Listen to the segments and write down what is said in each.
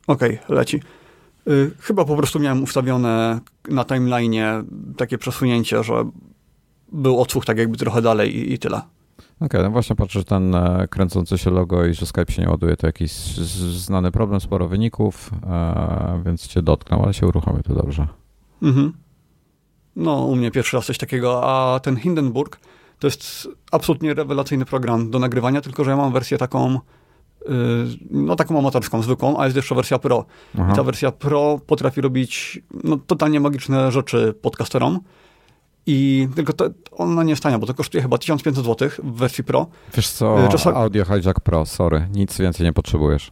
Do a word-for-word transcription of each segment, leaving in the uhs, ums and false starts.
Okej, okay, leci. Yy, chyba po prostu miałem ustawione na timeline'ie takie przesunięcie, że był odsłuch tak jakby trochę dalej i, i tyle. Okej, okay, no właśnie patrzę, że ten e, kręcący się logo i że Skype się nie ładuje, to jakiś z, z, znany problem, sporo wyników, e, więc cię dotknął, ale się uruchomił, to dobrze. Mhm. No, u mnie pierwszy raz coś takiego, a ten Hindenburg to jest absolutnie rewelacyjny program do nagrywania, tylko że ja mam wersję taką, yy, no taką amatorską, zwykłą, a jest jeszcze wersja Pro. Aha. I ta wersja Pro potrafi robić no, totalnie magiczne rzeczy podcasterom. I tylko to, ona nie jest tania, bo to kosztuje chyba tysiąc pięćset złotych w wersji Pro. Wiesz co, Czasami... Audio Hijack Pro, sorry, nic więcej nie potrzebujesz.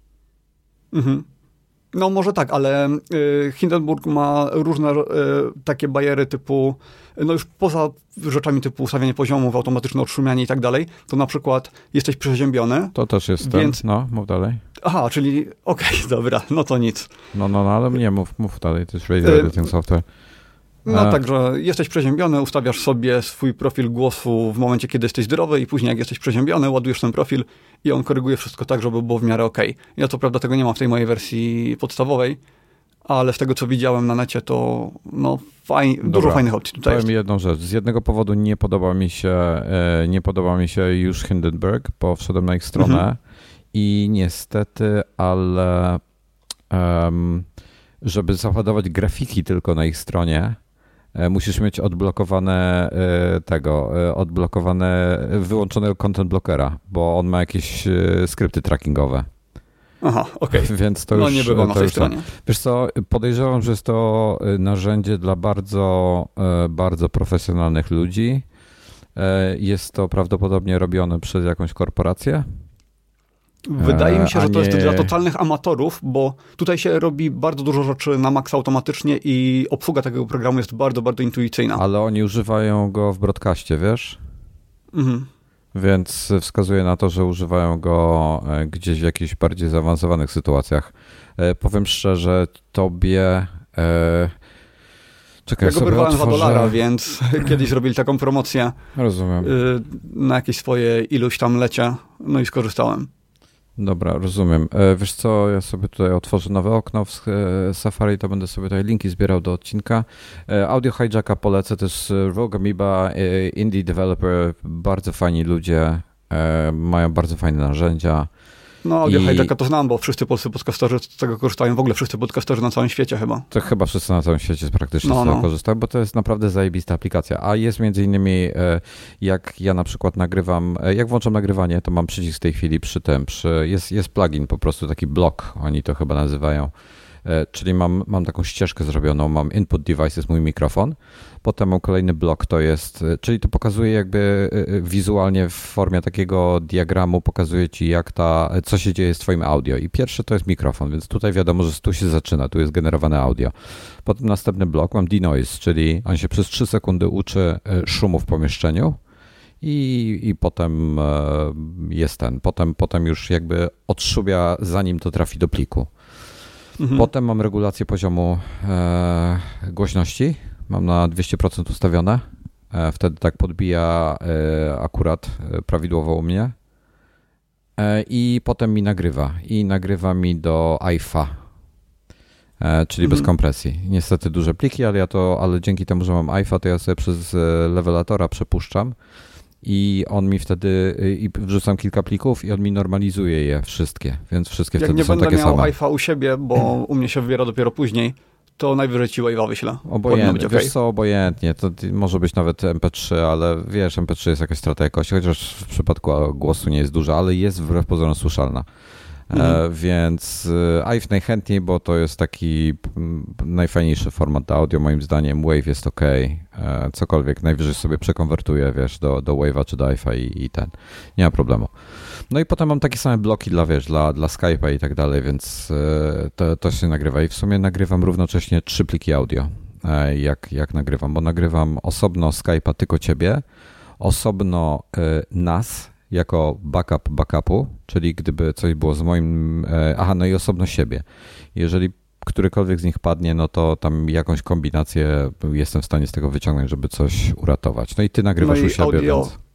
Mhm. No może tak, ale y, Hindenburg ma różne y, takie bariery typu, no już poza rzeczami typu ustawianie poziomów, automatyczne odszumianie i tak dalej, to na przykład jesteś przeziębiony. To też jest więc... ten, no mów dalej. Aha, czyli okej, okay, dobra, no to nic. No, no, no, ale nie, mów, mów dalej, to jest radio editing software. No e... także jesteś przeziębiony, ustawiasz sobie swój profil głosu w momencie, kiedy jesteś zdrowy i później jak jesteś przeziębiony, ładujesz ten profil i on koryguje wszystko tak, żeby było w miarę okej. Okay. Ja co prawda tego nie mam w tej mojej wersji podstawowej, ale z tego co widziałem na necie to no faj... dużo fajnych opcji tutaj powiem jest. jedną rzecz. Z jednego powodu nie podoba mi się e, nie podoba mi się już Hindenburg, bo wszedłem na ich stronę mhm. i niestety, ale um, żeby załadować grafiki tylko na ich stronie, musisz mieć odblokowane tego, odblokowane, wyłączonego content blockera, bo on ma jakieś skrypty trackingowe. Aha, okej. Okay. Więc to no już... nie było na tej stronie. Wiesz co, podejrzewam, że jest to narzędzie dla bardzo, bardzo profesjonalnych ludzi. Jest to prawdopodobnie robione przez jakąś korporację. Wydaje mi się, że to jest dla totalnych amatorów, bo tutaj się robi bardzo dużo rzeczy na maksa automatycznie i obsługa tego programu jest bardzo, bardzo intuicyjna. Ale oni używają go w broadcaście, wiesz? Mhm. Więc wskazuje na to, że używają go gdzieś w jakichś bardziej zaawansowanych sytuacjach. Powiem szczerze, tobie... Czekaj, ja go wyrwałem za dolara, więc kiedyś zrobili taką promocję. Rozumiem. Na jakieś swoje iluś tam lecie, no i skorzystałem. Dobra, rozumiem. Wiesz co, ja sobie tutaj otworzę nowe okno w Safari, to będę sobie tutaj linki zbierał do odcinka. Audio Hijacka polecę, to jest Rogue Amoeba, indie developer, bardzo fajni ludzie, mają bardzo fajne narzędzia. No, Audio I... Hijacka to znam, bo wszyscy polscy podcasterzy z tego korzystają, w ogóle wszyscy podcasterzy na całym świecie chyba. To chyba wszyscy na całym świecie praktycznie no, z tego no. korzystają, bo to jest naprawdę zajebista aplikacja. A jest między innymi, jak ja na przykład nagrywam, jak włączam nagrywanie, to mam przycisk w tej chwili przy tym, przy, jest, jest plugin po prostu, taki blok, oni to chyba nazywają. Czyli mam, mam taką ścieżkę zrobioną, mam input device, jest mój mikrofon, potem mam kolejny blok, to jest, czyli to pokazuje jakby wizualnie w formie takiego diagramu, pokazuje ci jak ta, co się dzieje z twoim audio i pierwszy to jest mikrofon, więc tutaj wiadomo, że tu się zaczyna, tu jest generowane audio. Potem następny blok mam denoise, czyli on się przez trzy sekundy uczy szumu w pomieszczeniu i, i potem jest ten, potem, potem już jakby odszumia zanim to trafi do pliku. Mhm. Potem mam regulację poziomu e, głośności. Mam na dwieście procent ustawione. E, wtedy tak podbija e, akurat e, prawidłowo u mnie. E, I potem mi nagrywa. I nagrywa mi do A I F A, e, czyli mhm. bez kompresji. Niestety duże pliki, ale ja to, ale dzięki temu, że mam A I F A, to ja sobie przez levelatora przepuszczam. I on mi wtedy, i wrzucam kilka plików i on mi normalizuje je wszystkie, więc wszystkie Jak wtedy są takie same. Jak nie będę miał A I F A u siebie, bo u mnie się wybiera dopiero później, to najwyżej ci wave'a wyślę. Obojętnie, wiesz okay. co, obojętnie, to może być nawet M P trzy, ale wiesz, M P trzy jest jakaś strata jakości, chociaż w przypadku głosu nie jest duża, ale jest wbrew pozorom słyszalna. Mhm. E, więc A I F najchętniej, bo to jest taki najfajniejszy format audio moim zdaniem. Wave jest ok, e, cokolwiek, najwyżej sobie przekonwertuję, wiesz, do, do Wave'a czy do A I F A i, i ten, nie ma problemu. No i potem mam takie same bloki dla, wiesz, dla, dla Skype'a i tak dalej, więc e, to, to się nagrywa i w sumie nagrywam równocześnie trzy pliki audio, e, jak, jak nagrywam, bo nagrywam osobno Skype'a tylko ciebie, osobno e, nas, jako backup backupu, czyli gdyby coś było z moim... Aha, no i osobno siebie. Jeżeli którykolwiek z nich padnie, no to tam jakąś kombinację jestem w stanie z tego wyciągnąć, żeby coś uratować. No i ty nagrywasz no i u siebie, audio. więc...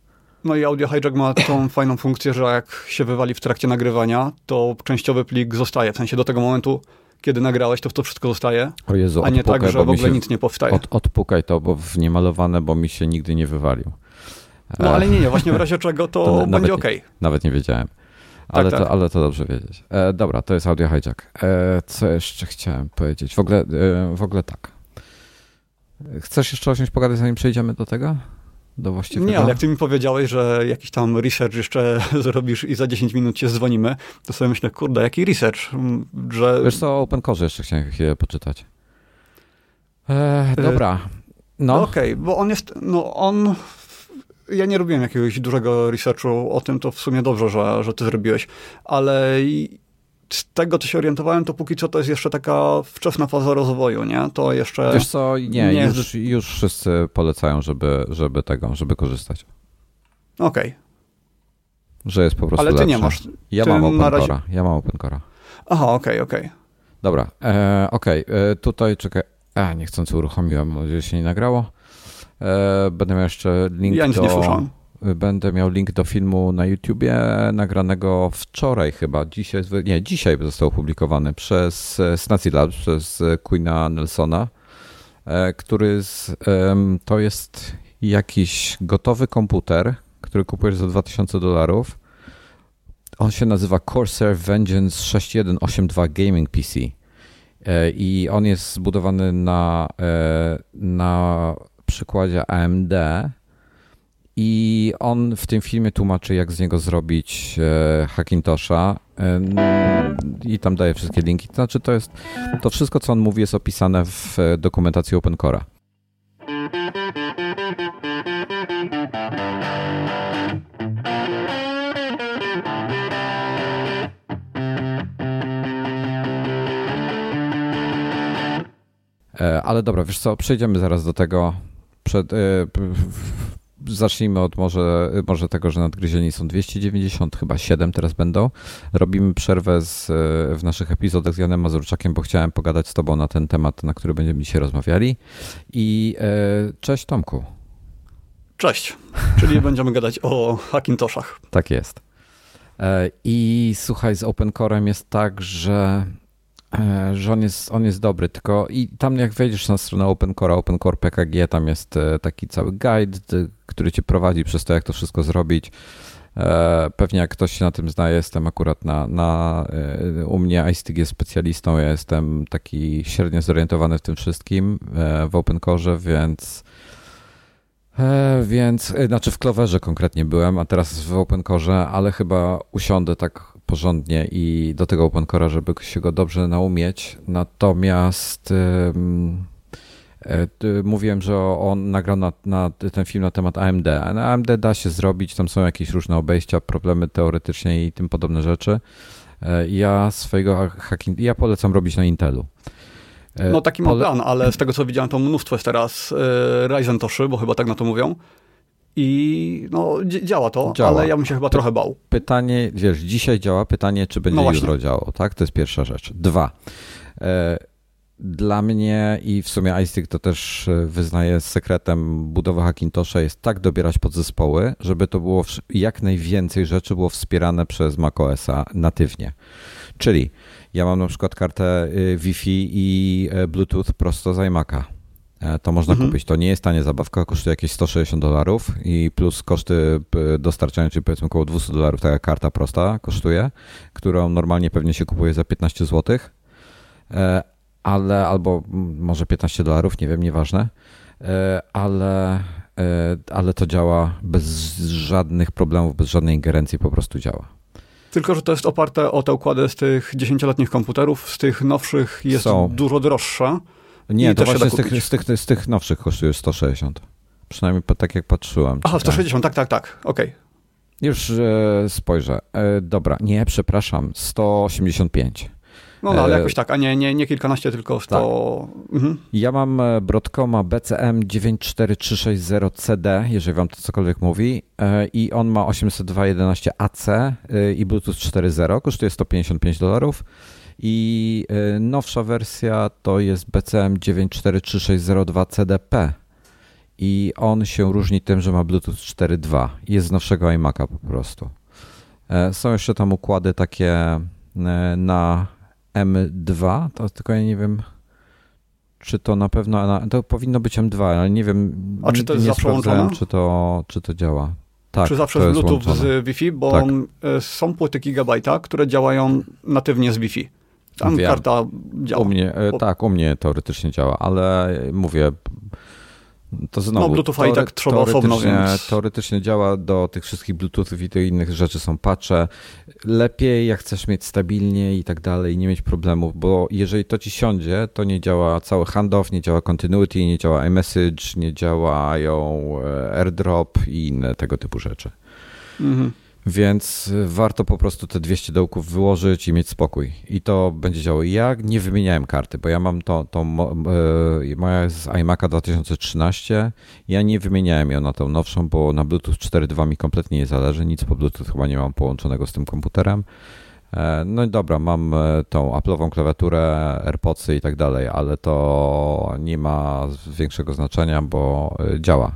No i Audio Hijack ma tą fajną funkcję, że jak się wywali w trakcie nagrywania, to częściowy plik zostaje. W sensie do tego momentu, kiedy nagrałeś, to to wszystko zostaje, o Jezu, a nie odpukaj, tak, że w ogóle nic nie powstaje. Od, odpukaj to, bo w niemalowane, bo mi się nigdy nie wywalił. No ale nie, nie, właśnie w razie czego to, to będzie ok. Nawet nie wiedziałem. Ale, tak, to, tak. ale to dobrze wiedzieć. E, dobra, to jest Audio Hijack. E, co jeszcze chciałem powiedzieć? W ogóle, e, w ogóle tak. Chcesz jeszcze o czymś pogadać, zanim przejdziemy do tego? Do właściwego? Nie, ale jak ty mi powiedziałeś, że jakiś tam research jeszcze zrobisz i za dziesięć minut cię dzwonimy, to sobie myślę, kurde, jaki research, że... Wiesz co, o Open Core jeszcze chciałem chwilę poczytać. E, dobra. No. no Okej, okay, bo on jest, no on... Ja nie robiłem jakiegoś dużego researchu o tym, to w sumie dobrze, że, że ty zrobiłeś, ale z tego, co się orientowałem, to póki co to jest jeszcze taka wczesna faza rozwoju, nie? To jeszcze... Wiesz co, nie, nie już, jest... już wszyscy polecają, żeby, żeby tego, żeby korzystać. Okej. Okay. Że jest po prostu ale ty lepsze. nie masz. Ja ty mam Open Core'a. razie... Ja mam Open Core'a. Aha, okej, okay, okej. Okay. Dobra, e, okej. Okay. Tutaj czekaj. A, niechcący uruchomiłem, mam nadzieję, że się nie nagrało. E, będę miał jeszcze link ja nic do... nie słyszałem. Będę miał link do filmu na YouTubie, nagranego wczoraj chyba. Dzisiaj, nie, dzisiaj został opublikowany przez Snazi Labs, przez Queena Nelsona, który z, to jest jakiś gotowy komputer, który kupujesz za dwa tysiące dolarów. On się nazywa Corsair Vengeance sześć jeden osiem dwa Gaming P C i on jest zbudowany na, na przykładzie A M D. I on w tym filmie tłumaczy, jak z niego zrobić e, Hackintosha e, i tam daje wszystkie linki. To znaczy, to jest to wszystko, co on mówi, jest opisane w dokumentacji Open Core'a. E, ale dobra, wiesz co, przejdziemy zaraz do tego. Przed, e, Zacznijmy od może, może tego, że nadgryzieni są dwieście dziewięćdziesiąt, chyba siedem teraz będą. Robimy przerwę z, w naszych epizodach z Janem Mazurczakiem, bo chciałem pogadać z tobą na ten temat, na który będziemy dzisiaj rozmawiali. I e, cześć Tomku. Cześć, czyli będziemy gadać o Hackintoshach. Tak jest. E, I słuchaj, z Open Core'em jest tak, że że on jest, on jest dobry, tylko i tam jak wejdziesz na stronę Open Core'a, Open Core P K G, tam jest taki cały guide, który cię prowadzi przez to, jak to wszystko zrobić. Pewnie jak ktoś się na tym zna, jestem akurat na, na u mnie I S T G specjalistą, ja jestem taki średnio zorientowany w tym wszystkim w Open Core'ze, więc więc, znaczy w Cloverze konkretnie byłem, a teraz w Open Core'ze, ale chyba usiądę tak porządnie i do tego Open Core'a, żeby się go dobrze naumieć. Natomiast um, y, mówiłem, że on nagrał na, na ten film na temat A M D. A na A M D da się zrobić, tam są jakieś różne obejścia, problemy teoretycznie i tym podobne rzeczy. Ja swojego hacking, ja polecam robić na Intelu. No taki Pole... ma plan, ale z tego co widziałem, to mnóstwo jest teraz y, Ryzen Toszy, bo chyba tak na to mówią. I no działa to, działa. Ale ja bym się chyba trochę bał. Pytanie, wiesz, dzisiaj działa, pytanie, czy będzie no jutro działało, tak? To jest pierwsza rzecz. Dwa. E, dla mnie i w sumie iStick to też wyznaję sekretem budowy Hackintosha jest tak dobierać podzespoły, żeby to było jak najwięcej rzeczy było wspierane przez macOSa natywnie. Czyli ja mam na przykład kartę Wi-Fi i Bluetooth prosto z iMac'a. To można mhm. kupić. To nie jest tania zabawka, kosztuje jakieś sto sześćdziesiąt dolarów i plus koszty dostarczania, czyli powiedzmy około dwieście dolarów taka karta prosta kosztuje, którą normalnie pewnie się kupuje za piętnaście złotych, ale albo może piętnaście dolarów, nie wiem, nieważne, ale, ale to działa bez żadnych problemów, bez żadnej ingerencji, po prostu działa. Tylko że to jest oparte o te układy z tych dziesięcioletnich komputerów, z tych nowszych jest Są. dużo droższe. Nie, to właśnie z tych, z, tych, z tych nowszych kosztuje sto sześćdziesiąt. Przynajmniej tak jak patrzyłem. Aha, sto sześćdziesiąt, tak, tak, tak, okej. Okay. Już e, spojrzę. E, dobra, nie, przepraszam, sto osiemdziesiąt pięć. No, no ale e, jakoś tak, a nie, nie, nie kilkanaście, tylko sto... Tak. Mhm. Ja mam Broadcoma B C M dziewięć cztery trzy sześć zero C D, jeżeli wam to cokolwiek mówi, e, i on ma osiemset dwa jedenaście A C e, i Bluetooth cztery zero, kosztuje sto pięćdziesiąt pięć dolarów. I nowsza wersja to jest B C M dziewięć cztery trzy sześć zero dwa C D P i on się różni tym, że ma Bluetooth cztery dwa. Jest z nowszego iMac'a po prostu. Są jeszcze tam układy takie na M dwa, to tylko ja nie wiem, czy to na pewno, to powinno być M dwa, ale nie wiem, a czy to jest nie zawsze łączone? Czy to, czy to działa. Tak, czy zawsze z Bluetooth z Wi-Fi, bo tak. są płyty Gigabajta, które działają natywnie z Wi-Fi. Tam Wiem. karta działa. U mnie, bo... Tak, u mnie teoretycznie działa, ale mówię, to znowu... No Bluetootha i tak trzeba osobno, więc... Teoretycznie działa, do tych wszystkich Bluetoothów i tych innych rzeczy są patche. Lepiej, jak chcesz mieć stabilnie i tak dalej, nie mieć problemów, bo jeżeli to ci siądzie, to nie działa cały handoff, nie działa continuity, nie działa iMessage, nie działają AirDrop i inne tego typu rzeczy. Mhm. Więc warto po prostu te dwieście dołków wyłożyć i mieć spokój. I to będzie działało. Ja nie wymieniałem karty, bo ja mam to, to moja jest z iMac'a dwa tysiące trzynaście. Ja nie wymieniałem ją na tą nowszą, bo na Bluetooth cztery dwa mi kompletnie nie zależy. Nic po Bluetooth chyba nie mam połączonego z tym komputerem. No i dobra, mam tą Apple'ową klawiaturę, AirPodsy i tak dalej, ale to nie ma większego znaczenia, bo działa.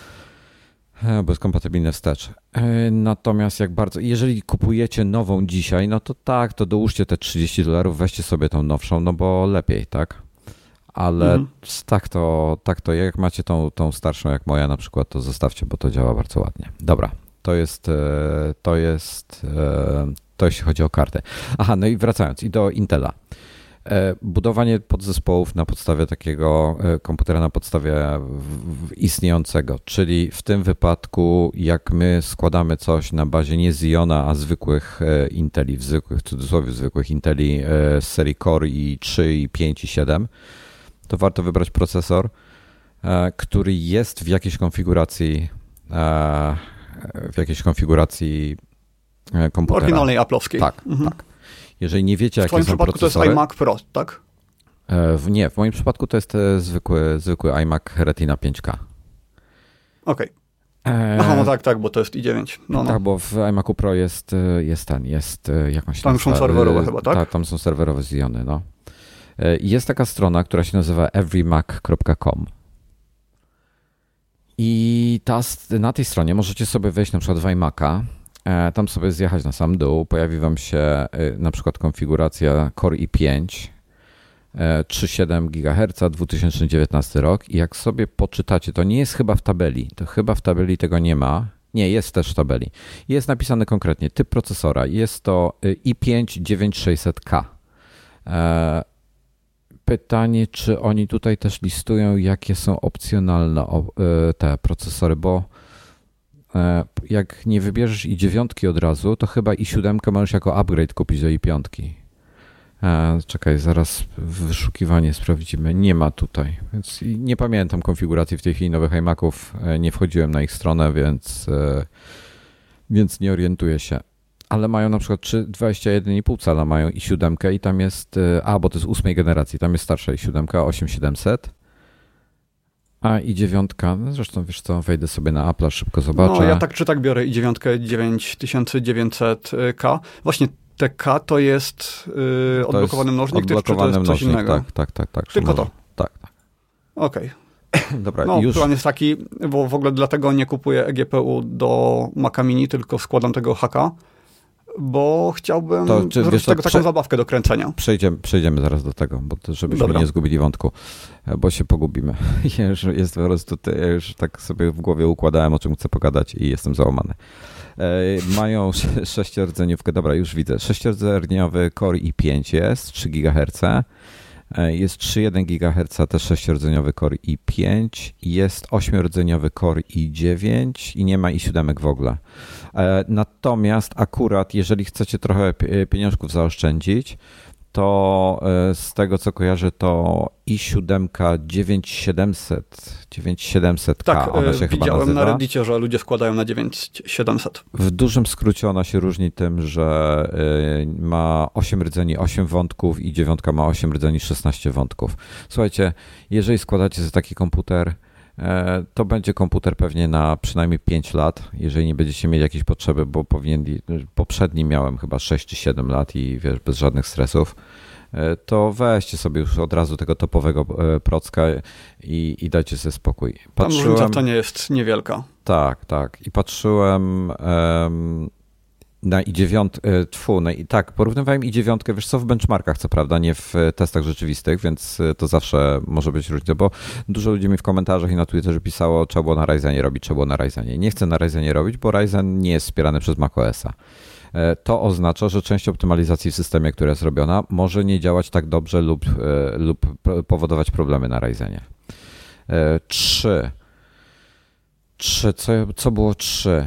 Bo jest kompatybilne wstecz. Natomiast jak bardzo, jeżeli kupujecie nową dzisiaj, no to tak, to dołóżcie te trzydzieści dolarów, weźcie sobie tą nowszą, no bo lepiej, tak? Ale mhm. tak to, tak to jak macie tą, tą starszą jak moja na przykład, to zostawcie, bo to działa bardzo ładnie. Dobra, to jest, to jest, to jeśli chodzi o kartę. Aha, no i wracając i do Intela. Budowanie podzespołów na podstawie takiego komputera, na podstawie istniejącego, czyli w tym wypadku jak my składamy coś na bazie nie Xeona, a zwykłych Inteli, w zwykłych, w cudzysłowie zwykłych Inteli z serii Core i trzy, i pięć, i siedem, to warto wybrać procesor, który jest w jakiejś konfiguracji w jakiejś konfiguracji komputera. Oryginalnej Apple'owskiej. Tak, mhm. tak. Jeżeli nie wiecie, jakie są procesory... W twoim przypadku to jest iMac Pro, tak? W, nie, w moim przypadku to jest zwykły, zwykły iMac Retina pięć K. Okej. Okay. Aha, no tak, tak, bo to jest i dziewięć. No, no. Tak, bo w iMacu Pro jest, jest ten, jest jakąś... Tam są serwerowe chyba, tak? Tak, tam są serwerowe Xeony, no. Jest taka strona, która się nazywa every mac kropka com. I ta, na tej stronie możecie sobie wejść na przykład w iMaca, tam sobie zjechać na sam dół, pojawi wam się na przykład konfiguracja Core i pięć, trzy przecinek siedem gigaherca, dwa tysiące dziewiętnasty rok i jak sobie poczytacie, to nie jest chyba w tabeli, to chyba w tabeli tego nie ma, nie, jest też w tabeli. Jest napisane konkretnie typ procesora, jest to i pięć dziewięć tysiące sześćset K. Pytanie, czy oni tutaj też listują, jakie są opcjonalne te procesory, bo jak nie wybierzesz i dziewiątki od razu, to chyba i siódemkę możesz jako upgrade kupić do i piątki. Czekaj, zaraz wyszukiwanie sprawdzimy. Nie ma tutaj, więc nie pamiętam konfiguracji w tej chwili nowych iMaców. Nie wchodziłem na ich stronę, więc, więc nie orientuję się. Ale mają na przykład dwadzieścia jeden i pół cala mają i siódemkę i tam jest, a bo to jest ósmej generacji, tam jest starsza i siódemka, osiem tysięcy siedemset. A i dziewiątka, no zresztą wiesz co, wejdę sobie na Apple'a, szybko zobaczę. No ja tak czy tak biorę i dziewiątkę dziewięć tysięcy dziewięćset K. Właśnie te K to jest yy, odblokowany mnożnik, odblokowany czy to jest coś mnożnik, innego? Tak, tak, tak. tak Tylko to? Tak, tak. Okej. Okay. Dobra, no, już... plan jest taki, bo w ogóle dlatego nie kupuję e G P U do Maca Mini, tylko składam tego haka, bo chciałbym to, czy, zrobić tego taką prze... zabawkę do kręcenia. Przejdziemy, przejdziemy zaraz do tego, bo to, żebyśmy Dobra. nie zgubili wątku, bo się pogubimy. Jest po prostu, ja już tak sobie w głowie układałem, o czym chcę pogadać i jestem załamany. Mają sześciordzeniówkę, dobra, już widzę, sześciordzeniowy Core i pięć jest, trzy gigaherce. Jest trzy przecinek jeden gigaherca, też sześciordzeniowy Core i pięć, jest ośmiordzeniowy Core i dziewięć i nie ma i siedem w ogóle. Natomiast akurat, jeżeli chcecie trochę pieniążków zaoszczędzić, to z tego co kojarzę, to i siedem dziewięć tysięcy siedemset, dziewięć tysięcy siedemset K, tak, ona się chyba nazywa. Widziałem na Reddicie, że ludzie składają na dziewięć tysięcy siedemset. W dużym skrócie ona się różni tym, że ma osiem rdzeni, osiem wątków i dziewiątka ma osiem rdzeni, szesnaście wątków. Słuchajcie, jeżeli składacie sobie taki komputer, to będzie komputer pewnie na przynajmniej pięć lat, jeżeli nie będziecie mieli jakiejś potrzeby, bo powinien, poprzedni miałem chyba sześć czy siedem lat i wiesz, bez żadnych stresów. to weźcie sobie już od razu tego topowego procka i, i dajcie sobie spokój. Patrzyłem, tam różnica to nie jest niewielka. Tak, tak. I patrzyłem um, na i dziewięć, tfu, no i tak, porównywałem i dziewięć, wiesz co, w benchmarkach, co prawda, nie w testach rzeczywistych, więc to zawsze może być różnica, bo dużo ludzi mi w komentarzach i na Twitterze pisało, trzeba było na Ryzenie robić, trzeba było na Ryzenie. Nie chcę na Ryzenie robić, bo Ryzen nie jest wspierany przez macOSa. To oznacza, że część optymalizacji w systemie, która jest robiona, może nie działać tak dobrze lub, lub powodować problemy na Ryzenie. Trzy. Trzy, co, co było trzy?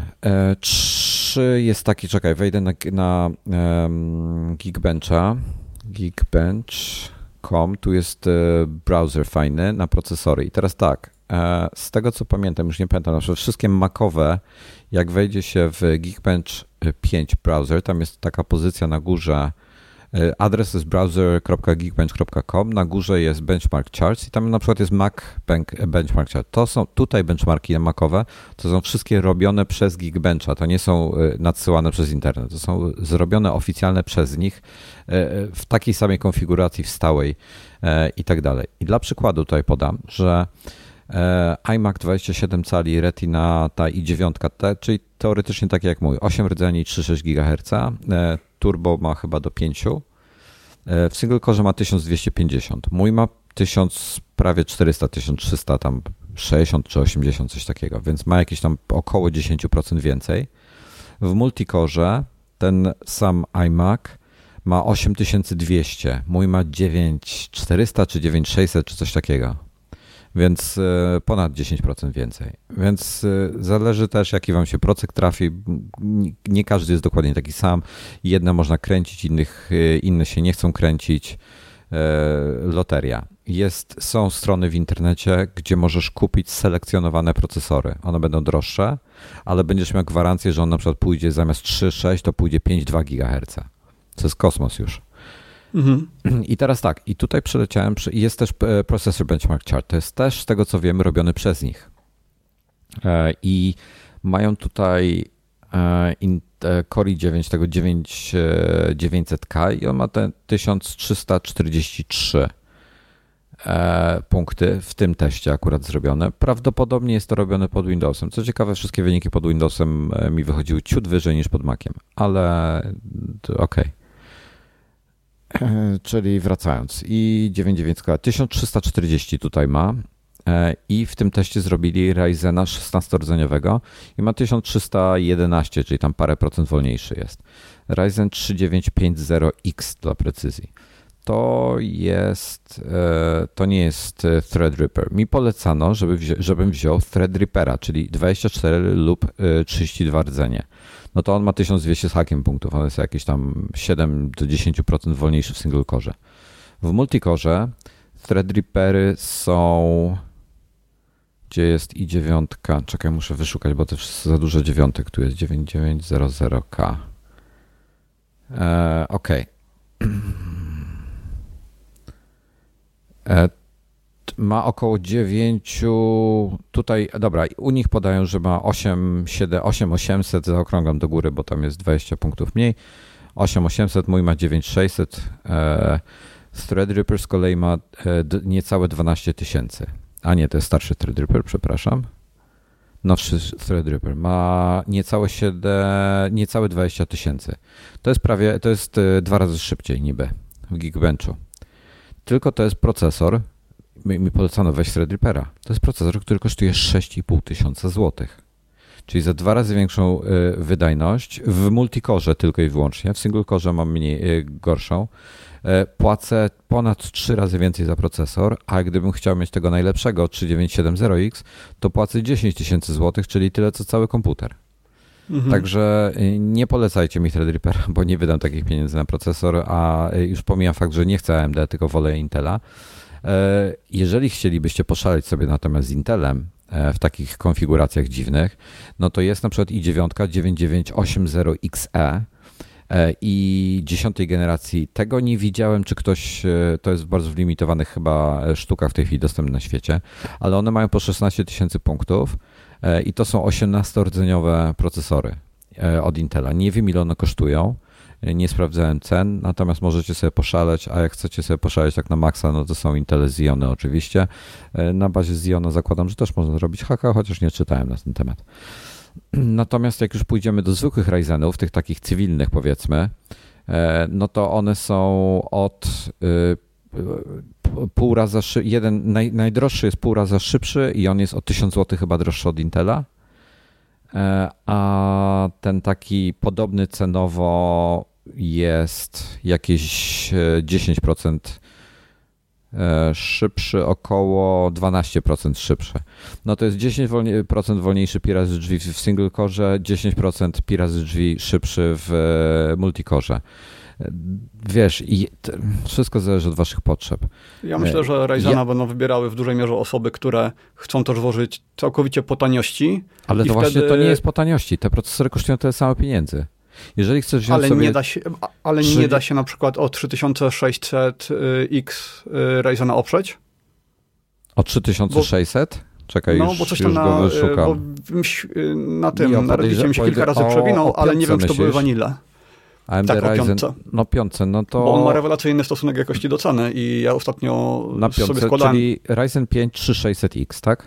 Trzy jest taki, czekaj, wejdę na, na um, Geekbencha, geekbench kropka com, tu jest browser fajny na procesory. I teraz tak, z tego co pamiętam, już nie pamiętam, że wszystkie macowe, jak wejdzie się w Geekbench pięć browser, tam jest taka pozycja na górze, adres jest browser kropka geekbench kropka com, na górze jest benchmark charts i tam na przykład jest Mac benchmark chart. To są tutaj benchmarki macowe, to są wszystkie robione przez Geekbencha, to nie są nadsyłane przez internet, to są zrobione oficjalne przez nich w takiej samej konfiguracji, w stałej i tak dalej. I dla przykładu tutaj podam, że iMac dwadzieścia siedem cali Retina, ta i dziewięć, czyli teoretycznie takie jak mój, osiem rdzeni, trzy przecinek sześć gigaherca, turbo ma chyba do pięciu, w single core ma tysiąc dwieście pięćdziesiąt, mój ma tysiąc, prawie czterysta, tysiąc trzysta, tam sześćdziesiąt czy osiemdziesiąt, coś takiego, więc ma jakieś tam około dziesięć procent więcej. W multikorze ten sam iMac ma osiem tysięcy dwieście, mój ma dziewięć tysięcy czterysta czy dziewięć tysięcy sześćset czy coś takiego. Więc ponad dziesięć procent więcej. Więc zależy też, jaki wam się procek trafi. Nie każdy jest dokładnie taki sam. Jedne można kręcić, innych, inne się nie chcą kręcić. Loteria. Jest, są strony w internecie, gdzie możesz kupić selekcjonowane procesory. One będą droższe, ale będziesz miał gwarancję, że on na przykład pójdzie zamiast trzy przecinek sześć, to pójdzie pięć przecinek dwa gigaherca. To jest kosmos już. Mhm. I teraz tak, i tutaj przeleciałem, jest też Processor Benchmark Chart, to jest też z tego co wiemy robiony przez nich i mają tutaj Core i dziewięć, tego dziewięć tysięcy dziewięćset K i on ma te tysiąc trzysta czterdzieści trzy punkty w tym teście akurat zrobione. Prawdopodobnie jest to robione pod Windowsem. Co ciekawe, wszystkie wyniki pod Windowsem mi wychodziły ciut wyżej niż pod Maciem, ale okej. Okay. Czyli wracając, i dziewięć tysięcy dziewięćset, tysiąc trzysta czterdzieści tutaj ma i w tym teście zrobili Ryzena szesnastorodzenioego i ma tysiąc trzysta jedenaście, czyli tam parę procent wolniejszy jest. Ryzen trzysta dziewięćset pięćdziesiąt X dla precyzji. To jest, to nie jest Threadripper. Mi polecano, żeby wzi- żebym wziął Threadrippera, czyli dwadzieścia cztery lub trzydzieści dwa rdzenie. No to on ma tysiąc dwieście z hakiem punktów, on jest jakieś tam siedem do dziesięciu procent wolniejszy w single core. W multikorze Threadrippery są, gdzie jest i dziewięć, czekaj, muszę wyszukać, bo to jest za dużo dziewiątek, tu jest dziewięć tysięcy dziewięćset K. Eee, Okej. Okay. Eee, ma około dziewięć, tutaj, dobra, u nich podają, że ma osiem tysięcy osiemset, zaokrągam do góry, bo tam jest dwadzieścia punktów mniej, osiem tysięcy osiemset, mój ma dziewięć tysięcy sześćset, e, Threadripper z kolei ma e, d, niecałe dwanaście tysięcy, a nie, to jest starszy Threadripper, przepraszam, nowszy Threadripper ma niecałe, siedem, niecałe dwadzieścia tysięcy, to jest prawie, to jest dwa razy szybciej niby w Geekbenchu, tylko to jest procesor. Mi, mi polecano weź Threadrippera. To jest procesor, który kosztuje sześć i pół tysiąca złotych. Czyli za dwa razy większą y, wydajność w multikorze tylko i wyłącznie. W single core mam mniej y, gorszą. Y, płacę ponad trzy razy więcej za procesor, a gdybym chciał mieć tego najlepszego trzysta dziewięćset siedemdziesiąt X, to płacę dziesięć tysięcy złotych, czyli tyle co cały komputer. Mhm. Także nie polecajcie mi Threadrippera, bo nie wydam takich pieniędzy na procesor, a już pomijam fakt, że nie chcę A M D, tylko wolę Intela. Jeżeli chcielibyście poszaleć sobie natomiast z Intelem w takich konfiguracjach dziwnych, no to jest na przykład i dziewięć dziewięć dziewięć osiemdziesiąt X E i dziesiątej generacji. Tego nie widziałem, czy ktoś, to jest w bardzo limitowanych chyba sztukach w tej chwili dostępne na świecie, ale one mają po szesnaście tysięcy punktów i to są osiemnastorodzeniowe procesory od Intela. Nie wiem, ile one kosztują. Nie sprawdzałem cen, natomiast możecie sobie poszaleć, a jak chcecie sobie poszaleć tak na maksa, no to są Intele Xeony oczywiście. Na bazie Xeona zakładam, że też można zrobić haka, chociaż nie czytałem na ten temat. Natomiast jak już pójdziemy do zwykłych Ryzenów, tych takich cywilnych powiedzmy, no to one są od pół raza szy- jeden naj, najdroższy jest pół raza szybszy i on jest o tysiąc złotych chyba droższy od Intela, a ten taki podobny cenowo jest jakieś dziesięć procent szybszy, około dwanaście procent szybszy. No to jest dziesięć procent wolniejszy pi razy drzwi w single core, dziesięć procent pi razy drzwi szybszy w multicore. Wiesz, i wszystko zależy od waszych potrzeb. Ja myślę, że Ryzena ja... będą wybierały w dużej mierze osoby, które chcą też włożyć całkowicie po taniości. Ale to wtedy... właśnie to nie jest po taniości. Te procesory kosztują tyle samo pieniędzy. Jeżeli chcesz wziąć ale sobie... Nie da się, ale trzy... nie da się na przykład o trzy tysiące sześćset X Ryzena oprzeć? O trzy tysiące sześćset? Bo... Czekaj, no, już, bo coś już tam go na, wyszukam. na tym, na Reddicie mi się kilka razy przewinął, ale nie wiem, czy to były Vanille. A M D tak, Ryzen, no piątce, no to... Bo on ma rewelacyjny stosunek jakości do ceny i ja ostatnio na piątce, sobie składałem... czyli Ryzen pięć trzy tysiące sześćset X, tak?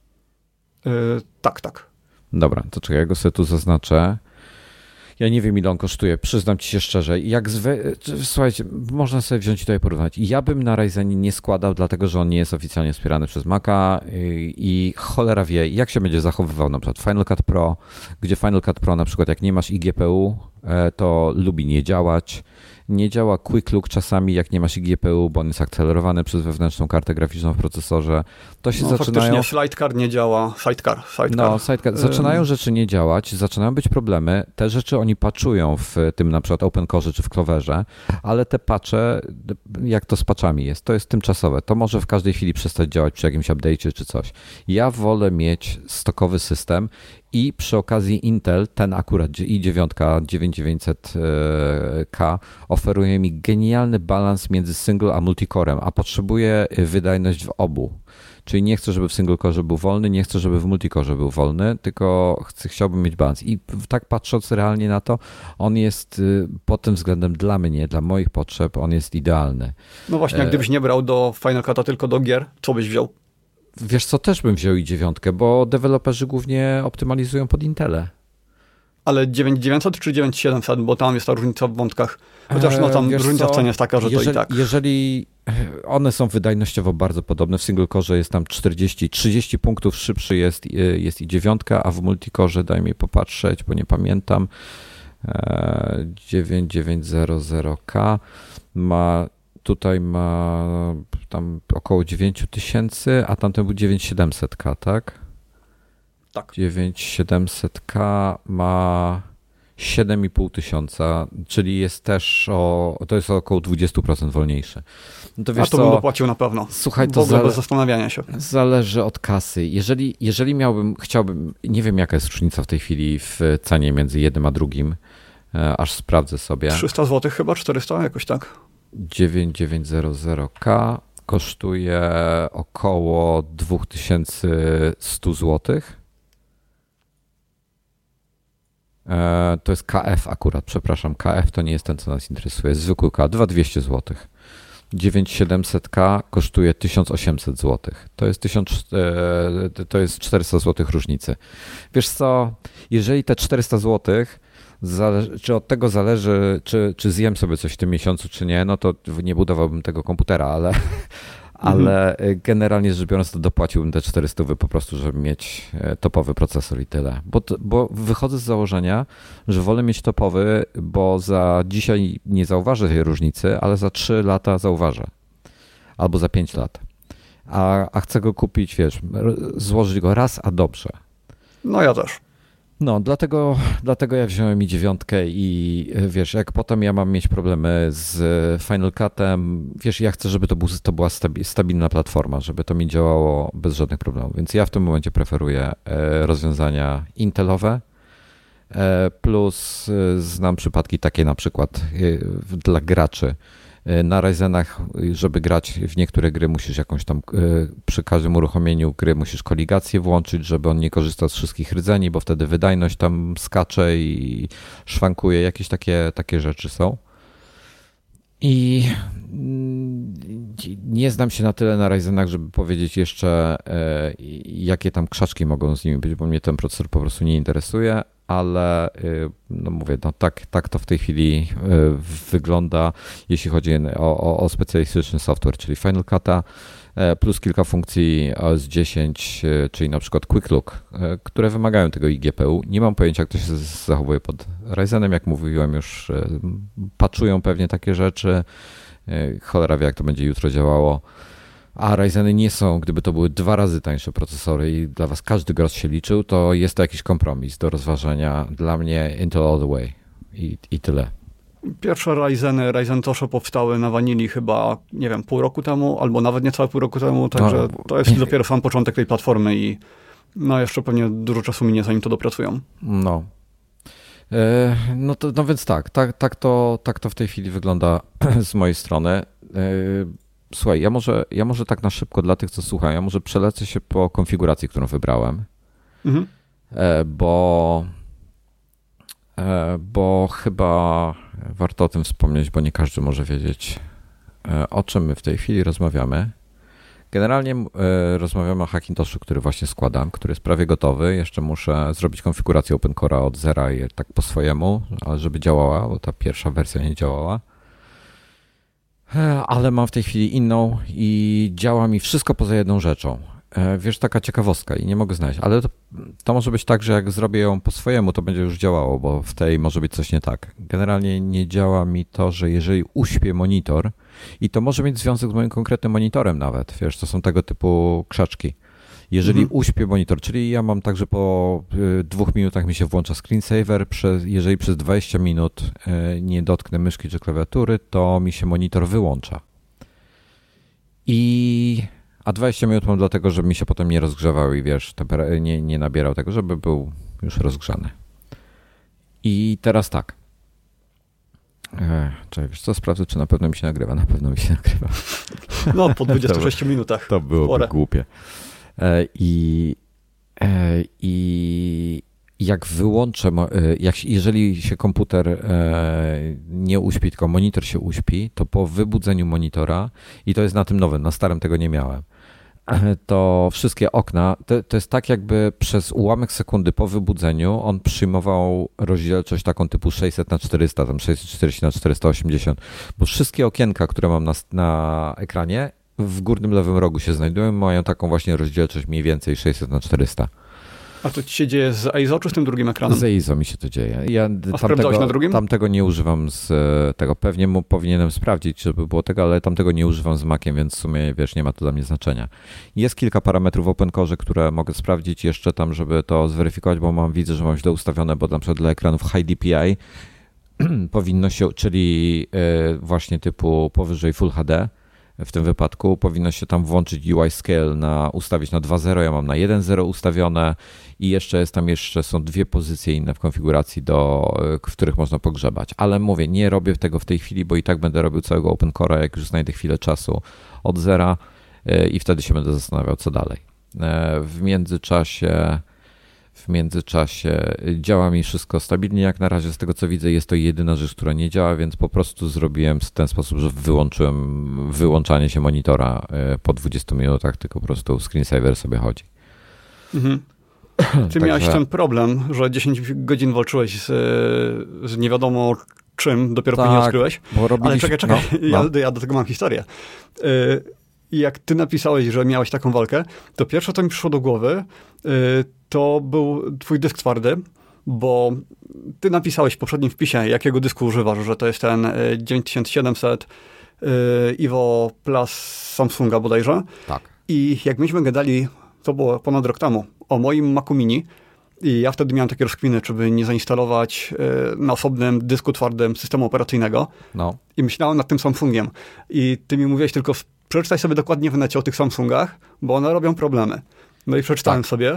Yy, tak, tak. Dobra, to czekaj, ja go sobie tu zaznaczę. Ja nie wiem, ile on kosztuje, przyznam ci się szczerze. Jak zwe... Słuchajcie, można sobie wziąć i tutaj porównać. Ja bym na Ryzenie nie składał, dlatego że on nie jest oficjalnie wspierany przez Maca i, i cholera wie, jak się będzie zachowywał na przykład Final Cut Pro, gdzie Final Cut Pro na przykład jak nie masz i G P U, to lubi nie działać. Nie działa Quick Look czasami, jak nie masz i G P U, bo on jest akcelerowany przez wewnętrzną kartę graficzną w procesorze. To się no, zaczynają... faktycznie sidecar nie działa. Sidecar, sidecar. No, sidecar. Zaczynają rzeczy nie działać, zaczynają być problemy. Te rzeczy oni patchują w tym na przykład OpenCore czy w Cloverze, ale te patche, jak to z patchami jest, to jest tymczasowe. To może w każdej chwili przestać działać przy jakimś update'cie czy coś. Ja wolę mieć stokowy system i przy okazji Intel, ten akurat i dziewięć dziewięć tysięcy dziewięćset K oferuje mi genialny balans między single a multicorem, a potrzebuję wydajność w obu. Czyli nie chcę, żeby w single core był wolny, nie chcę, żeby w multicore był wolny, tylko chcę, chciałbym mieć balans. I tak patrząc realnie na to, on jest pod tym względem dla mnie, dla moich potrzeb, on jest idealny. No właśnie, jak gdybyś nie brał do Final Cut'a, tylko do gier, co byś wziął? Wiesz co, też bym wziął i dziewiątkę, bo deweloperzy głównie optymalizują pod Intele. Ale dziewięć tysięcy dziewięćset czy dziewięć tysięcy siedemset, bo tam jest ta różnica w wątkach. Chociaż no tam Wiesz różnica co? w cenie jest taka, że jeżeli, to i tak. Jeżeli one są wydajnościowo bardzo podobne, w single core jest tam czterdzieści, trzydzieści punktów szybszy jest, jest i dziewiątka, a w multicore, daj mi popatrzeć, bo nie pamiętam, dziewięć tysięcy dziewięćset K ma, tutaj ma tam około dziewięć tysięcy, a tamten był dziewięć tysięcy siedemset K, tak? Tak. dziewięć tysięcy siedemset K ma siedem i pół tysiąca, czyli jest też o, to jest około dwadzieścia procent wolniejszy. No to wiesz A to co, bym dopłacił na pewno. Słuchaj, to w ogóle zale- bez zastanawiania się. Zależy od kasy. Jeżeli, jeżeli miałbym, chciałbym, nie wiem jaka jest różnica w tej chwili w cenie między jednym a drugim, aż sprawdzę sobie. trzysta złotych chyba, czterysta, jakoś tak. dziewięć tysięcy dziewięćset K kosztuje około dwa tysiące sto złotych. To jest K F akurat, przepraszam, K F to nie jest ten, co nas interesuje, jest zwykły K, dwa tysiące dwieście złotych. dziewięć tysięcy siedemset K kosztuje tysiąc osiemset złotych. To jest, tysiąc, to jest czterysta złotych różnicy. Wiesz co, jeżeli te czterysta złotych, zale- czy od tego zależy, czy, czy zjem sobie coś w tym miesiącu, czy nie, no to nie budowałbym tego komputera, ale... Ale generalnie rzecz biorąc, to dopłaciłbym te czterysta po prostu, żeby mieć topowy procesor i tyle. Bo, bo wychodzę z założenia, że wolę mieć topowy, bo za dzisiaj nie zauważę tej różnicy, ale za trzy lata zauważę. Albo za pięć lat. A, a chcę go kupić, wiesz, złożyć go raz, a dobrze. No ja też. No, dlatego, dlatego ja wziąłem i dziewiątkę i wiesz, jak potem ja mam mieć problemy z Final Cutem, wiesz, ja chcę, żeby to, był, to była stabi- stabilna platforma, żeby to mi działało bez żadnych problemów, więc ja w tym momencie preferuję rozwiązania intelowe, plus znam przypadki takie na przykład dla graczy, Na Ryzenach, żeby grać w niektóre gry, musisz jakąś tam, przy każdym uruchomieniu gry musisz koligację włączyć, żeby on nie korzystał z wszystkich rdzeni, bo wtedy wydajność tam skacze i szwankuje. Jakieś takie, takie rzeczy są. I nie znam się na tyle na Ryzenach, żeby powiedzieć jeszcze, jakie tam krzaczki mogą z nimi być, bo mnie ten procesor po prostu nie interesuje, ale no mówię, no tak, tak to w tej chwili wygląda, jeśli chodzi o, o, o specjalistyczny software, czyli Final Cut'a, plus kilka funkcji O S dziesięć, czyli na przykład Quick Look, które wymagają tego i G P U. Nie mam pojęcia, jak to się zachowuje pod Ryzenem, jak mówiłem już, patchują pewnie takie rzeczy, cholera wie, jak to będzie jutro działało. A Ryzeny nie są, gdyby to były dwa razy tańsze procesory i dla was każdy grosz się liczył, to jest to jakiś kompromis do rozważenia. Dla mnie Intel all the way i, i tyle. Pierwsze Ryzeny, Ryzen Tosho powstały na Vanilli chyba, nie wiem, pół roku temu, albo nawet niecałe pół roku temu, także no, to jest nie. dopiero sam początek tej platformy i no jeszcze pewnie dużo czasu minie, zanim to dopracują. No. E, no, to, no więc tak, tak, tak, to, tak to w tej chwili wygląda z mojej strony. E, Słuchaj, ja może, ja może tak na szybko dla tych, co słuchają, ja może przelecę się po konfiguracji, którą wybrałem, mhm. bo, bo chyba warto o tym wspomnieć, bo nie każdy może wiedzieć, o czym my w tej chwili rozmawiamy. Generalnie rozmawiamy o Hackintoshu, który właśnie składam, który jest prawie gotowy. Jeszcze muszę zrobić konfigurację OpenCore'a od zera i tak po swojemu, ale żeby działała, bo ta pierwsza wersja nie działała. Ale mam w tej chwili inną i działa mi wszystko poza jedną rzeczą. Wiesz, taka ciekawostka i nie mogę znaleźć, ale to, to może być tak, że jak zrobię ją po swojemu, to będzie już działało, bo w tej może być coś nie tak. Generalnie nie działa mi to, że jeżeli uśpię monitor, i to może mieć związek z moim konkretnym monitorem nawet, wiesz, to są tego typu krzaczki. Jeżeli mhm. uśpię monitor, czyli ja mam tak, że po dwóch minutach mi się włącza screensaver, przez, jeżeli przez dwadzieścia minut nie dotknę myszki czy klawiatury, to mi się monitor wyłącza. I, a dwadzieścia minut mam dlatego, żeby mi się potem nie rozgrzewał i wiesz, nie, nie nabierał tego, żeby był już rozgrzany. I teraz tak. Czekaj, wiesz co, sprawdzę, czy na pewno mi się nagrywa. Na pewno mi się nagrywa. No, po dwudziestu sześciu to, minutach. To byłoby Pora. głupie. I, I jak wyłączę, jak, jeżeli się komputer nie uśpi, tylko monitor się uśpi, to po wybudzeniu monitora, i to jest na tym nowym, na starym tego nie miałem, to wszystkie okna, to, to jest tak jakby przez ułamek sekundy po wybudzeniu on przyjmował rozdzielczość taką typu sześćset na czterysta, tam sześćset czterdzieści na czterysta osiemdziesiąt, bo wszystkie okienka, które mam na, na ekranie, w górnym lewym rogu się znajdują, mają taką właśnie rozdzielczość mniej więcej sześćset na czterysta. A to ci się dzieje z I S O czy z tym drugim ekranem? Z I S O mi się to dzieje. Ja A sprawdzałeś na drugim? Tamtego nie używam z tego. Pewnie mu powinienem sprawdzić, żeby było tego, ale tamtego nie używam z Maciem, więc w sumie, wiesz, nie ma to dla mnie znaczenia. Jest kilka parametrów w OpenCore, które mogę sprawdzić jeszcze tam, żeby to zweryfikować, bo mam, widzę, że mam źle ustawione, bo na przykład dla ekranów High D P I powinno się, czyli właśnie typu powyżej Full H D, w tym wypadku powinno się tam włączyć U I Scale, na, ustawić na dwa zero, ja mam na jeden zero ustawione i jeszcze jest tam, jeszcze są dwie pozycje inne w konfiguracji, do, w których można pogrzebać. Ale mówię, nie robię tego w tej chwili, bo i tak będę robił całego OpenCore'a, jak już znajdę chwilę czasu od zera i wtedy się będę zastanawiał, co dalej. W międzyczasie W międzyczasie działa mi wszystko stabilnie, jak na razie z tego co widzę jest to jedyna rzecz, która nie działa, więc po prostu zrobiłem w ten sposób, że wyłączyłem wyłączanie się monitora po dwudziestu minutach, tylko po prostu screensaver sobie chodzi. Mhm. Ty Także... miałeś ten problem, że dziesięć godzin walczyłeś z, z nie wiadomo czym, dopiero tak, później odkryłeś. Bo robiliśmy... Ale czekaj, czekaj, no, no. Ja, ja do tego mam historię. I jak ty napisałeś, że miałeś taką walkę, to pierwsze, co mi przyszło do głowy, to był twój dysk twardy, bo ty napisałeś w poprzednim wpisie, jakiego dysku używasz, że to jest ten dziewięć tysięcy siedemset Evo Plus Samsunga bodajże. Tak. I jak myśmy gadali, to było ponad rok temu, o moim Macu Mini, i ja wtedy miałem takie rozkminy, żeby nie zainstalować na osobnym dysku twardym systemu operacyjnego. No. I myślałem nad tym Samsungiem. I ty mi mówiłeś tylko, przeczytaj sobie dokładnie w necie o tych Samsungach, bo one robią problemy. No i przeczytałem tak. sobie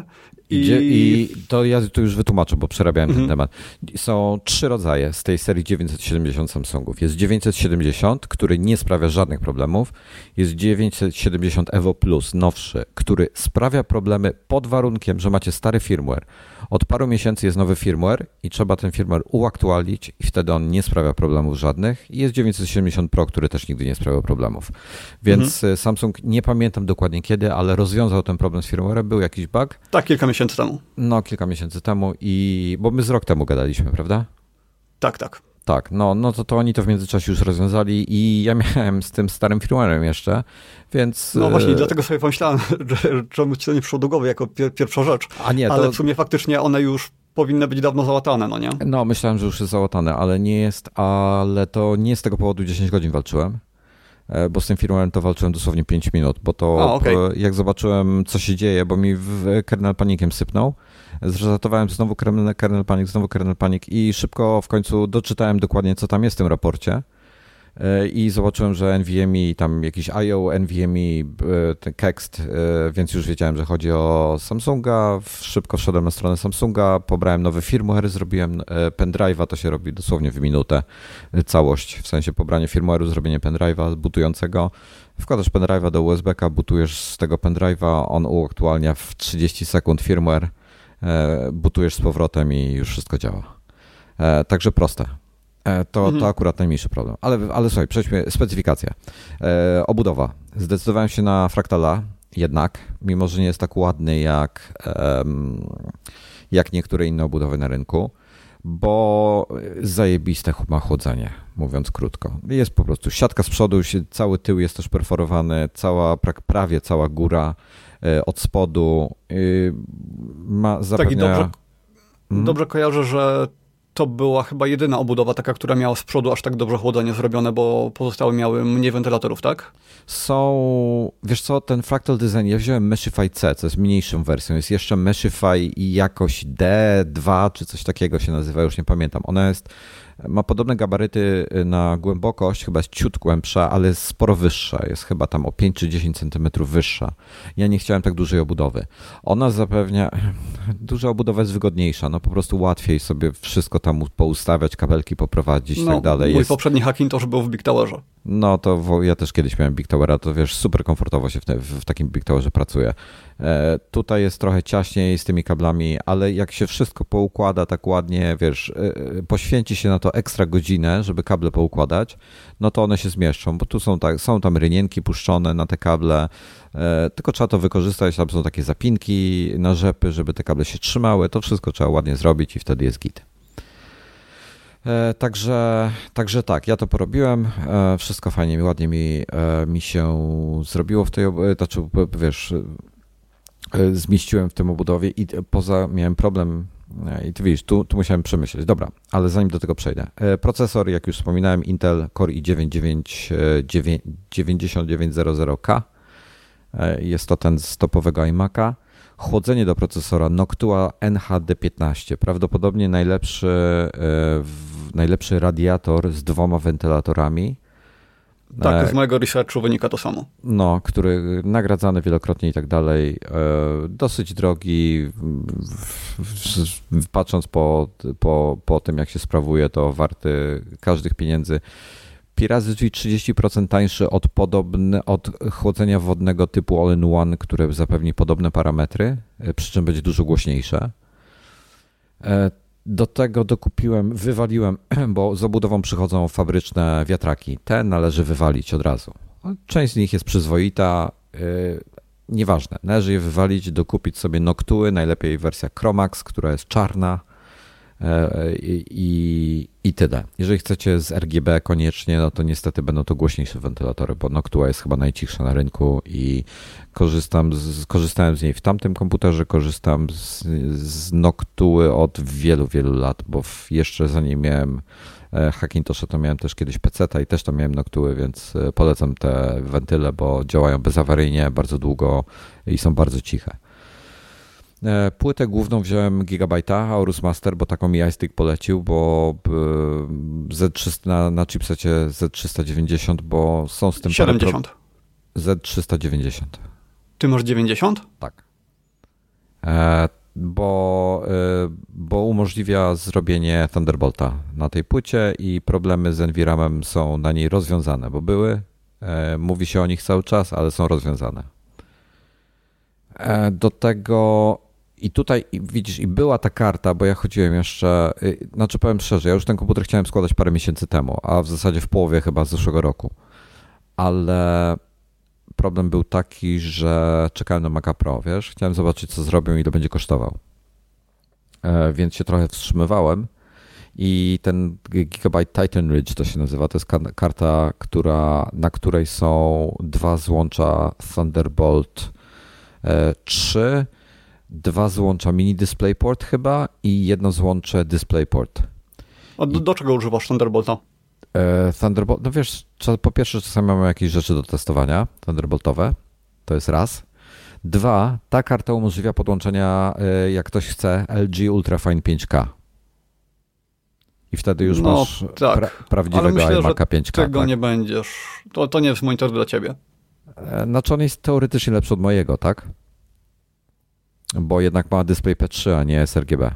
I, I to ja tu już wytłumaczę, bo przerabiałem mhm. ten temat. Są trzy rodzaje z tej serii dziewięćset siedemdziesiąt Samsungów. Jest dziewięćset siedemdziesiąt, który nie sprawia żadnych problemów. Jest dziewięćset siedemdziesiąt Evo Plus, nowszy, który sprawia problemy pod warunkiem, że macie stary firmware. Od paru miesięcy jest nowy firmware i trzeba ten firmware uaktualnić i wtedy on nie sprawia problemów żadnych. I jest dziewięćset siedemdziesiąt Pro, który też nigdy nie sprawia problemów. Więc mhm. Samsung, nie pamiętam dokładnie kiedy, ale rozwiązał ten problem z firmwarem. Był jakiś bug. Tak, kilka miesięcy temu. No, kilka miesięcy temu i... Bo my z rok temu gadaliśmy, prawda? Tak, tak. Tak, no, no to, to oni to w międzyczasie już rozwiązali i ja miałem z tym starym firmwarem jeszcze, więc... No właśnie, dlatego sobie pomyślałem, że czemu ci to nie przyszło do głowy jako pier- pierwsza rzecz. A nie, to... Ale w sumie faktycznie one już powinny być dawno załatane, no nie? No, myślałem, że już jest załatane, ale nie jest, ale to nie z tego powodu dziesięć godzin walczyłem, bo z tym firmwarem to walczyłem dosłownie pięć minut, bo to A, okay. jak zobaczyłem, co się dzieje, bo mi w kernel panikiem sypnął, zresetowałem znowu kernel, kernel panik, znowu kernel panik i szybko w końcu doczytałem dokładnie, co tam jest w tym raporcie i zobaczyłem, że N V M e, tam jakiś I O, N V M e, ten Kext, więc już wiedziałem, że chodzi o Samsunga. Szybko wszedłem na stronę Samsunga, pobrałem nowy firmware, zrobiłem pendrive'a, to się robi dosłownie w minutę całość, w sensie pobranie firmware'u, zrobienie pendrive'a bootującego. Wkładasz pendrive'a do U S B-ka, bootujesz z tego pendrive'a, on uaktualnia w trzydzieści sekund firmware, bootujesz z powrotem i już wszystko działa. Także proste. To, mhm. to akurat najmniejszy problem. Ale, ale słuchaj, przejdźmy, specyfikacja. E, obudowa. Zdecydowałem się na Fractala jednak, mimo że nie jest tak ładny jak, um, jak niektóre inne obudowy na rynku, bo zajebiste ma chłodzenie, mówiąc krótko. Jest po prostu siatka z przodu, cały tył jest też perforowany, cała, prawie cała góra e, od spodu e, ma zapewnia... Tak i dobrze, hmm? dobrze kojarzę, że to była chyba jedyna obudowa taka, która miała z przodu aż tak dobrze chłodzenie zrobione, bo pozostałe miały mniej wentylatorów, tak? Są, wiesz co, ten Fractal Design, ja wziąłem Meshify C, co jest mniejszą wersją, jest jeszcze Meshify i jakoś D dwa, czy coś takiego się nazywa, już nie pamiętam. Ona jest, ma podobne gabaryty na głębokość, chyba jest ciut głębsza, ale jest sporo wyższa, jest chyba tam o pięć czy dziesięć centymetrów wyższa. Ja nie chciałem tak dużej obudowy. Ona zapewnia, duża obudowa jest wygodniejsza, no po prostu łatwiej sobie wszystko tam poustawiać, kabelki poprowadzić i no, tak dalej. Mój jest... poprzedni Hackintosh był w Big Towerze. No to ja też kiedyś miałem Big Towera, to wiesz, super komfortowo się w, te, w takim Big Towerze pracuje. E, tutaj jest trochę ciaśniej z tymi kablami, ale jak się wszystko poukłada tak ładnie, wiesz, e, poświęci się na to ekstra godzinę, żeby kable poukładać, no to one się zmieszczą, bo tu są, tak, są tam rynienki puszczone na te kable, e, tylko trzeba to wykorzystać, tam są takie zapinki na rzepy, żeby te kable się trzymały, to wszystko trzeba ładnie zrobić i wtedy jest git. Także, także tak, ja to porobiłem, wszystko fajnie mi, ładnie mi, mi się zrobiło w tej, znaczy wiesz, zmieściłem w tym obudowie i poza, miałem problem i ty widzisz, tu, tu musiałem przemyśleć, dobra, ale zanim do tego przejdę. Procesor, jak już wspominałem, Intel Core i dziewięć dziewięćdziesiąt dziewięć zero K, jest to ten z topowego iMac'a. Chłodzenie do procesora Noctua N H D piętnaście. Prawdopodobnie najlepszy, najlepszy radiator z dwoma wentylatorami. Tak, z mojego researchu wynika to samo. No, który nagradzany wielokrotnie i tak dalej. Dosyć drogi. Patrząc po, po, po tym, jak się sprawuje, to warty każdych pieniędzy. Pi razy, czyli trzydzieści procent tańszy od, podobne, od chłodzenia wodnego typu all-in-one, które zapewni podobne parametry, przy czym będzie dużo głośniejsze. Do tego dokupiłem, wywaliłem, bo z obudową przychodzą fabryczne wiatraki. Te należy wywalić od razu. Część z nich jest przyzwoita, yy, nieważne. Należy je wywalić, dokupić sobie Noctuły, najlepiej wersja Chromax, która jest czarna. I, i, i tyle. Jeżeli chcecie z R G B koniecznie, no to niestety będą to głośniejsze wentylatory, bo Noctua jest chyba najcichsza na rynku i korzystam z, korzystałem z niej w tamtym komputerze, korzystam z, z Noctuły od wielu, wielu lat, bo w, jeszcze zanim miałem Hackintosha, to miałem też kiedyś peceta i też tam miałem Noctuły, więc polecam te wentyle, bo działają bezawaryjnie bardzo długo i są bardzo ciche. Płytę główną wziąłem Gigabyte'a, Aorus Master, bo taką mi iStick polecił, bo Z trzysta na, na chipsecie Z trzysta dziewięćdziesiąt, bo są z tym... siedemdziesiąt. Z trzysta dziewięćdziesiąt. Ty masz dziewięćdziesiąt? Tak. E, bo, bo umożliwia zrobienie Thunderbolta na tej płycie i problemy z NVRAMem są na niej rozwiązane, bo były, mówi się o nich cały czas, ale są rozwiązane. Do tego i tutaj widzisz, i była ta karta, bo ja chodziłem jeszcze, znaczy powiem szczerze, ja już ten komputer chciałem składać parę miesięcy temu, a w zasadzie w połowie chyba zeszłego roku, ale problem był taki, że czekałem na Maca Pro, wiesz, chciałem zobaczyć, co zrobią i ile będzie kosztował. Więc się trochę wstrzymywałem i ten Gigabyte Titan Ridge to się nazywa, to jest karta, która, na której są dwa złącza Thunderbolt trzy, dwa złącza mini DisplayPort chyba i jedno złącze DisplayPort. A do, do czego używasz Thunderbolta? Thunderbolt, no wiesz, po pierwsze czasami mamy jakieś rzeczy do testowania Thunderboltowe, to jest raz. Dwa, ta karta umożliwia podłączenia, jak ktoś chce, L G Ultrafine pięć K. I wtedy już no, masz tak. pra, prawdziwego iMac'a pięć K. Tego tak? nie będziesz. To, to nie jest monitor dla ciebie. Znaczy on jest teoretycznie lepszy od mojego, tak? Bo jednak ma DisplayPad trzy, a nie sRGB.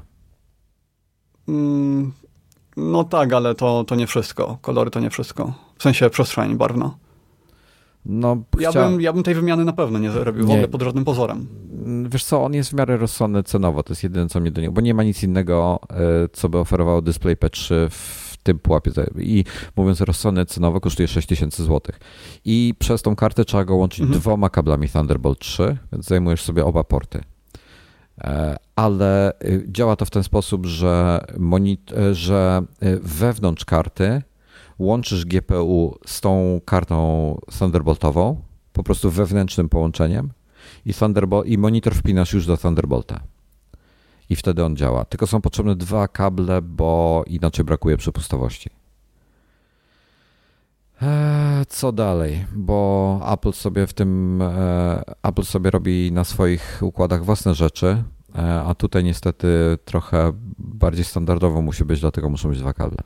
Mm, no tak, ale to, to nie wszystko. Kolory to nie wszystko. W sensie przestrzeń barwna. No, ja, chcia... bym, ja bym tej wymiany na pewno nie zrobił, w ogóle pod żadnym pozorem. Wiesz co, on jest w miarę rozsądny cenowo, to jest jedyne, co mnie do niego, bo nie ma nic innego, co by oferowało DisplayPad trzy w tym pułapie. I mówiąc rozsądny cenowo, kosztuje sześć tysięcy złotych. I przez tą kartę trzeba go łączyć mhm. dwoma kablami Thunderbolt trzy, więc zajmujesz sobie oba porty. Ale działa to w ten sposób, że, monit- że wewnątrz karty łączysz G P U z tą kartą Thunderboltową, po prostu wewnętrznym połączeniem i, Thunderbolt, i monitor wpinasz już do Thunderbolta. I wtedy on działa. Tylko są potrzebne dwa kable, bo inaczej brakuje przepustowości. Eee, co dalej? Bo Apple sobie w tym e, Apple sobie robi na swoich układach własne rzeczy, e, a tutaj niestety trochę bardziej standardowo musi być, dlatego muszą być dwa kable.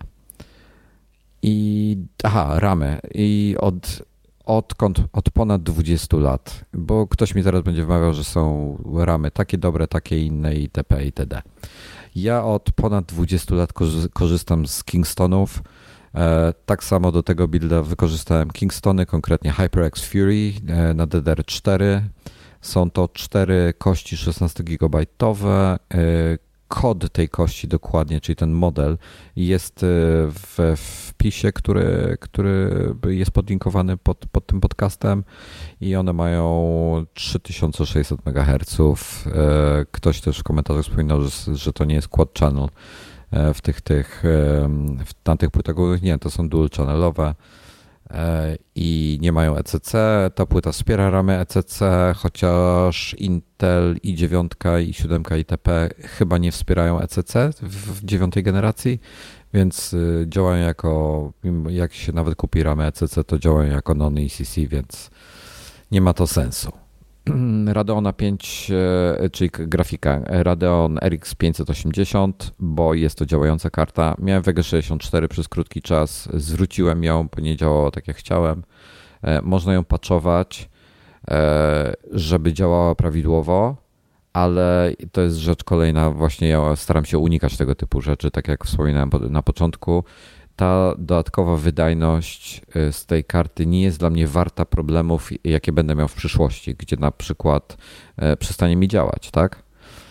I aha, ramy. I od, odkąd, od ponad dwudziestu lat, bo ktoś mi zaraz będzie wmawiał, że są ramy takie dobre, takie inne itp. itd. Ja od ponad dwudziestu lat korzystam z Kingstonów. E, tak samo do tego builda wykorzystałem Kingstony, konkretnie HyperX Fury e, na D D R cztery. Są to cztery kości szesnastogigabajtowe. E, kod tej kości dokładnie, czyli ten model jest w wpisie, który, który jest podlinkowany pod, pod tym podcastem i one mają trzy tysiące sześćset megaherców. Ktoś też w komentarzach wspominał, że, że to nie jest quad channel w tych, tych, na tych płytach. Nie, to są dual channelowe i nie mają E C C. Ta płyta wspiera ramy E C C, chociaż Intel i dziewięć i siedem itp. chyba nie wspierają E C C w dziewiątej generacji, więc działają jako, jak się nawet kupi ramy E C C, to działają jako non-E C C, więc nie ma to sensu. Radeona pięć, czyli grafika Radeon R X pięćset osiemdziesiąt, bo jest to działająca karta. Miałem W G sześćdziesiąt cztery przez krótki czas, zwróciłem ją, bo nie działało tak jak chciałem. Można ją patchować, żeby działała prawidłowo, ale to jest rzecz kolejna, właśnie ja staram się unikać tego typu rzeczy, tak jak wspominałem na początku. Ta dodatkowa wydajność z tej karty nie jest dla mnie warta problemów, jakie będę miał w przyszłości, gdzie na przykład przestanie mi działać, tak?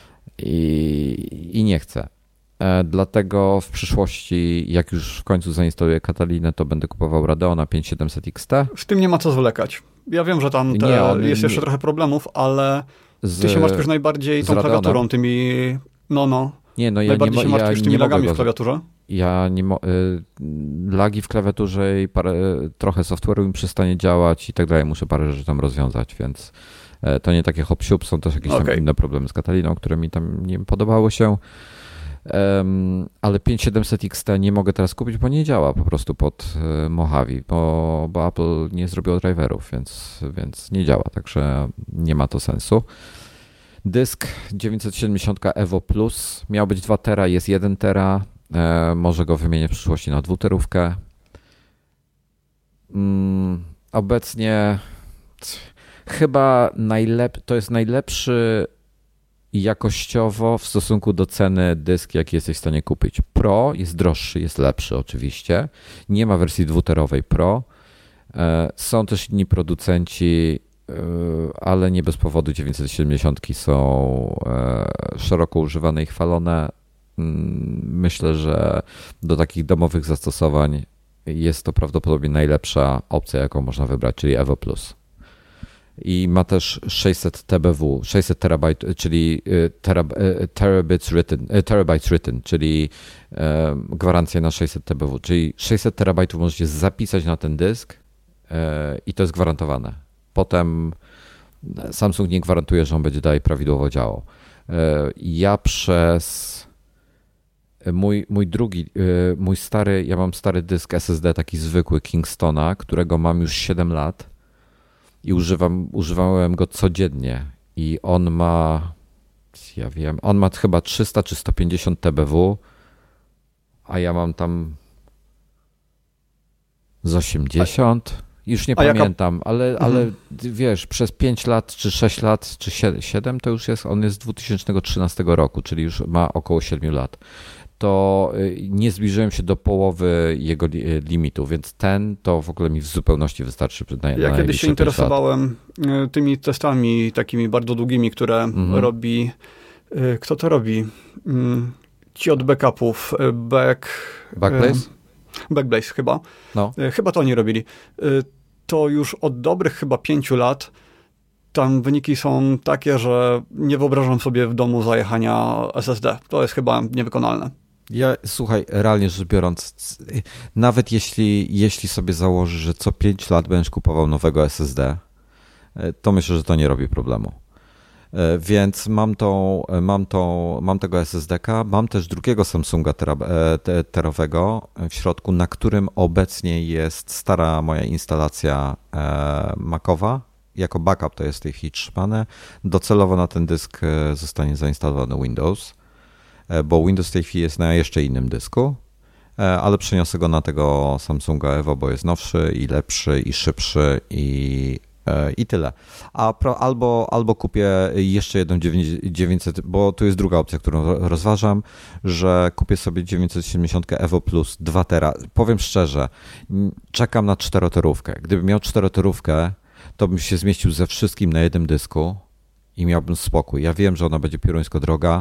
I, i nie chcę. Dlatego w przyszłości, jak już w końcu zainstaluję Katalinę, to będę kupował Radeona pięć tysiące siedemset X T. Z tym nie ma co zwlekać. Ja wiem, że tam te, nie, on, jest jeszcze nie, trochę problemów, ale z, ty się martwisz najbardziej tą klawiaturą, tymi... No, no. Nie, no ja najbardziej nie, się martwisz ja tymi nie lagami go, w klawiaturze? Ja nie mo- y, lagi w klawiaturze i parę, trochę software'u mi przestanie działać i tak dalej. Muszę parę rzeczy tam rozwiązać, więc y, to nie takie hop-siup, są też jakieś okay. tam inne problemy z Kataliną, które mi tam nie podobały się. Um, ale pięć tysiące siedemset X T nie mogę teraz kupić, bo nie działa po prostu pod y, Mojave, bo, bo Apple nie zrobiło driverów, więc, więc nie działa, także nie ma to sensu. Dysk dziewięćset siedemdziesiąt Evo Plus miał być dwa tera, jest jeden tera. E, może go wymienię w przyszłości na dwuterówkę. Mm, obecnie chyba najlep- to jest najlepszy i jakościowo w stosunku do ceny dysk, jaki jesteś w stanie kupić. Pro jest droższy, jest lepszy oczywiście. Nie ma wersji dwuterowej Pro. Są też inni producenci, ale nie bez powodu dziewięćset siedemdziesiąt są szeroko używane i chwalone. Myślę, że do takich domowych zastosowań jest to prawdopodobnie najlepsza opcja, jaką można wybrać, czyli Evo Plus. I ma też sześćset T B W, sześćset terabajt, czyli terab, terabits written, terabytes written, czyli gwarancję na sześćset T B W, czyli sześćset terabajtów możecie zapisać na ten dysk i to jest gwarantowane. Potem Samsung nie gwarantuje, że on będzie dalej prawidłowo działał. Ja przez mój, mój drugi, mój stary, ja mam stary dysk S S D, taki zwykły Kingstona, którego mam już siedem lat i używam, używałem go codziennie i on ma, ja wiem, on ma chyba trzysta czy sto pięćdziesiąt T B W, a ja mam tam z osiemdziesiąt. Już nie A pamiętam, jaka... ale, ale mhm. wiesz, przez pięć lat, czy sześć lat, czy siedem to już jest, on jest z dwa tysiące trzynastego roku, czyli już ma około siedmiu lat. To nie zbliżyłem się do połowy jego limitu, więc ten to w ogóle mi w zupełności wystarczy. Na, ja na kiedyś się interesowałem lat. tymi testami takimi bardzo długimi, które mhm. robi, kto to robi? Ci od backupów, back... Backblaze? Backblaze chyba. No. Chyba to oni robili. To już od dobrych chyba pięciu lat tam wyniki są takie, że nie wyobrażam sobie w domu zajechania S S D. To jest chyba niewykonalne. Ja, słuchaj, realnie rzecz biorąc, nawet jeśli, jeśli sobie założysz, że co pięć lat będziesz kupował nowego S S D, to myślę, że to nie robi problemu. Więc mam, tą, mam, tą, mam tego S S D-ka, mam też drugiego Samsunga tera, terowego w środku, na którym obecnie jest stara moja instalacja Macowa. Jako backup to jest w tej chwili trzymane. Docelowo na ten dysk zostanie zainstalowany Windows, bo Windows w tej chwili jest na jeszcze innym dysku, ale przeniosę go na tego Samsunga Evo, bo jest nowszy i lepszy i szybszy i I tyle. A pro, albo, albo kupię jeszcze jedną dziewięćset, bo tu jest druga opcja, którą rozważam, że kupię sobie dziewięćset siedemdziesiąt Evo Plus dwa tera. Powiem szczerze, czekam na czteroterówkę. Gdybym miał czteroterówkę, to bym się zmieścił ze wszystkim na jednym dysku i miałbym spokój. Ja wiem, że ona będzie pieruńsko droga,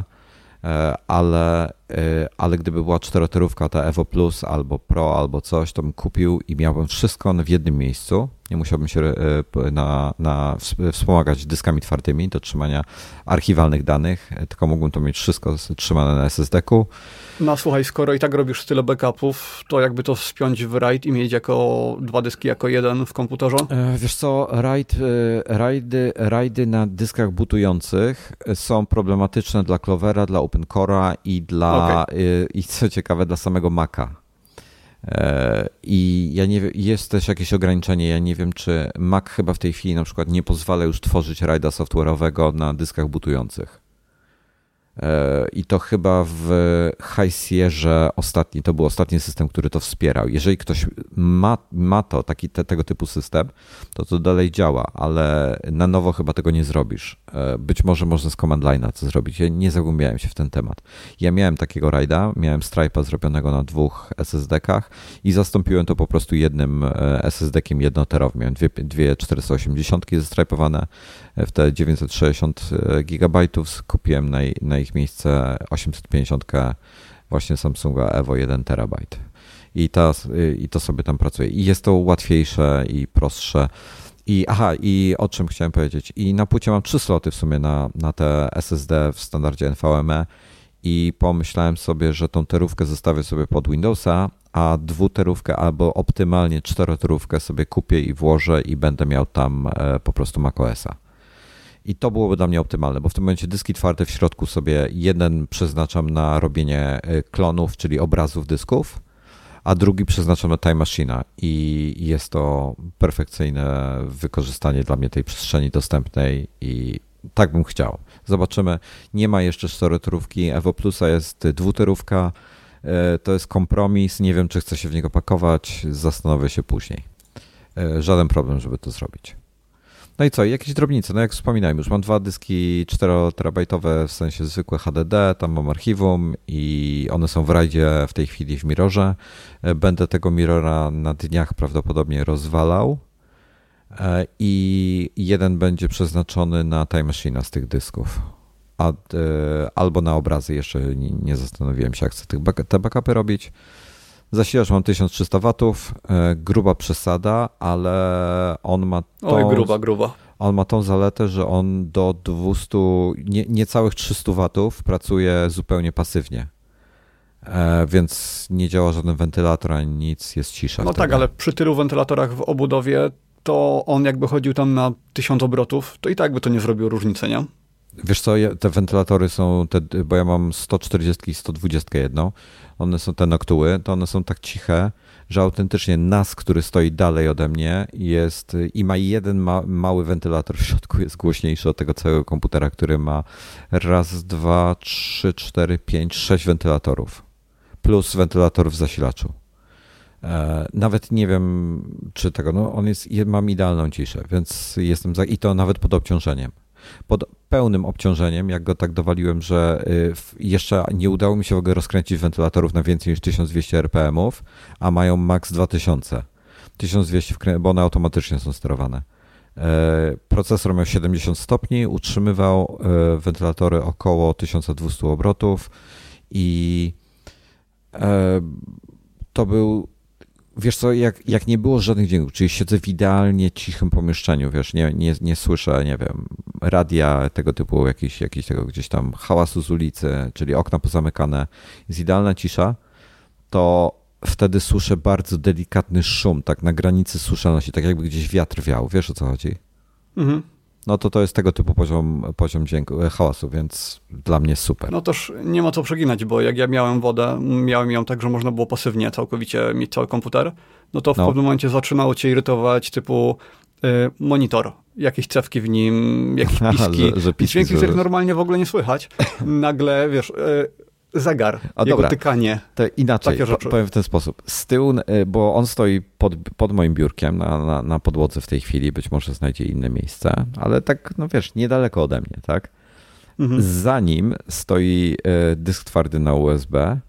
ale, ale gdyby była czteroterówka, ta Evo Plus albo Pro albo coś, to bym kupił i miałbym wszystko w jednym miejscu. Nie musiałbym się na, na wspomagać dyskami twardymi do trzymania archiwalnych danych, tylko mógłbym to mieć wszystko trzymane na S S D-ku. No słuchaj, skoro i tak robisz tyle backupów, to jakby to wspiąć w RAID i mieć jako dwa dyski jako jeden w komputerze? Wiesz co, RAID, rajdy, rajdy na dyskach bootujących są problematyczne dla Clovera, dla OpenCore'a i dla, okay. i co ciekawe, dla samego Maca. I ja nie wiem, jest też jakieś ograniczenie, ja nie wiem, czy Mac chyba w tej chwili na przykład nie pozwala już tworzyć RAIDa software'owego na dyskach bootujących. I to chyba w High Sierra ostatni, to był ostatni system, który to wspierał. Jeżeli ktoś ma, ma to, taki te, tego typu system, to to dalej działa, ale na nowo chyba tego nie zrobisz. Być może można z command line'a to zrobić. Ja nie zagłębiałem się w ten temat. Ja miałem takiego RAIDa, miałem Stripe'a zrobionego na dwóch S S D-kach i zastąpiłem to po prostu jednym S S D-kiem jednoterowym. Miałem dwie, dwie czterysta osiemdziesiąt zestrajpowane w te dziewięćset sześćdziesiąt gigabajtów. Kupiłem na, na ich miejsce osiemset pięćdziesiąt właśnie Samsunga Evo jeden terabajt. I, ta, I to sobie tam pracuje. I jest to łatwiejsze i prostsze. I aha, i o czym chciałem powiedzieć. I na płycie mam trzy sloty w sumie na, na te S S D w standardzie N V M e i pomyślałem sobie, że tą terówkę zostawię sobie pod Windowsa, a dwuterówkę albo optymalnie czteroterówkę sobie kupię i włożę i będę miał tam po prostu macOSa. I to byłoby dla mnie optymalne, bo w tym momencie dyski twarde w środku sobie jeden przeznaczam na robienie klonów, czyli obrazów dysków, a drugi przeznaczam na Time Machine'a i jest to perfekcyjne wykorzystanie dla mnie tej przestrzeni dostępnej i tak bym chciał. Zobaczymy. Nie ma jeszcze czteroterówki, Evo Plusa jest dwuterówka, to jest kompromis, nie wiem, czy chcę się w niego pakować, zastanowię się później. Żaden problem, żeby to zrobić. No i co, jakieś drobnice, no jak wspominałem, już mam dwa dyski czteroterabajtowe, w sensie zwykłe H D D, tam mam archiwum i one są w rajdzie w tej chwili w Mirrorze. Będę tego Mirrora na dniach prawdopodobnie rozwalał i jeden będzie przeznaczony na Time Machine'a z tych dysków. A, albo na obrazy, jeszcze nie, nie zastanowiłem się, jak chcę tych back, te backupy robić. Zasilacz mam tysiąc trzysta watów, gruba przesada, ale on ma tą, Oj, gruba, gruba. On ma tą zaletę, że on do dwieście, nie, niecałych trzysta watów pracuje zupełnie pasywnie. E, więc nie działa żaden wentylator ani nic, jest cisza. No wtedy. tak, ale przy tylu wentylatorach w obudowie, to on jakby chodził tam na tysiąc obrotów, to i tak by to nie zrobiło różnicy, nie? Wiesz co, te wentylatory są, te, bo ja mam sto czterdzieści i sto dwadzieścia jedno, one są te Noctuły, to one są tak ciche, że autentycznie N A S, który stoi dalej ode mnie jest i ma jeden ma, mały wentylator w środku, jest głośniejszy od tego całego komputera, który ma raz, dwa, trzy, cztery, pięć, sześć wentylatorów, plus wentylator w zasilaczu. E, nawet nie wiem, czy tego, no on jest, mam idealną ciszę, więc jestem za, i to nawet pod obciążeniem. Pod pełnym obciążeniem, jak go tak dowaliłem, że jeszcze nie udało mi się w ogóle rozkręcić wentylatorów na więcej niż tysiąc dwieście er pe emów, a mają max dwa tysiące. tysiąc dwieście, bo one automatycznie są sterowane. Procesor miał siedemdziesiąt stopni, utrzymywał wentylatory około tysiąc dwieście obrotów i to był... Wiesz co, jak, jak nie było żadnych dźwięków, czyli siedzę w idealnie cichym pomieszczeniu, wiesz, nie, nie, nie słyszę, nie wiem, radia tego typu, jakiś, jakiś tego gdzieś tam hałasu z ulicy, czyli okna pozamykane, jest idealna cisza, to wtedy słyszę bardzo delikatny szum, tak na granicy słyszalności, tak jakby gdzieś wiatr wiał, wiesz o co chodzi? Mhm. No to to jest tego typu poziom, poziom dźwięku, hałasu, więc dla mnie super. No toż nie ma co przeginać, bo jak ja miałem wodę, miałem ją tak, że można było pasywnie całkowicie mieć cały komputer, no to w no. pewnym momencie zaczynało cię irytować typu y, monitor, jakieś cewki w nim, jakieś piski, że, że piski dźwięki, których normalnie w ogóle nie słychać. Nagle, wiesz... Y, zegar, A jego dobra, tykanie. To inaczej, po, powiem w ten sposób. Z tyłu, bo on stoi pod, pod moim biurkiem na, na, na podłodze w tej chwili, być może znajdzie inne miejsce, ale tak, no wiesz, niedaleko ode mnie, tak? Mhm. Za nim stoi dysk twardy na U S B,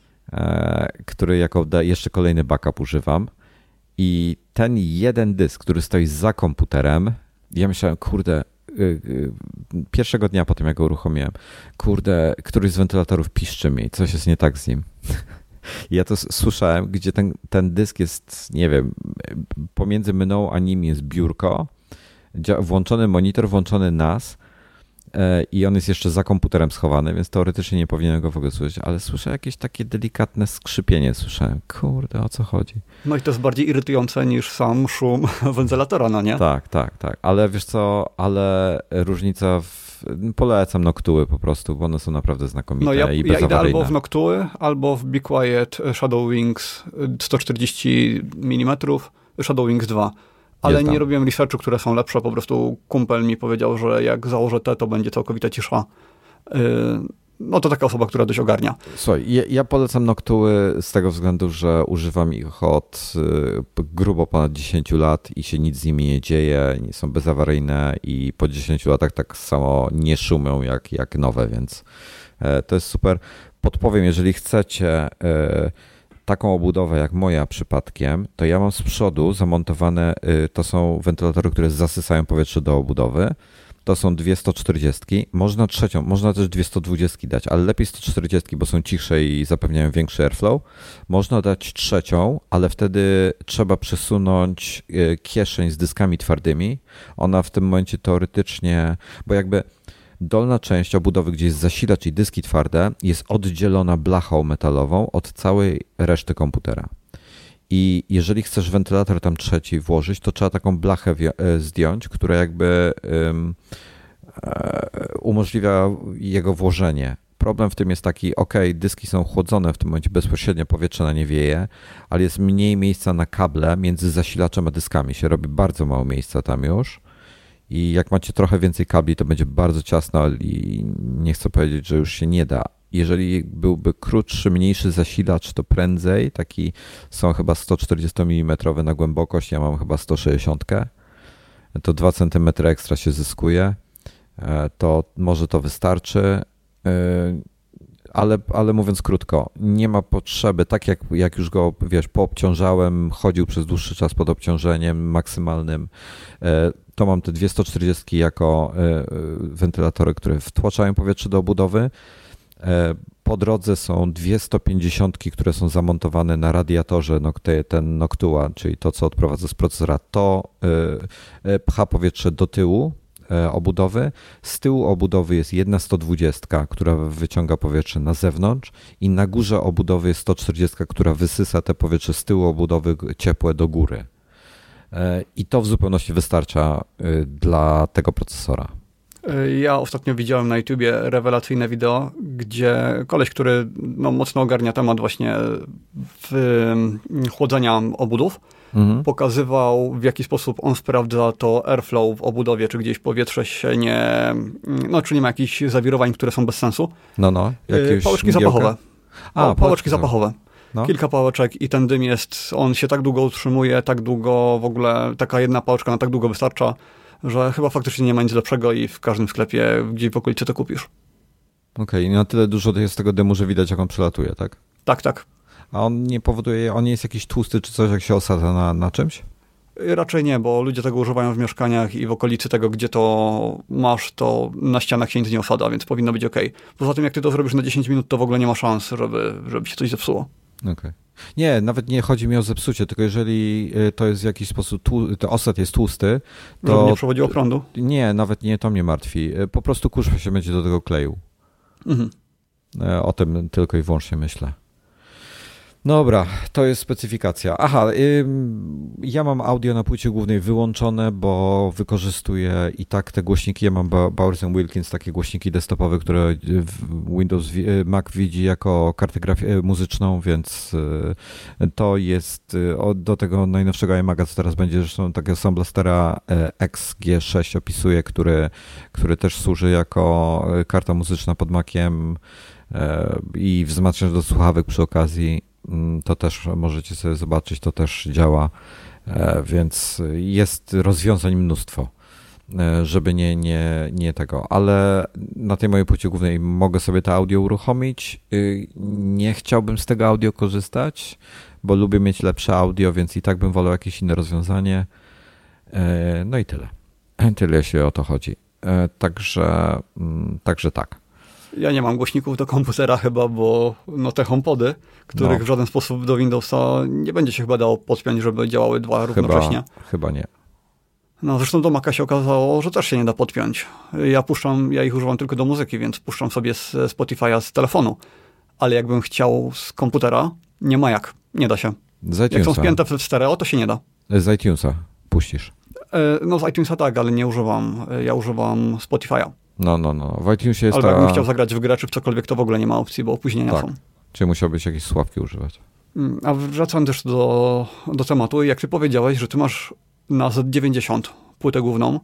który jako jeszcze kolejny backup używam i ten jeden dysk, który stoi za komputerem, ja myślałem, kurde, pierwszego dnia po tym, jak go uruchomiłem, kurde, któryś z wentylatorów piszczy mi, coś jest nie tak z nim. Ja to słyszałem, gdzie ten, ten dysk jest, nie wiem, pomiędzy mną a nim jest biurko, włączony monitor, włączony N A S i on jest jeszcze za komputerem schowany, więc teoretycznie nie powinienem go w ogóle słyszeć, ale słyszę jakieś takie delikatne skrzypienie, słyszałem, kurde, o co chodzi? No i to jest bardziej irytujące niż sam szum wentylatora, no nie? Tak, tak, tak, ale wiesz co, ale różnica w... Polecam Noctuły po prostu, bo one są naprawdę znakomite no ja, i ja bezawaryjne. idę albo w Noctuły, albo w Be Quiet Shadow Wings sto czterdzieści milimetrów, Shadow Wings dwa. Ale nie robiłem researchu, które są lepsze, po prostu kumpel mi powiedział, że jak założę te, to będzie całkowita cisza. No to taka osoba, która dość ogarnia. Słuchaj, ja, ja polecam Noctuły z tego względu, że używam ich od grubo ponad dziesięć lat i się nic z nimi nie dzieje, są bezawaryjne i po dziesięciu latach tak samo nie szumią jak, jak nowe, więc to jest super. Podpowiem, jeżeli chcecie taką obudowę jak moja przypadkiem, to ja mam z przodu zamontowane, to są wentylatory, które zasysają powietrze do obudowy. To są dwie sto czterdzieści. Można trzecią, można też dwie sto dwadzieścia dać, ale lepiej sto czterdzieści, bo są cichsze i zapewniają większy airflow. Można dać trzecią, ale wtedy trzeba przesunąć kieszeń z dyskami twardymi. Ona w tym momencie teoretycznie, bo jakby dolna część obudowy, gdzie jest zasilacz i dyski twarde, jest oddzielona blachą metalową od całej reszty komputera. I jeżeli chcesz wentylator tam trzeci włożyć, to trzeba taką blachę zdjąć, która jakby um, umożliwia jego włożenie. Problem w tym jest taki, ok, dyski są chłodzone w tym momencie bezpośrednio, powietrze na nie wieje, ale jest mniej miejsca na kable między zasilaczem a dyskami. Się robi bardzo mało miejsca tam już. I jak macie trochę więcej kabli, to będzie bardzo ciasno i nie chcę powiedzieć, że już się nie da. Jeżeli byłby krótszy, mniejszy zasilacz, to prędzej, taki są chyba sto czterdzieści milimetrów na głębokość, ja mam chyba sto sześćdziesiąt. to dwa centymetry ekstra się zyskuje, to może to wystarczy, ale, ale mówiąc krótko, nie ma potrzeby, tak jak, jak już go, wiesz, poobciążałem, chodził przez dłuższy czas pod obciążeniem maksymalnym, to mam te dwie sto czterdzieści jako wentylatory, które wtłaczają powietrze do obudowy. Po drodze są dwie sto pięćdziesiąt, które są zamontowane na radiatorze, ten Noctua, czyli to, co odprowadza z procesora, to pcha powietrze do tyłu obudowy. Z tyłu obudowy jest jedna sto dwadzieścia, która wyciąga powietrze na zewnątrz i na górze obudowy jest sto czterdzieści, która wysysa te powietrze z tyłu obudowy ciepłe do góry. I to w zupełności wystarcza dla tego procesora. Ja ostatnio widziałem na YouTubie rewelacyjne wideo, gdzie koleś, który no, mocno ogarnia temat właśnie w, chłodzenia obudów, mhm. pokazywał, w jaki sposób on sprawdza to airflow w obudowie, czy gdzieś powietrze się nie, no czy nie ma jakichś zawirowań, które są bez sensu. No, no. Jakieś pałeczki zapachowe. A, o, pałeczki zapachowe. No. Kilka pałeczek i ten dym jest, on się tak długo utrzymuje, tak długo w ogóle, taka jedna pałeczka na tak długo wystarcza, że chyba faktycznie nie ma nic lepszego i w każdym sklepie, gdzie w okolicy to kupisz. Okej, okay, na tyle dużo jest tego dymu, że widać, jak on przelatuje, tak? Tak, tak. A on nie powoduje, on nie jest jakiś tłusty czy coś, jak się osadza na, na czymś? Raczej nie, bo ludzie tego używają w mieszkaniach i w okolicy tego, gdzie to masz, to na ścianach się nic nie osada, więc powinno być okej. Poza tym, jak ty to zrobisz na dziesięć minut, to w ogóle nie ma szans, żeby, żeby się coś zepsuło. Okej. Okay. Nie, nawet nie chodzi mi o zepsucie, tylko jeżeli to jest w jakiś sposób, tłu, to osad jest tłusty, to... Żeby nie przewodziło prądu? Nie, nawet nie to mnie martwi. Po prostu kurz się będzie do tego kleił. Mhm. O tym tylko i wyłącznie myślę. Dobra, to jest specyfikacja. Aha, ym, ja mam audio na płycie głównej wyłączone, bo wykorzystuję i tak te głośniki, ja mam Bowers and Wilkins, takie głośniki desktopowe, które Windows, Mac widzi jako kartę graf- muzyczną, więc to jest do tego najnowszego iMaca, co teraz będzie, zresztą takiego Sound Blastera X G sześć opisuje, który, który też służy jako karta muzyczna pod Maciem i wzmacniacz do słuchawek przy okazji. To też możecie sobie zobaczyć, to też działa, więc jest rozwiązań mnóstwo, żeby nie, nie, nie tego, ale na tej mojej płycie głównej mogę sobie to audio uruchomić. Nie chciałbym z tego audio korzystać, bo lubię mieć lepsze audio, więc i tak bym wolał jakieś inne rozwiązanie. No i tyle. Tyle, jeśli o to chodzi. Także, także tak. Ja nie mam głośników do komputera chyba, bo no te HomePody, których no. w żaden sposób do Windowsa nie będzie się chyba dało podpiąć, żeby działały dwa równocześnie. Chyba, chyba nie. No zresztą do Maca się okazało, że też się nie da podpiąć. Ja puszczam, ja ich używam tylko do muzyki, więc puszczam sobie z Spotify'a z telefonu. Ale jakbym chciał z komputera, nie ma jak. Nie da się. Z jak są spięte w stereo, to się nie da. Z iTunesa puścisz? No z iTunesa tak, ale nie używam. Ja używam Spotify'a. No, no, no. W iTunesie jest Albo ta... jakbym chciał zagrać w grę czy w cokolwiek, to w ogóle nie ma opcji, bo opóźnienia tak. są. Czyli musiałbyś jakieś sławki używać. A wracam też do, do tematu. Jak ty powiedziałeś, że ty masz na Z dziewięćdziesiąt płytę główną,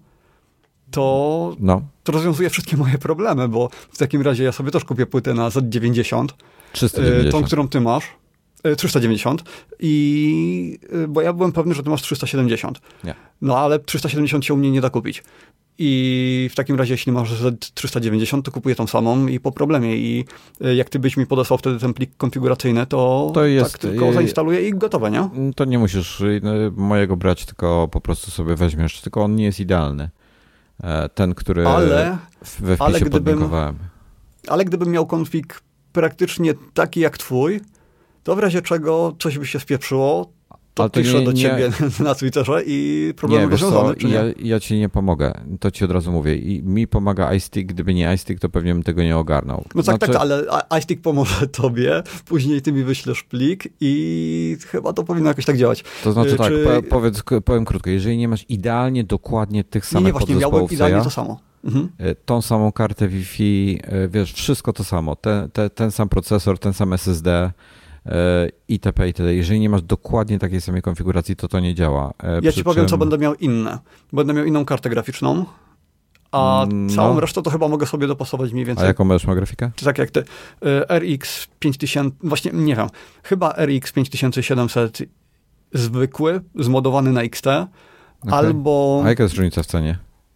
to, no. to rozwiązuje wszystkie moje problemy, bo w takim razie ja sobie też kupię płytę na Z dziewięćdziesiąt. trzysta dziewięćdziesiąt. Tą, którą ty masz. trzysta dziewięćdziesiąt. I, bo ja byłem pewny, że ty masz trzysta siedemdziesiąt. Nie. No ale trzysta siedemdziesiąt się u mnie nie da kupić. I w takim razie, jeśli masz Z trzysta dziewięćdziesiąt, to kupuję tą samą i po problemie. I jak ty byś mi podesłał wtedy ten plik konfiguracyjny, to, to jest, tak tylko zainstaluję i gotowe, nie? To nie musisz mojego brać, tylko po prostu sobie weźmiesz. Tylko on nie jest idealny. Ten, który ale, we wpisie ale podlinkowałem. Ale gdybym miał konfig praktycznie taki jak twój, to w razie czego coś by się spieprzyło, to, to piszę nie, do ciebie nie, na Twitterze i problem rozwiązany, czy nie? Ja, ja ci nie pomogę, to ci od razu mówię. I mi pomaga iStick, gdyby nie iStick, to pewnie bym tego nie ogarnął. No tak, znaczy... tak, ale iStick pomoże tobie, później ty mi wyślesz plik i chyba to powinno jakoś tak działać. To znaczy czy... tak, po, powiedz, powiem krótko, jeżeli nie masz idealnie dokładnie tych samych nie, nie, właśnie miałbym idealnie ja, to samo. Mhm. Tą samą kartę Wi-Fi, wiesz, wszystko to samo, te, te, ten sam procesor, ten sam S S D, itp. itd. Jeżeli nie masz dokładnie takiej samej konfiguracji, to to nie działa. Ja Przy ci powiem, czym... co będę miał inne. Będę miał inną kartę graficzną, a no. całą resztę to chyba mogę sobie dopasować mniej więcej. A jaką będziesz miał grafikę? Tak jak ty. R X pięć tysięcy, właśnie nie wiem, chyba R X pięć tysięcy siedemset zwykły, zmodowany na X T, Okay. Albo... A jaka jest różnica w cenie?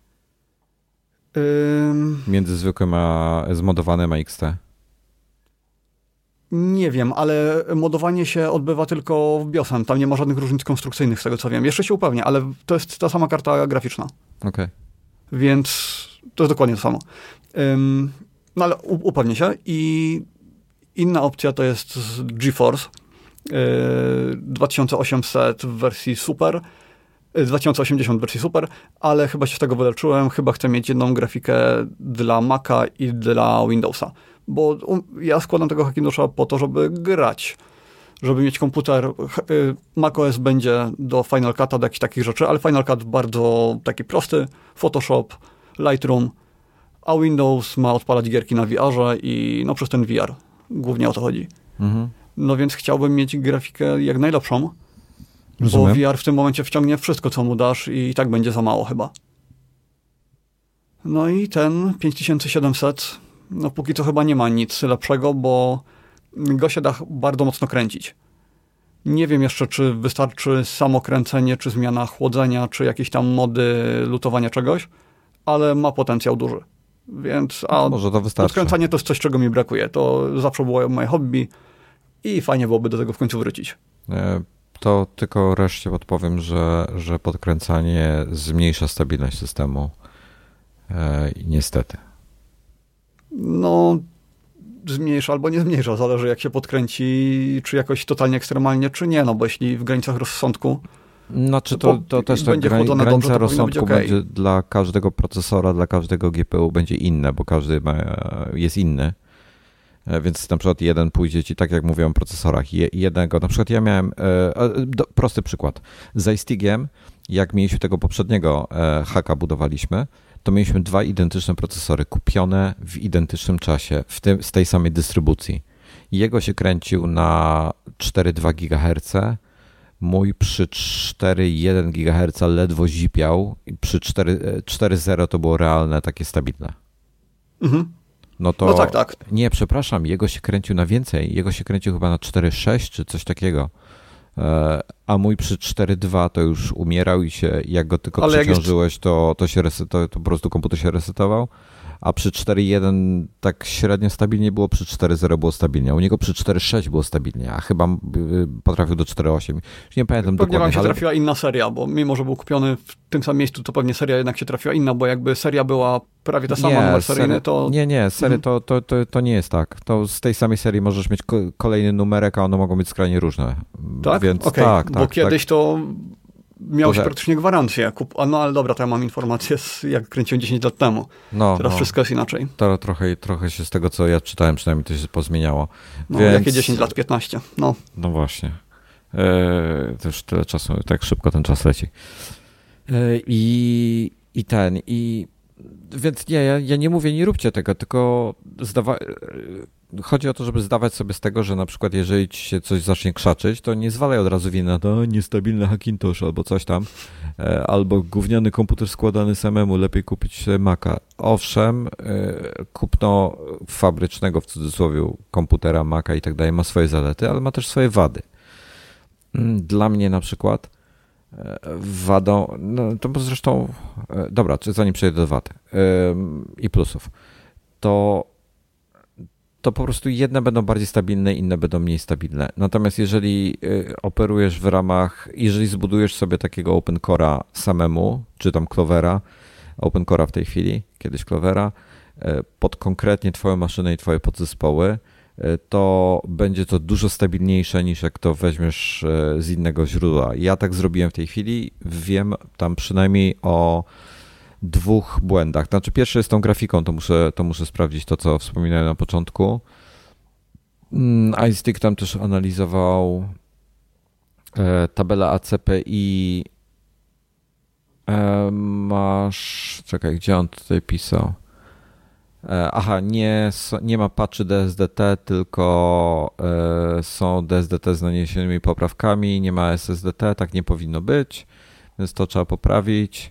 Ym... Między zwykłym a zmodowanym a X T? Nie wiem, ale modowanie się odbywa tylko w biosem. Tam nie ma żadnych różnic konstrukcyjnych, z tego co wiem. Jeszcze się upewnię, ale to jest ta sama karta graficzna. Okej. Okay. Więc to jest dokładnie to samo. Ym, no ale upewnię się. I inna opcja to jest GeForce yy, dwa tysiące osiemset w wersji Super, yy, dwa tysiące osiemdziesiąt w wersji Super, ale chyba się z tego wyleczyłem. Chyba chcę mieć jedną grafikę dla Maca i dla Windowsa. Bo ja składam tego Hackintosha po to, żeby grać, żeby mieć komputer. macOS będzie do Final Cut'a, do jakichś takich rzeczy, ale Final Cut bardzo taki prosty, Photoshop, Lightroom, a Windows ma odpalać gierki na V R-ze i no przez ten V R. Głównie o to chodzi. Mhm. No więc chciałbym mieć grafikę jak najlepszą, Rozumiem. Bo V R w tym momencie wciągnie wszystko, co mu dasz i tak będzie za mało chyba. No i ten pięć tysięcy siedemset... No póki co chyba nie ma nic lepszego, bo go się da bardzo mocno kręcić. Nie wiem jeszcze, czy wystarczy samo kręcenie, czy zmiana chłodzenia, czy jakieś tam mody lutowania czegoś, ale ma potencjał duży. Więc a może to wystarczy. Podkręcanie to jest coś, czego mi brakuje. To zawsze było moje hobby i fajnie byłoby do tego w końcu wrócić. To tylko reszcie podpowiem, że, że podkręcanie zmniejsza stabilność systemu. E, niestety. No, zmniejsza albo nie zmniejsza, zależy jak się podkręci, czy jakoś totalnie ekstremalnie, czy nie, no bo jeśli w granicach rozsądku... Znaczy to, to też tak, granica dobrze, to rozsądku okay. będzie dla każdego procesora, dla każdego G P U będzie inne, bo każdy ma, jest inny, więc na przykład jeden pójdzie ci, tak jak mówiłem o procesorach, jednego, na przykład ja miałem, prosty przykład, z iStigiem, jak mieliśmy tego poprzedniego hacka budowaliśmy, to mieliśmy dwa identyczne procesory kupione w identycznym czasie, w tym, z tej samej dystrybucji. Jego się kręcił na cztery przecinek dwa gigaherca, mój przy cztery przecinek jeden gigaherca ledwo zipiał, przy cztery przecinek zero to było realne, takie stabilne. Mhm. No to... No tak, tak. Nie, przepraszam, jego się kręcił na więcej, jego się kręcił chyba na cztery przecinek sześć czy coś takiego. A mój przy cztery przecinek dwa to już umierał i się, jak go tylko ale przeciążyłeś, jest... to, to się resetował, to po prostu komputer się resetował, a przy cztery przecinek jeden tak średnio stabilnie było, przy cztery przecinek zero było stabilnie, u niego przy cztery przecinek sześć było stabilnie, a chyba potrafił do cztery przecinek osiem. Już nie pamiętam pewnie dokładnie. Pewnie wam się ale... trafiła inna seria, bo mimo, że był kupiony w tym samym miejscu, to pewnie seria jednak się trafiła inna, bo jakby seria była prawie ta sama, nie, numer seryjny, sery... to... Nie, nie, sery mhm. to, to, to, to nie jest tak. To z tej samej serii możesz mieć kolejny numerek, a one mogą być skrajnie różne. Tak? Więc okay. tak, bo tak, kiedyś tak. to miałeś Boże. praktycznie gwarancję. Kup... A no ale dobra, to ja mam informację, jak kręciłem dziesięć lat temu. No, Teraz no. wszystko jest inaczej. To trochę, trochę się z tego, co ja czytałem, przynajmniej to się pozmieniało. No, Więc... jakie dziesięć lat, piętnaście. No, no właśnie. Eee, to już tyle czasu, tak szybko ten czas leci. Eee, i, I ten, i więc nie, ja, ja nie mówię, nie róbcie tego, tylko zdawa... chodzi o to, żeby zdawać sobie z tego, że na przykład jeżeli ci się coś zacznie krzaczyć, to nie zwalaj od razu winy na to, niestabilny Hackintosh albo coś tam, albo gówniany komputer składany samemu, lepiej kupić sobie Maca. Owszem, kupno fabrycznego w cudzysłowie komputera, Maca i tak dalej ma swoje zalety, ale ma też swoje wady. Dla mnie na przykład wadą, no to zresztą, dobra, zanim przejdę do wad i plusów, to to po prostu jedne będą bardziej stabilne, inne będą mniej stabilne. Natomiast jeżeli operujesz w ramach, jeżeli zbudujesz sobie takiego Open Core'a samemu, czy tam Clovera, Open Core'a w tej chwili, kiedyś Clovera, pod konkretnie twoją maszynę i twoje podzespoły, to będzie to dużo stabilniejsze niż jak to weźmiesz z innego źródła. Ja tak zrobiłem w tej chwili, wiem tam przynajmniej o dwóch błędach. Znaczy pierwszy jest tą grafiką, to muszę, to muszę sprawdzić to, co wspominałem na początku. iStick tam też analizował tabelę A C P I. Masz, czekaj, gdzie on tutaj pisał? Aha, nie, nie ma patchy D S D T, tylko są D S D T z naniesionymi poprawkami, nie ma S S D T, tak nie powinno być, więc to trzeba poprawić.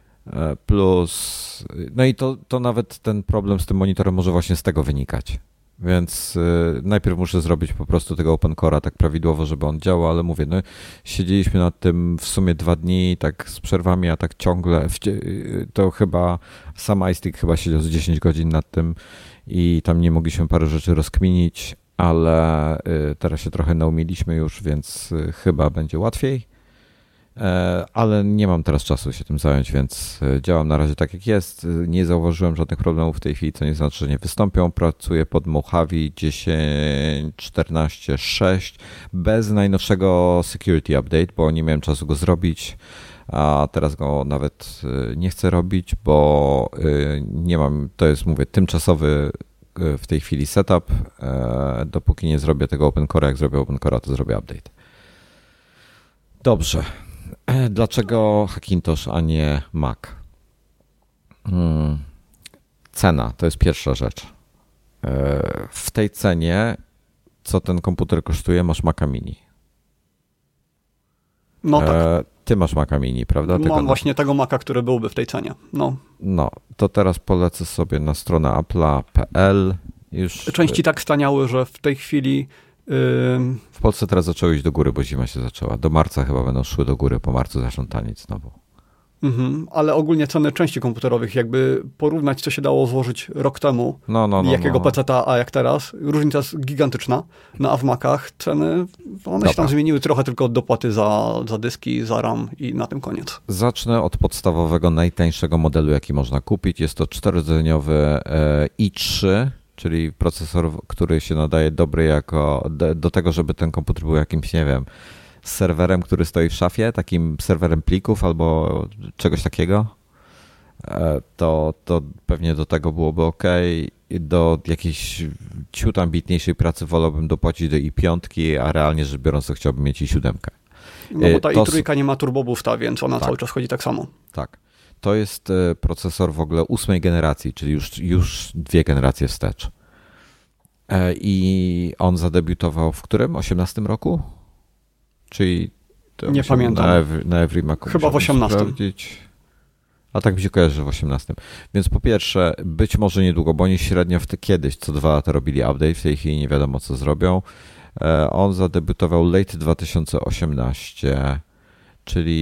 Plus, no i to, to nawet ten problem z tym monitorem może właśnie z tego wynikać, Więc y, najpierw muszę zrobić po prostu tego OpenCore'a tak prawidłowo, żeby on działał, ale mówię, no siedzieliśmy nad tym w sumie dwa dni, tak z przerwami, a tak ciągle, w, to chyba sam iStick chyba siedział z dziesięć godzin nad tym i tam nie mogliśmy parę rzeczy rozkminić, ale y, teraz się trochę naumiliśmy już, więc y, chyba będzie łatwiej. Ale nie mam teraz czasu się tym zająć, więc działam na razie tak jak jest. Nie zauważyłem żadnych problemów w tej chwili, co nie znaczy, że nie wystąpią. Pracuję pod Mojave dziesięć czternaście sześć bez najnowszego security update, bo nie miałem czasu go zrobić, a teraz go nawet nie chcę robić, bo nie mam, to jest, mówię, tymczasowy w tej chwili setup. Dopóki nie zrobię tego OpenCore'a, jak zrobię OpenCore'a, to zrobię update. Dobrze. Dlaczego Hackintosh, a nie Mac? Hmm. Cena to jest pierwsza rzecz. W tej cenie, co ten komputer kosztuje, masz Maca Mini. No tak. Ty masz Maca Mini, prawda? Tego Mam właśnie tego Maca, który byłby w tej cenie. No. No, to teraz polecę sobie na stronę appla kropka p l. Już... Części tak staniały, że w tej chwili... W Polsce teraz zaczęły iść do góry, bo zima się zaczęła. Do marca chyba będą szły do góry, po marcu zaczną tanieć znowu. Mhm, ale ogólnie ceny części komputerowych, jakby porównać, co się dało złożyć rok temu, no, no, no, jakiego no. peceta, a jak teraz, różnica jest gigantyczna. No a w Macach ceny, one Dobra. się tam zmieniły trochę tylko od dopłaty za, za dyski, za RAM i na tym koniec. Zacznę od podstawowego, najtańszego modelu, jaki można kupić. Jest to czterorodzeniowy i trzy, czyli procesor, który się nadaje dobry jako do, do tego, żeby ten komputer był jakimś, nie wiem, serwerem, który stoi w szafie, takim serwerem plików albo czegoś takiego, to, to pewnie do tego byłoby ok. Do jakiejś ciut ambitniejszej pracy wolałbym dopłacić do i pięć, a realnie rzecz biorąc to chciałbym mieć i siedem. No bo ta to... i trójka nie ma turboboosta, więc ona tak. cały czas chodzi tak samo. Tak. To jest procesor w ogóle ósmej generacji, czyli już, już dwie generacje wstecz. I on zadebiutował w którym? osiemnastym roku? Czyli nie pamiętam. Na Every, na Every Macu chyba w osiemnastym. Sprawdzić. A tak mi się kojarzy, że w osiemnastym. Więc po pierwsze, być może niedługo, bo oni średnio w te, kiedyś co dwa lata robili update, w tej chwili nie wiadomo co zrobią. On zadebiutował late dwa tysiące osiemnasty, czyli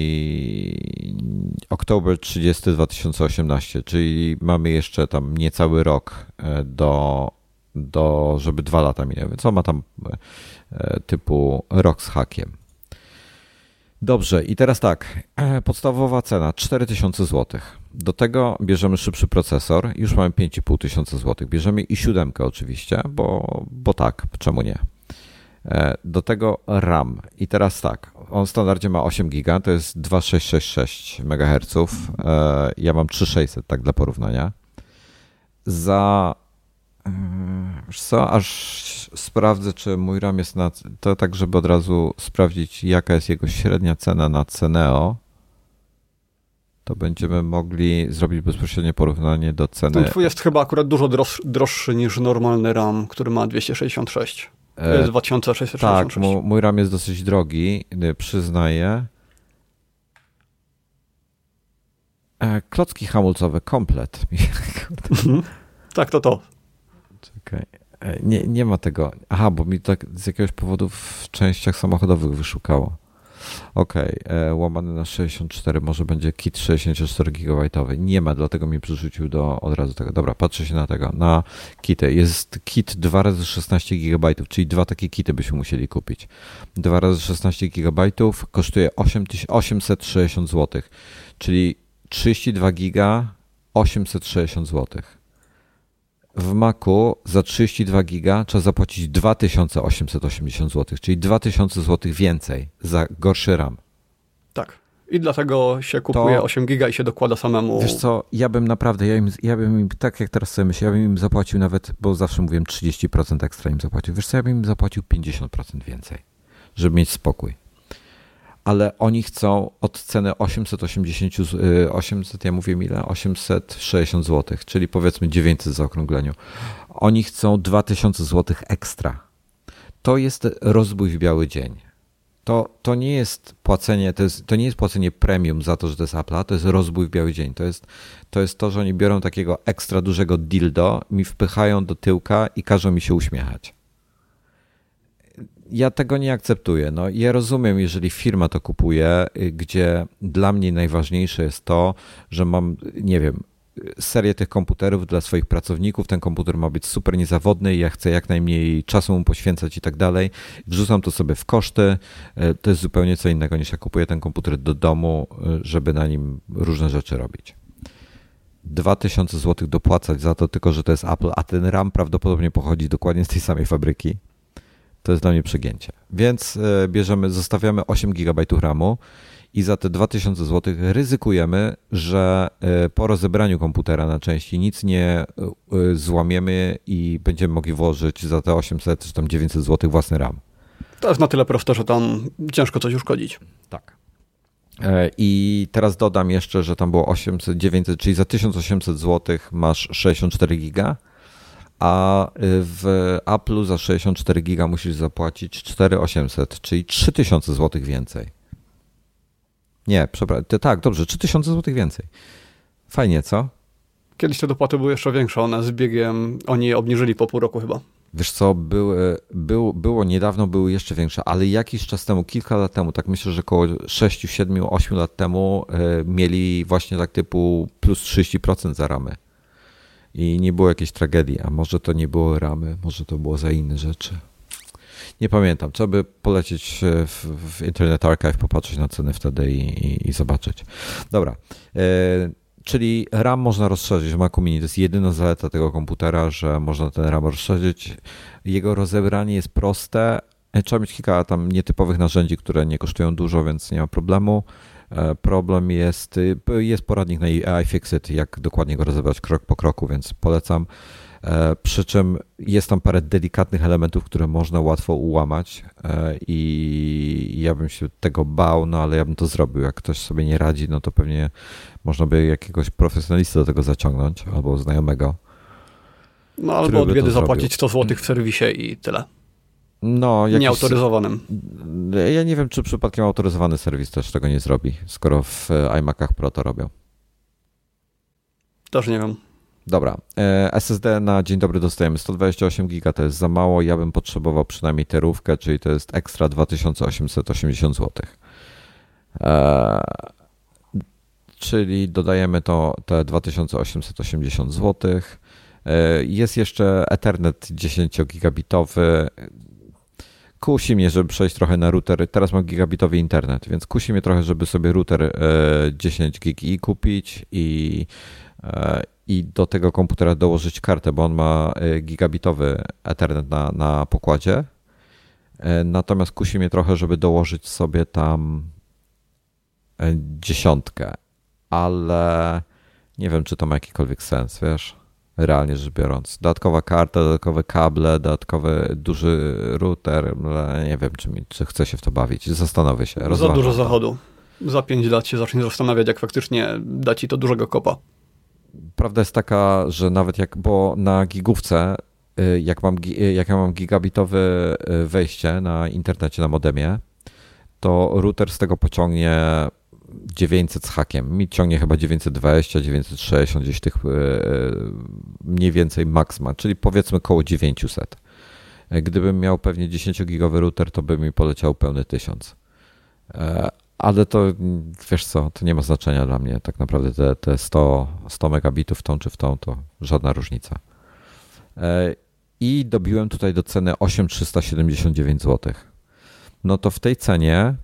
oktober trzydziesty dwa tysiące osiemnasty, czyli mamy jeszcze tam niecały rok do, do żeby dwa lata minęły. Więc on ma tam typu rok z hakiem. Dobrze, i teraz tak, podstawowa cena cztery tysiące złotych. Do tego bierzemy szybszy procesor, już mamy pięć i pół tysiąca złotych. Bierzemy i siódemkę oczywiście, bo, bo tak, czemu nie. Do tego RAM. I teraz tak, on w standardzie ma osiem giga, to jest dwa tysiące sześćset sześćdziesiąt sześć megaherców. Ja mam trzy tysiące sześćset, tak dla porównania. Za... Wiesz co, aż sprawdzę, czy mój RAM jest na... To tak, żeby od razu sprawdzić, jaka jest jego średnia cena na Ceneo. To będziemy mogli zrobić bezpośrednie porównanie do ceny... Ten twój jest chyba akurat dużo droższy, droższy niż normalny RAM, który ma dwieście sześćdziesiąt sześć. To jest dwa tysiące sześćset sześćdziesiąt sześć. Tak, mój RAM jest dosyć drogi, przyznaję. Klocki hamulcowe, komplet. Tak, to to. Czekaj. Nie, nie ma tego. Aha, bo mi tak z jakiegoś powodu w częściach samochodowych wyszukało. Okej, okay. Łamany na sześćdziesiąt cztery, może będzie kit sześćdziesiąt cztery gigabajtowy. Nie ma, dlatego mi przerzucił do od razu tego. Dobra, patrzę się na tego, na kity. Jest kit dwa razy szesnaście gigabajtów, czyli dwa takie kity byśmy musieli kupić. dwa razy szesnaście gigabajtów kosztuje osiemset sześćdziesiąt złotych, czyli trzydzieści dwa giga, osiemset sześćdziesiąt złotych. W Macu za trzydzieści dwa giga trzeba zapłacić dwa tysiące osiemset osiemdziesiąt złotych, czyli dwa tysiące złotych więcej za gorszy RAM. Tak. I dlatego się kupuje to, osiem giga i się dokłada samemu. Wiesz co, ja bym naprawdę, ja, im, ja bym im, tak jak teraz sobie myślę, ja bym im zapłacił nawet, bo zawsze mówiłem trzydzieści procent ekstra im zapłacił. Wiesz co, ja bym im zapłacił pięćdziesiąt procent więcej, żeby mieć spokój. Ale oni chcą od ceny osiemset osiemdziesiąt, osiemset, ja mówię ile? osiemset sześćdziesiąt złotych, czyli powiedzmy dziewięćset w zaokrągleniu. Oni chcą dwa tysiące złotych ekstra. To jest rozbój w biały dzień. To, to nie jest płacenie, to, jest, to nie jest płacenie premium za to, że to jest Apple'a, to jest rozbój w biały dzień. To jest, to jest to, że oni biorą takiego ekstra dużego dildo, mi wpychają do tyłka i każą mi się uśmiechać. Ja tego nie akceptuję. No, ja rozumiem, jeżeli firma to kupuje, gdzie dla mnie najważniejsze jest to, że mam, nie wiem, serię tych komputerów dla swoich pracowników, ten komputer ma być super niezawodny i ja chcę jak najmniej czasu mu poświęcać i tak dalej. Wrzucam to sobie w koszty. To jest zupełnie co innego niż ja kupuję ten komputer do domu, żeby na nim różne rzeczy robić. dwa tysiące złotych dopłacać za to tylko, że to jest Apple, a ten RAM prawdopodobnie pochodzi dokładnie z tej samej fabryki. To jest dla mnie przegięcie. Więc bierzemy, zostawiamy osiem gigabajtów ramu i za te dwa tysiące złotych ryzykujemy, że po rozebraniu komputera na części nic nie złamiemy i będziemy mogli włożyć za te osiemset czy tam dziewięćset złotych własny RAM. To jest na tyle proste, że tam ciężko coś uszkodzić. Tak. I teraz dodam jeszcze, że tam było osiemset, dziewięćset, czyli za tysiąc osiemset złotych masz sześćdziesiąt cztery giga, a w Apple'u za sześćdziesiąt cztery giga musisz zapłacić cztery tysiące osiemset, czyli trzy tysiące złotych więcej. Nie, przepraszam, tak, dobrze, trzy tysiące złotych więcej. Fajnie, co? Kiedyś te dopłaty były jeszcze większe, one z biegiem, oni je obniżyli po pół roku chyba. Wiesz co, były, było, było niedawno, były jeszcze większe, ale jakiś czas temu, kilka lat temu, tak myślę, że około sześć, siedem, osiem lat temu y, mieli właśnie tak typu plus trzydzieści procent za ramy. I nie było jakiejś tragedii, a może to nie było ramy, może to było za inne rzeczy. Nie pamiętam, trzeba by polecieć w, w Internet Archive, popatrzeć na ceny wtedy i, i, i zobaczyć. Dobra, y, czyli RAM można rozszerzyć w Macu Mini. To jest jedyna zaleta tego komputera, że można ten RAM rozszerzyć. Jego rozebranie jest proste. Trzeba mieć kilka tam nietypowych narzędzi, które nie kosztują dużo, więc nie ma problemu. Problem jest, jest poradnik na iFixit, jak dokładnie go rozebrać krok po kroku, więc polecam. Przy czym jest tam parę delikatnych elementów, które można łatwo ułamać i ja bym się tego bał, no ale ja bym to zrobił. Jak ktoś sobie nie radzi, no to pewnie można by jakiegoś profesjonalistę do tego zaciągnąć albo znajomego. No albo od biedy zapłacić sto złotych w serwisie i tyle. No, jakiś... Nieautoryzowanym. Ja nie wiem, czy przypadkiem autoryzowany serwis też tego nie zrobi, skoro w iMacach Pro to robią. Też nie wiem. Dobra, S S D na dzień dobry dostajemy sto dwadzieścia osiem giga, to jest za mało, ja bym potrzebował przynajmniej terówkę, czyli to jest ekstra dwa tysiące osiemset osiemdziesiąt złotych. Eee, czyli dodajemy to te dwa tysiące osiemset osiemdziesiąt złotych. Eee, jest jeszcze Ethernet dziesięciogigabitowy. Kusi mnie, żeby przejść trochę na router. Teraz mam gigabitowy internet, więc kusi mnie trochę, żeby sobie router dziesięć gigi kupić i, i do tego komputera dołożyć kartę, bo on ma gigabitowy Ethernet na, na pokładzie. Natomiast kusi mnie trochę, żeby dołożyć sobie tam dziesiątkę, ale nie wiem, czy to ma jakikolwiek sens, wiesz? Realnie rzecz biorąc. Dodatkowa karta, dodatkowe kable, dodatkowy duży router. Nie wiem, czy, mi, czy chcę się w to bawić. Zastanowię się. Za dużo to. Zachodu. Za pięć lat się zacznie zastanawiać, jak faktycznie da ci to dużego kopa. Prawda jest taka, że nawet jak, bo na gigówce, jak mam, jak ja mam gigabitowe wejście na internecie, na modemie, to router z tego pociągnie dziewięćset z hakiem. Mi ciągnie chyba dziewięćset dwadzieścia, dziewięćset sześćdziesiąt gdzieś tych mniej więcej maksima, czyli powiedzmy koło dziewięćset. Gdybym miał pewnie dziesięciogigowy router, to by mi poleciał pełny tysiąc. Ale to, wiesz co, to nie ma znaczenia dla mnie. Tak naprawdę te, te sto, sto megabitów w tą czy w tą, to żadna różnica. I dobiłem tutaj do ceny osiem tysięcy trzysta siedemdziesiąt dziewięć złotych. No to w tej cenie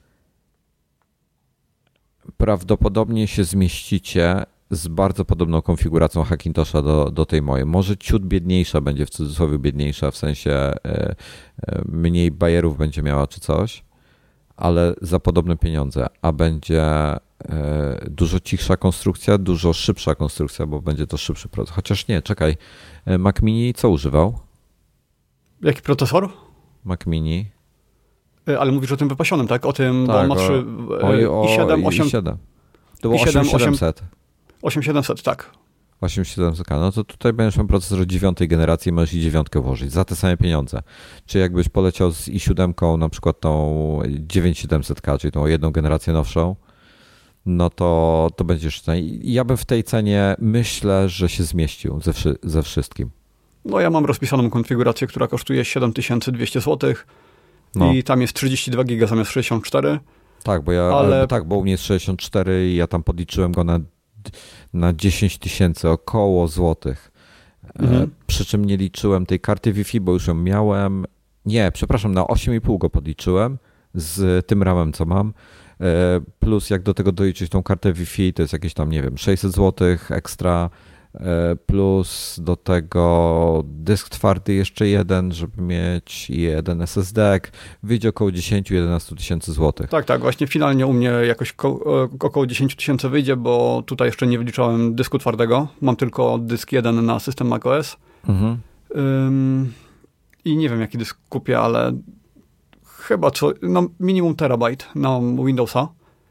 prawdopodobnie się zmieścicie z bardzo podobną konfiguracją Hackintosha do, do tej mojej. Może ciut biedniejsza będzie, w cudzysłowie biedniejsza, w sensie e, e, mniej bajerów będzie miała czy coś, ale za podobne pieniądze, a będzie e, dużo cichsza konstrukcja, dużo szybsza konstrukcja, bo będzie to szybszy procesor. Chociaż nie, czekaj, Mac Mini co używał? Jaki procesor? Mac Mini. Ale mówisz o tym wypasionym, tak? O tym, tak, bo on ma trzy o, o, i siedem, osiem, i siedem. To było osiem tysięcy siedemset. osiem tysięcy siedemset, tak. osiemdziesiąt siedem K. No to tutaj będziesz miał procesor dziewiątej generacji, możesz i dziewiątkę włożyć za te same pieniądze. Czy jakbyś poleciał z i siedem, na przykład tą dziewięć tysięcy siedemset K, czyli tą jedną generację nowszą, no to, to będziesz... Ja bym w tej cenie myślę, że się zmieścił ze, wszy- ze wszystkim. No ja mam rozpisaną konfigurację, która kosztuje siedem tysięcy dwieście złotych no. I tam jest trzydzieści dwa giga zamiast sześćdziesiąt cztery. Tak, bo ja ale... tak, bo u mnie jest sześćdziesiąt cztery i ja tam podliczyłem go na, na dziesięć tysięcy około złotych. Mhm. E, przy czym nie liczyłem tej karty Wi-Fi, bo już ją miałem. Nie, przepraszam, na osiem i pół go podliczyłem z tym ramem, co mam. E, plus jak do tego doliczyć tą kartę Wi-Fi, to jest jakieś tam, nie wiem, sześćset złotych ekstra. Plus do tego dysk twardy jeszcze jeden, żeby mieć i jeden S S D. Wyjdzie około dziesięć do jedenastu tysięcy złotych. Tak, tak. Właśnie finalnie u mnie jakoś ko- około dziesięć tysięcy wyjdzie, bo tutaj jeszcze nie wliczałem dysku twardego. Mam tylko dysk jeden na system macOS. Mhm. Ym, I nie wiem, jaki dysk kupię, ale chyba co, no minimum terabajt na Windowsa.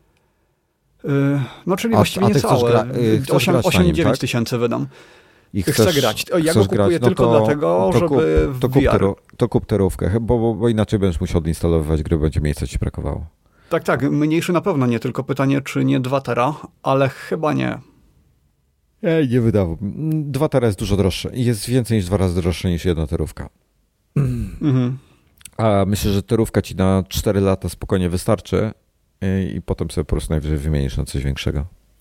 No czyli a, właściwie a niecałe. Gra, osiem dziewięć tysięcy wydam. I chcesz, chcę grać. Ja go kupuję grać, no tylko to, dlatego, to żeby kup, to, kup teru, to kup terówkę, bo, bo, bo inaczej będziesz musiał odinstalowywać gry, będzie miejsca ci brakowało. Tak, tak. Mniejszy na pewno nie, tylko pytanie, czy nie dwa tera, ale chyba nie. Ej, nie wydawał. dwa tera jest dużo droższe. Jest więcej niż dwa razy droższe niż jedna terówka. Mhm. A myślę, że terówka ci na cztery lata spokojnie wystarczy. I potem sobie po prostu najwyżej wymienisz na coś większego.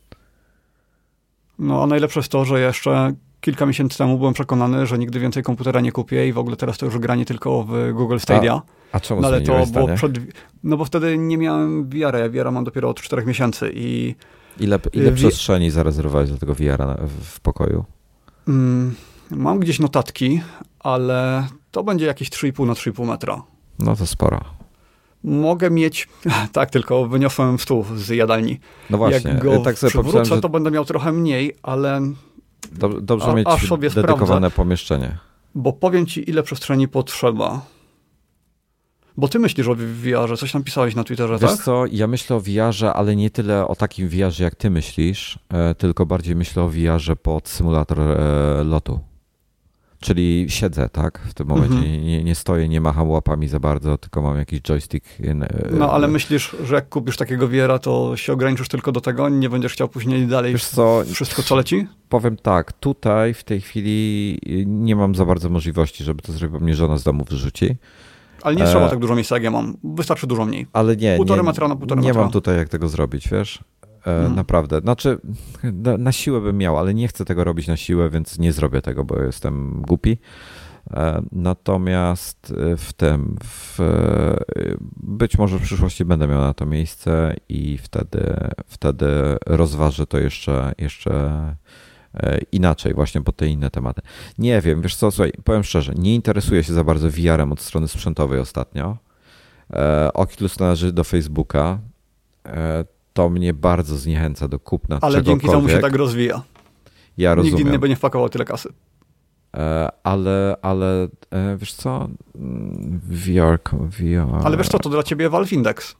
No a najlepsze jest to, że jeszcze kilka miesięcy temu byłem przekonany, że nigdy więcej komputera nie kupię i w ogóle teraz to już granie tylko w Google Stadia. A, a czemu no, ale to było przed, No bo wtedy nie miałem V R a. Ja V R a mam dopiero od czterech miesięcy i... Ile, ile v... przestrzeni zarezerwowałeś do tego V R a w pokoju? Mm, mam gdzieś notatki, ale to będzie jakieś trzy i pół na trzy i pół metra. No to sporo. Mogę mieć, tak, tylko wyniosłem stół z jadalni. No właśnie. Jak go tak sobie przywrócę, że... to będę miał trochę mniej, ale Dobrze, dobrze a, mieć aż sobie dedykowane sprawdzę, pomieszczenie. Bo powiem ci, ile przestrzeni potrzeba. Bo ty myślisz o V R-ze, coś tam pisałeś na Twitterze, Wiesz tak? co, ja myślę o V R-ze, ale nie tyle o takim V R-ze, jak ty myślisz, e, tylko bardziej myślę o V R-ze pod symulator e, lotu. Czyli siedzę, tak? W tym momencie mhm. nie, nie stoję, nie macham łapami za bardzo, tylko mam jakiś joystick. No, ale myślisz, że jak kupisz takiego V R-a, to się ograniczysz tylko do tego? Nie będziesz chciał później dalej Wiesz co, wszystko, co leci? Powiem tak, tutaj w tej chwili nie mam za bardzo możliwości, żeby to zrobić, bo mnie żona z domu wyrzuci. Ale nie e... trzeba tak dużo miejsca, jak ja mam. Wystarczy dużo mniej. Ale nie, Półtorej nie, metra na półtorej nie metra. mam tutaj jak tego zrobić, wiesz? Hmm. Naprawdę. Znaczy, na, na siłę bym miał, ale nie chcę tego robić na siłę, więc nie zrobię tego, bo jestem głupi. Natomiast w tym, w, być może w przyszłości będę miał na to miejsce i wtedy, wtedy rozważę to jeszcze, jeszcze inaczej, właśnie pod te inne tematy. Nie wiem, wiesz co, słuchaj, powiem szczerze, nie interesuję się za bardzo V R-em od strony sprzętowej ostatnio. Oculus należy do Facebooka. To mnie bardzo zniechęca do kupna ale czegokolwiek. Ale dzięki temu się tak rozwija. Ja rozumiem. Nikt inny by nie wpakował tyle kasy. Ale, ale wiesz co? V R, V R... Ale wiesz co, to dla ciebie Valve Index.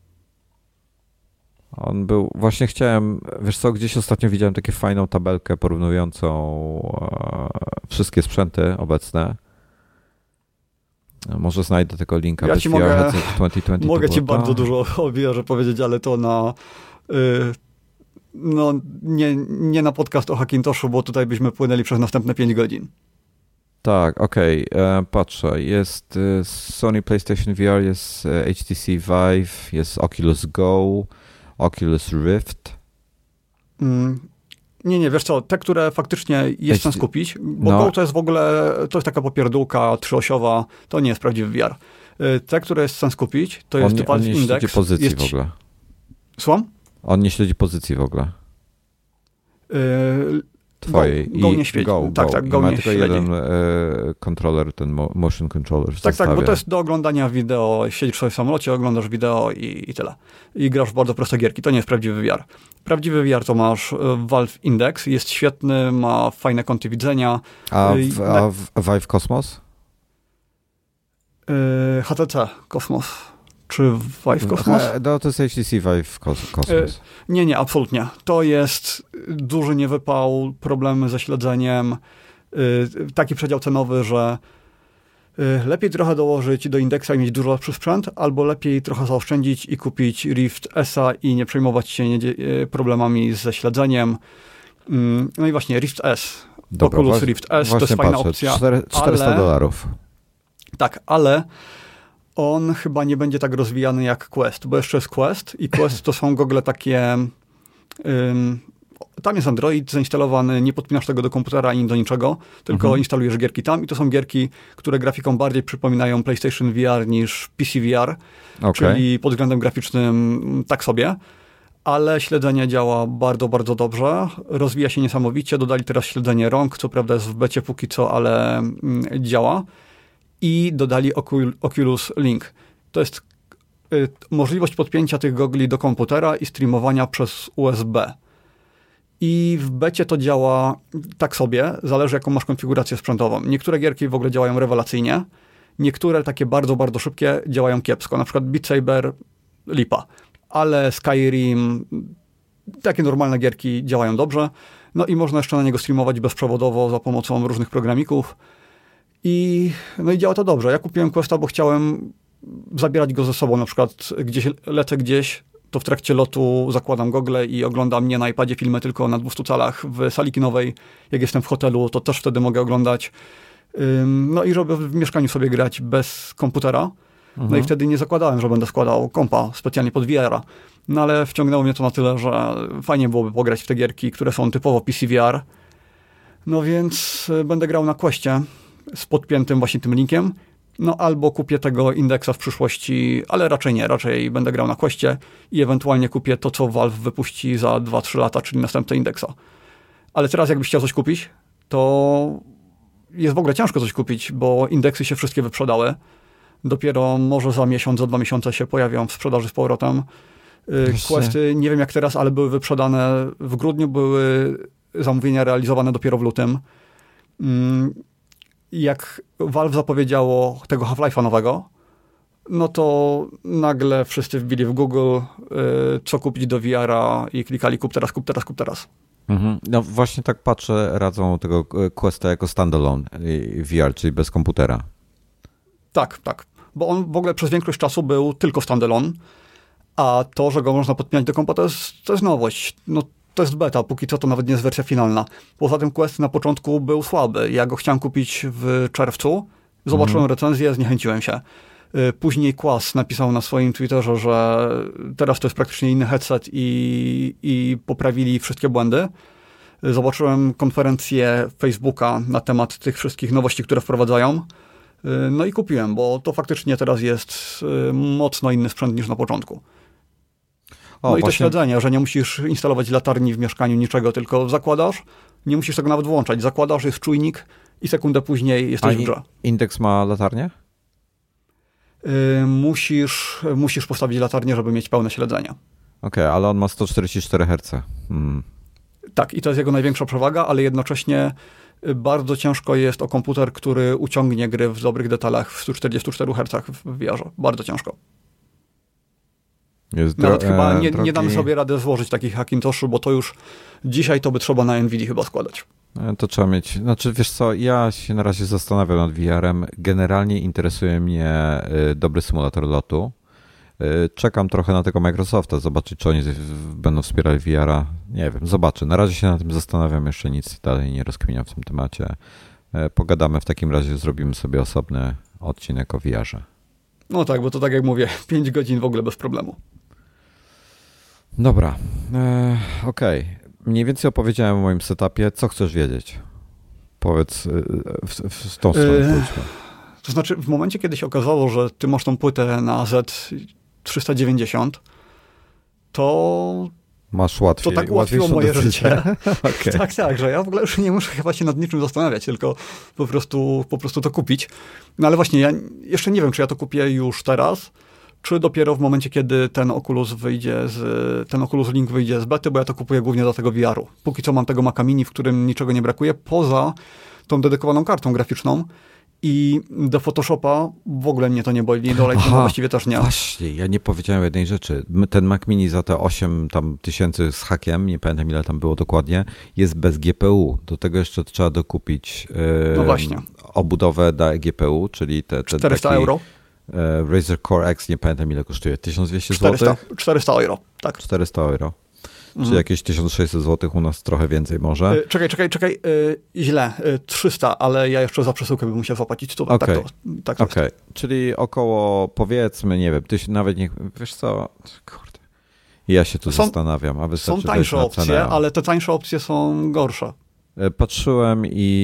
On był, właśnie chciałem, wiesz co, gdzieś ostatnio widziałem taką fajną tabelkę porównującą wszystkie sprzęty obecne. Może znajdę tego linka. Ja ci mogę, dwa tysiące dwudziesty mogę ci bardzo dużo o V R-ze powiedzieć, ale to na yy, no nie, nie na podcast o Hackintoshu, bo tutaj byśmy płynęli przez następne pięć godzin. Tak, okej, okay. Patrzę. Jest Sony PlayStation V R, jest H T C Vive, jest Oculus Go, Oculus Rift. Mm. Nie, nie, wiesz co, te, które faktycznie jest sens kupić, bo no. Go to jest w ogóle, to jest taka popierdółka trzyosiowa, to nie jest prawdziwy V R. Te, które jest sens kupić, to jest on, Valve on nie Index. śledzi pozycji jest... w ogóle. Słucham? On nie śledzi pozycji w ogóle. Yy, Twojej. Go, go nie świeci. Go, tak, go. tak, Go I ma nie tylko śledzi. jeden e, kontroler, ten motion controller w Tak, zestawie. tak, bo to jest do oglądania wideo. Siedzisz sobie w samolocie, oglądasz wideo i, i tyle. I grasz w bardzo proste gierki. To nie jest prawdziwy V R. Prawdziwy V R to masz Valve Index, jest świetny, ma fajne kąty widzenia. A, w, a w Vive Cosmos? H T C Cosmos. Czy Vive Cosmos? No to jest H T C Vive Cosmos. Nie, nie, absolutnie. To jest duży niewypał, problemy ze śledzeniem, taki przedział cenowy, że lepiej trochę dołożyć do indeksa i mieć dużo lepszy sprzęt, albo lepiej trochę zaoszczędzić i kupić Rift S-a i nie przejmować się problemami ze śledzeniem. No i właśnie Rift S. Dobra, Oculus właśnie, Rift S to jest fajna patrzę, opcja. czterysta dolarów. Tak, ale on chyba nie będzie tak rozwijany jak Quest, bo jeszcze jest Quest i Quest to są gogle takie... Um, tam jest Android zainstalowany, nie podpinasz tego do komputera ani do niczego, tylko mhm. instalujesz gierki tam i to są gierki, które grafiką bardziej przypominają PlayStation V R niż P C V R, okay. czyli pod względem graficznym tak sobie, ale śledzenie działa bardzo, bardzo dobrze, rozwija się niesamowicie, dodali teraz śledzenie rąk, co prawda jest w becie póki co, ale mm, działa i dodali Ocul- Oculus Link. To jest y, możliwość podpięcia tych gogli do komputera i streamowania przez U S B. I w becie to działa tak sobie, zależy jaką masz konfigurację sprzętową. Niektóre gierki w ogóle działają rewelacyjnie, niektóre takie bardzo, bardzo szybkie działają kiepsko. Na przykład Beat Saber, lipa. Ale Skyrim, takie normalne gierki działają dobrze. No i można jeszcze na niego streamować bezprzewodowo za pomocą różnych programików. I, no i działa to dobrze. Ja kupiłem Questa, bo chciałem zabierać go ze sobą. Na przykład gdzieś lecę gdzieś, to w trakcie lotu zakładam gogle i oglądam nie na iPadzie filmy, tylko na dwustu calach w sali kinowej. Jak jestem w hotelu, to też wtedy mogę oglądać. No i żeby w mieszkaniu sobie grać bez komputera. Mhm. No i wtedy nie zakładałem, że będę składał kompa specjalnie pod V R-a. No ale wciągnęło mnie to na tyle, że fajnie byłoby pograć w te gierki, które są typowo P C V R. No więc będę grał na Questie z podpiętym właśnie tym linkiem. No albo kupię tego indeksa w przyszłości, ale raczej nie, raczej będę grał na Questie i ewentualnie kupię to, co Valve wypuści za dwa trzy lata, czyli następne indeksa. Ale teraz jakbyś chciał coś kupić, to jest w ogóle ciężko coś kupić, bo indeksy się wszystkie wyprzedały. Dopiero może za miesiąc, za dwa miesiące się pojawią w sprzedaży z powrotem. Właśnie. Questy, nie wiem jak teraz, ale były wyprzedane w grudniu, były zamówienia realizowane dopiero w lutym. Jak Valve zapowiedziało tego Half-Life'a nowego, no to nagle wszyscy wbili w Google, co kupić do V R-a i klikali kup teraz, kup teraz, kup teraz. Mhm. No właśnie tak patrzę, radzą tego Questa jako standalone V R, czyli bez komputera. Tak, tak. Bo on w ogóle przez większość czasu był tylko standalone, a to, że go można podpinać do kompa, to jest, to jest nowość. No, to jest beta, póki co to nawet nie jest wersja finalna. Poza tym Quest na początku był słaby. Ja go chciałem kupić w czerwcu, zobaczyłem mhm. recenzję, zniechęciłem się. Później Quas napisał na swoim Twitterze, że teraz to jest praktycznie inny headset i, i poprawili wszystkie błędy. Zobaczyłem konferencję Facebooka na temat tych wszystkich nowości, które wprowadzają. No i kupiłem, bo to faktycznie teraz jest mocno inny sprzęt niż na początku. No o, i to właśnie... śledzenie, że nie musisz instalować latarni w mieszkaniu, niczego, tylko zakładasz, nie musisz tego nawet włączać. Zakładasz, jest czujnik i sekundę później jesteś w grze. Indeks ma latarnię? Yy, musisz, musisz postawić latarnię, żeby mieć pełne śledzenie. Okej, okay, ale on ma sto czterdzieści cztery herce. Hmm. Tak, i to jest jego największa przewaga, ale jednocześnie bardzo ciężko jest o komputer, który uciągnie gry w dobrych detalach w stu czterdziestu czterech hercach w V R-ze. Bardzo ciężko. Jest Nawet dro- chyba nie, drogi... nie damy sobie rady złożyć takich Hackintoszy, bo to już dzisiaj to by trzeba na Nvidia chyba składać. To trzeba mieć. Znaczy, wiesz co, ja się na razie zastanawiam nad V R-em. Generalnie interesuje mnie dobry symulator lotu. Czekam trochę na tego Microsofta, zobaczyć, czy oni będą wspierali V R-a. Nie wiem, zobaczę. Na razie się nad tym zastanawiam, jeszcze nic dalej nie rozkminiam w tym temacie. Pogadamy w takim razie, zrobimy sobie osobny odcinek o V R-ze. No tak, bo to tak jak mówię, pięć godzin w ogóle bez problemu. Dobra, e, okej. Okay. Mniej więcej opowiedziałem o moim setupie. Co chcesz wiedzieć? Powiedz, w, w, w tą stronę yy, pójdźmy. To znaczy, w momencie, kiedy się okazało, że ty masz tą płytę na Z trzysta dziewięćdziesiąt, to... Masz łatwiej. To tak ułatwiło moje życie. Okay. Tak, tak, że ja w ogóle już nie muszę chyba się nad niczym zastanawiać, tylko po prostu, po prostu to kupić. No ale właśnie, ja jeszcze nie wiem, czy ja to kupię już teraz, czy dopiero w momencie, kiedy ten Oculus wyjdzie z, ten Oculus Link wyjdzie z bety, bo ja to kupuję głównie do tego V R-u. Póki co mam tego Maca Mini, w którym niczego nie brakuje, poza tą dedykowaną kartą graficzną I do Photoshopa w ogóle mnie to nie boli, do Lightrooma właściwie też nie. Właśnie, ja nie powiedziałem jednej rzeczy. Ten Mac Mini za te osiem tam tysięcy z hakiem, nie pamiętam ile tam było dokładnie, jest bez G P U. Do tego jeszcze trzeba dokupić yy, no właśnie. obudowę do G P U, czyli te, te czterysta taki, euro. Yy, Razer Core X, nie pamiętam ile kosztuje, tysiąc dwieście złotych? czterysta euro, tak. czterysta euro. Czyli mhm. jakieś tysiąc sześćset złotych, u nas trochę więcej może. Yy, czekaj, czekaj, czekaj, yy, źle, yy, trzysta, ale ja jeszcze za przesyłkę bym musiał zapłacić stówę. Okay. Tak to, tak to okay. Czyli około, powiedzmy, nie wiem, tyś, nawet nie, wiesz co, kurde, ja się tu są, zastanawiam, a wystarczy są tańsze opcje, ale te tańsze opcje są gorsze. Patrzyłem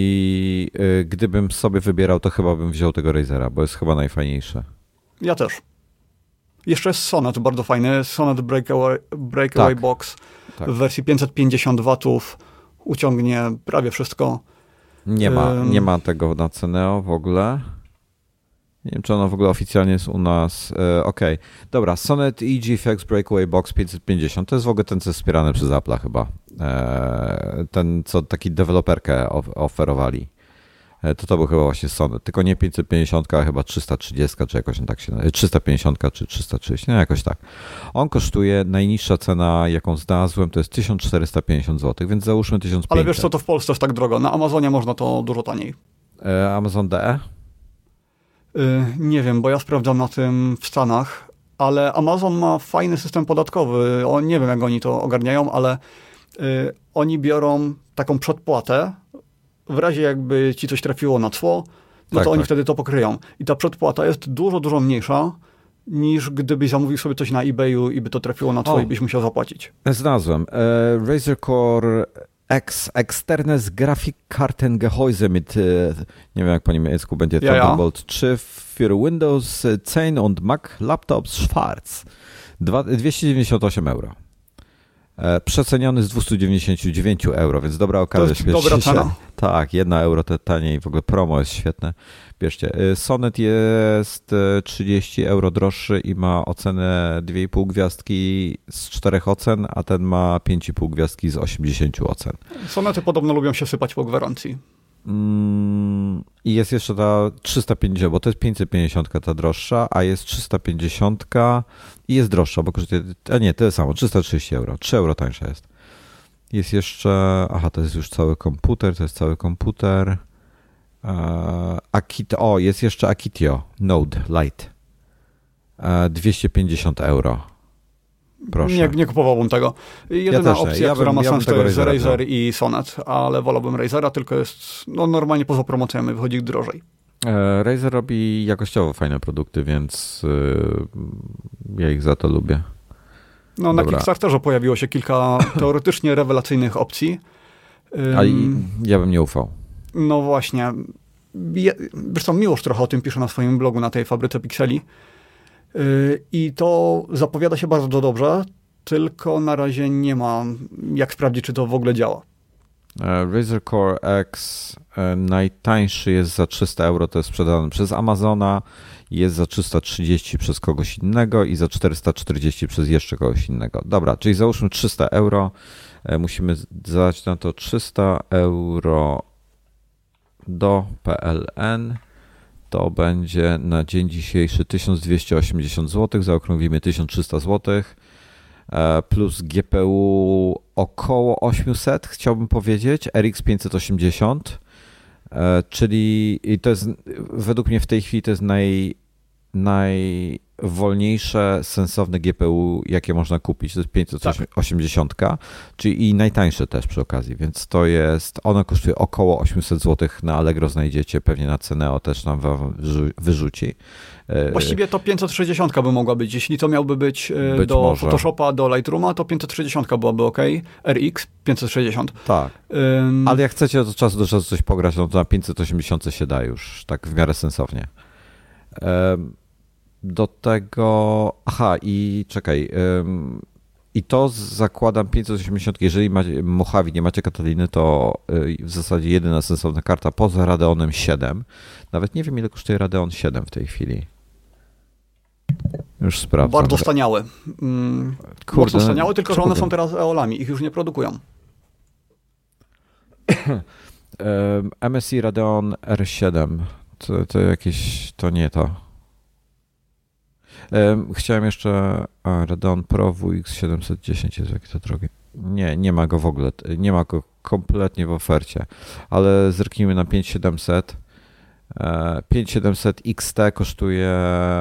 i yy, gdybym sobie wybierał, to chyba bym wziął tego Razera, bo jest chyba najfajniejszy. Ja też. Jeszcze jest Sonet, bardzo fajny. Sonet Breakaway, breakaway tak, Box tak. w wersji pięćset pięćdziesiąt watów. Uciągnie prawie wszystko. Nie ma, um, nie ma tego na Ceneo w ogóle. Nie wiem, czy ono w ogóle oficjalnie jest u nas. E, Okej, okay. Dobra. Sonet E G F X Breakaway Box pięćset pięćdziesiąt. To jest w ogóle ten, co jest wspierany przez Apple'a chyba. E, ten, co taki deweloperkę oferowali. To to był chyba właśnie Sonet, tylko nie pięćset pięćdziesiąt, a chyba trzysta trzydzieści, czy jakoś tak się trzysta pięćdziesiąt, czy trzysta trzydzieści, no jakoś tak. On kosztuje, najniższa cena, jaką znalazłem, to jest tysiąc czterysta pięćdziesiąt złotych, więc załóżmy tysiąc pięćset. Ale wiesz co, to w Polsce jest tak drogo, na Amazonie można to dużo taniej. E, Amazon D E? Yy, nie wiem, bo ja sprawdzam na tym w Stanach, ale Amazon ma fajny system podatkowy, o, nie wiem jak oni to ogarniają, ale yy, oni biorą taką przedpłatę, w razie jakby ci coś trafiło na cło, no tak, to oni tak. wtedy to pokryją. I ta przedpłata jest dużo, dużo mniejsza, niż gdybyś zamówił sobie coś na eBayu i by to trafiło na cło o. i byś musiał zapłacić. Znalazłem. E, Razer Core X Externes Grafikkartengehäuse mit, e, nie wiem jak po niemiecku będzie, ja, Thunderbolt ja. trzy für Windows zehn und Mac Laptops schwarz. dwieście dziewięćdziesiąt osiem euro. Przeceniony z dwieście dziewięćdziesiąt dziewięć euro, więc dobra okazja. To jest dobra cena. Tak, jedna euro to taniej, w ogóle promo jest świetne. Bierzcie. Sonet jest trzydzieści euro droższy i ma ocenę dwie i pół gwiazdki z czterech ocen, a ten ma pięć i pół gwiazdki z osiemdziesięciu ocen. Sonety podobno lubią się sypać po gwarancji. Mm, I jest jeszcze ta trzysta pięćdziesiąt, bo to jest pięćset pięćdziesiąt ta droższa, a jest trzysta pięćdziesiąt i jest droższa, bo kosztuje, a nie, to samo, trzysta trzydzieści euro, trzy euro tańsza jest. Jest jeszcze, aha, to jest już cały komputer, to jest cały komputer. Uh, Akito, o, jest jeszcze Akitio Node Lite. Uh, dwieście pięćdziesiąt euro. Proszę. Nie, nie kupowałbym tego. Jedyna ja opcja, ja która bym, ma ja sens, to jest Razera, Razer no. i Sonet, ale wolałbym Razera, tylko jest no, normalnie poza promocjami wychodzi drożej. E, Razer robi jakościowo fajne produkty, więc y, ja ich za to lubię. No na Kickstarterze pojawiło się kilka teoretycznie rewelacyjnych opcji. A ja bym nie ufał. No właśnie. Je, wiesz co, Miłosz trochę o tym pisze na swoim blogu, na tej fabryce pikseli. I to zapowiada się bardzo dobrze, tylko na razie nie ma jak sprawdzić, czy to w ogóle działa. Razer Core X najtańszy jest za trzysta euro, to jest sprzedany przez Amazona, jest za trzysta trzydzieści przez kogoś innego i za czterysta czterdzieści przez jeszcze kogoś innego. Dobra, czyli załóżmy trzysta euro, musimy zadać na to trzysta euro do P L N. To będzie na dzień dzisiejszy tysiąc dwieście osiemdziesiąt złotych, zaokrąglimy tysiąc trzysta złotych, plus G P U około osiemset, chciałbym powiedzieć, R X pięćset osiemdziesiąt, czyli i to jest, według mnie w tej chwili to jest naj, najwolniejsze, sensowne G P U, jakie można kupić, to jest pięćset osiemdziesiąt, tak. Czyli i najtańsze też przy okazji, więc to jest, ono kosztuje około osiemset złotych, na Allegro znajdziecie, pewnie na Ceneo też nam wyrzuci. Właściwie to pięćset sześćdziesiąt by mogła być, jeśli to miałby być, być do może. Photoshopa, do Lightrooma, to pięćset sześćdziesiąt byłaby ok, R X pięćset sześćdziesiąt. Tak, um, ale jak chcecie od czasu do czasu coś pograć, no to na pięćset osiemdziesiąt się da już tak w miarę sensownie. Um, Do tego, aha i czekaj, ym, i to zakładam pięćset osiemdziesiąt, jeżeli macie Mojave, nie macie Kataliny, to y, w zasadzie jedyna sensowna karta poza Radeonem siedem. Nawet nie wiem ile kosztuje Radeon siedem w tej chwili. Już sprawdzam. Bardzo staniały. Mm, Kurde, mocno staniały, tylko że one są teraz E O L-ami, ich już nie produkują. M S I Radeon R siedem. To, to jakieś, to nie to. Chciałem jeszcze, a Radeon Pro W X siedemset dziesięć jest jakie to drogie. Nie, nie ma go w ogóle, nie ma go kompletnie w ofercie, ale zerknijmy na pięć tysięcy siedemset. pięć tysięcy siedemset X T kosztuje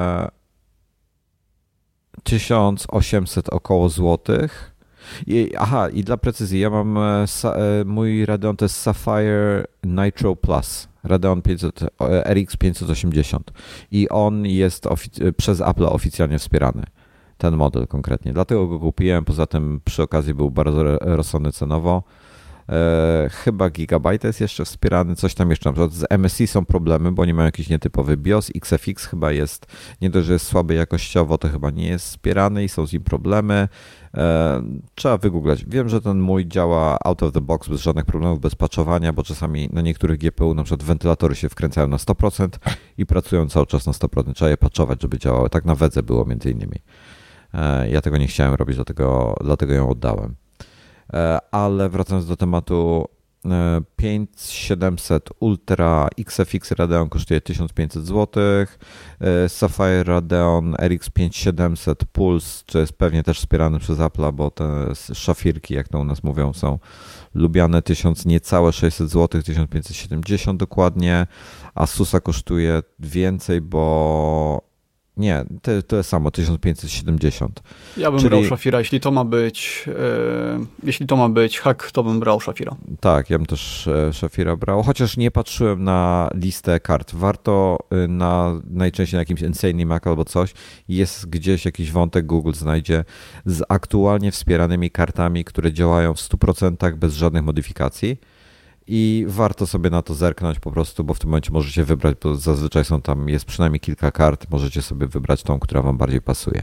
tysiąc osiemset około złotych. I, aha, i dla precyzji, ja mam mój Radeon to jest Sapphire Nitro Plus, Radeon pięćset, R X pięćset osiemdziesiąt i on jest ofic- przez Apple oficjalnie wspierany, ten model konkretnie. Dlatego go kupiłem, poza tym przy okazji był bardzo rozsądny cenowo. E, chyba Gigabyte jest jeszcze wspierany, coś tam jeszcze. Na przykład z M S I są problemy, bo nie mają jakiś nietypowy BIOS. X F X chyba jest, nie dość, że jest słaby jakościowo, to chyba nie jest wspierany i są z nim problemy. E, trzeba wygooglać. Wiem, że ten mój działa out of the box, bez żadnych problemów, bez patchowania, bo czasami na niektórych G P U na przykład wentylatory się wkręcają na sto procent i pracują cały czas na sto procent. Trzeba je patchować, żeby działały. Tak na Wedze było między innymi. E, ja tego nie chciałem robić, dlatego, dlatego ją oddałem. Ale wracając do tematu, pięć tysięcy siedemset Ultra X F X Radeon kosztuje tysiąc pięćset złotych, Sapphire Radeon R X pięć tysięcy siedemset Pulse, czy jest pewnie też wspierany przez Apple'a, bo te szafirki, jak to u nas mówią, są lubiane, tysiąc niecałe sześćset złotych, tysiąc pięćset siedemdziesiąt dokładnie, Asusa kosztuje więcej, bo nie, to, to jest samo, tysiąc pięćset siedemdziesiąt. Ja bym Czyli... brał Szafira, jeśli to ma być yy, jeśli to ma być hack, to bym brał Szafira. Tak, ja bym też Szafira brał, chociaż nie patrzyłem na listę kart. Warto na najczęściej na jakimś Insane Mac albo coś, jest gdzieś jakiś wątek, Google znajdzie z aktualnie wspieranymi kartami, które działają w stu procentach bez żadnych modyfikacji. I warto sobie na to zerknąć po prostu, bo w tym momencie możecie wybrać, bo zazwyczaj są tam, jest przynajmniej kilka kart, możecie sobie wybrać tą, która wam bardziej pasuje.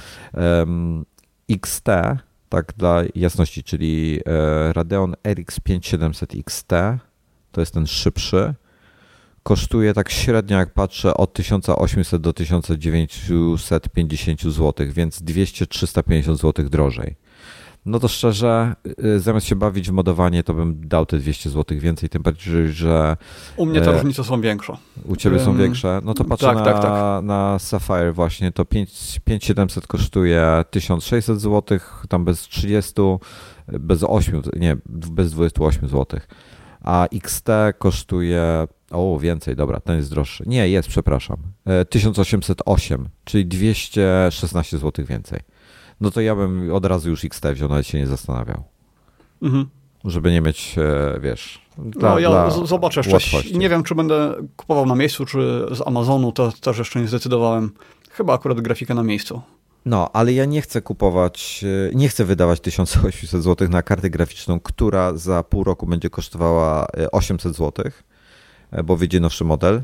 Um, X T, tak dla jasności, czyli Radeon R X pięć tysięcy siedemset X T, to jest ten szybszy, kosztuje tak średnio, jak patrzę, od tysiąc osiemset do tysiąc dziewięćset pięćdziesiąt złotych, więc dwieście do trzystu pięćdziesięciu złotych drożej. No to szczerze, zamiast się bawić w modowanie, to bym dał te dwieście złotych więcej, tym bardziej, że... U mnie te e, różnice są większe. U ciebie um, są większe? No to patrzę tak, na, tak, tak. na Sapphire właśnie, to pięć tysięcy siedemset kosztuje tysiąc sześćset złotych, tam bez trzydziestu, bez ośmiu, nie, bez dwudziestu ośmiu złotych. A X T kosztuje, o więcej, dobra, ten jest droższy. Nie, jest, przepraszam, tysiąc osiemset osiem, czyli dwieście szesnaście złotych więcej. No to ja bym od razu już X T wziął, nawet się nie zastanawiał. Mhm. Żeby nie mieć, wiesz... Dla, no ja dla z- zobaczę jeszcze. Łatwości. Nie wiem, czy będę kupował na miejscu, czy z Amazonu, to też jeszcze nie zdecydowałem. Chyba akurat grafikę na miejscu. No, ale ja nie chcę kupować, nie chcę wydawać tysiąc osiemset złotych na kartę graficzną, która za pół roku będzie kosztowała osiemset złotych, bo wyjdzie nowszy model.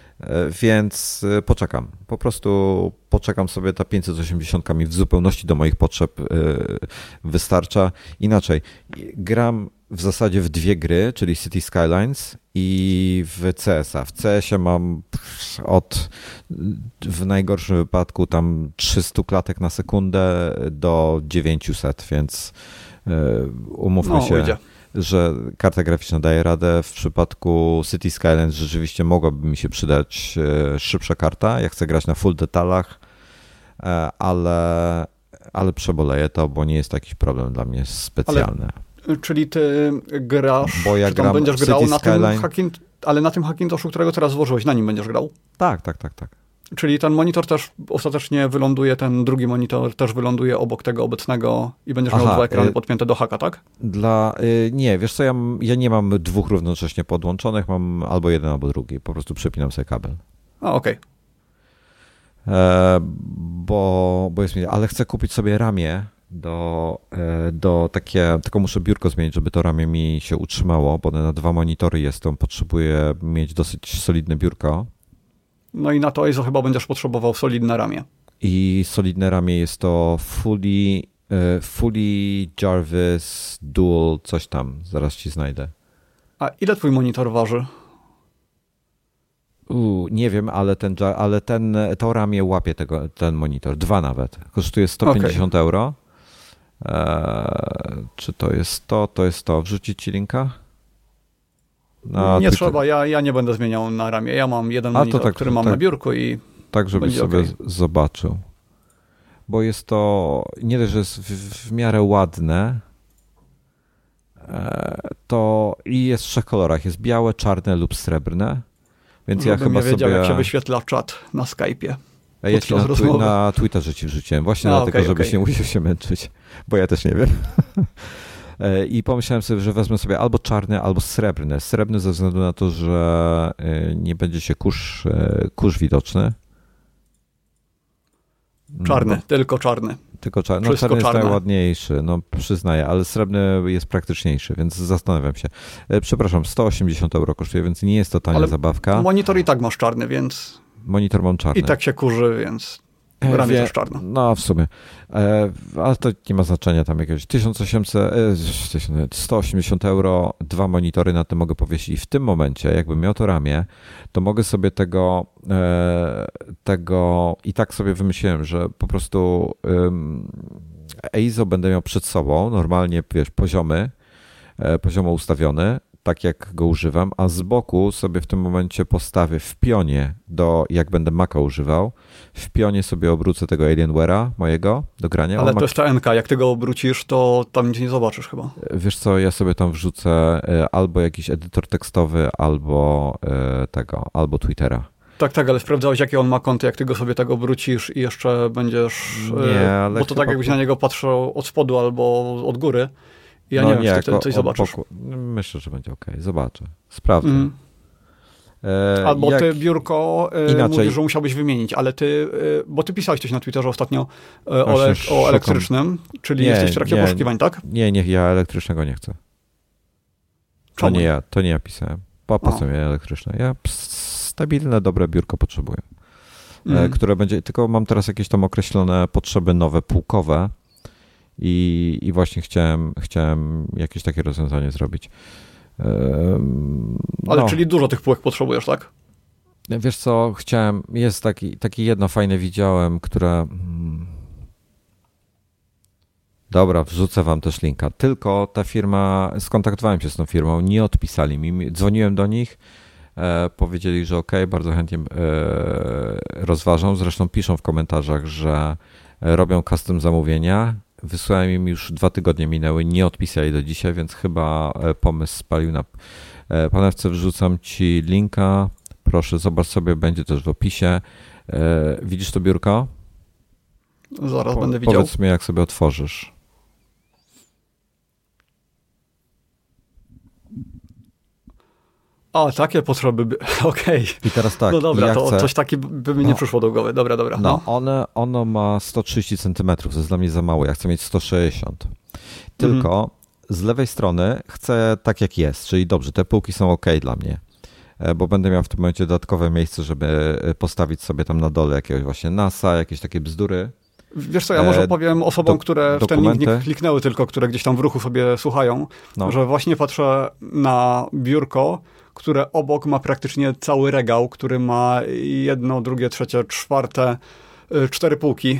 Więc poczekam. Po prostu poczekam sobie, ta pięćset osiemdziesiąt mi w zupełności do moich potrzeb wystarcza. Inaczej, gram w zasadzie w dwie gry, czyli City Skylines i w C S a. W C S ie mam od, w najgorszym wypadku tam trzysta klatek na sekundę do dziewięćset, więc umówmy no, się. Ujdzie. Że karta graficzna daje radę. W przypadku City Skylines rzeczywiście mogłaby mi się przydać szybsza karta. Ja chcę grać na full detalach, ale, ale przeboleję to, bo nie jest to jakiś problem dla mnie specjalny. Ale, czyli ty grasz, bo ja czy tam gram będziesz grał City na Skyline... tym Hacking, ale na tym Hackintoshu, którego teraz złożyłeś, na nim będziesz grał? Tak, tak, tak, tak. Czyli ten monitor też ostatecznie wyląduje, ten drugi monitor też wyląduje obok tego obecnego i będziesz Aha, miał dwa ekrany y- podpięte do haka, tak? Dla, y- nie, wiesz co, ja, ja nie mam dwóch równocześnie podłączonych, mam albo jeden, albo drugi. Po prostu przypinam sobie kabel. A, okej. Okay. E, bo, bo jest mi, ale chcę kupić sobie ramię do, e, do takie, tylko muszę biurko zmienić, żeby to ramię mi się utrzymało, bo na dwa monitory jest, to potrzebuję mieć dosyć solidne biurko. No i na to I S O chyba będziesz potrzebował solidne ramię. I solidne ramię jest to fully, fully Jarvis Dual coś tam. Zaraz ci znajdę. A ile twój monitor waży? U, nie wiem, ale, ten, ale ten, to ramię łapie tego, ten monitor. Dwa nawet. Kosztuje sto pięćdziesiąt okay. euro. Eee, czy to jest to? To jest to. Wrzucić ci linka? Na nie Twitter... trzeba, ja, ja nie będę zmieniał na ramię. Ja mam jeden A monitor, tak, który mam tak, na biurku i tak, żebyś sobie okay. zobaczył. Bo jest to, nie dość, że jest w, w miarę ładne, to i jest w trzech kolorach. Jest białe, czarne lub srebrne. Więc Żebym ja chyba nie wiedział, sobie... jak się wyświetla czat na Skype'ie. A ja ci na, twi- na Twitterze ci wrzuciłem. Właśnie A, dlatego, okay, żebyś okay. nie musiał się męczyć. Bo ja też nie wiem. I pomyślałem sobie, że wezmę sobie albo czarny, albo srebrny. Srebrny ze względu na to, że nie będzie się kurz, kurz widoczny. Czarny, no, tylko czarny. Tylko czarny. No, czarny jest czarne. Najładniejszy, no przyznaję, ale srebrny jest praktyczniejszy, więc zastanawiam się. Przepraszam, sto osiemdziesiąt euro kosztuje, więc nie jest to tania ale zabawka. Monitor i tak masz czarny, więc... Monitor mam czarny. I tak się kurzy, więc... Ramię też czarno. No w sumie. E, ale to nie ma znaczenia tam jakiegoś tysiąc osiemset, e, sto osiemdziesiąt euro, dwa monitory na tym mogę powiesić i w tym momencie, jakbym miał to ramię, to mogę sobie tego, e, tego i tak sobie wymyśliłem, że po prostu um, E I S O będę miał przed sobą, normalnie wiesz, poziomy, e, poziomo ustawiony, tak jak go używam, a z boku sobie w tym momencie postawię w pionie, do, jak będę Maca używał, w pionie sobie obrócę tego Alienware'a mojego do grania. Ale On to ma... jest ta N K, jak ty go obrócisz, to tam nic nie zobaczysz chyba. Wiesz co, ja sobie tam wrzucę albo jakiś edytor tekstowy, albo tego, albo Twittera. Tak, tak, ale sprawdzałeś, jakie on ma konto, jak ty go sobie tak obrócisz i jeszcze będziesz... Nie, ale bo to tak jakbyś na niego patrzył od spodu albo od góry. Ja no nie wiem, nie, czy ty coś zobaczysz. Boku. Myślę, że będzie ok. Zobaczę. Sprawdzę. Mm. E, Albo jak... ty biurko e, Inaczej. mówisz, że musiałbyś wymienić, ale ty, e, bo ty pisałeś coś na Twitterze ostatnio e, o, le, o elektrycznym, czyli nie, jesteś w trakcie nie, poszukiwań, tak? Nie, nie, ja elektrycznego nie chcę. To nie ja, to nie ja pisałem. Po, po co mi elektryczne? Ja stabilne, dobre biurko potrzebuję. Mm. E, które będzie, tylko mam teraz jakieś tam określone potrzeby nowe, półkowe, I, i właśnie chciałem, chciałem jakieś takie rozwiązanie zrobić. Um, Ale no. czyli dużo tych półek potrzebujesz, tak? Wiesz co, chciałem, jest taki, taki jedno fajne widziałem, które... Dobra, wrzucę wam też linka. Tylko ta firma, skontaktowałem się z tą firmą, nie odpisali mi, dzwoniłem do nich, e, powiedzieli, że ok, bardzo chętnie e, rozważą, zresztą piszą w komentarzach, że robią custom zamówienia. Wysłałem im już dwa tygodnie minęły, nie odpisali do dzisiaj, więc chyba pomysł spalił na panewce. Wrzucam ci linka, proszę zobacz sobie, będzie też w opisie. Widzisz to biurko? Zaraz po, będę widział. Powiedz mi, jak sobie otworzysz. A, takie potrzeby, by... okej. Okay. I teraz tak. No dobra, ja to chcę... coś takiego by mi nie no, przyszło do głowy. Dobra, dobra. No, no. One, ono ma sto trzydzieści centymetrów, to jest dla mnie za mało. Ja chcę mieć sto sześćdziesiąt. Tylko mhm. z lewej strony chcę tak jak jest, czyli dobrze, te półki są ok dla mnie, bo będę miał w tym momencie dodatkowe miejsce, żeby postawić sobie tam na dole jakiegoś właśnie NASA, jakieś takie bzdury. Wiesz co, ja może powiem osobom, Do, które w ten link nie kliknęły, tylko które gdzieś tam w ruchu sobie słuchają, no. że właśnie patrzę na biurko, które obok ma praktycznie cały regał, który ma jedno, drugie, trzecie, czwarte, cztery półki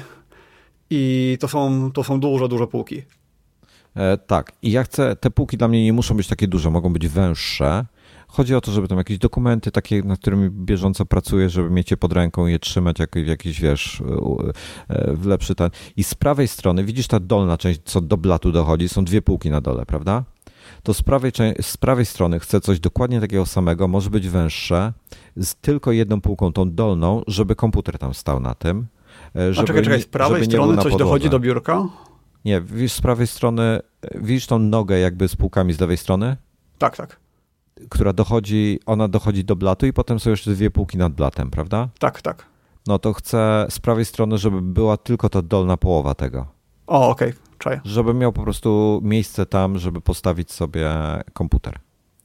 i to są, to są duże, duże półki. E, tak, i ja chcę, te półki dla mnie nie muszą być takie duże, mogą być węższe. Chodzi o to, żeby tam jakieś dokumenty takie, nad którymi bieżąco pracuję, żeby mieć je pod ręką i je trzymać jak, jakiś, wiesz, w lepszy ten. I z prawej strony, widzisz ta dolna część, co do blatu dochodzi, są dwie półki na dole, prawda? To z prawej, z prawej strony chcę coś dokładnie takiego samego, może być węższe, z tylko jedną półką, tą dolną, żeby komputer tam stał na tym. Żeby A czekaj, czekaj, z prawej strony coś podłodze. Dochodzi do biurka? Nie, widzisz z prawej strony, widzisz tą nogę jakby z półkami z lewej strony? Tak, tak. Która dochodzi, ona dochodzi do blatu i potem są jeszcze dwie półki nad blatem, prawda? Tak, tak. No to chcę z prawej strony, żeby była tylko ta dolna połowa tego. O, okej, okay. Czaję. Żeby miał po prostu miejsce tam, żeby postawić sobie komputer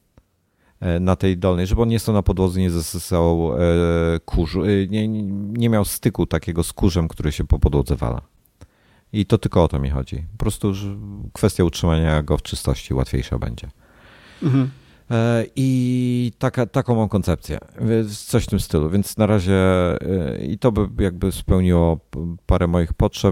na tej dolnej, żeby on nie stał na podłodze, nie zasysał e, kurzu, e, nie, nie miał styku takiego z kurzem, który się po podłodze wala. I to tylko o to mi chodzi. Po prostu kwestia utrzymania go w czystości łatwiejsza będzie. Mhm. I taka, taką mam koncepcję, coś w tym stylu, więc na razie i to by jakby spełniło parę moich potrzeb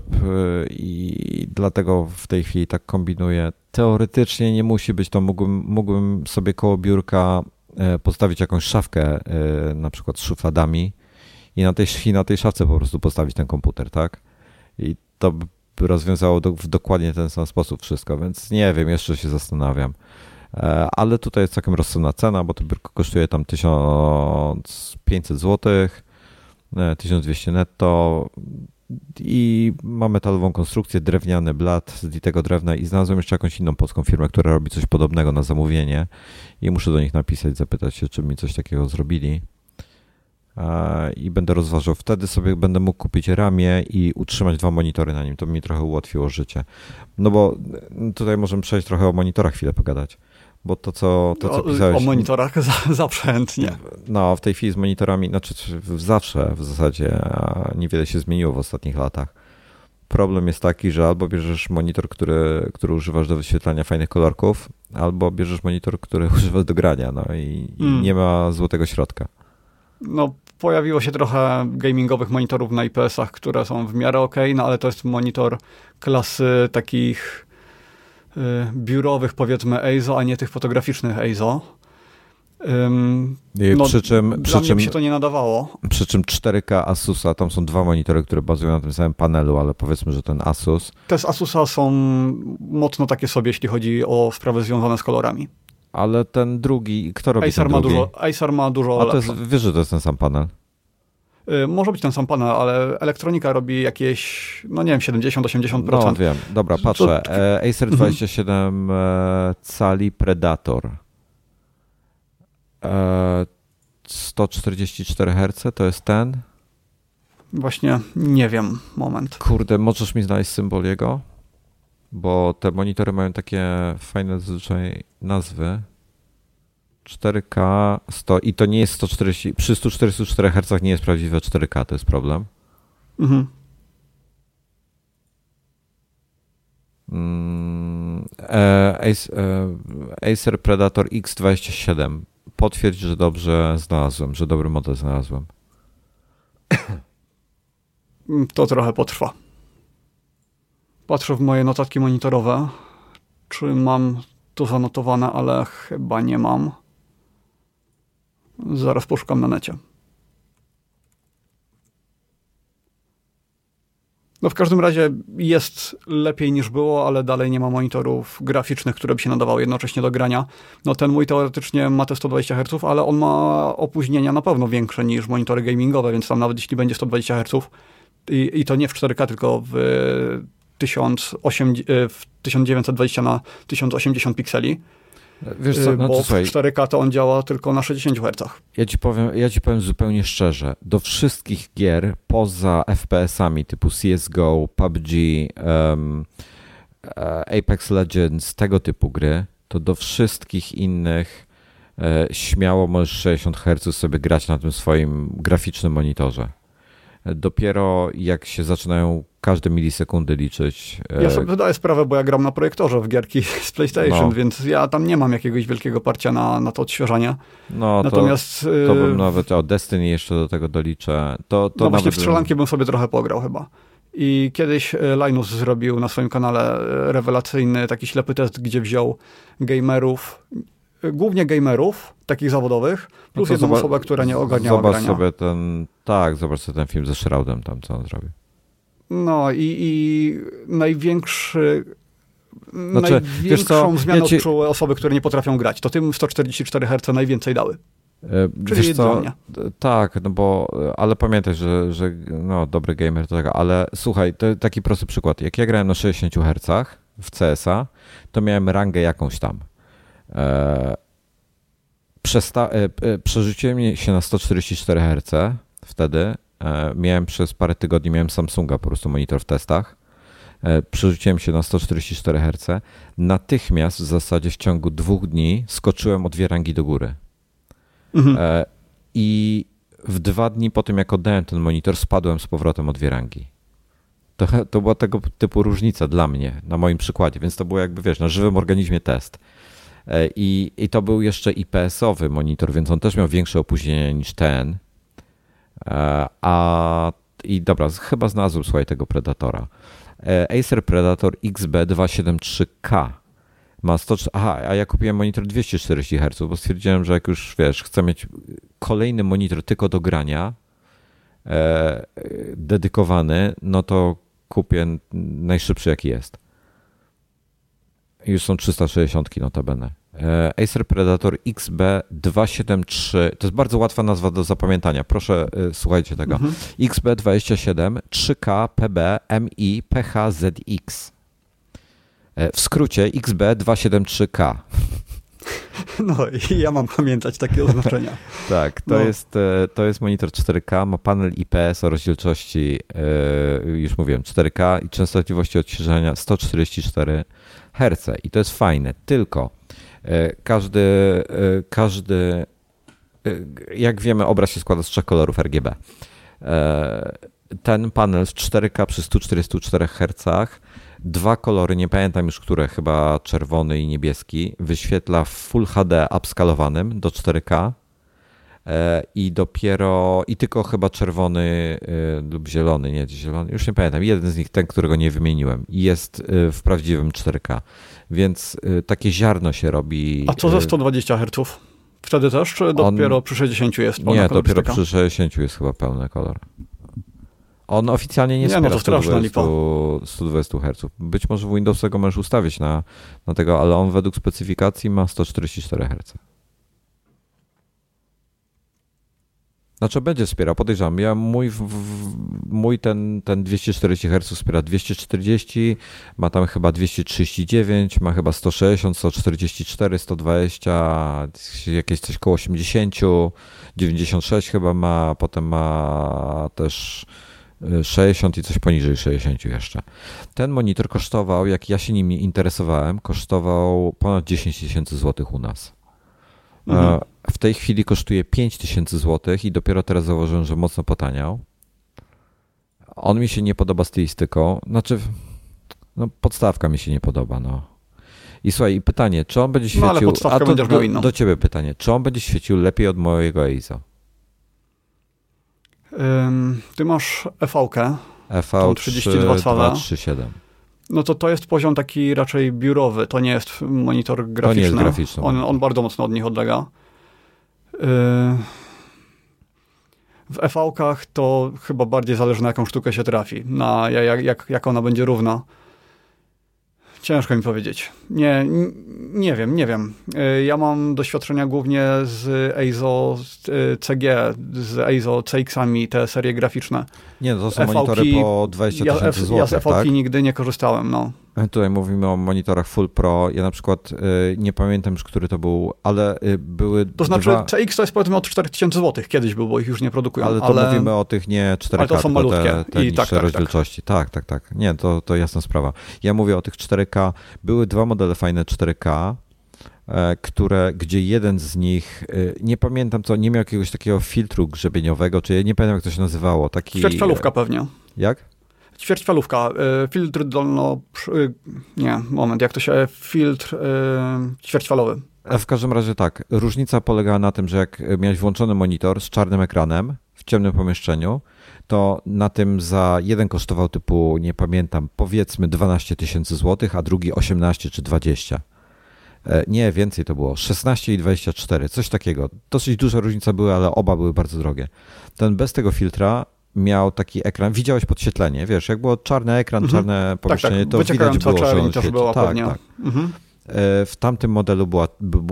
i dlatego w tej chwili tak kombinuję. Teoretycznie nie musi być to, mógłbym, mógłbym sobie koło biurka postawić jakąś szafkę, na przykład z szufladami i na tej, i na tej szafce po prostu postawić ten komputer, tak? I to by rozwiązało do, w dokładnie ten sam sposób wszystko, więc nie wiem, jeszcze się zastanawiam. Ale tutaj jest całkiem rozsądna cena, bo to biurko kosztuje tam tysiąc pięćset złotych, tysiąc dwieście netto i ma metalową konstrukcję, drewniany blat z litego drewna i znalazłem jeszcze jakąś inną polską firmę, która robi coś podobnego na zamówienie i muszę do nich napisać, zapytać się, czy mi coś takiego zrobili i będę rozważał. Wtedy sobie będę mógł kupić ramię i utrzymać dwa monitory na nim. To mi trochę ułatwiło życie. No bo tutaj możemy przejść trochę o monitorach chwilę pogadać. Bo to, co, to, co pisałeś... O monitorach za, zawsze chętnie. No, w tej chwili z monitorami, znaczy zawsze w zasadzie niewiele się zmieniło w ostatnich latach. Problem jest taki, że albo bierzesz monitor, który, który używasz do wyświetlania fajnych kolorków, albo bierzesz monitor, który używasz do grania, no i, mm. i nie ma złotego środka. No, pojawiło się trochę gamingowych monitorów na I P S-ach, które są w miarę okej, okay, no ale to jest monitor klasy takich biurowych, powiedzmy, E I Z O, a nie tych fotograficznych E I Z O. Um, no, przy czym, przy dla czym, mnie by się to nie nadawało. Przy czym cztery K Asusa, tam są dwa monitory, które bazują na tym samym panelu, ale powiedzmy, że ten Asus... Te z Asusa są mocno takie sobie, jeśli chodzi o sprawy związane z kolorami. Ale ten drugi, kto robi Acer ten ma drugi? Dużo, Acer ma dużo A to jest, wiesz, że to jest ten sam panel? Yy, może być ten sam panel, ale elektronika robi jakieś, no nie wiem, siedemdziesiąt do osiemdziesiąt procent. No wiem, dobra, patrzę. To... Acer dwadzieścia siedem cali Predator. sto czterdzieści cztery herce to jest ten? Właśnie nie wiem, moment. Kurde, możesz mi znaleźć symbol jego? Bo te monitory mają takie fajne zazwyczaj nazwy. cztery K sto i to nie jest sto czterdzieści, przy stu czterdziestu czterech hercach nie jest prawdziwe cztery K, to jest problem. Mhm. Mm, e, Acer, e, Acer Predator X dwadzieścia siedem. Potwierdź, że dobrze znalazłem, że dobry model znalazłem. To trochę potrwa. Patrzę w moje notatki monitorowe, czy mam to zanotowane, ale chyba nie mam. Zaraz poszukam na necie. No w każdym razie jest lepiej niż było, ale dalej nie ma monitorów graficznych, które by się nadawały jednocześnie do grania. No ten mój teoretycznie ma te sto dwadzieścia herców, ale on ma opóźnienia na pewno większe niż monitory gamingowe, więc tam nawet jeśli będzie sto dwadzieścia herców i, i to nie w cztery K, tylko w, tysiąc osiemdziesiąt, w tysiąc dziewięćset dwadzieścia na tysiąc osiemdziesiąt pikseli. Wiesz co, no bo to w słuchaj, cztery K to on działa tylko na sześćdziesięciu hercach. Ja ci powiem, ja ci powiem zupełnie szczerze, do wszystkich gier poza F P S-ami typu C S G O, P U B G, um, Apex Legends, tego typu gry, to do wszystkich innych e, śmiało możesz sześćdziesiąt herców sobie grać na tym swoim graficznym monitorze. Dopiero jak się zaczynają każde milisekundy liczyć. Ja sobie zdaję sprawę, bo ja gram na projektorze w gierki z PlayStation, no. więc ja tam nie mam jakiegoś wielkiego parcia na, na to odświeżanie. No Natomiast, to, to bym nawet, o Destiny jeszcze do tego doliczę. To, to no właśnie nawet w strzelanki bym sobie trochę pograł chyba. I kiedyś Linus zrobił na swoim kanale rewelacyjny taki ślepy test, gdzie wziął gamerów, głównie gamerów, takich zawodowych, plus no jedną zobacz, osobę, która nie ogarniała zobacz grania. Sobie ten, tak, zobacz sobie ten film ze Shroudem tam, co on zrobił. No i, i największy, znaczy, największą zmianę ja ci... odczuły osoby, które nie potrafią grać. To tym sto czterdzieści cztery herce najwięcej dały. E, Czyli wiesz co, mnie. Tak, no bo, ale pamiętaj, że, że no, dobry gamer to tak, ale słuchaj, to taki prosty przykład. Jak ja grałem na sześćdziesięciu hercach w C S a, to miałem rangę jakąś tam. E, przesta- e, przerzuciłem się na sto czterdzieści cztery herce wtedy. Miałem przez parę tygodni, miałem Samsunga, po prostu monitor w testach. Przerzuciłem się na sto czterdzieści cztery herce. Natychmiast w zasadzie w ciągu dwóch dni skoczyłem o dwie rangi do góry. Mhm. I w dwa dni po tym, jak oddałem ten monitor, spadłem z powrotem o dwie rangi. To, to była tego typu różnica dla mnie, na moim przykładzie, więc to było jakby, wiesz, na żywym organizmie test. I, i to był jeszcze I P S-owy monitor, więc on też miał większe opóźnienia niż ten. A i dobra, chyba znalazłem, słuchaj, tego Predatora. Acer Predator X B dwieście siedemdziesiąt trzy K Ma sto... Aha, a ja kupiłem monitor dwieście czterdzieści herców, bo stwierdziłem, że jak już, wiesz, chcę mieć kolejny monitor tylko do grania, e, dedykowany, no to kupię najszybszy jaki jest. Już są trzysta sześćdziesiąt notabene. E, Acer Predator X B dwieście siedemdziesiąt trzy, to jest bardzo łatwa nazwa do zapamiętania, proszę e, słuchajcie tego. Mhm. X B dwadzieścia siedem trzy K P B M I P H Z X. E, w skrócie X B dwieście siedemdziesiąt trzy K. No i ja mam pamiętać takie oznaczenia. Tak, to, no. jest, to jest monitor cztery K, ma panel I P S o rozdzielczości, już mówiłem, cztery K i częstotliwości odświeżania sto czterdzieści cztery herce i to jest fajne, tylko każdy, każdy, jak wiemy, obraz się składa z trzech kolorów R G B. Ten panel w cztery K przy stu czterdziestu czterech hercach, dwa kolory, nie pamiętam już które, chyba czerwony i niebieski, wyświetla w Full H D upskalowanym do cztery K i dopiero, i tylko chyba czerwony lub zielony, nie, zielony, już nie pamiętam, jeden z nich, ten, którego nie wymieniłem, jest w prawdziwym cztery K, więc takie ziarno się robi. A co ze sto dwadzieścia herców? Wtedy też, czy dopiero On... przy sześćdziesięciu jest pełna Nie, dopiero przy sześćdziesięciu jest chyba pełny kolor. On oficjalnie nie, nie wspiera no sto dwadzieścia herców. Być może w Windowsie go możesz ustawić na, na tego, ale on według specyfikacji ma sto czterdzieści cztery herce. Znaczy będzie wspierał, podejrzewam. Ja mój, w, mój ten, ten dwieście czterdzieści herców wspiera dwieście czterdzieści, ma tam chyba dwieście trzydzieści dziewięć, ma chyba sto sześćdziesiąt, sto czterdzieści cztery, sto dwadzieścia, jakieś coś koło osiemdziesiąt, dziewięćdziesiąt sześć chyba ma, potem ma też sześćdziesiąt i coś poniżej sześćdziesiąt jeszcze. Ten monitor kosztował, jak ja się nim interesowałem, kosztował ponad dziesięć tysięcy złotych u nas. Mhm. W tej chwili kosztuje pięć tysięcy złotych i dopiero teraz zauważyłem, że mocno potaniał. On mi się nie podoba stylistyką, znaczy no podstawka mi się nie podoba, no. I słuchaj, i pytanie, czy on będzie świecił, no, ale podstawka a to będziesz miał inną. Do, do ciebie pytanie, czy on będzie świecił lepiej od mojego I S O? Um, ty masz E V-kę, E V trzydzieści dwa cale. trzysta siedem. No to to jest poziom taki raczej biurowy, to nie jest monitor graficzny. To nie jest graficzny. On, on bardzo mocno od nich odlega. W E V-kach to chyba bardziej zależy, na jaką sztukę się trafi, na jak, jak, jak ona będzie równa. Ciężko mi powiedzieć. Nie, nie wiem, nie wiem. Ja mam doświadczenia głównie z E I Z O C G, z E I Z O C X-ami, te serie graficzne. Nie, to są E V-ki, monitory po dwadzieścia tysięcy złotych, ja z E V-ki tak? nigdy nie korzystałem, no. Tutaj mówimy o monitorach Full Pro. Ja na przykład y, nie pamiętam już, który to był, ale y, były To znaczy dwa... C X to jest powiedzmy od cztery tysiące złotych. Kiedyś był, bo ich już nie produkują. Ale to ale... mówimy o tych nie cztery K, ale to są malutkie. te, te I niższe tak, tak, rozdzielczości. Tak, tak, tak. Nie, to, to jasna sprawa. Ja mówię o tych cztery K. Były dwa modele fajne cztery K, e, które, gdzie jeden z nich, e, nie pamiętam co, nie miał jakiegoś takiego filtru grzebieniowego, czy ja nie pamiętam jak to się nazywało. Taki... Ćwierćfalówka pewnie. Jak? Ćwierćfalówka, y, filtr dolno... Y, nie, moment, jak to się... Filtr y, ćwierćfalowy. W każdym razie tak, różnica polegała na tym, że jak miałeś włączony monitor z czarnym ekranem w ciemnym pomieszczeniu, to na tym za jeden kosztował typu, nie pamiętam, powiedzmy dwanaście tysięcy złotych, a drugi osiemnaście czy dwadzieścia. Nie, więcej to było, szesnaście i dwadzieścia cztery, coś takiego. Dosyć duża różnica była, ale oba były bardzo drogie. Ten bez tego filtra miał taki ekran, widziałeś podświetlenie, wiesz, jak było czarny ekran, mhm. czarne pomieszczenie, tak, tak. to widać było, że on świeci. Była tak, pewnie. tak. Mhm. W tamtym modelu była,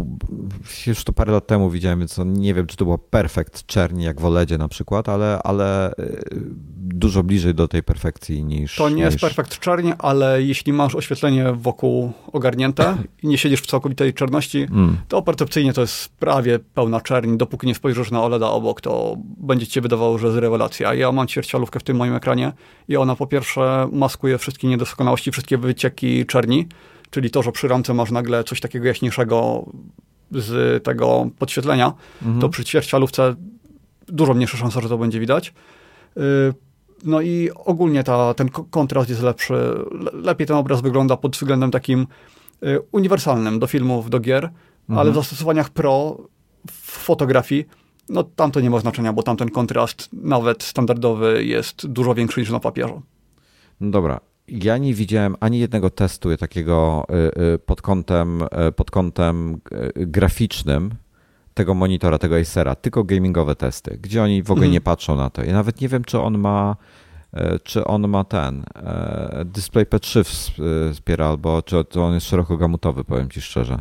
już to parę lat temu widziałem, więc nie wiem, czy to było perfekt czerni, jak w OLEDzie na przykład, ale, ale dużo bliżej do tej perfekcji niż... To nie niż... jest perfekt czerni, ale jeśli masz oświetlenie wokół ogarnięte i nie siedzisz w całkowitej czarności, mm. to percepcyjnie to jest prawie pełna czerni. Dopóki nie spojrzysz na OLEDa obok, to będzie ci się wydawało, że jest rewelacja. Ja mam ćwierćfalówkę w tym moim ekranie i ona po pierwsze maskuje wszystkie niedoskonałości, wszystkie wycieki czerni, czyli to, że przy ramce masz nagle coś takiego jaśniejszego z tego podświetlenia, mhm. to przy ćwierćfalówce dużo mniejsza szansa, że to będzie widać. No i ogólnie ta, ten kontrast jest lepszy. Lepiej ten obraz wygląda pod względem takim uniwersalnym do filmów, do gier, mhm. ale w zastosowaniach pro, w fotografii, no tam to nie ma znaczenia, bo tam ten kontrast nawet standardowy jest dużo większy niż na papierze. No dobra. ja nie widziałem ani jednego testu takiego pod kątem, pod kątem graficznym tego monitora, tego Acera, tylko gamingowe testy, gdzie oni w ogóle mhm. nie patrzą na to. Ja nawet nie wiem, czy on ma czy on ma ten DisplayPad trzy wspiera, albo czy on jest szerokogamutowy, powiem ci szczerze.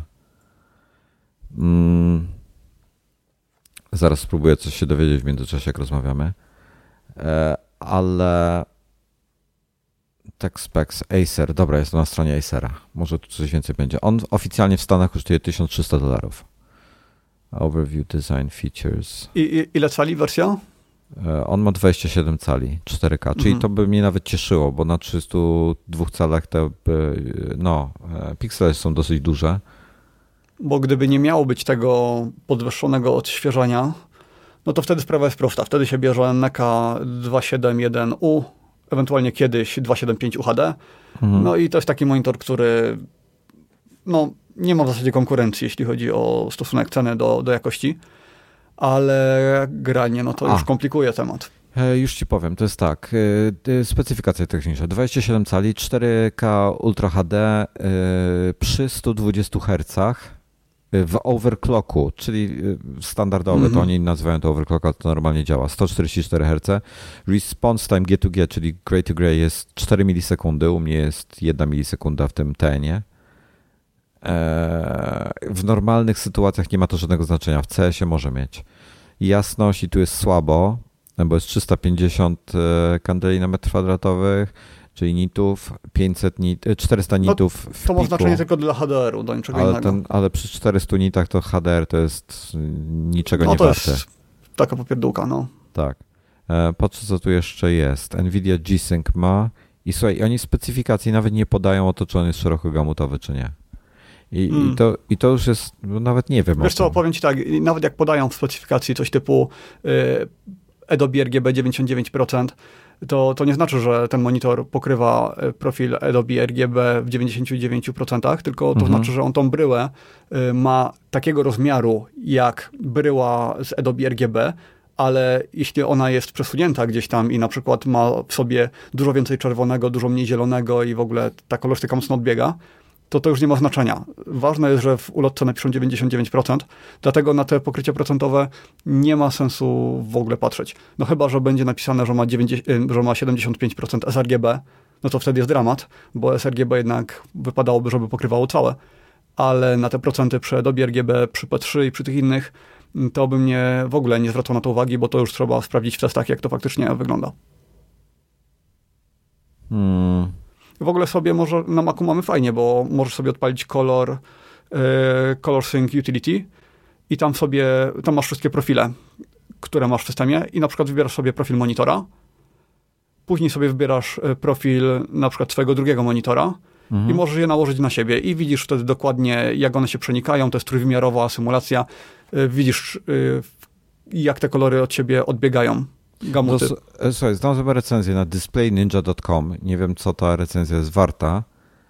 Hmm. Zaraz spróbuję coś się dowiedzieć w międzyczasie, jak rozmawiamy. Ale Tech Specs, Acer, dobra, jest to na stronie Acera. Może tu coś więcej będzie. On oficjalnie w Stanach kosztuje tysiąc trzysta dolarów. Overview Design Features. I, i ile cali wersja? On ma dwadzieścia siedem cali, cztery K, czyli mhm. to by mnie nawet cieszyło, bo na trzystu dwóch calach te no, piksele są dosyć duże. Bo gdyby nie miało być tego podwyższonego odświeżania, no to wtedy sprawa jest prosta. Wtedy się bierze N K dwieście siedem jeden U, ewentualnie kiedyś dwieście siedemdziesiąt pięć U H D. Mhm. No i to jest taki monitor, który no, nie ma w zasadzie konkurencji, jeśli chodzi o stosunek ceny do, do jakości, ale granie, no to A. już komplikuje temat. Już ci powiem, to jest tak, specyfikacja techniczna, dwadzieścia siedem cali, cztery K Ultra H D przy stu dwudziestu hercach w overclocku, czyli standardowe, mm-hmm. to oni nazywają to overclock, ale to normalnie działa, sto czterdzieści cztery herce. Response time G to G, czyli gray to gray jest cztery milisekundy, u mnie jest jedna milisekunda w tym T N-ie. W normalnych sytuacjach nie ma to żadnego znaczenia, w C S-ie może mieć. Jasność i tu jest słabo, bo jest trzysta pięćdziesiąt kandeli na metr kwadratowy, czyli nitów, pięćset nit, czterysta no, nitów w To piku. ma znaczenie tylko dla H D R-u, do niczego ale innego. Ten, ale przy czterystu nitach to H D R to jest niczego no, nie to warte. Jest taka popierdółka, no. Tak. Patrzę, co tu jeszcze jest. NVIDIA G-Sync ma i słuchaj, oni specyfikacji nawet nie podają o to, czy on jest szerokogamutowy, czy nie. I, hmm. i, to, I to już jest, no nawet nie wiem. Wiesz co, powiem ci tak, nawet jak podają w specyfikacji coś typu y, Adobe R G B dziewięćdziesiąt dziewięć procent, to, to nie znaczy, że ten monitor pokrywa profil Adobe R G B w dziewięćdziesiąt dziewięć procent, tylko to mhm. znaczy, że on tą bryłę y, ma takiego rozmiaru jak bryła z Adobe R G B, ale jeśli ona jest przesunięta gdzieś tam i na przykład ma w sobie dużo więcej czerwonego, dużo mniej zielonego i w ogóle ta kolorystyka mocno odbiega, to to już nie ma znaczenia. Ważne jest, że w ulotce napiszą dziewięćdziesiąt dziewięć procent, dlatego na te pokrycie procentowe nie ma sensu w ogóle patrzeć. No chyba, że będzie napisane, że ma, dziewięćdziesiąt, że ma siedemdziesiąt pięć procent sRGB, no to wtedy jest dramat, bo sRGB jednak wypadałoby, żeby pokrywało całe. Ale na te procenty przy Adobe R G B, przy P trzy i przy tych innych, to bym nie, w ogóle nie zwracał na to uwagi, bo to już trzeba sprawdzić w testach, jak to faktycznie wygląda. Hmm. W ogóle sobie może na Macu mamy fajnie, bo możesz sobie odpalić Color, yy, Color Sync Utility i tam sobie, tam masz wszystkie profile, które masz w systemie i na przykład wybierasz sobie profil monitora, później sobie wybierasz profil na przykład swojego drugiego monitora mhm. i możesz je nałożyć na siebie i widzisz wtedy dokładnie, jak one się przenikają, to jest trójwymiarowa symulacja, yy, widzisz yy, jak te kolory od siebie odbiegają. Gamuty. No, słuchaj, znalazłem recenzję na display ninja kropka com. Nie wiem, co ta recenzja jest warta,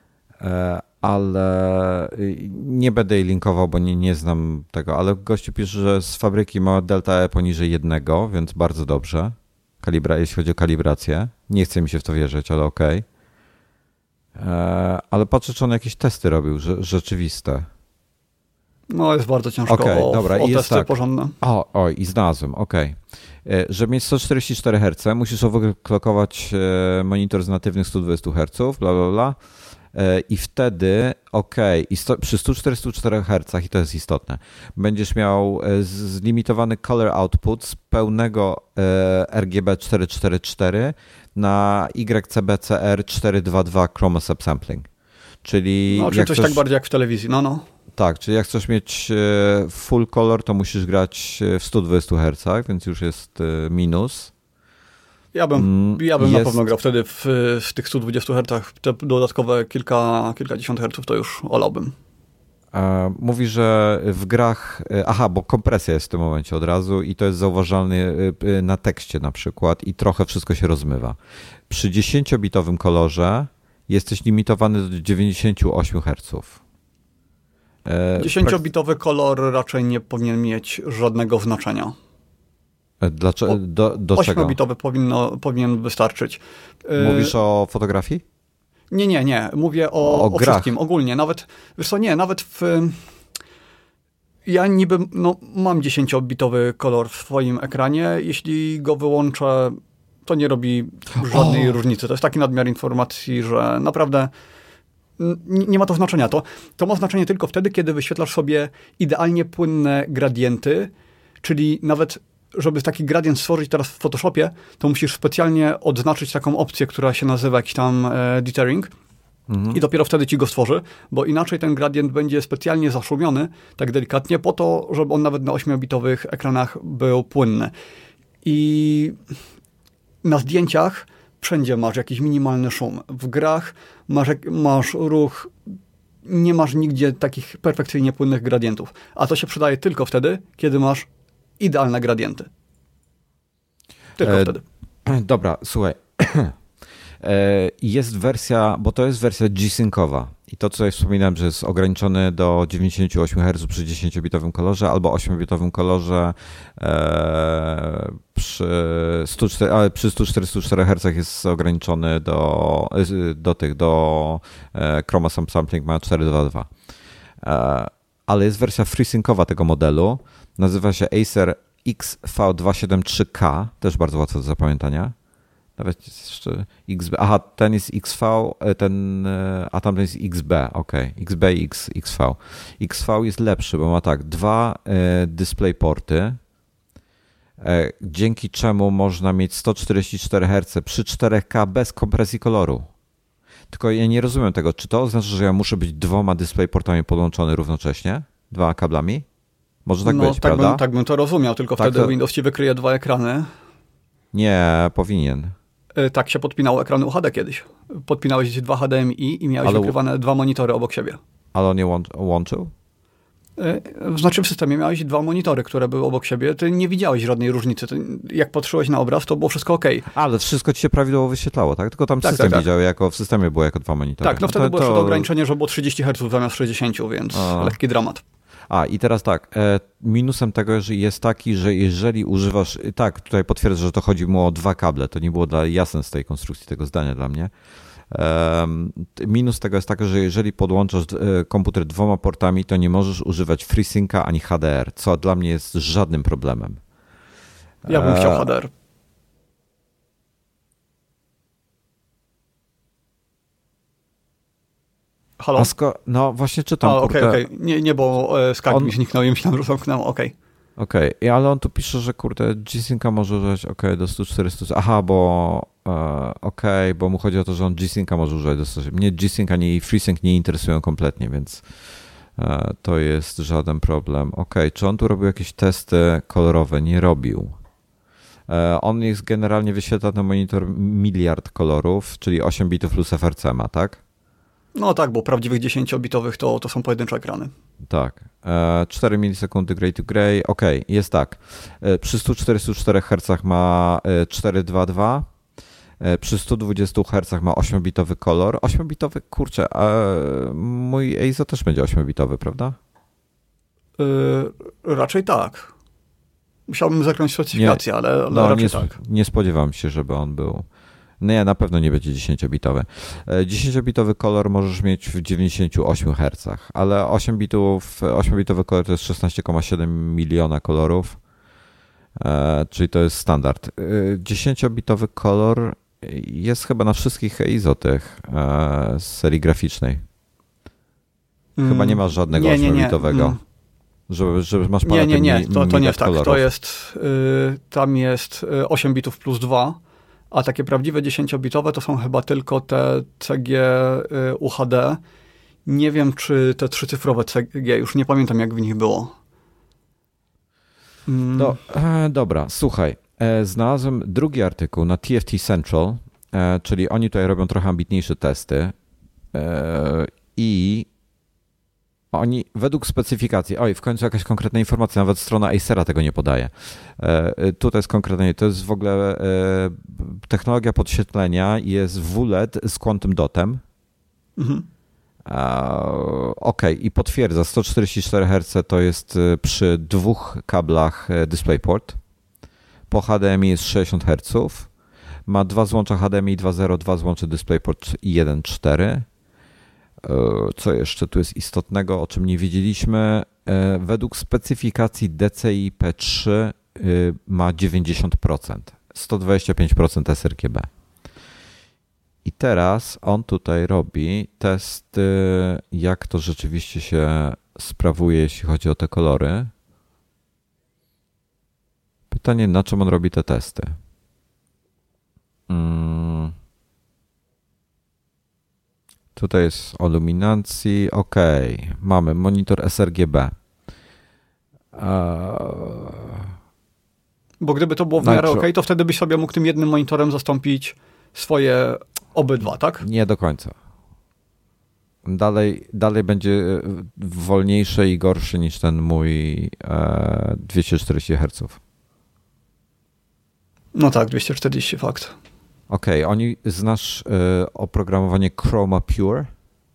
ale nie będę jej linkował, bo nie, nie znam tego, ale gościu pisze, że z fabryki ma delta E poniżej jednego, więc bardzo dobrze. Kalibra, jeśli chodzi o kalibrację. Nie chce mi się w to wierzyć, ale okej. Okay. Ale patrzę, czy on jakieś testy robił, że, rzeczywiste. No, jest bardzo ciężko okay, o, dobra, o jest testy tak. porządne. O, oj, i znalazłem, okej. Okay. Żeby mieć sto czterdzieści cztery herce, musisz overclockować monitor z natywnych sto dwadzieścia herców, bla, bla, bla. I wtedy, okej, okay, i sto, przy stu czterdziestu czterech hercach, i to jest istotne, będziesz miał zlimitowany color output z pełnego R G B czterysta czterdzieści cztery na Y C B C R czterysta dwadzieścia dwa chroma subsampling. Czyli, no, czyli coś chcesz... tak bardziej jak w telewizji, no, no. Tak, czyli jak chcesz mieć full color, to musisz grać w stu dwudziestu hercach, więc już jest minus. Ja bym, ja bym jest... na pewno grał wtedy w, w tych stu dwudziestu hercach. Te dodatkowe kilka, kilkadziesiąt herców to już olałbym. Mówi, że w grach... Aha, bo kompresja jest w tym momencie od razu i to jest zauważalne na tekście na przykład i trochę wszystko się rozmywa. Przy dziesięciobitowym kolorze jesteś limitowany do dziewięćdziesięciu ośmiu herców. dziesięciobitowy kolor raczej nie powinien mieć żadnego znaczenia. Dlaczego? Do, do czego? ośmiobitowy powinno, powinien wystarczyć. Mówisz o fotografii? Nie, nie, nie. Mówię o, o, o wszystkim, ogólnie. Nawet, wiesz co, nie, nawet w... Ja niby, no, mam dziesięciobitowy kolor w swoim ekranie. Jeśli go wyłączę, to nie robi żadnej o. różnicy. To jest taki nadmiar informacji, że naprawdę nie ma to znaczenia. To, to ma znaczenie tylko wtedy, kiedy wyświetlasz sobie idealnie płynne gradienty, czyli nawet żeby taki gradient stworzyć teraz w Photoshopie, to musisz specjalnie odznaczyć taką opcję, która się nazywa jakiś tam e, dithering mhm. i dopiero wtedy ci go stworzy, bo inaczej ten gradient będzie specjalnie zaszumiony, tak delikatnie, po to, żeby on nawet na ośmiobitowych ekranach był płynny. I na zdjęciach wszędzie masz jakiś minimalny szum. W grach masz, masz ruch, nie masz nigdzie takich perfekcyjnie płynnych gradientów. A to się przydaje tylko wtedy, kiedy masz idealne gradienty. Tylko e, wtedy. Dobra, słuchaj. Jest wersja, bo to jest wersja G-Syncowa. I to, co ja wspominałem, że jest ograniczony do dziewięćdziesiąt osiem herców przy dziesięciobitowym kolorze albo ośmiobitowym kolorze e, przy, sto cztery, ale przy stu czterdziestu czterech hercach jest ograniczony do, do tych, do e, Chroma Sampling ma czterysta dwadzieścia dwa. E, ale jest wersja FreeSyncowa tego modelu. Nazywa się Acer X V dwieście siedemdziesiąt trzy K. Też bardzo łatwe do zapamiętania. Nawet jest jeszcze X B. Aha, ten jest X V, ten, a tamten jest X B, ok. X B i X, XV. X V jest lepszy, bo ma tak, dwa e, DisplayPorty, e, dzięki czemu można mieć sto czterdzieści cztery herce przy cztery K bez kompresji koloru. Tylko ja nie rozumiem tego, czy to oznacza, że ja muszę być dwoma DisplayPortami podłączony równocześnie? Dwoma kablami? Może tak no, być, tak prawda? Bym, tak bym to rozumiał, tylko tak wtedy to... Windows ci wykryje dwa ekrany. Nie, powinien. Tak się podpinało ekrany U H D kiedyś. Podpinałeś dwa H D M I i miałeś Ale... wykrywane dwa monitory obok siebie. Ale on je łączył? Znaczy w systemie miałeś dwa monitory, które były obok siebie. Ty nie widziałeś żadnej różnicy. Ty, jak patrzyłeś na obraz, to było wszystko ok. Ale wszystko ci się prawidłowo wyświetlało, tak? Tylko tam tak, system tak, widział, tak. jako w systemie było jako dwa monitory. Tak, no, no wtedy to, było to... ograniczenie, że było trzydzieści herców zamiast sześćdziesiąt, więc A. lekki dramat. A i teraz tak, minusem tego jest taki, że jeżeli używasz, tak, tutaj potwierdzę, że to chodzi mu o dwa kable, to nie było dla jasne z tej konstrukcji tego zdania dla mnie. Minus tego jest taki, że jeżeli podłączasz komputer dwoma portami, to nie możesz używać FreeSynca ani H D R, co dla mnie jest żadnym problemem. Ja bym chciał H D R. Halo? Sko- no właśnie czytam. Okej, okej. Okay, okay. Nie, nie, bo e, Skype on... mi zniknął i myślałem, że zamknęło. Okej. Okay. Okej, okay. Ale on tu pisze, że kurde, G-Synca może używać ok, do stu czterdziestu. Aha, bo e, okej, okay, bo mu chodzi o to, że on G-Synca może używać do stu czterdziestu. Mnie G-Sync ani FreeSync nie interesują kompletnie, więc e, to jest żaden problem. Okej, okay. Czy on tu robił jakieś testy kolorowe? Nie robił. E, on jest generalnie wyświetla na monitor miliard kolorów, czyli osiem bitów plus F R C ma, tak? No tak, bo prawdziwych dziesięciobitowych to, to są pojedyncze ekrany. Tak. cztery milisekundy gray to gray. Ok, jest tak. Przy stu czterdziestu czterech hercach ma czterysta dwadzieścia dwa. Przy stu dwudziestu hercach ma ośmiobitowy kolor. ośmiobitowy, kurczę, a mój E I Z O też będzie ośmiobitowy, prawda? Yy, raczej tak. Musiałbym zakręcić specyfikację, nie, ale, ale no, raczej nie, tak. Nie spodziewam się, żeby on był... Nie, na pewno nie będzie dziesięciobitowy. dziesięciobitowy kolor możesz mieć w dziewięćdziesięciu ośmiu hercach, ale osiem bitów, ośmiobitowy kolor to jest szesnaście przecinek siedem miliona kolorów, czyli to jest standard. dziesięciobitowy kolor jest chyba na wszystkich E I Z O tych z serii graficznej. Chyba nie masz żadnego nie, nie, ośmiobitowego. Nie. Żeby, żeby masz parę Nie, nie, nie, to, to nie jest tak. Kolorów. To jest, y, tam jest osiem bitów plus dwa. A takie prawdziwe dziesięciobitowe to są chyba tylko te C G U H D. Nie wiem, czy te trzycyfrowe C G, już nie pamiętam, jak w nich było. Mm. No, e, dobra, słuchaj. E, znalazłem drugi artykuł na T F T Central, e, czyli oni tutaj robią trochę ambitniejsze testy e, i oni według specyfikacji, oj, w końcu jakaś konkretna informacja, nawet strona Acera tego nie podaje. E, tutaj jest konkretnie, to jest w ogóle e, technologia podświetlenia, jest W L E D z quantum dotem. Mhm. E, Okej, okay. I potwierdza, sto czterdzieści cztery herce to jest przy dwóch kablach DisplayPort. Po H D M I jest sześćdziesiąt herców. Ma dwa złącza H D M I dwa zero, dwa złącze DisplayPort i jeden cztery. Co jeszcze tu jest istotnego, o czym nie wiedzieliśmy? Według specyfikacji D C I P trzy ma dziewięćdziesiąt procent, sto dwadzieścia pięć procent sRGB. I teraz on tutaj robi test, jak to rzeczywiście się sprawuje, jeśli chodzi o te kolory. Pytanie, na czym on robi te testy? Hmm. Tutaj jest o luminacji. OK, mamy monitor sRGB. Bo gdyby to było w miarę OK, to wtedy byś sobie mógł tym jednym monitorem zastąpić swoje obydwa, tak? Nie do końca. Dalej, dalej będzie wolniejszy i gorszy niż ten mój e, dwieście czterdzieści herców. No tak, dwieście czterdzieści, fakt. Okej, okay, oni znasz y, oprogramowanie Chroma Pure?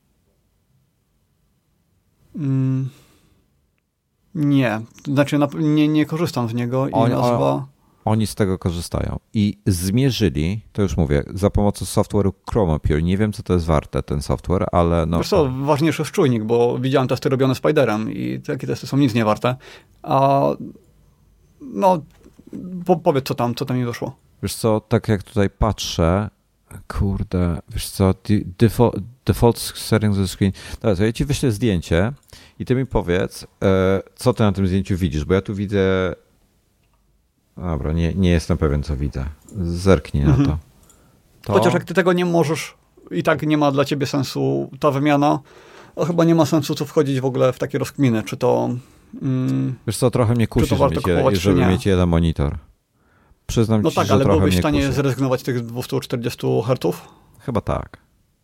Mm, nie, znaczy na, nie, nie korzystam z niego i on, nazwa... O, oni z tego korzystają i zmierzyli, to już mówię, za pomocą software'u Chroma Pure. Nie wiem, co to jest warte, ten software, ale no... Wiesz co, ważniejszy jest czujnik, bo widziałem testy robione Spiderem i takie testy są nic nie warte. A no, po, powiedz, co tam, co tam mi wyszło. Wiesz co, tak jak tutaj patrzę, kurde, wiesz co, default, default settings of screen. Dobra, to ja ci wyślę zdjęcie i ty mi powiedz, co ty na tym zdjęciu widzisz, bo ja tu widzę... Dobra, nie, nie jestem pewien, co widzę. Zerknij mhm. na to. to. Chociaż jak ty tego nie możesz, i tak nie ma dla ciebie sensu ta wymiana, to chyba nie ma sensu co wchodzić w ogóle w takie rozkminy, czy to... Mm, wiesz co, trochę mnie kusi, żeby, mieć, kupować, żeby mieć jeden monitor. Przyznam no ci, tak, że ale trochę byłbyś mnie w stanie kusi. zrezygnować z tych dwieście czterdzieści herców? Chyba tak.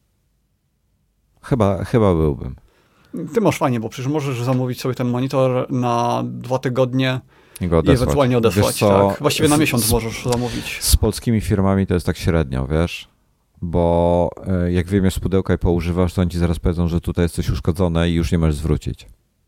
Chyba, chyba byłbym. Ty masz fajnie, bo przecież możesz zamówić sobie ten monitor na dwa tygodnie i, go i ewentualnie odesłać. Tak. Właściwie na miesiąc z, możesz zamówić. Z polskimi firmami to jest tak średnio, wiesz? Bo jak wyjmiesz z pudełka i poużywasz, to oni ci zaraz powiedzą, że tutaj jest coś uszkodzone i już nie możesz zwrócić.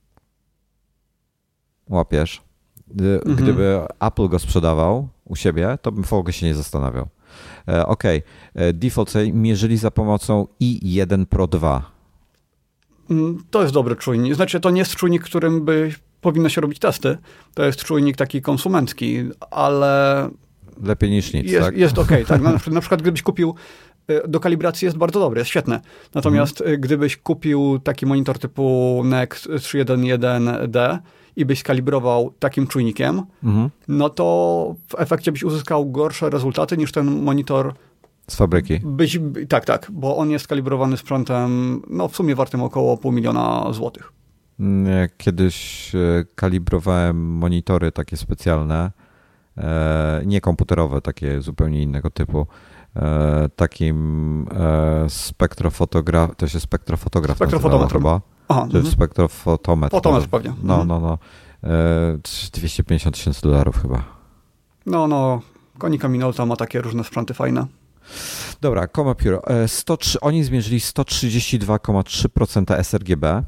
Łapiesz? Gdyby mhm. Apple go sprzedawał u siebie, to bym w ogóle się nie zastanawiał. E, Okej, okay. Default mierzyli za pomocą i jeden Pro dwa. To jest dobry czujnik. Znaczy, to nie jest czujnik, którym by powinno się robić testy. To jest czujnik taki konsumencki, ale... Lepiej niż nic, jest, tak? Jest okej, okay, tak. Na, na przykład gdybyś kupił do kalibracji jest bardzo dobry, jest świetny. Natomiast mhm. gdybyś kupił taki monitor typu N E C trzysta jedenasty D i byś skalibrował takim czujnikiem, mhm. no to w efekcie byś uzyskał gorsze rezultaty niż ten monitor z fabryki. Byś, tak, tak, bo on jest skalibrowany sprzętem, no w sumie wartym około pół miliona złotych. Kiedyś kalibrowałem monitory takie specjalne, nie komputerowe, takie zupełnie innego typu, takim spektrofotograf, to się spektrofotograf nazywało chyba. Aha, to jest spektrofotometr. Fotometr pewnie. No, no, no. dwieście pięćdziesiąt tysięcy dolarów chyba. No, no. Konica Minolta ma takie różne sprzęty fajne. Dobra, Chroma Pure. sto trzy, oni zmierzyli sto trzydzieści dwa przecinek trzy procent sRGB.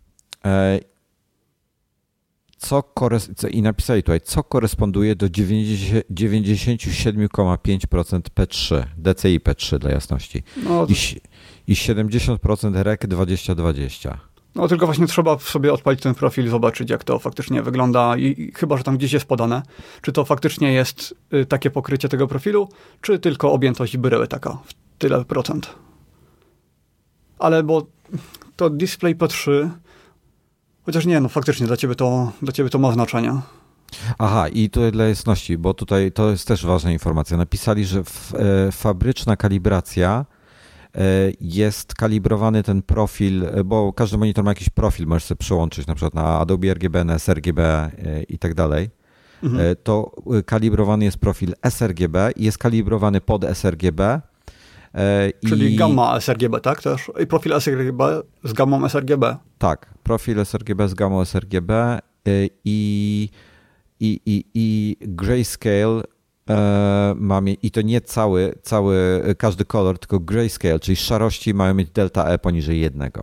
Co kores- co, I napisali tutaj, co koresponduje do dziewięćdziesiąt siedem przecinek pięć procent P trzy, D C I P trzy dla jasności. No, I, I siedemdziesiąt procent R E C dwadzieścia dwadzieścia. No tylko właśnie trzeba sobie odpalić ten profil i zobaczyć, jak to faktycznie wygląda i, i chyba, że tam gdzieś jest podane, czy to faktycznie jest y, takie pokrycie tego profilu, czy tylko objętość bryły taka, w tyle procent. Ale bo to Display P trzy, chociaż nie, no faktycznie dla ciebie to, dla ciebie to ma znaczenie. Aha, i tutaj dla jasności, bo tutaj to jest też ważna informacja. Napisali, że w, e, fabryczna kalibracja jest kalibrowany ten profil, bo każdy monitor ma jakiś profil, możesz sobie przełączyć na przykład na Adobe R G B, na sRGB i tak dalej. Mhm. To kalibrowany jest profil sRGB i jest kalibrowany pod sRGB. Czyli i... gamma sRGB, tak? Też? I profil sRGB z gammą sRGB. Tak, profil sRGB z gammą sRGB i, i, i, i grayscale ma mieć, i to nie cały, cały, każdy kolor, tylko grayscale, czyli szarości mają mieć delta E poniżej jednego.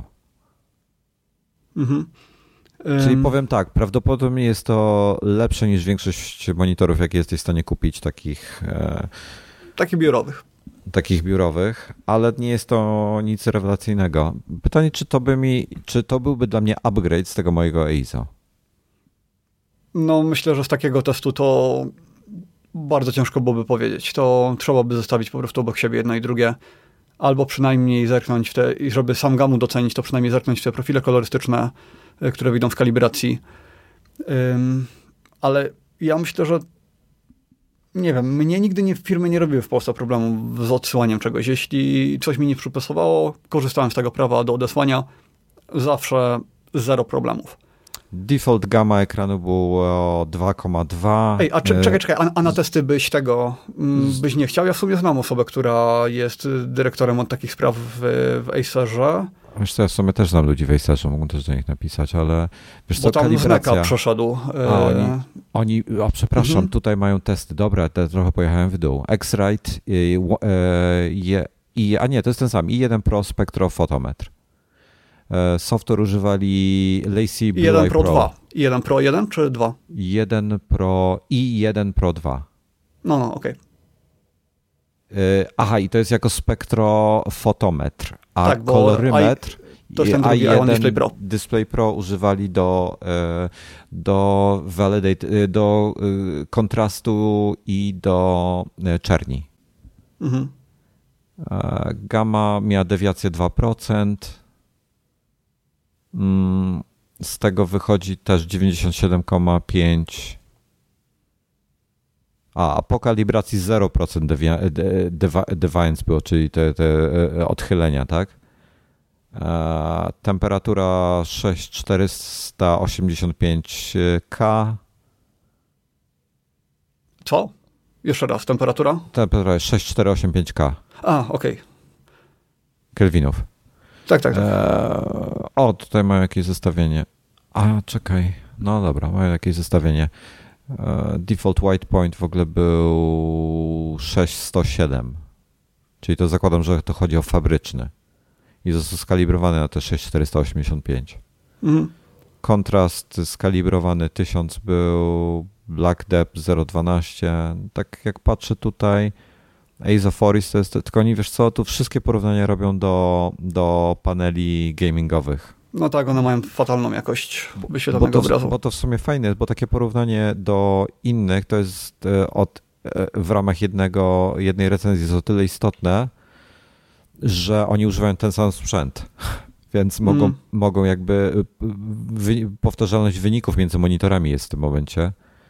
Mhm. Czyli um. powiem tak, prawdopodobnie jest to lepsze niż większość monitorów, jakie jesteś w stanie kupić, takich takich biurowych. Takich biurowych, ale nie jest to nic rewelacyjnego. Pytanie, czy to by mi, czy to byłby dla mnie upgrade z tego mojego E I S O? No myślę, że z takiego testu to bardzo ciężko byłoby powiedzieć. To trzeba by zostawić po prostu obok siebie jedno i drugie, albo przynajmniej zerknąć w te, i żeby sam gamut docenić, to przynajmniej zerknąć w te profile kolorystyczne, które wyjdą z kalibracji. Um, ale ja myślę, że nie wiem, mnie nigdy nie, firmy nie robiły w Polsce problemu z odsyłaniem czegoś. Jeśli coś mi nie przypasowało, korzystałem z tego prawa do odesłania. Zawsze zero problemów. Default gamma ekranu było dwa przecinek dwa. Ej, a czy, czekaj, czekaj, a, a na testy byś tego, m, byś nie chciał? Ja w sumie znam osobę, która jest dyrektorem od takich spraw w, w Acerze. Wiesz co, ja w sumie też znam ludzi w Acerze, mogą też do nich napisać, ale wiesz Bo co, tam kalibracja... z Maca przeszedł. A, oni, oni, o przepraszam, Mhm. tutaj mają testy, dobra, te, trochę pojechałem w dół. X-Rite i, i, i, a nie, to jest ten sam, i jeden Pro Spectrophotometr. Software używali Lacy Blue jeden Eye Pro Pro. dwa. jeden Pro jeden czy dwa? jeden Pro i jeden Pro dwa. No, no, okej. Okay. Aha, i to jest jako spektrofotometr, a Tak, bo kolorymetr I, to jest ten drugi A jeden Display Pro. Display Pro używali do, do validate, do kontrastu i do czerni. Mhm. Gamma miała dewiację dwa procent. Z tego wychodzi też dziewięćdziesiąt siedem przecinek pięć. A, a po kalibracji zero procent devi- de- de- deviance było, czyli te, te odchylenia, tak? E, temperatura sześć tysięcy czterysta osiemdziesiąt pięć K. Co? Jeszcze raz, temperatura? Temperatura jest sześć tysięcy czterysta osiemdziesiąt pięć K. A, okej. Okay. Kelvinów. Tak, tak, tak. E, o, tutaj mają jakieś zestawienie. A, czekaj. No dobra, mają jakieś zestawienie. E, default white point w ogóle był sześć tysięcy sto siedem. Czyli to zakładam, że to chodzi o fabryczny. I został skalibrowany na te sześć tysięcy czterysta osiemdziesiąt pięć. Mhm. Kontrast skalibrowany tysiąc był, Black Depth zero przecinek dwanaście. Tak jak patrzę tutaj, Ace of Forest to jest, tylko oni, wiesz co, tu wszystkie porównania robią do, do paneli gamingowych. No tak, one mają fatalną jakość wyświetlanego bo to, obrazu. Bo to w sumie fajne jest, bo takie porównanie do innych to jest od, w ramach jednego, jednej recenzji jest o tyle istotne, że oni używają ten sam sprzęt, więc mogą, mm. mogą jakby wy, powtarzalność wyników między monitorami jest w tym momencie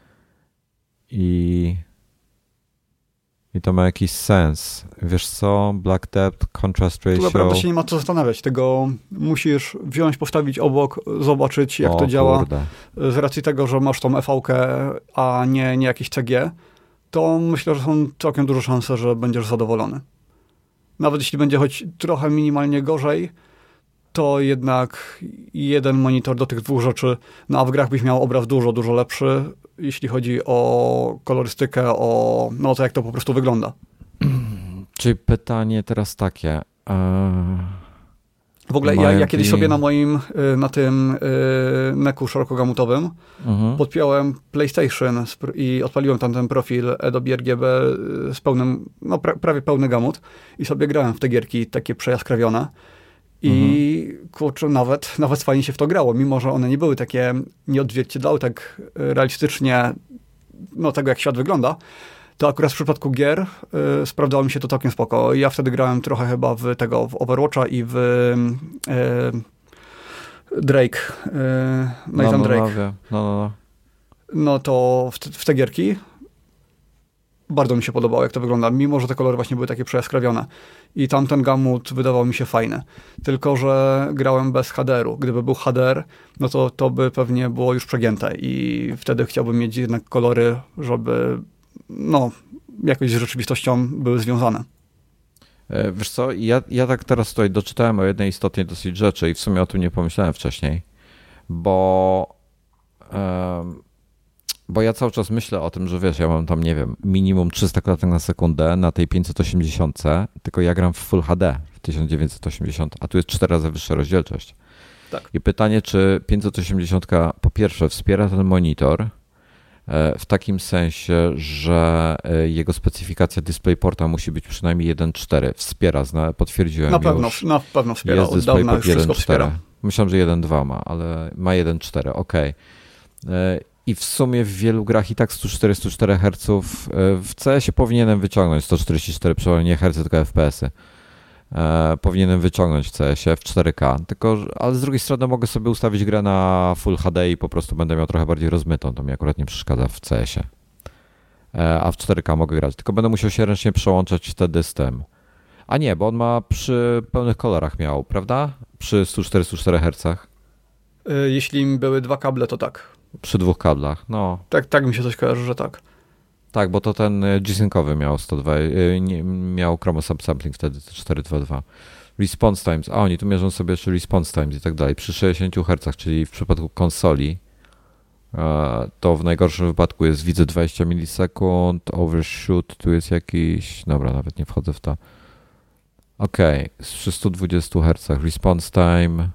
i I to ma jakiś sens. Wiesz co? Black Depth, Contrast Ratio. Tu naprawdę się nie ma co zastanawiać. Tego musisz wziąć, postawić obok, zobaczyć jak o, to działa. Kurde. Z racji tego, że masz tą E V-kę, a nie, nie jakiś C G, to myślę, że są całkiem duże szanse, że będziesz zadowolony. Nawet jeśli będzie choć trochę minimalnie gorzej, to jednak jeden monitor do tych dwóch rzeczy, no a w grach byś miał obraz dużo, dużo lepszy, jeśli chodzi o kolorystykę, o no to jak to po prostu wygląda. Czyli pytanie teraz takie. W ogóle ja, ja kiedyś sobie na moim, na tym neku szerokogamutowym mhm. podpiąłem PlayStation i odpaliłem tam ten profil Adobe R G B z pełnym, no pra, prawie pełny gamut i sobie grałem w te gierki takie przejaskrawione. I mhm. kurczę, nawet, nawet fajnie się w to grało, mimo że one nie były takie, nie odzwierciedlały tak realistycznie no, tego, jak świat wygląda, to akurat w przypadku gier y, sprawdzało mi się to całkiem spoko. Ja wtedy grałem trochę chyba w tego, w Overwatcha i w y, Drake, y, Nathan no, no, Drake. No, no, no. no to w te, w te gierki bardzo mi się podobało, jak to wygląda, mimo że te kolory właśnie były takie przejaskrawione. I tamten gamut wydawał mi się fajny. Tylko że grałem bez H D R-u. Gdyby był H D R, no to to by pewnie było już przegięte i wtedy chciałbym mieć jednak kolory, żeby no, jakoś z rzeczywistością były związane. Wiesz co, ja, ja tak teraz tutaj doczytałem o jednej istotnej dosyć rzeczy i w sumie o tym nie pomyślałem wcześniej, bo um, Bo ja cały czas myślę o tym, że wiesz, ja mam tam, nie wiem, minimum trzysta klatek na sekundę na tej pięćset osiemdziesiąt, tylko ja gram w Full H D w tysiąc dziewięćset osiemdziesiąt, a tu jest cztery razy wyższa rozdzielczość. Tak. I pytanie, czy pięćset osiemdziesiąt po pierwsze wspiera ten monitor, w takim sensie, że jego specyfikacja DisplayPorta musi być przynajmniej jeden cztery. Wspiera, potwierdziłem na pewno, już. Na pewno wspiera, jest od dawna już wszystko wspiera. Myślałem, że jeden dwa ma, ale ma jeden cztery, okej. Okay. I w sumie w wielu grach i tak sto czterdzieści cztery herców w C S ie powinienem wyciągnąć sto czterdzieści cztery, przynajmniej nie hercy, tylko F P S y. E, powinienem wyciągnąć w C S ie w cztery K, tylko, ale z drugiej strony mogę sobie ustawić grę na Full H D i po prostu będę miał trochę bardziej rozmytą, to mi akurat nie przeszkadza w C S ie. E, a w cztery K mogę grać, tylko będę musiał się ręcznie przełączać wtedy z tym. A nie, bo on ma przy pełnych kolorach miał, prawda? Przy sto czterdzieści cztery hercach. Jeśli były dwa kable, to tak. Przy dwóch kablach, no. Tak, tak mi się coś kojarzy, że tak. Tak, bo to ten G-Syncowy miał sto dwa, nie, miał Chroma Subsampling wtedy czterysta dwadzieścia dwa. Response times, a oni tu mierzą sobie jeszcze response times i tak dalej. Przy sześćdziesięciu hercach, czyli w przypadku konsoli, to w najgorszym wypadku jest, widzę, dwadzieścia milisekund, overshoot, tu jest jakiś, dobra, nawet nie wchodzę w to. Okej, okay. Przy stu dwudziestu hercach response time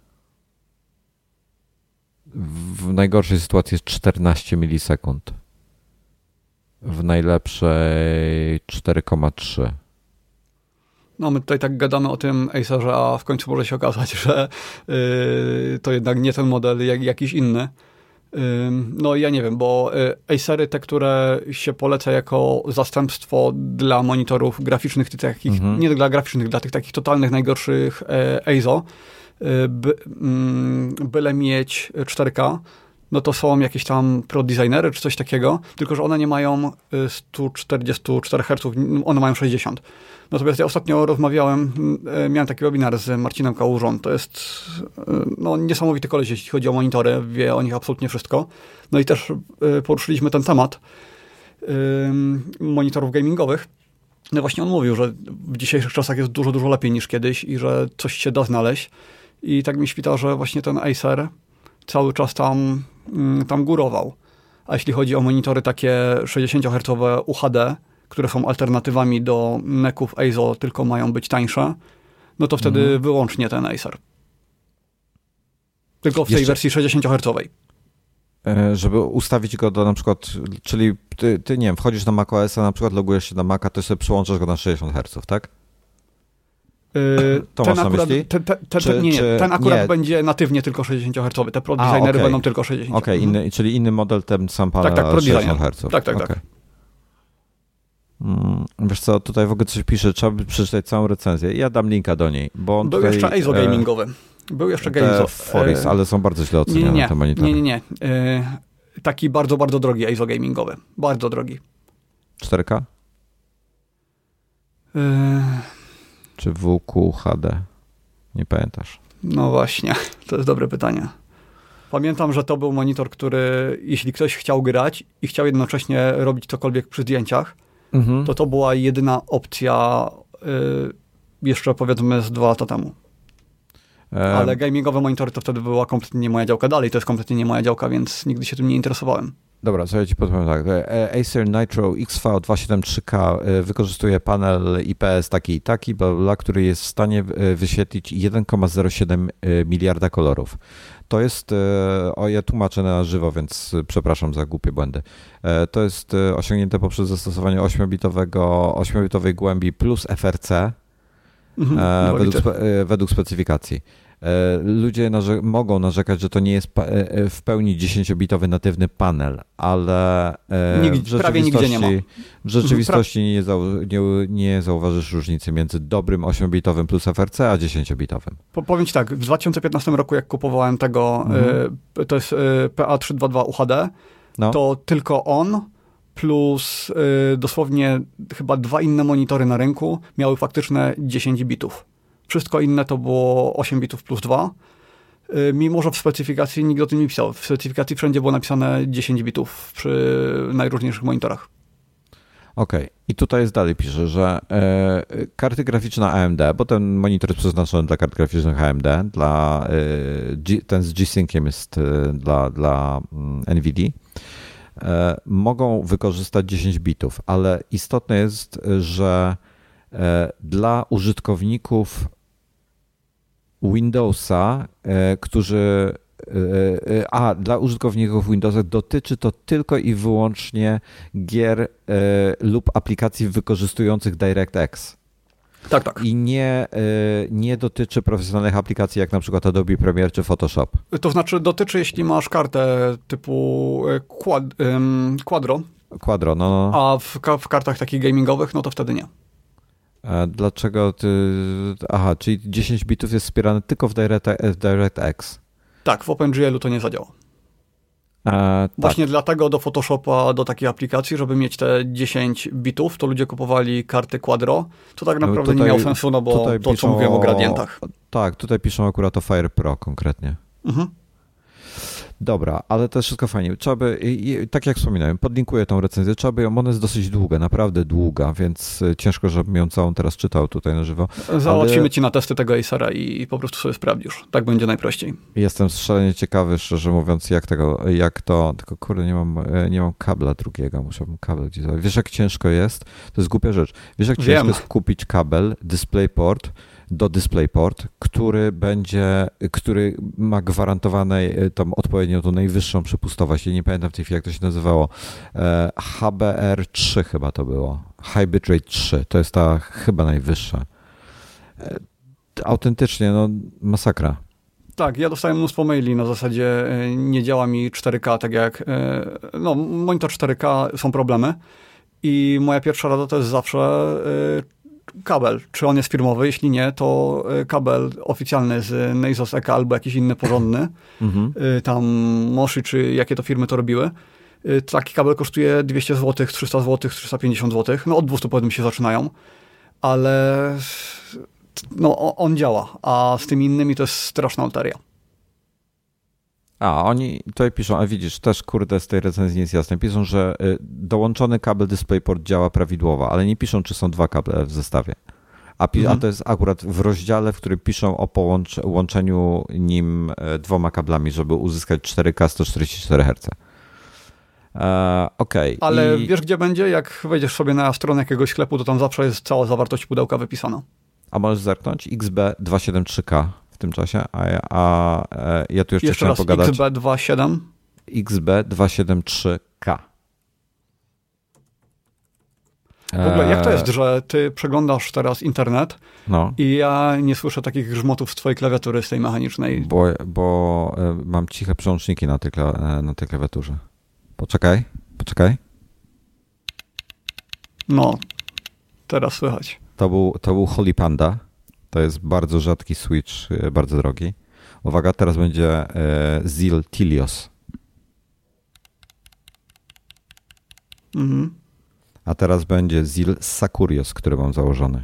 w najgorszej sytuacji jest czternaście milisekund. W najlepszej cztery przecinek trzy. No my tutaj tak gadamy o tym Acerze, a w końcu może się okazać, że yy, to jednak nie ten model, jak jakiś inny. Yy, no ja nie wiem, bo yy, Acery, te, które się poleca jako zastępstwo dla monitorów graficznych, tych takich, mhm. nie dla graficznych, dla tych takich totalnych najgorszych yy, I S O, yy, by, yy, byle mieć cztery K, no to są jakieś tam pro designery czy coś takiego, tylko że one nie mają sto czterdzieści cztery herców, one mają sześćdziesiąt. Natomiast ja ostatnio rozmawiałem, miałem taki webinar z Marcinem Kałużą, to jest no, niesamowity koleś, jeśli chodzi o monitory, wie o nich absolutnie wszystko. No i też poruszyliśmy ten temat monitorów gamingowych. No właśnie on mówił, że w dzisiejszych czasach jest dużo, dużo lepiej niż kiedyś i że coś się da znaleźć. I tak mi świta, że właśnie ten Acer cały czas tam, tam górował. A jeśli chodzi o monitory takie sześćdziesięciohercowe U H D, które są alternatywami do neków I S O, tylko mają być tańsze, no to wtedy mhm. wyłącznie ten Acer. Tylko w tej Jeszcze... wersji sześćdziesięciohercowej. Żeby ustawić go do na przykład, czyli ty, ty nie wiem, wchodzisz na macOS-a, na przykład logujesz się na Maca, to sobie przyłączasz go na sześćdziesiąt herców, tak? Yy, to ten masz na akurat, myśli? Te, te, te, czy, nie, nie, czy, ten akurat nie. będzie natywnie tylko sześćdziesięciohercowy. Te pro designery okay. będą tylko sześćdziesiąt. Okej, okay, mhm. czyli inny model, ten sam panel tak, tak, pro sześćdziesiąt herców. Tak, tak, okay. tak. Hmm, wiesz co, tutaj w ogóle coś pisze, trzeba by przeczytać całą recenzję. Ja dam linka do niej. Bo Był tutaj, jeszcze I S O gamingowy. Był jeszcze Games of... Foris, ale są bardzo źle oceniane nie, nie, te monitory. Nie, nie, nie. Yy, taki bardzo, bardzo drogi I S O gamingowy. Bardzo drogi. cztery K? Yy... Czy W Q H D? Nie pamiętasz. No właśnie, to jest dobre pytanie. Pamiętam, że to był monitor, który jeśli ktoś chciał grać i chciał jednocześnie robić cokolwiek przy zdjęciach, mhm. to to była jedyna opcja yy, jeszcze powiedzmy z dwa lata temu. Um. Ale gamingowe monitory to wtedy była kompletnie nie moja działka. Dalej to jest kompletnie nie moja działka, więc nigdy się tym nie interesowałem. Dobra, co ja ci powiem tak. Acer Nitro X V dwieście siedemdziesiąt trzy K wykorzystuje panel I P S taki i taki, który jest w stanie wyświetlić jeden przecinek zero siedem miliarda kolorów. To jest, o ja tłumaczę na żywo, więc przepraszam za głupie błędy. To jest osiągnięte poprzez zastosowanie ośmiobitowej głębi plus F R C mhm, według, spe, według specyfikacji. Ludzie narze- mogą narzekać, że to nie jest pa- w pełni dziesięciobitowy natywny panel, ale Nigdy, w rzeczywistości, prawie nigdzie nie ma. W rzeczywistości nie, zau- nie, nie zauważysz różnicy między dobrym ośmiobitowym plus F R C a dziesięciobitowym. Po, powiem ci tak, w dwa tysiące piętnastym roku jak kupowałem tego, mhm. y, to jest y, P A trzysta dwadzieścia dwa U H D, no. to tylko on plus y, dosłownie chyba dwa inne monitory na rynku miały faktyczne dziesięć bitów. Wszystko inne to było osiem bitów plus dwa. Mimo że w specyfikacji nikt o tym nie pisał. W specyfikacji wszędzie było napisane dziesięć bitów przy najróżniejszych monitorach. Okej. Okay. I tutaj jest dalej pisze, że e, karty graficzne A M D, bo ten monitor jest przeznaczony dla kart graficznych A M D, dla, e, G, ten z G-Synciem jest e, dla, dla NVIDII, e, mogą wykorzystać dziesięć bitów, ale istotne jest, że e, dla użytkowników Windowsa, e, którzy A, dla użytkowników Windowsa dotyczy to tylko i wyłącznie gier lub aplikacji wykorzystujących DirectX. Tak, tak. I nie, nie dotyczy profesjonalnych aplikacji jak na przykład Adobe Premiere czy Photoshop. To znaczy dotyczy, jeśli masz kartę typu quad, um, Quadro. Quadro, no. A w, w kartach takich gamingowych, no to wtedy nie. A dlaczego ty... Aha, czyli dziesięć bitów jest wspierane tylko w, Direct, w DirectX. Tak, w OpenGL-u to nie zadziała. E, Właśnie tak. dlatego do Photoshopa, do takiej aplikacji, żeby mieć te dziesięć bitów, to ludzie kupowali karty Quadro. To tak naprawdę no tutaj, nie miało sensu, no bo to, co mówiłem o gradientach. Tak, tutaj piszą akurat o Fire Pro konkretnie. Mhm. Dobra, ale to jest wszystko fajnie. Trzeba by, i, tak jak wspominałem, podlinkuję tą recenzję, trzeba by ją, ona jest dosyć długa, naprawdę długa, więc ciężko, żebym ją całą teraz czytał tutaj na żywo. Załatwimy ale... ci na testy tego Acera i po prostu sobie sprawdzisz. Tak będzie najprościej. Jestem szalenie ciekawy, szczerze mówiąc, jak tego, jak to, tylko kurde, nie mam, nie mam kabla drugiego, musiałbym kabel gdzieś. Wiesz, jak ciężko jest? To jest głupia rzecz. Wiesz, jak ciężko Wiem. jest kupić kabel, DisplayPort, do DisplayPort, który będzie, który ma gwarantowane tą odpowiednią, tą najwyższą przepustowość. Ja nie pamiętam w tej chwili, jak to się nazywało. H B R trzy chyba to było. High Bitrate trzy. To jest ta chyba najwyższa. Autentycznie, no masakra. Tak, ja dostałem mnóstwo maili na zasadzie nie działa mi cztery K, tak jak no monitor cztery K, są problemy i moja pierwsza rada to jest zawsze kabel, czy on jest firmowy, jeśli nie, to kabel oficjalny z Nasos E K albo jakiś inny porządny, mhm. tam Moshi, czy jakie to firmy to robiły. Taki kabel kosztuje dwieście złotych, trzysta złotych, trzysta pięćdziesiąt złotych, no od dwieście powiedzmy się zaczynają, ale no on działa, a z tymi innymi to jest straszna loteria. A, oni tutaj piszą, a widzisz, też kurde z tej recenzji nie jest jasne, piszą, że dołączony kabel DisplayPort działa prawidłowo, ale nie piszą, czy są dwa kable w zestawie. A, pi- mhm. a to jest akurat w rozdziale, w którym piszą o połączeniu nim dwoma kablami, żeby uzyskać cztery K sto czterdzieści cztery herce. E, Okej. Okay. Ale I... wiesz, gdzie będzie? Jak wejdziesz sobie na stronę jakiegoś sklepu, to tam zawsze jest cała zawartość pudełka wypisana. A możesz zerknąć? X B dwieście siedemdziesiąt trzy K. W tym czasie, a ja, a ja tu jeszcze, jeszcze chciałem raz, pogadać. X B dwieście siedem? X B dwieście siedemdziesiąt trzy K. W ogóle jak to jest, że ty przeglądasz teraz internet no. i ja nie słyszę takich grzmotów z twojej klawiatury, z tej mechanicznej? Bo, bo mam ciche przełączniki na tej, na tej klawiaturze. Poczekaj, poczekaj. No, teraz słychać. To był, to był Holy Panda. To jest bardzo rzadki switch, bardzo drogi. Uwaga, teraz będzie e, Zil Tilios. Mhm. A teraz będzie Zil Sakurios, który mam założony.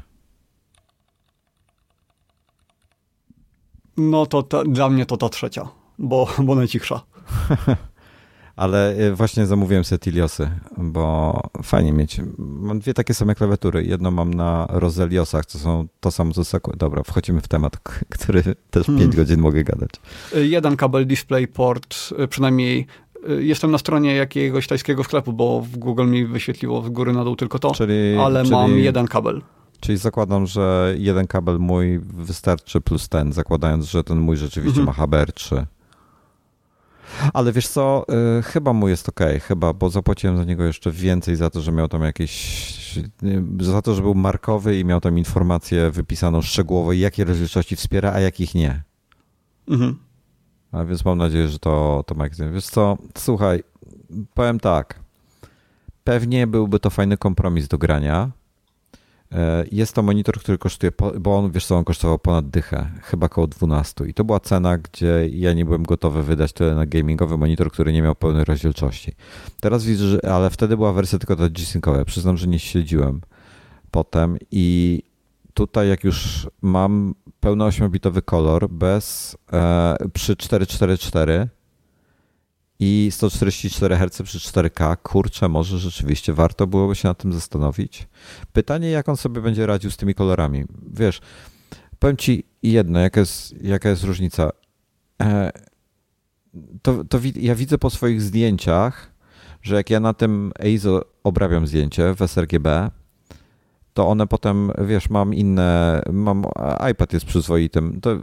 No to ta, dla mnie to ta trzecia, bo, bo najcichsza. Ale właśnie zamówiłem sobie Tiliosy, bo fajnie mieć. Mam dwie takie same klawiatury. Jedną mam na Roseliosach, co są to samo co Sakura. Dobra, wchodzimy w temat, który też hmm. pięć godzin mogę gadać. Jeden kabel DisplayPort, przynajmniej jestem na stronie jakiegoś tajskiego sklepu, bo w Google mi wyświetliło z góry na dół tylko to, czyli, ale czyli, mam jeden kabel. Czyli zakładam, że jeden kabel mój wystarczy plus ten, zakładając, że ten mój rzeczywiście mhm. ma H B R trzy. Ale wiesz co, y, chyba mu jest okej, okay, chyba, bo zapłaciłem za niego jeszcze więcej za to, że miał tam jakieś, za to, że był markowy i miał tam informację wypisaną szczegółowo, jakie rozdzielczości wspiera, a jakich nie. Mhm. A więc mam nadzieję, że to, to ma. Wiesz co, słuchaj, powiem tak, pewnie byłby to fajny kompromis do grania. Jest to monitor, który kosztuje, bo on, wiesz co, on kosztował ponad dychę, chyba około dwanaście. I to była cena, gdzie ja nie byłem gotowy wydać tyle na gamingowy monitor, który nie miał pełnej rozdzielczości. Teraz widzę, że, ale wtedy była wersja tylko ta G-Syncowa. Przyznam, że nie śledziłem potem i tutaj jak już mam pełno ośmiobitowy kolor bez, e, przy cztery cztery cztery i sto czterdzieści cztery herce przy cztery K, kurczę, może rzeczywiście warto byłoby się nad tym zastanowić. Pytanie, jak on sobie będzie radził z tymi kolorami. Wiesz, powiem ci jedno, jaka jest, jaka jest różnica. E, to, to ja widzę po swoich zdjęciach, że jak ja na tym E I Z O obrabiam zdjęcie w sRGB, to one potem, wiesz, mam inne, mam, iPad jest przyzwoitym, to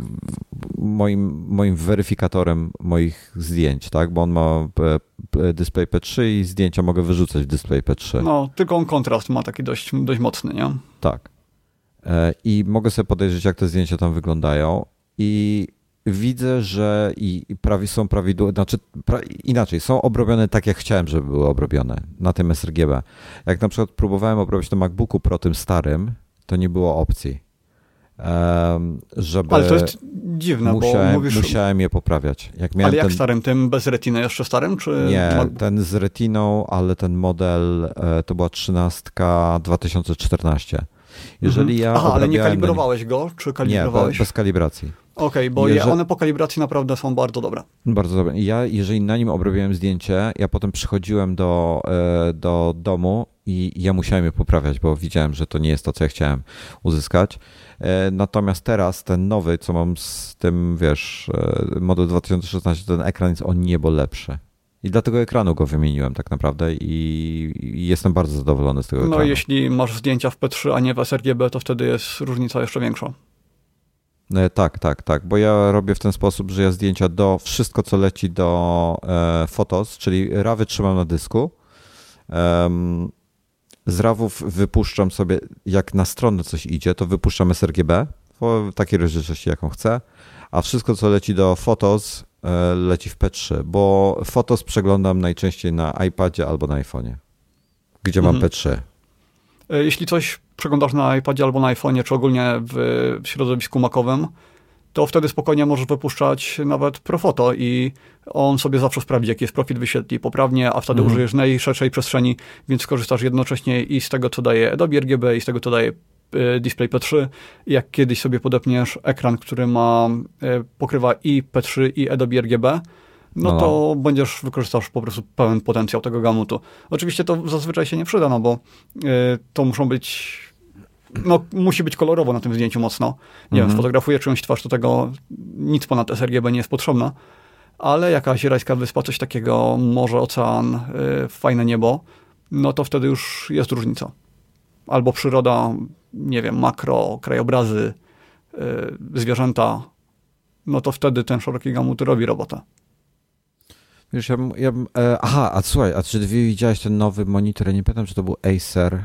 moim, moim weryfikatorem moich zdjęć, tak, bo on ma display P trzy i zdjęcia mogę wyrzucać w display P trzy. No, tylko on kontrast ma taki dość, dość mocny, nie? Tak. I mogę sobie podejrzeć, jak te zdjęcia tam wyglądają i widzę, że i prawie są prawidłowe, znaczy pra, inaczej, są obrobione tak, jak chciałem, żeby były obrobione na tym s R G B. Jak na przykład próbowałem obrobić na MacBooku Pro tym starym, to nie było opcji, um, żeby... Ale to jest dziwne, musiałem, bo mówisz... Musiałem je poprawiać. Jak miałem ale jak ten... starym? Tym bez retiny jeszcze starym? Czy... Nie, ten z retiną, ale ten model to była trzynastka dwa tysiące czternaście. Jeżeli ja Aha, ale nie obrabiałem kalibrowałeś go? Czy kalibrowałeś? Nie, bez kalibracji. Okej, okay, bo Jeżeli... one po kalibracji naprawdę są bardzo dobre. Bardzo dobre. Ja, jeżeli na nim obrobiłem zdjęcie, ja potem przychodziłem do, do domu i ja musiałem je poprawiać, bo widziałem, że to nie jest to, co ja chciałem uzyskać. Natomiast teraz ten nowy, co mam z tym, wiesz, model dwa tysiące szesnaście, ten ekran jest o niebo lepszy. I dlatego ekranu go wymieniłem tak naprawdę i, i jestem bardzo zadowolony z tego ekranu. No jeśli masz zdjęcia w P trzy, a nie w s R G B, to wtedy jest różnica jeszcze większa. Tak, tak, tak, bo ja robię w ten sposób, że ja zdjęcia do, wszystko co leci do e, Photos, czyli rawy trzymam na dysku, um, z rawów wypuszczam sobie, jak na stronę coś idzie, to wypuszczam s R G B w takiej rozdzielczości, jaką chcę, a wszystko co leci do Photos e, leci w P trzy, bo Photos przeglądam najczęściej na iPadzie albo na iPhone'ie, gdzie mam mhm. P trzy. Jeśli coś przeglądasz na iPadzie albo na iPhone'ie, czy ogólnie w środowisku macowym, to wtedy spokojnie możesz wypuszczać nawet Profoto i on sobie zawsze sprawdzi, jaki jest profil, wyświetli poprawnie, a wtedy mhm. użyjesz najszerszej przestrzeni, więc skorzystasz jednocześnie i z tego, co daje Adobe R G B, i z tego, co daje Display P trzy. Jak kiedyś sobie podepniesz ekran, który ma, pokrywa i P trzy, i Adobe R G B, no, no to będziesz wykorzystasz po prostu pełen potencjał tego gamutu. Oczywiście to zazwyczaj się nie przyda, no bo y, to muszą być, no musi być kolorowo na tym zdjęciu mocno. Nie mhm. wiem, fotografuję czyjąś twarz, to tego nic ponad s R G B nie jest potrzebne, ale jakaś rajska wyspa, coś takiego, morze, ocean, y, fajne niebo, no to wtedy już jest różnica. Albo przyroda, nie wiem, makro, krajobrazy, y, zwierzęta, no to wtedy ten szeroki gamut robi robotę. Wiesz, ja, ja, e, aha, a słuchaj, a czy ty widziałeś ten nowy monitor? Ja nie pamiętam, czy to był Acer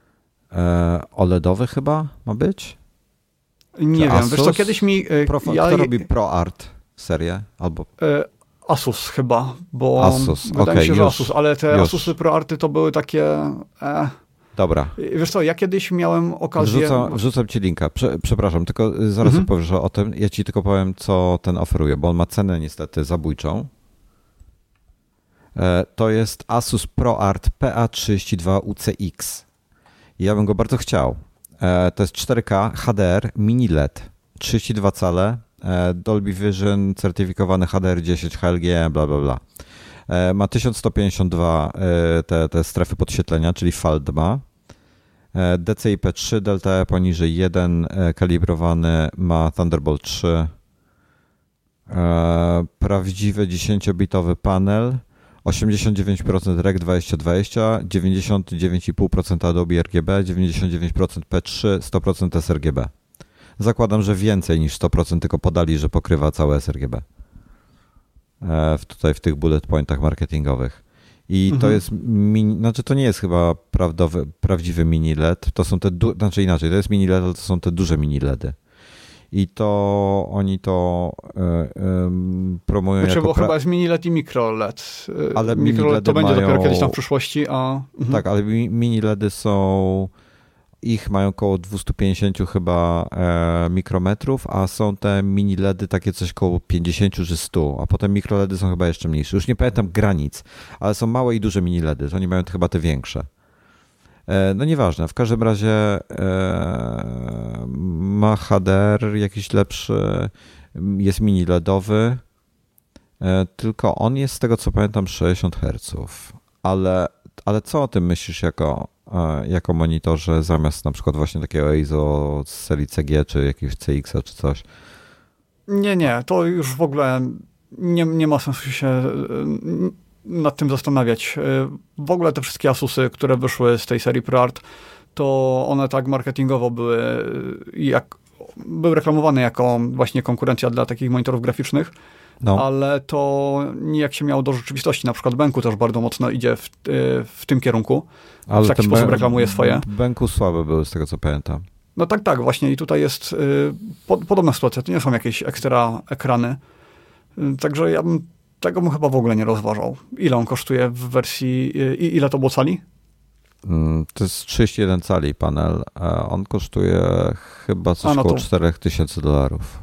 e, OLEDowy chyba ma być? Nie czy wiem, Asus? Wiesz co, kiedyś mi... E, Pro, ja, kto robi ProArt serię? Albo... E, Asus chyba, bo Asus, wydaje okay, mi się, że już, Asus, ale te już. Asusy ProArty to były takie... E, Dobra. Wiesz co, ja kiedyś miałem okazję... Wrzucam, wrzucam ci linka, Prze, przepraszam, tylko zaraz mhm. opowiesz o tym. Ja ci tylko powiem, co ten oferuje, bo on ma cenę niestety zabójczą. To jest Asus ProArt P A trzydzieści dwa U C X. Ja bym go bardzo chciał. To jest cztery K H D R mini L E D, trzydzieści dwa cale, Dolby Vision, certyfikowany H D R dziesięć, H L G, bla, bla, bla. Ma tysiąc sto pięćdziesiąt dwa te, te strefy podświetlenia, czyli F A L D ma. D C I P trzy, Delta E poniżej jeden, kalibrowany, ma Thunderbolt trzy. Prawdziwy dziesięciobitowy panel, osiemdziesiąt dziewięć procent R E C dwadzieścia dwadzieścia, dziewięćdziesiąt dziewięć przecinek pięć procent Adobe R G B, dziewięćdziesiąt dziewięć procent P trzy, sto procent s R G B. Zakładam, że więcej niż sto procent, tylko podali, że pokrywa całe s R G B. E, tutaj w tych bullet pointach marketingowych. I mhm. to jest mini, znaczy to nie jest chyba prawdowy, prawdziwy mini L E D, to są te, du- znaczy inaczej, to jest mini L E D, ale to są te duże mini L E D y. I to oni to y, y, promują znaczy, jako... bo pra... chyba jest mini L E D i mikro L E D. Ale mikro L E D to mają... będzie dopiero kiedyś tam w przyszłości, a... Mhm. Tak, ale mini L E D y są... Ich mają około dwieście pięćdziesiąt chyba e, mikrometrów, a są te mini L E D y takie coś około pięćdziesiąt czy sto, a potem mikro L E D y są chyba jeszcze mniejsze. Już nie pamiętam granic, ale są małe i duże mini L E D y. Oni mają chyba te większe. E, no nieważne, w każdym razie e, ma H D R jakiś lepszy, jest mini L E D-owy, e, tylko on jest z tego co pamiętam sześćdziesiąt herców. Ale, ale co o tym myślisz jako jako monitorze zamiast na przykład właśnie takiego I S O z serii C G czy jakiegoś C X-a czy coś? Nie, nie, to już w ogóle nie, nie ma sensu się nad tym zastanawiać. W ogóle te wszystkie Asusy, które wyszły z tej serii ProArt, to one tak marketingowo były, jak, były reklamowane jako właśnie konkurencja dla takich monitorów graficznych, no. ale to nijak się miało do rzeczywistości. Na przykład Benku też bardzo mocno idzie w, w tym kierunku. Ale w taki sposób ben, reklamuje swoje. Benku słabe były, z tego co pamiętam. No tak, tak, właśnie i tutaj jest y, po, podobna sytuacja. To nie są jakieś ekstra ekrany. Y, także ja bym tego bym chyba w ogóle nie rozważał. Ile on kosztuje w wersji, y, ile to było cali? Mm, to jest trzydzieści jeden cali panel, a on kosztuje chyba coś a, no około to... cztery tysiące dolarów.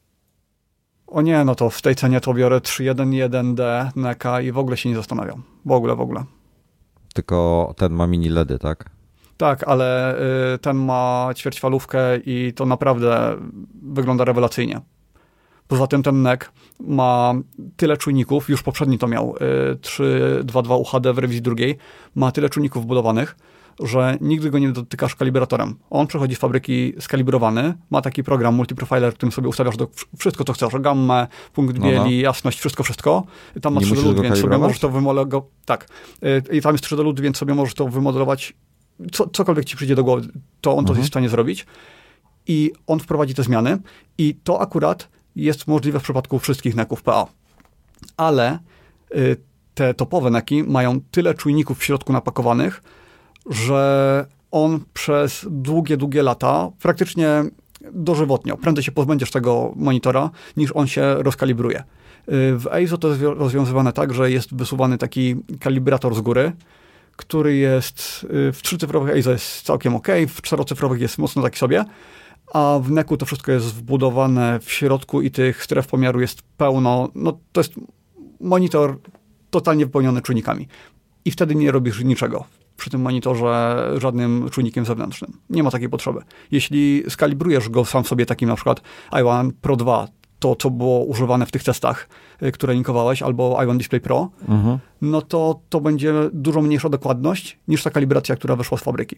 O nie, no to w tej cenie to biorę trzy jeden jeden D Neka i w ogóle się nie zastanawiam. W ogóle, w ogóle. Tylko ten ma mini LEDy, tak? Tak, ale y, ten ma ćwierćfalówkę i to naprawdę wygląda rewelacyjnie. Poza tym ten Nek ma tyle czujników, już poprzedni to miał y, trzy dwa dwa U H D w rewizji drugiej, ma tyle czujników wbudowanych, że nigdy go nie dotykasz kalibratorem. On przychodzi z fabryki skalibrowany, ma taki program multiprofiler, w którym sobie ustawiasz do wszystko, co chcesz, gammę, punkt bieli, no, no. jasność, wszystko, wszystko. Tam ma trzy D LUT, więc sobie możesz to wymodelować. Tak. I tam jest trzy D LUT, więc sobie możesz to wymodelować. Co, cokolwiek ci przyjdzie do głowy, to on to mhm. jest w stanie zrobić. I on wprowadzi te zmiany. I to akurat jest możliwe w przypadku wszystkich Neków P A. Ale y, te topowe Neki mają tyle czujników w środku napakowanych, że on przez długie, długie lata praktycznie dożywotnio, prędzej się pozbędziesz tego monitora, niż on się rozkalibruje. W E I Z O to jest rozwiązywane tak, że jest wysuwany taki kalibrator z góry, który jest w trzycyfrowych E I Z O jest całkiem ok, w czterocyfrowych jest mocno taki sobie, a w Neku to wszystko jest wbudowane w środku i tych stref pomiaru jest pełno. No to jest monitor totalnie wypełniony czujnikami. I wtedy nie robisz niczego przy tym monitorze żadnym czujnikiem zewnętrznym. Nie ma takiej potrzeby. Jeśli skalibrujesz go sam sobie takim na przykład i jeden Pro dwa, to co było używane w tych testach, które linkowałeś, albo i jeden Display Pro, mhm. no to to będzie dużo mniejsza dokładność niż ta kalibracja, która wyszła z fabryki.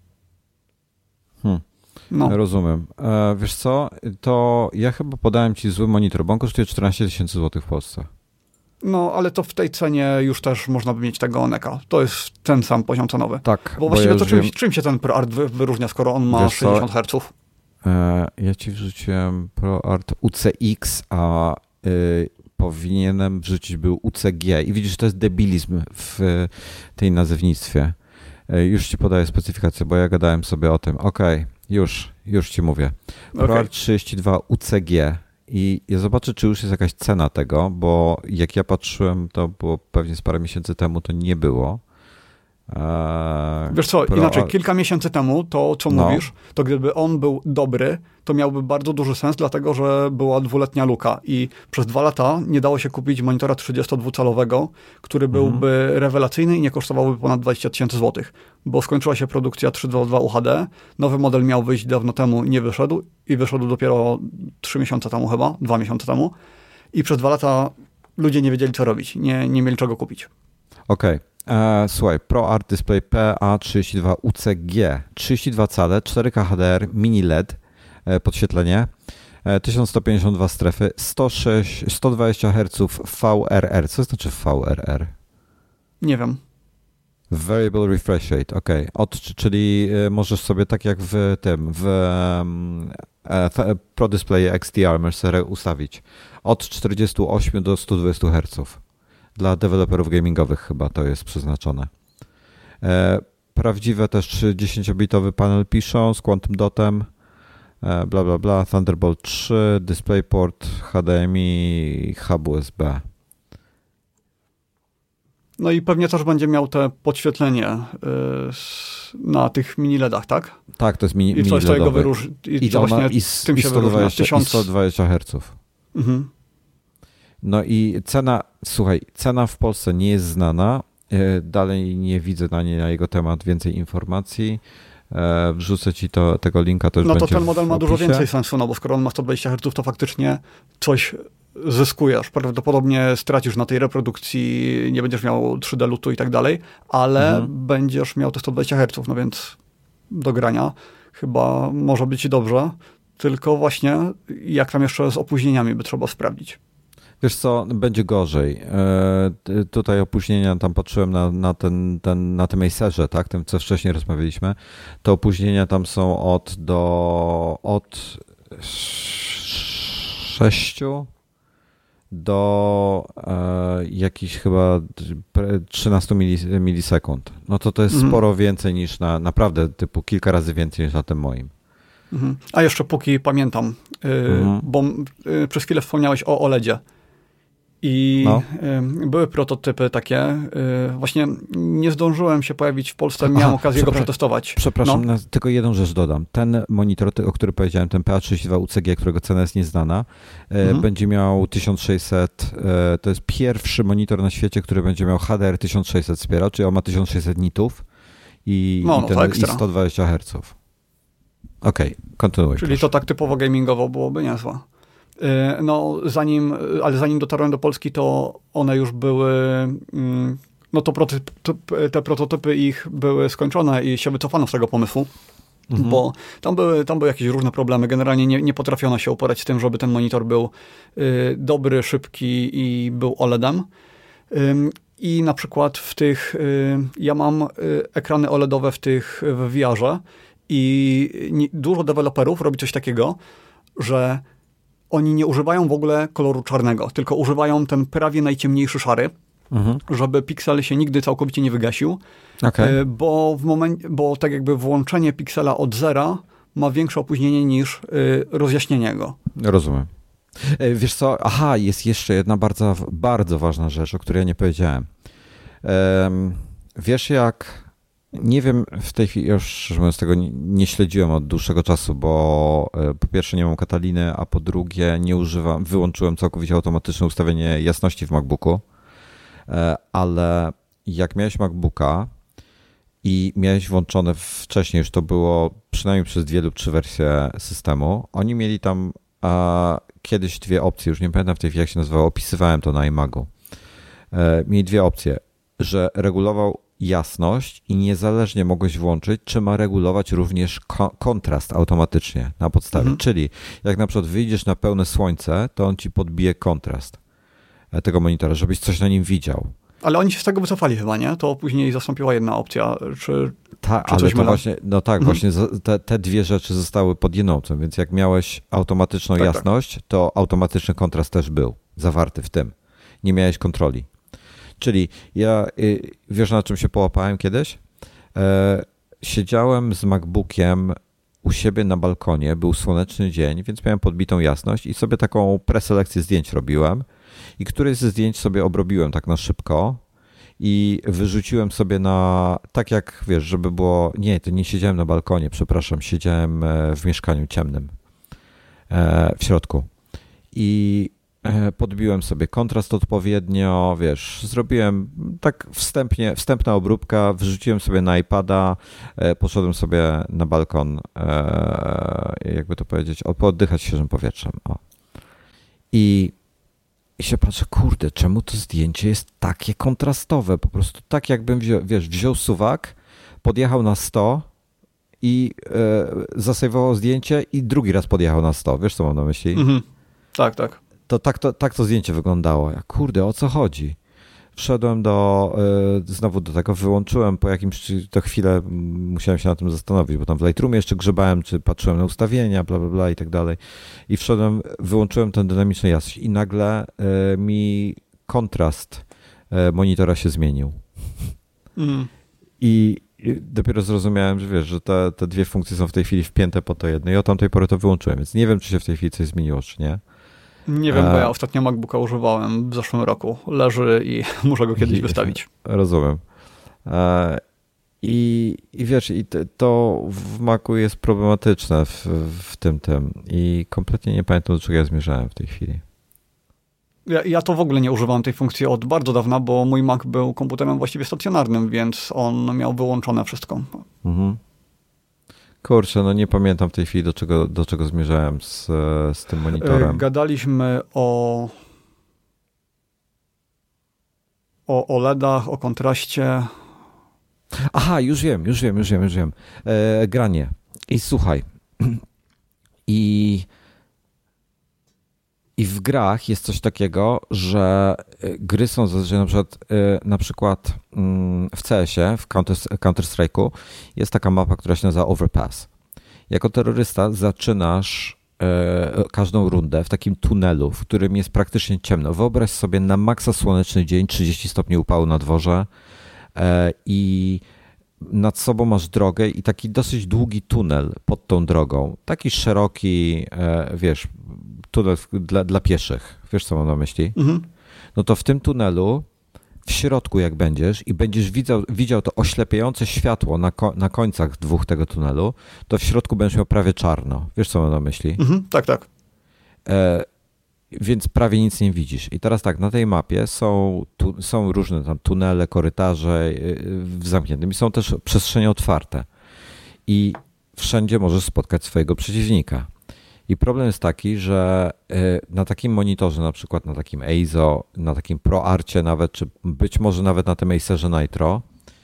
Hmm. No. Rozumiem. E, wiesz co, to ja chyba podałem ci zły monitor, bo on kosztuje czternaście tysięcy złotych w Polsce. No, ale to w tej cenie już też można by mieć tego Neka. To jest ten sam poziom cenowy. Tak. Bo właściwie bo ja to czym, czym się ten ProArt wyróżnia, skoro on ma sześćdziesiąt herców? E, ja ci wrzuciłem ProArt U C X, a y, powinienem wrzucić był U C G. I widzisz, to jest debilizm w tej nazewnictwie. E, już ci podaję specyfikację, bo ja gadałem sobie o tym. Okej, okay, już, już ci mówię. ProArt okay. trzydzieści dwa U C G. I ja zobaczę, czy już jest jakaś cena tego, bo jak ja patrzyłem, to było pewnie z parę miesięcy temu, to nie było. Eee, Wiesz co, pro... inaczej, kilka miesięcy temu, to co no. mówisz, to gdyby on był dobry, to miałby bardzo duży sens, dlatego że była dwuletnia luka i przez dwa lata nie dało się kupić monitora trzydziestodwucalowego, który byłby mhm. rewelacyjny i nie kosztowałby ponad dwadzieścia tysięcy złotych, bo skończyła się produkcja trzy dwa dwa U H D, nowy model miał wyjść dawno temu, nie wyszedł i wyszedł dopiero trzy miesiące temu chyba, dwa miesiące temu i przez dwa lata ludzie nie wiedzieli co robić, nie, nie mieli czego kupić. Okej. Okay. E, słuchaj, ProArt Display P A trzydzieści dwa U C G, trzydzieści dwa cale, cztery K H D R, mini L E D, e, podświetlenie, e, tysiąc sto pięćdziesiąt dwa strefy, sto sześć, sto dwadzieścia herców V R R. Co znaczy V R R? Nie wiem. Variable Refresh Rate, ok. Od, czyli e, możesz sobie tak jak w tym, w e, Pro Display X D R możesz sobie ustawić od czterdzieści osiem do stu dwudziestu herców. Dla deweloperów gamingowych chyba to jest przeznaczone. E, prawdziwe też dziesięciobitowy panel piszą z Quantum Dotem, e, bla bla bla, Thunderbolt trzy, DisplayPort, H D M I, hub U S B. No i pewnie też będzie miał te podświetlenie y, na tych mini L E dach, tak? Tak, to jest mini, mini I coś, co jego wyróżni. I, I, to właśnie i, z, tym i, się sto dwadzieścia, tysiąc... i sto dwadzieścia herców. Mhm. No i cena, słuchaj, cena w Polsce nie jest znana, dalej nie widzę na, nie, na jego temat więcej informacji, wrzucę ci to, tego linka, to już no będzie to ten model w ma opisie. dużo więcej sensu, no bo skoro on ma sto dwadzieścia herców, to faktycznie coś zyskujesz, prawdopodobnie stracisz na tej reprodukcji, nie będziesz miał trzy D lutu i tak dalej, ale mhm. będziesz miał te sto dwadzieścia herców, no więc do grania chyba może być dobrze, tylko właśnie jak tam jeszcze z opóźnieniami by trzeba sprawdzić. Wiesz co, będzie gorzej. E, tutaj opóźnienia, tam patrzyłem na, na, ten, ten, na tym Acerze, tak, tym co wcześniej rozmawialiśmy, to opóźnienia tam są od do od sześciu do e, jakichś chyba trzynastu milisekund. No to to jest mhm. sporo więcej niż na, naprawdę typu kilka razy więcej niż na tym moim. Mhm. A jeszcze póki pamiętam, yy, mhm. bo yy, przez chwilę wspomniałeś o OLEDzie. I no. y, były prototypy takie. Y, właśnie nie zdążyłem się pojawić w Polsce, miałem Aha, okazję go przetestować. Przepraszam, no. tylko jedną rzecz dodam. Ten monitor, o którym powiedziałem, ten P A trzydzieści dwa U C G, którego cena jest nieznana, y, mhm. będzie miał tysiąc sześćset, y, to jest pierwszy monitor na świecie, który będzie miał H D R tysiąc sześćset wspierał, czyli on ma tysiąc sześćset nitów i, no, i, no, ten, i sto dwadzieścia herców. Okej, okay, kontynuuj. Czyli proszę. to tak typowo gamingowo byłoby niezłe. No, zanim, ale zanim dotarłem do Polski, to one już były, no to prototypy, te prototypy ich były skończone i się wycofano z tego pomysłu, mhm. bo tam były, tam były jakieś różne problemy. Generalnie nie, nie potrafiono się uporać z tym, żeby ten monitor był dobry, szybki i był OLEDem. I na przykład w tych, ja mam ekrany OLEDowe w tych w V R-ze i dużo deweloperów robi coś takiego, że oni nie używają w ogóle koloru czarnego, tylko używają ten prawie najciemniejszy szary, mhm. żeby piksel się nigdy całkowicie nie wygasił, okay. bo w momencie, bo tak jakby włączenie piksela od zera ma większe opóźnienie niż rozjaśnienie go. Rozumiem. Wiesz co, aha, jest jeszcze jedna bardzo, bardzo ważna rzecz, o której ja nie powiedziałem. Wiesz jak... Nie wiem, w tej chwili już szczerze mówiąc tego nie, nie śledziłem od dłuższego czasu, bo po pierwsze nie mam Kataliny, a po drugie nie używam, wyłączyłem całkowicie automatyczne ustawienie jasności w MacBooku, ale jak miałeś MacBooka i miałeś włączone wcześniej, już to było przynajmniej przez dwie lub trzy wersje systemu, oni mieli tam a, kiedyś dwie opcje, już nie pamiętam w tej chwili jak się nazywało, opisywałem to na iMagu. E, mieli dwie opcje, że regulował jasność i niezależnie mogłeś włączyć, czy ma regulować również ko- kontrast automatycznie na podstawie. Mhm. Czyli jak na przykład wyjdziesz na pełne słońce, to on ci podbije kontrast tego monitora, żebyś coś na nim widział. Ale oni się z tego wycofali chyba, nie? To później zastąpiła jedna opcja, czy, Ta, czy ale coś to właśnie, no tak, mhm. właśnie te, te dwie rzeczy zostały pod jedną opcją, więc jak miałeś automatyczną tak, jasność, tak. to automatyczny kontrast też był zawarty w tym. Nie miałeś kontroli. Czyli ja, wiesz na czym się połapałem kiedyś? E, siedziałem z MacBookiem u siebie na balkonie, był słoneczny dzień, więc miałem podbitą jasność i sobie taką preselekcję zdjęć robiłem i któreś ze zdjęć sobie obrobiłem tak na szybko i wyrzuciłem sobie na, tak jak wiesz, żeby było, nie, to nie siedziałem na balkonie, przepraszam, siedziałem w mieszkaniu ciemnym e, w środku i podbiłem sobie kontrast odpowiednio, wiesz, zrobiłem tak wstępnie, wstępna obróbka, wrzuciłem sobie na iPada, poszedłem sobie na balkon, jakby to powiedzieć, pooddychać świeżym powietrzem. O. I, I się patrzę, kurde, czemu to zdjęcie jest takie kontrastowe? Po prostu tak jakbym, wziął, wiesz, wziął suwak, podjechał na sto i e, zasejwował zdjęcie i drugi raz podjechał na sto. Wiesz, co mam na myśli? Mhm. Tak, tak. To tak, to tak to zdjęcie wyglądało. Ja, kurde, o co chodzi? Wszedłem do, y, znowu do tego, wyłączyłem po jakimś, to chwilę musiałem się na tym zastanowić, bo tam w Lightroomie jeszcze grzebałem, czy patrzyłem na ustawienia, bla, bla, bla i tak dalej. I wszedłem, wyłączyłem tę dynamiczną jasność i nagle y, mi kontrast y, monitora się zmienił. Mm. I dopiero zrozumiałem, że wiesz, że te, te dwie funkcje są w tej chwili wpięte po to jedno i od tamtej pory to wyłączyłem, więc nie wiem, czy się w tej chwili coś zmieniło, czy nie. Nie wiem, bo ja ostatnio MacBooka używałem w zeszłym roku. Leży i muszę go kiedyś I, wystawić. Rozumiem. I, i wiesz, i to w Macu jest problematyczne w, w tym tym i kompletnie nie pamiętam, do czego ja zmierzałem w tej chwili. Ja, ja to w ogóle nie używałem tej funkcji od bardzo dawna, bo mój Mac był komputerem właściwie stacjonarnym, więc on miał wyłączone wszystko. Mhm. Kurczę, no nie pamiętam w tej chwili, do czego, do czego zmierzałem z, z tym monitorem. Gadaliśmy o, o OLEDach, o kontraście. Aha, już wiem, już wiem, już wiem, już wiem. E, granie. I słuchaj. I I w grach jest coś takiego, że gry są zazwyczaj na przykład, na przykład w C S-ie, w Counter-Strike'u jest taka mapa, która się nazywa Overpass. Jako terrorysta zaczynasz każdą rundę w takim tunelu, w którym jest praktycznie ciemno. Wyobraź sobie na maksa słoneczny dzień, trzydzieści stopni upału na dworze i nad sobą masz drogę i taki dosyć długi tunel pod tą drogą. Taki szeroki, wiesz, tunel dla, dla pieszych. Wiesz, co mam na myśli? Mhm. No to w tym tunelu, w środku jak będziesz i będziesz widział, widział to oślepiające światło na, ko- na końcach dwóch tego tunelu, to w środku będziesz miał prawie czarno. Wiesz, co mam na myśli? Mhm, tak, tak. E, więc prawie nic nie widzisz. I teraz tak, na tej mapie są, tu, są różne tam tunele, korytarze w zamkniętym i są też przestrzenie otwarte. I wszędzie możesz spotkać swojego przeciwnika. I problem jest taki, że na takim monitorze, na przykład na takim E I Z O, na takim ProArcie nawet, czy być może nawet na tym Acerze Nitro,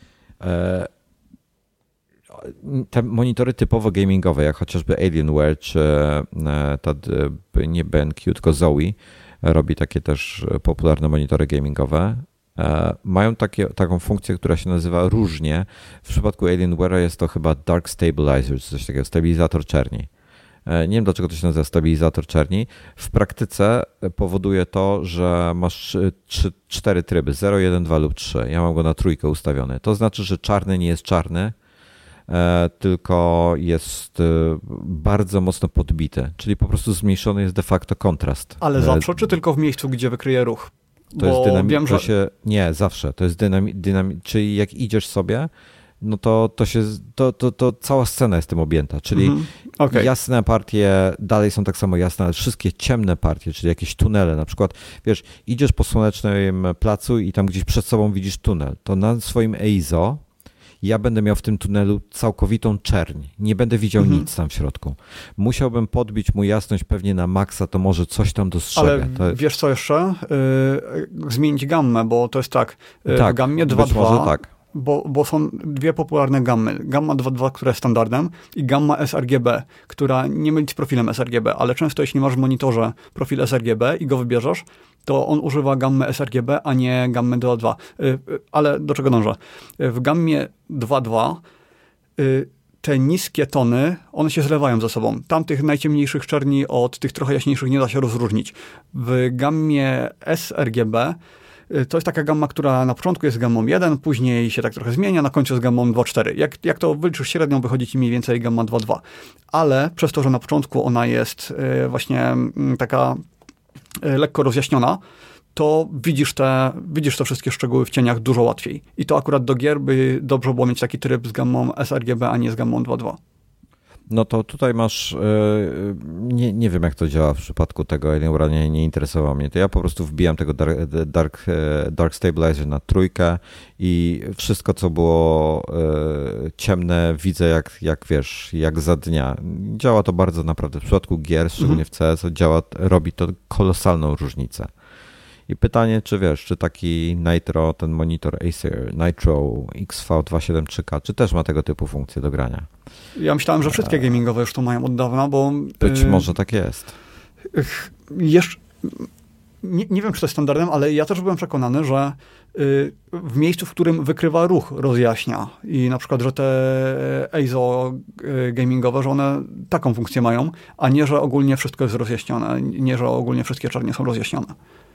te monitory typowo gamingowe, jak chociażby Alienware, czy ta, nie B N Q, tylko Zoe, robi takie też popularne monitory gamingowe, mają takie, taką funkcję, która się nazywa różnie. W przypadku Alienware jest to chyba Dark Stabilizer, czy coś takiego, stabilizator czerni. Nie wiem, dlaczego to się nazywa stabilizator czerni. W praktyce powoduje to, że masz trzy, cztery tryby, zero, jeden, dwa lub trzy. Ja mam go na trójkę ustawiony. To znaczy, że czarny nie jest czarny, tylko jest bardzo mocno podbity, czyli po prostu zmniejszony jest de facto kontrast. Ale zawsze, czy tylko w miejscu, gdzie wykryje ruch? To Bo jest dynamik, wiem, że... się, nie, zawsze. To jest dynamik, dynamik, czyli jak idziesz sobie, no to, to, się, to, to, to cała scena jest tym objęta, czyli mm-hmm. okay. jasne partie dalej są tak samo jasne, ale wszystkie ciemne partie, czyli jakieś tunele, na przykład, wiesz, idziesz po słonecznym placu i tam gdzieś przed sobą widzisz tunel, to na swoim E I Z O ja będę miał w tym tunelu całkowitą czerń, nie będę widział mm-hmm. nic tam w środku. Musiałbym podbić mu jasność pewnie na maksa, to może coś tam dostrzegę. Ale to... wiesz co jeszcze? Yy, zmienić gammę, bo to jest tak, yy, tak w gammie dwa dwa tak. Bo, bo są dwie popularne gammy. Gamma dwa dwa, która jest standardem i gamma sRGB, która nie myli z profilem sRGB, ale często jeśli masz w monitorze profil sRGB i go wybierzesz, to on używa gammy sRGB, a nie gammy dwa dwa. Yy, ale do czego dążę? W gammie dwa dwa yy, te niskie tony, one się zlewają ze sobą. Tamtych najciemniejszych czerni od tych trochę jaśniejszych nie da się rozróżnić. W gammie sRGB to jest taka gamma, która na początku jest gammą jeden, później się tak trochę zmienia, na końcu jest gammą dwa cztery. Jak, jak to wyliczysz średnią, wychodzi ci mniej więcej gamma dwa dwa. Ale przez to, że na początku ona jest właśnie taka lekko rozjaśniona, to widzisz te, widzisz te wszystkie szczegóły w cieniach dużo łatwiej. I to akurat do gier by dobrze było mieć taki tryb z gammą sRGB, a nie z gammą dwa dwa. No to tutaj masz, nie, nie wiem jak to działa w przypadku tego Alienware'a, nie, nie interesowało mnie to. Ja po prostu wbijam tego Dark, dark, dark Stabilizer na trójkę i wszystko co było ciemne widzę jak, jak wiesz, jak za dnia. Działa to bardzo naprawdę. W przypadku gier, szczególnie w C S, działa, robi to kolosalną różnicę. I pytanie, czy wiesz, czy taki Nitro, ten monitor Acer Nitro X V dwieście siedemdziesiąt trzy K, czy też ma tego typu funkcje do grania? Ja myślałem, że wszystkie gamingowe już to mają od dawna, bo... Być yy, może tak jest. Yy, jeszcze, nie, nie wiem, czy to jest standardem, ale ja też byłem przekonany, że yy, w miejscu, w którym wykrywa ruch, rozjaśnia. I na przykład, że te E I Z O yy, gamingowe, że one taką funkcję mają, a nie, że ogólnie wszystko jest rozjaśnione, nie, że ogólnie wszystkie czernie są rozjaśnione.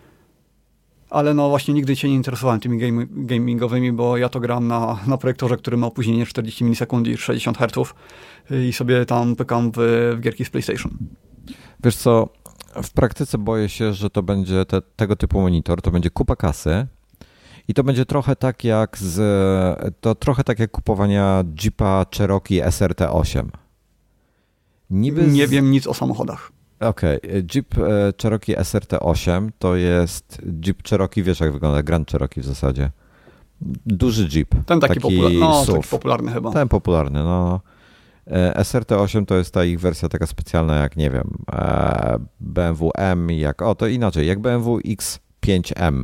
Ale no właśnie nigdy się nie interesowałem tymi game, gamingowymi, bo ja to gram na, na projektorze, który ma opóźnienie czterdzieści milisekund i sześćdziesiąt herców i sobie tam pykam w, w gierki z PlayStation. Wiesz co, w praktyce boję się, że to będzie te, tego typu monitor, to będzie kupa kasy i to będzie trochę tak jak z, to trochę tak jak kupowania Jeepa Cherokee S R T osiem. Niby z... Nie wiem nic o samochodach. Okej, okay. Jeep Cherokee S R T osiem to jest Jeep Cherokee, wiesz jak wygląda, Grand Cherokee w zasadzie. Duży Jeep. Ten taki, taki, popula- no, taki popularny chyba. Ten popularny, no. S R T osiem to jest ta ich wersja taka specjalna jak, nie wiem, B M W M, jak, o to inaczej, jak B M W X pięć M.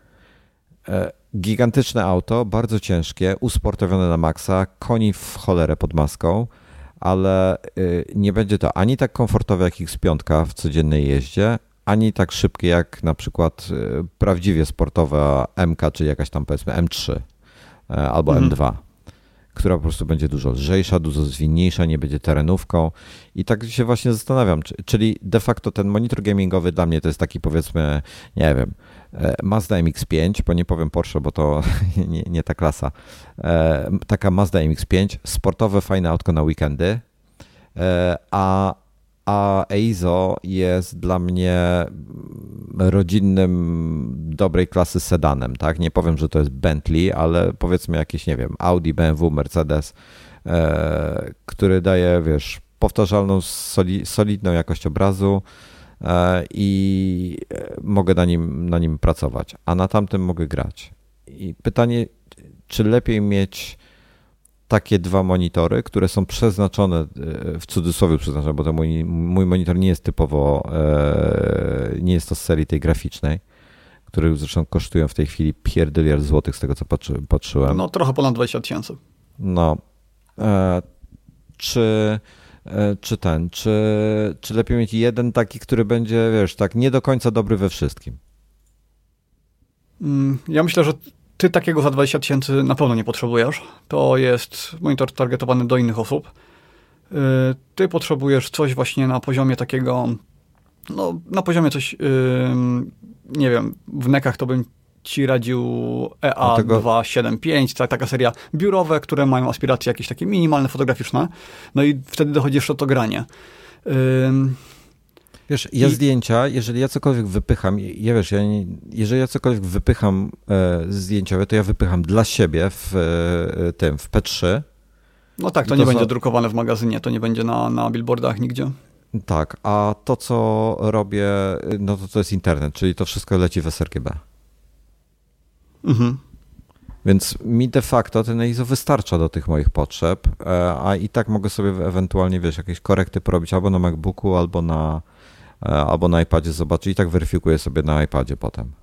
Gigantyczne auto, bardzo ciężkie, usportowione na maksa, koni w cholerę pod maską, ale nie będzie to ani tak komfortowe jak X pięć w codziennej jeździe, ani tak szybkie jak na przykład prawdziwie sportowa M K, czyli jakaś tam powiedzmy M trzy albo mhm. M dwa, która po prostu będzie dużo lżejsza, dużo zwinniejsza, nie będzie terenówką i tak się właśnie zastanawiam, czyli de facto ten monitor gamingowy dla mnie to jest taki powiedzmy, nie wiem, Mazda M X pięć, bo nie powiem Porsche, bo to nie, nie ta klasa, taka Mazda M X pięć, sportowe, fajne autko na weekendy, a A Eizo jest dla mnie rodzinnym, dobrej klasy sedanem, tak? Nie powiem, że to jest Bentley, ale powiedzmy jakieś, nie wiem, Audi, B M W, Mercedes, e, który daje, wiesz, powtarzalną, soli, solidną jakość obrazu e, i mogę na nim, na nim pracować, a na tamtym mogę grać. I pytanie, czy lepiej mieć takie dwa monitory, które są przeznaczone, w cudzysłowie przeznaczone, bo to mój, mój monitor nie jest typowo, nie jest to z serii tej graficznej, które zresztą kosztują w tej chwili pierdyliard złotych z tego, co patrzy, patrzyłem. No trochę ponad dwadzieścia tysięcy. No. Czy, czy ten, czy, czy lepiej mieć jeden taki, który będzie, wiesz, tak nie do końca dobry we wszystkim? Ja myślę, że ty takiego za dwadzieścia tysięcy na pewno nie potrzebujesz. To jest monitor targetowany do innych osób. Ty potrzebujesz coś właśnie na poziomie takiego, no na poziomie coś, nie wiem, w nekach to bym ci radził E A tego... dwieście siedemdziesiąt pięć, ta, taka seria biurowe, które mają aspiracje jakieś takie minimalne, fotograficzne. No i wtedy dochodzi jeszcze o to granie. Wiesz, ja I... zdjęcia, jeżeli ja cokolwiek wypycham, ja wiesz, ja nie, jeżeli ja cokolwiek wypycham e, zdjęciowe, to ja wypycham dla siebie w e, tym, w P trzy. No tak, to, to nie są... będzie drukowane w magazynie, to nie będzie na, na billboardach nigdzie. Tak, a to, co robię, no to to jest internet, czyli to wszystko leci w S R G B. Mhm. Więc mi de facto ten Eizo wystarcza do tych moich potrzeb, a i tak mogę sobie ewentualnie, wiesz, jakieś korekty porobić albo na MacBooku, albo na, albo na iPadzie zobaczyć i tak weryfikuję sobie na iPadzie potem.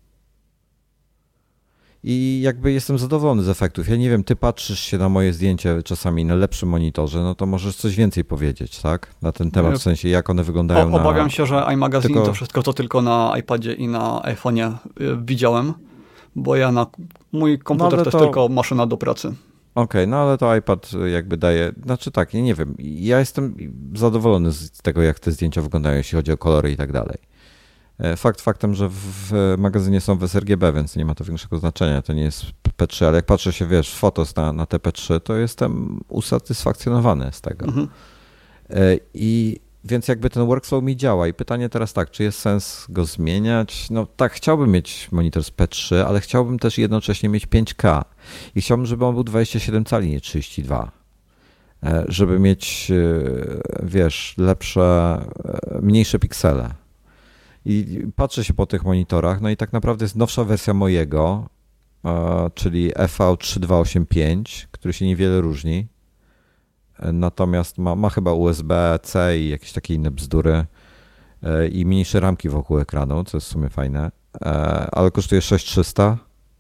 I jakby jestem zadowolony z efektów. Ja nie wiem, ty patrzysz się na moje zdjęcie czasami na lepszym monitorze, no to możesz coś więcej powiedzieć, tak? Na ten temat, w sensie jak one wyglądają. O, obawiam na... się, że iMagazine tylko... to wszystko to tylko na iPadzie i na iPhone'ie widziałem, bo ja na mój komputer no, to jest to... tylko maszyna do pracy. Okej, okay, no ale to iPad jakby daje, znaczy tak, nie wiem, ja jestem zadowolony z tego, jak te zdjęcia wyglądają, jeśli chodzi o kolory i tak dalej. Fakt faktem, że w magazynie są w S R G B, więc nie ma to większego znaczenia, to nie jest P trzy, ale jak patrzę się, wiesz, w fotos na, na te P trzy, to jestem usatysfakcjonowany z tego. Mhm. I więc jakby ten workflow mi działa i pytanie teraz tak, czy jest sens go zmieniać? No tak, chciałbym mieć monitor z P trzy, ale chciałbym też jednocześnie mieć pięć K i chciałbym, żeby on był dwadzieścia siedem cali, nie trzydzieści dwa. Żeby mieć, wiesz, lepsze, mniejsze piksele. I patrzę się po tych monitorach, no i tak naprawdę jest nowsza wersja mojego, czyli F V trzy dwa osiem pięć, który się niewiele różni. Natomiast ma, ma chyba U S B C i jakieś takie inne bzdury i mniejsze ramki wokół ekranu, co jest w sumie fajne, ale kosztuje sześć tysięcy trzysta.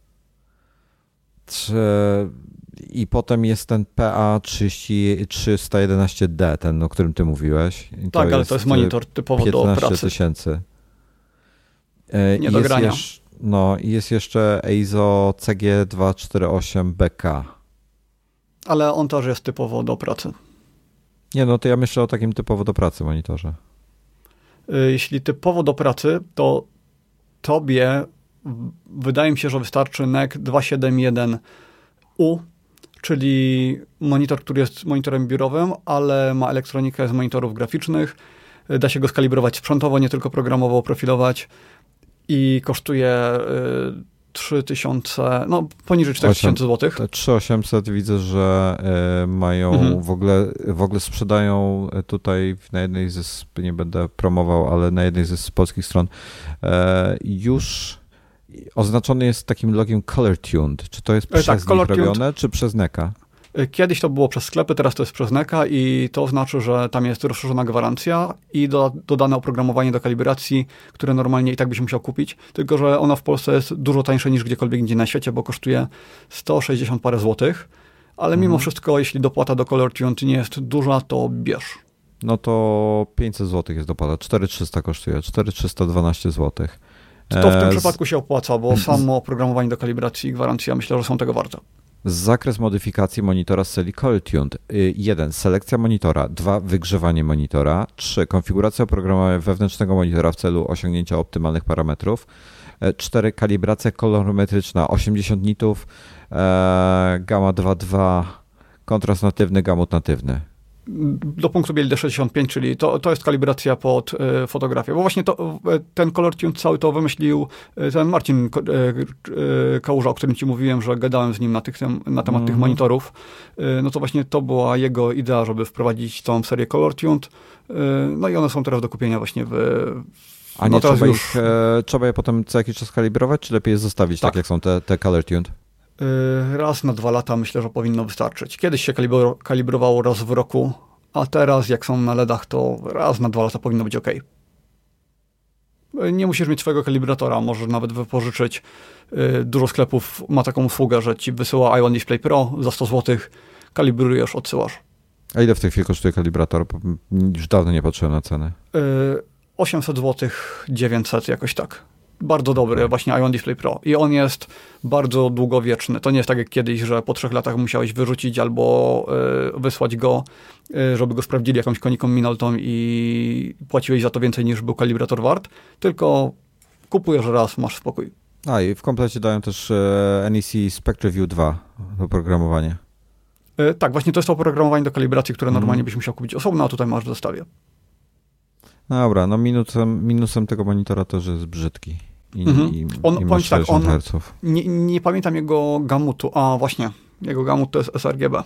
I potem jest ten P A trzysta jedenaście D, ten, o którym ty mówiłeś. I tak, to ale to jest monitor typowo do pracy. piętnaście tysięcy. Nie do grania. Jeszcze, no i jest jeszcze Eizo C G dwieście czterdzieści osiem B K. Ale on też jest typowo do pracy. Nie, no to ja myślę o takim typowo do pracy monitorze. Jeśli typowo do pracy, to tobie wydaje mi się, że wystarczy N E C dwieście siedemdziesiąt jeden U, czyli monitor, który jest monitorem biurowym, ale ma elektronikę z monitorów graficznych. Da się go skalibrować sprzętowo, nie tylko programowo profilować i kosztuje trzy tysiące, no poniżej cztery tysiące złotych. trzy tysiące osiemset widzę, że y, mają mhm. w ogóle w ogóle sprzedają tutaj na jednej ze, nie będę promował, ale na jednej ze polskich stron y, już oznaczony jest takim logiem Color Tuned. Czy to jest przez tak, nich robione, czy przez N E C a? Kiedyś to było przez sklepy, teraz to jest przez N E C a i to znaczy, że tam jest rozszerzona gwarancja i do, dodane oprogramowanie do kalibracji, które normalnie i tak byś musiał kupić, tylko że ono w Polsce jest dużo tańsze niż gdziekolwiek indziej na świecie, bo kosztuje sto sześćdziesiąt parę złotych, ale mhm. mimo wszystko, jeśli dopłata do Color Tuned nie jest duża, to bierz. no to pięćset złotych jest dopłata, cztery tysiące trzysta kosztuje, cztery tysiące trzysta dwanaście złotych. To w tym z... przypadku się opłaca, bo samo oprogramowanie do kalibracji i gwarancja myślę, że są tego warte. Zakres modyfikacji monitora z serii Color Tuned. jeden. Selekcja monitora. dwa. Wygrzewanie monitora. trzy. Konfiguracja oprogramowania wewnętrznego monitora w celu osiągnięcia optymalnych parametrów. cztery. Kalibracja kolorometryczna. osiemdziesiąt nitów. E, gamma dwa dwa. Kontrast natywny, gamut natywny. Do punktu bieli D sześćdziesiąt pięć, czyli to, to jest kalibracja pod y, fotografię. Bo właśnie to, ten Color Tune cały to wymyślił y, ten Marcin y, y, Kałuża, o którym ci mówiłem, że gadałem z nim na, tych, na temat mm. tych monitorów. Y, no to właśnie to była jego idea, żeby wprowadzić tą serię Color Tuned. Y, no i one są teraz do kupienia właśnie w... A nie no trzeba, już... ich, e, trzeba je potem co jakiś czas kalibrować, czy lepiej je zostawić tak, tak jak są te, te Color Tuned? Raz na dwa lata myślę, że powinno wystarczyć. Kiedyś się kalibro, kalibrowało raz w roku, a teraz jak są na LEDach, to raz na dwa lata powinno być ok. Nie musisz mieć swojego kalibratora, możesz nawet wypożyczyć. Dużo sklepów ma taką usługę, że ci wysyła iOne Display Pro za sto złotych, kalibrujesz, odsyłasz. A ile w tej chwili kosztuje kalibrator? Już dawno nie patrzyłem na cenę. osiemset złotych, dziewięćset jakoś tak. Bardzo dobry, właśnie iOne Display Pro. I on jest bardzo długowieczny. To nie jest tak jak kiedyś, że po trzech latach musiałeś wyrzucić albo y, wysłać go, y, żeby go sprawdzili jakąś koniką minoltą i płaciłeś za to więcej niż był kalibrator wart, tylko kupujesz raz, masz spokój. A i w komplecie dają też y, N E C SpectreView dwa oprogramowanie. Y, tak, właśnie to jest to oprogramowanie do kalibracji, które mm. normalnie byś musiał kupić osobno, a tutaj masz w zestawie. Dobra, no minusem, minusem tego monitora to, że jest brzydki. I, mhm. i, on, i masz tak, on, herców. Nie, nie pamiętam jego gamutu. A właśnie, jego gamut to jest sRGB.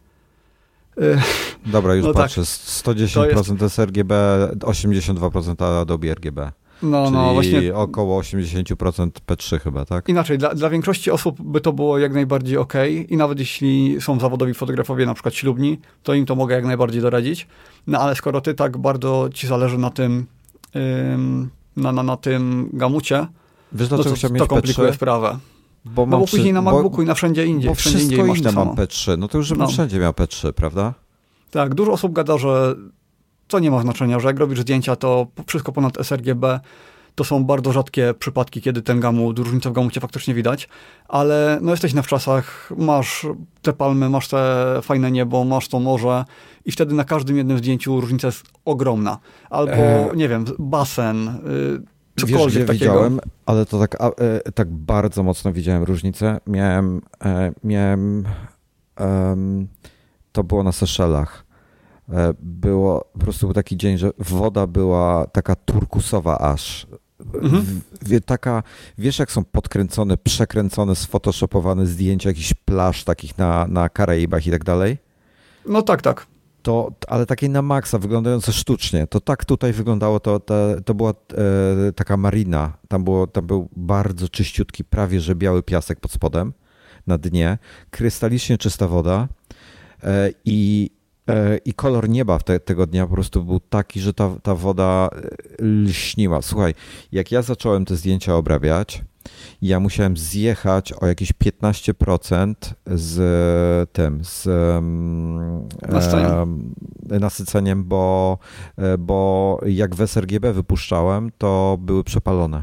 Y, Dobra, już no patrzę. Tak. sto dziesięć procent jest... sRGB, osiemdziesiąt dwa procent Adobe R G B. No, czyli no, właśnie... około osiemdziesiąt procent P trzy chyba, tak? Inaczej, dla, dla większości osób by to było jak najbardziej ok i nawet jeśli są zawodowi fotografowie, na przykład ślubni, to im to mogę jak najbardziej doradzić. No ale skoro ty tak bardzo ci zależy na tym ym, na, na, na tym gamucie, wiesz, no to, to komplikuje sprawę. Bo, no bo przy... później na MacBooku bo, i na wszędzie indziej. Bo wszędzie wszystko indziej inne mam P trzy, no to już żebym no. wszędzie miał P trzy, prawda? Tak, dużo osób gada, że to nie ma znaczenia, że jak robisz zdjęcia, to wszystko ponad sRGB. To są bardzo rzadkie przypadki, kiedy ten gamut, różnicę w gamucie faktycznie widać, ale no jesteś na wczasach, masz te palmy, masz te fajne niebo, masz to morze i wtedy na każdym jednym zdjęciu różnica jest ogromna. Albo, eee. nie wiem, basen, yy, cokolwiek Wiesz, takiego. Widziałem, ale to tak, a, e, tak bardzo mocno widziałem różnicę. Miałem, e, miałem um, to było na Seszelach. E, było, po prostu był taki dzień, że woda była taka turkusowa aż. Mhm. W, taka, wiesz jak są podkręcone, przekręcone, sfotoshopowane zdjęcia jakichś plaż takich na, na Karaibach i tak dalej? No tak, tak. To, ale takie na maksa, wyglądające sztucznie. To tak tutaj wyglądało, to, to, to była e, taka marina. Tam, było, tam był bardzo czyściutki, prawie że biały piasek pod spodem, na dnie. Krystalicznie czysta woda e, i I kolor nieba te, tego dnia po prostu był taki, że ta, ta woda lśniła. Słuchaj, jak ja zacząłem te zdjęcia obrabiać, ja musiałem zjechać o jakieś piętnaście procent z tym, z nasyceniem, e, nasyceniem bo, bo jak w sRGB wypuszczałem, to były przepalone.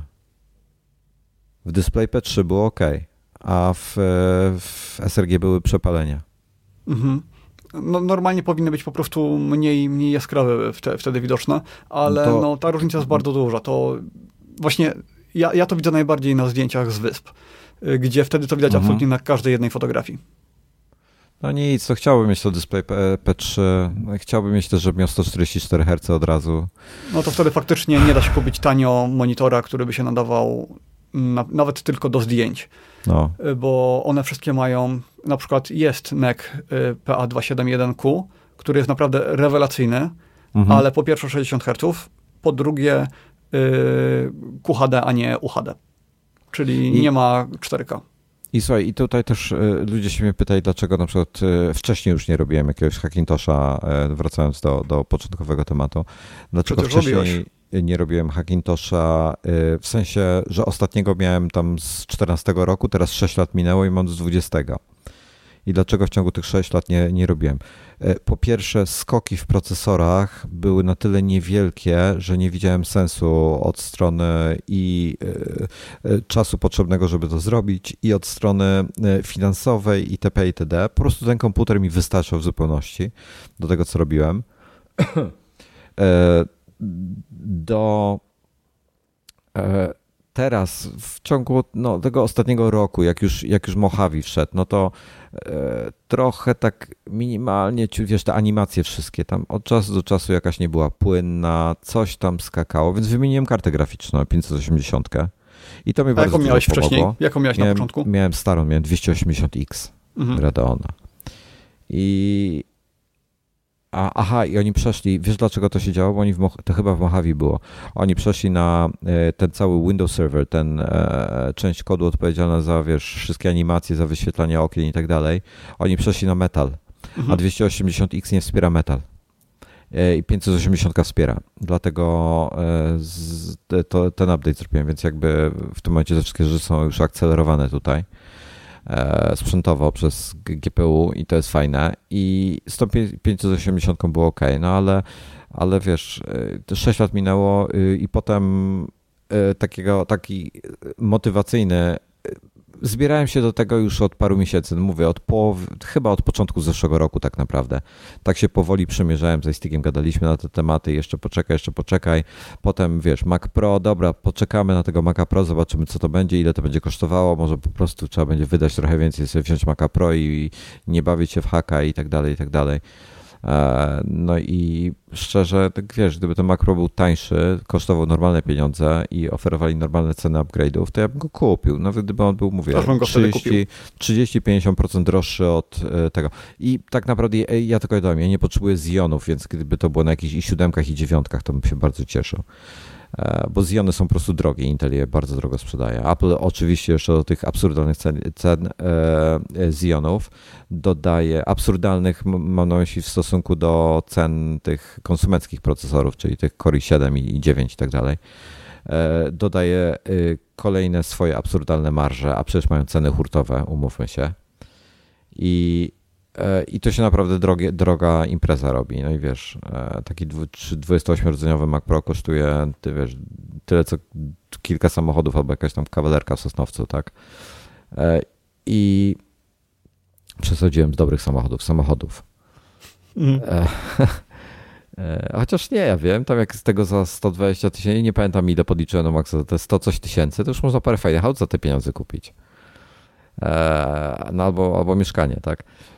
W Display P trzy było ok, a w, w sRG były przepalenia. Mhm. No, normalnie powinny być po prostu mniej, mniej jaskrawe wte, wtedy widoczne, ale to... no, ta różnica jest bardzo duża. To właśnie ja, ja to widzę najbardziej na zdjęciach z wysp, gdzie wtedy to widać mhm. absolutnie na każdej jednej fotografii. No nic, to chciałbym mieć to display P trzy, chciałbym mieć też, żeby miał sto czterdzieści cztery herce od razu. No to wtedy faktycznie nie da się kupić tanio monitora, który by się nadawał na, nawet tylko do zdjęć. No. Bo one wszystkie mają, na przykład jest N E C P A dwieście siedemdziesiąt jeden Q, który jest naprawdę rewelacyjny, mhm. ale po pierwsze sześćdziesiąt herców, po drugie yy, Q H D, a nie U H D. Czyli I, nie ma cztery K. I słuchaj, i tutaj też y, ludzie się mnie pytali, dlaczego na przykład y, wcześniej już nie robiłem jakiegoś Hackintosha, y, wracając do, do początkowego tematu. Dlaczego Przecież wcześniej robiłeś. nie robiłem Hackintosha, y, w sensie, że ostatniego miałem tam z czternastego roku, teraz sześć lat minęło i mam z dwudziestego. I dlaczego w ciągu tych sześć lat nie, nie robiłem? Po pierwsze, skoki w procesorach były na tyle niewielkie, że nie widziałem sensu od strony i czasu potrzebnego, żeby to zrobić, i od strony finansowej itp. itd. Po prostu ten komputer mi wystarczał w zupełności do tego, co robiłem. Do teraz, w ciągu no, tego ostatniego roku, jak już, jak już Mojave wszedł, no to e, trochę tak minimalnie, wiesz, te animacje wszystkie tam od czasu do czasu jakaś nie była płynna, coś tam skakało, więc wymieniłem kartę graficzną pięćset osiemdziesiąt i to mi A bardzo jaką miałeś dużo wcześniej? pomogło. Jaką miałeś miałem, na początku? Miałem starą, miałem dwieście osiemdziesiąt X mhm. Radeona. I A, aha, i oni przeszli, wiesz dlaczego to się działo? Bo oni w Mo- to chyba w Mojave było. Oni przeszli na e, ten cały Windows Server, ten e, część kodu odpowiedzialna za, wiesz, wszystkie animacje, za wyświetlanie okien i tak dalej. Oni przeszli na Metal, mhm. a dwieście osiemdziesiąt X nie wspiera Metal. E, I pięćset osiemdziesiąt wspiera. Dlatego e, z, to, ten update zrobiłem, więc jakby w tym momencie te wszystkie rzeczy są już akcelerowane tutaj sprzętowo przez G P U i to jest fajne i z tą pięćset osiemdziesiąt było ok, no ale, ale wiesz, sześć lat minęło i potem takiego, taki motywacyjny, zbierałem się do tego już od paru miesięcy, no mówię, od połowy, chyba od początku zeszłego roku tak naprawdę. Tak się powoli przymierzałem, z Stickiem gadaliśmy na te tematy, jeszcze poczekaj, jeszcze poczekaj. Potem wiesz, Mac Pro, dobra, poczekamy na tego Maca Pro, zobaczymy co to będzie, ile to będzie kosztowało, może po prostu trzeba będzie wydać trochę więcej, sobie wziąć Maca Pro i nie bawić się w haka i tak dalej, i tak dalej. No i szczerze, tak wiesz, gdyby ten Mac Pro był tańszy, kosztował normalne pieniądze i oferowali normalne ceny upgrade'ów, to ja bym go kupił. Nawet gdyby on był, mówię, trzydzieści do pięćdziesięciu procent droższy od tego. I tak naprawdę ja tylko dodam, ja nie potrzebuję Xionów, więc gdyby to było na jakichś i siódemkach i dziewiątkach, to bym się bardzo cieszył. Bo Xiony są po prostu drogie, Intel je bardzo drogo sprzedaje. Apple oczywiście jeszcze do tych absurdalnych cen, cen e, Xionów dodaje, absurdalnych mam na myśli w stosunku do cen tych konsumenckich procesorów, czyli tych Core i siedem i dziewięć i tak dalej, e, dodaje e, kolejne swoje absurdalne marże, a przecież mają ceny hurtowe, umówmy się. I I to się naprawdę drogie, droga impreza robi. No i wiesz, taki dwudziestoośmiordzeniowy Mac Pro kosztuje, ty wiesz, tyle co kilka samochodów albo jakaś tam kawalerka w Sosnowcu, tak? I przesadziłem z dobrych samochodów, samochodów. Mm. Chociaż nie, ja wiem, tam jak z tego za sto dwadzieścia tysięcy, nie pamiętam ile podliczyłem na maksa, za te sto coś tysięcy, to już można parę fajnych aut za te pieniądze kupić. No albo, albo mieszkanie, tak?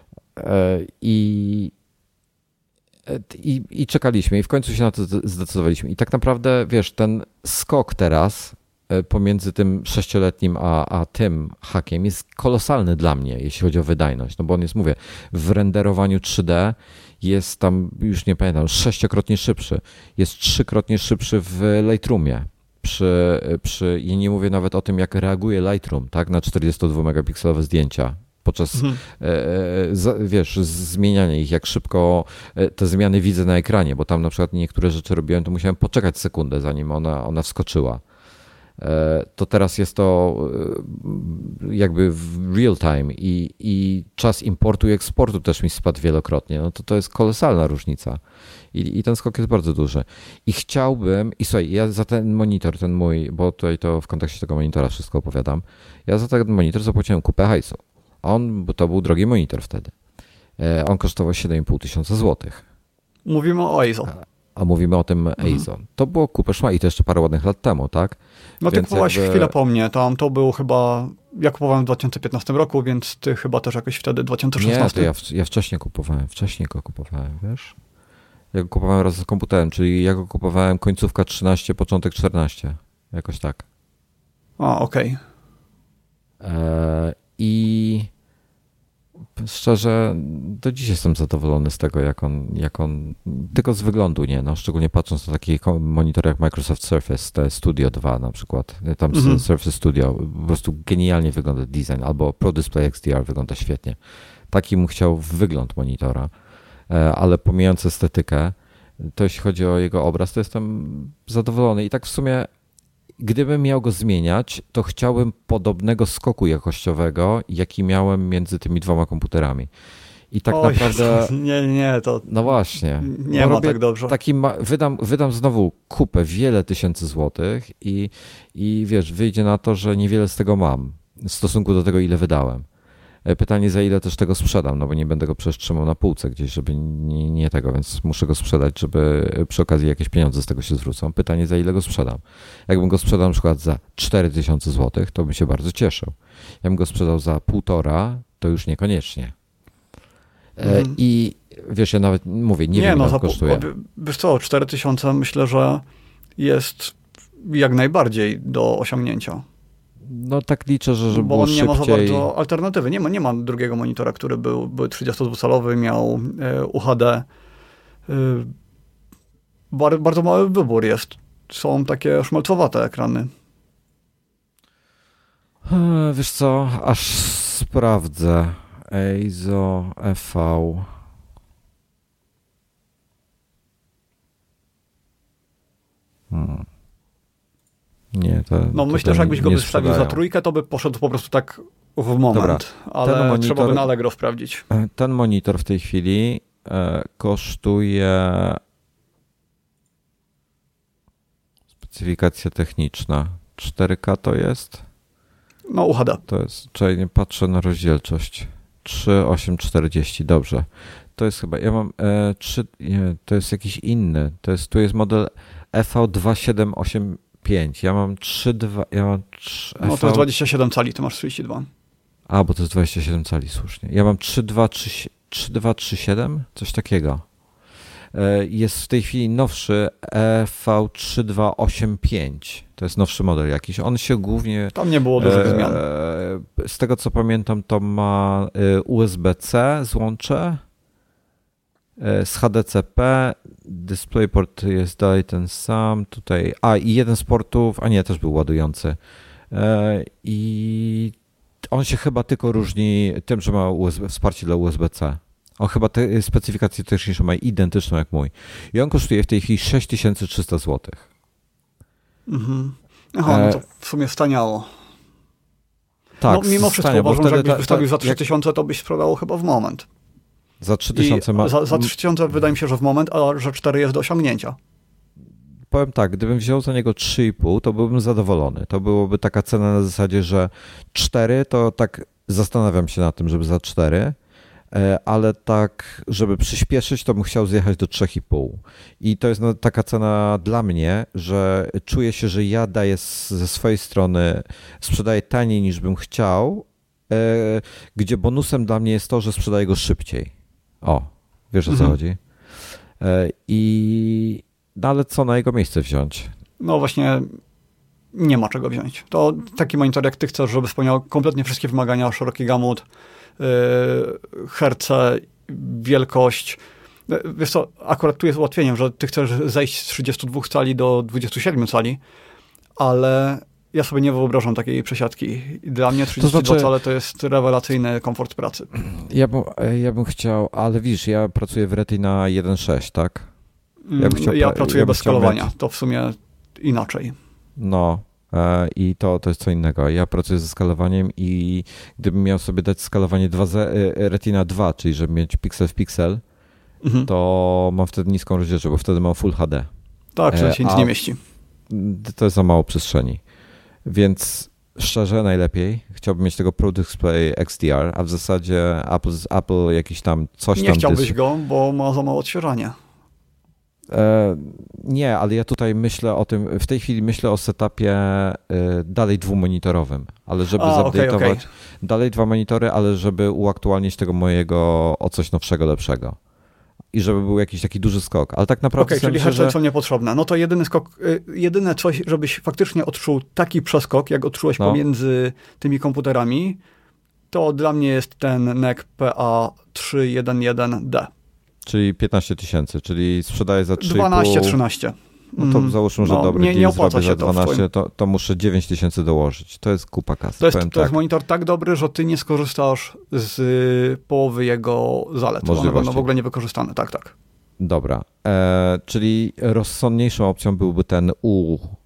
I, i, I czekaliśmy i w końcu się na to zdecydowaliśmy. I tak naprawdę, wiesz, ten skok teraz pomiędzy tym sześcioletnim a, a tym hakiem jest kolosalny dla mnie, jeśli chodzi o wydajność. No bo on jest, mówię, w renderowaniu trzy D jest tam, już nie pamiętam, sześciokrotnie szybszy. Jest trzykrotnie szybszy w Lightroomie. Przy, przy, ja nie mówię nawet o tym, jak reaguje Lightroom, tak, na czterdziestodwumegapikselowe zdjęcia. Podczas, mhm. e, wiesz, zmieniania ich, jak szybko te zmiany widzę na ekranie, bo tam na przykład niektóre rzeczy robiłem, to musiałem poczekać sekundę, zanim ona, ona wskoczyła. E, to teraz jest to jakby w real time i, i czas importu i eksportu też mi spadł wielokrotnie. No to to jest kolosalna różnica. I, I ten skok jest bardzo duży. I chciałbym, i słuchaj, ja za ten monitor, ten mój, bo tutaj to w kontekście tego monitora wszystko opowiadam, ja za ten monitor zapłaciłem kupę hajsu. On, bo to był drogi monitor wtedy. On kosztował siedem i pół tysiąca złotych. Mówimy o A I Z O. A, a mówimy o tym mhm. A I Z O. To było kupę szma i to jeszcze parę ładnych lat temu, tak? No ty kupowałeś jakby... chwilę po mnie. Tam to był chyba, ja kupowałem w dwa tysiące piętnastym roku, więc ty chyba też jakoś wtedy dwa tysiące szesnastym. Nie, to ja, ja wcześniej kupowałem, wcześniej go kupowałem, wiesz? Ja go kupowałem razem z komputerem, czyli ja go kupowałem końcówka trzynaście, początek czternaście. Jakoś tak. A, okej. Okay. I szczerze, do dziś jestem zadowolony z tego, jak on, jak on, tylko z wyglądu nie, no, szczególnie patrząc na takie monitory jak Microsoft Surface, te Studio dwa na przykład, tam mm-hmm. Surface Studio, po prostu genialnie wygląda design, albo Pro Display X D R wygląda świetnie. Taki mu chciał wygląd monitora, ale pomijając estetykę, to jeśli chodzi o jego obraz, to jestem zadowolony i tak w sumie gdybym miał go zmieniać, to chciałbym podobnego skoku jakościowego, jaki miałem między tymi dwoma komputerami. I tak Oj, naprawdę... Nie, nie, to... No właśnie. Nie ma tak dobrze. Taki ma, wydam, wydam znowu kupę, wiele tysięcy złotych i, i wiesz, wyjdzie na to, że niewiele z tego mam w stosunku do tego, ile wydałem. Pytanie, za ile też tego sprzedam, no bo nie będę go przecież trzymał na półce gdzieś, żeby nie, nie tego, więc muszę go sprzedać, żeby przy okazji jakieś pieniądze z tego się zwrócą. Pytanie, za ile go sprzedam. Jakbym go sprzedał na przykład za cztery tysiące złotych, to bym się bardzo cieszył. Jakbym go sprzedał za półtora, to już niekoniecznie. Mhm. I wiesz, ja nawet mówię, nie, nie wiem, no, ile to kosztuje. Wiesz co, cztery tysiące myślę, że jest jak najbardziej do osiągnięcia. No tak liczę, że żeby Bo było on nie szybciej. ma za bardzo alternatywy. Nie ma, nie ma drugiego monitora, który był, był trzydziestodwucalowy, miał e, U H D. E, bar, bardzo mały wybór jest. Są takie szmelcowate ekrany. Wiesz co, aż sprawdzę. E I Z O F V. Hmm. Nie, to. No myślę, że jakbyś go wystawił za trójkę, to by poszedł po prostu tak w moment. Dobra. Ale monitor, trzeba by na Allegro sprawdzić. Ten monitor w tej chwili e, kosztuje. Specyfikacja techniczna. cztery K to jest? No U H D. To jest, czyli nie patrzę na rozdzielczość. trzy tysiące osiemset czterdzieści, dobrze. To jest chyba, ja mam e, trzy, nie, to jest jakiś inny. To jest, tu jest model F V dwa siedem osiem pięć. Ja mam trzy dwa, ja mam trzy, No to jest dwadzieścia siedem cali, ty masz trzydzieści dwa. A, bo to jest dwadzieścia siedem cali, słusznie. Ja mam trzy dwa trzy siedem, coś takiego. E, jest w tej chwili nowszy F V trzy dwa osiem pięć. To jest nowszy model jakiś. On się głównie... Tam nie było dużych e, zmian. Z tego co pamiętam, to ma U S B C złącze z H D C P. DisplayPort jest dalej ten sam. Tutaj, a i jeden z portów, a nie, też był ładujący. I on się chyba tylko różni tym, że ma U S B, wsparcie dla U S B C. On chyba te specyfikację techniczną ma identyczną jak mój. I on kosztuje w tej chwili sześć tysięcy trzysta złotych. Mhm. Aha, no to w sumie staniało. Tak, no, mimo wszystko stanie, uważam, że jakbyś ta, wystawił za ta, trzy tysiące, to byś sprzedał chyba w moment. Za trzy tysiące ma... Za, za trzy tysiące wydaje mi się, że w moment, a że cztery jest do osiągnięcia. Powiem tak, gdybym wziął za niego trzy i pół, to byłbym zadowolony. To byłoby taka cena na zasadzie, że cztery, to tak zastanawiam się nad tym, żeby za cztery, ale tak, żeby przyspieszyć, to bym chciał zjechać do trzy i pół. I to jest no, taka cena dla mnie, że czuję się, że ja daję z, ze swojej strony, sprzedaję taniej niż bym chciał, e, gdzie bonusem dla mnie jest to, że sprzedaję go szybciej. O, wiesz o co mhm. chodzi? E, I no, ale co na jego miejsce wziąć? No właśnie nie ma czego wziąć. To taki monitor, jak ty chcesz, żeby spełniał kompletnie wszystkie wymagania, szeroki gamut, herce, wielkość. Wiesz co, akurat tu jest ułatwieniem, że ty chcesz zejść z trzydziestu dwóch cali do dwudziestu siedmiu cali, ale ja sobie nie wyobrażam takiej przesiadki. I dla mnie trzydzieści dwa cale to jest rewelacyjny komfort pracy. Ja bym, ja bym chciał, ale widzisz, ja pracuję w Retina jeden sześć, tak? Ja, chciał, ja pracuję ja bez skalowania, mieć... to w sumie inaczej. No. I to, to jest co innego. Ja pracuję ze skalowaniem i gdybym miał sobie dać skalowanie dwa, Retina dwa, czyli żeby mieć piksel w piksel, mhm. to mam wtedy niską rozdzielczość, bo wtedy mam Full H D. Tak, że się nic nie mieści. To jest za mało przestrzeni. Więc szczerze najlepiej chciałbym mieć tego Pro Display X D R, a w zasadzie Apple, Apple jakiś tam coś nie tam... Nie chciałbyś dys... go, bo ma za mało odświeżania. E, nie, ale ja tutaj myślę o tym, w tej chwili myślę o setupie e, dalej dwumonitorowym, ale żeby A, zupdate'ować okay, okay. dalej dwa monitory, ale żeby uaktualnić tego mojego o coś nowszego, lepszego. I żeby był jakiś taki duży skok, ale tak naprawdę... Okej, okay, czyli headset że... są niepotrzebne. No to jedyny skok, jedyne coś, żebyś faktycznie odczuł taki przeskok, jak odczułeś no. pomiędzy tymi komputerami, to dla mnie jest ten N E C P A trzysta jedenaście D. Czyli piętnaście tysięcy, czyli sprzedaję za trzy i pół... dwanaście trzynaście. No to załóżmy, że no, dobry nie, nie deal opłaca zrobię się za dwanaście, to, to muszę dziewięć tysięcy dołożyć. To jest kupa kasy. To, jest, to tak. jest monitor tak dobry, że ty nie skorzystasz z połowy jego zalet. One w ogóle nie wykorzystane, tak, tak. Dobra, e, czyli rozsądniejszą opcją byłby ten U,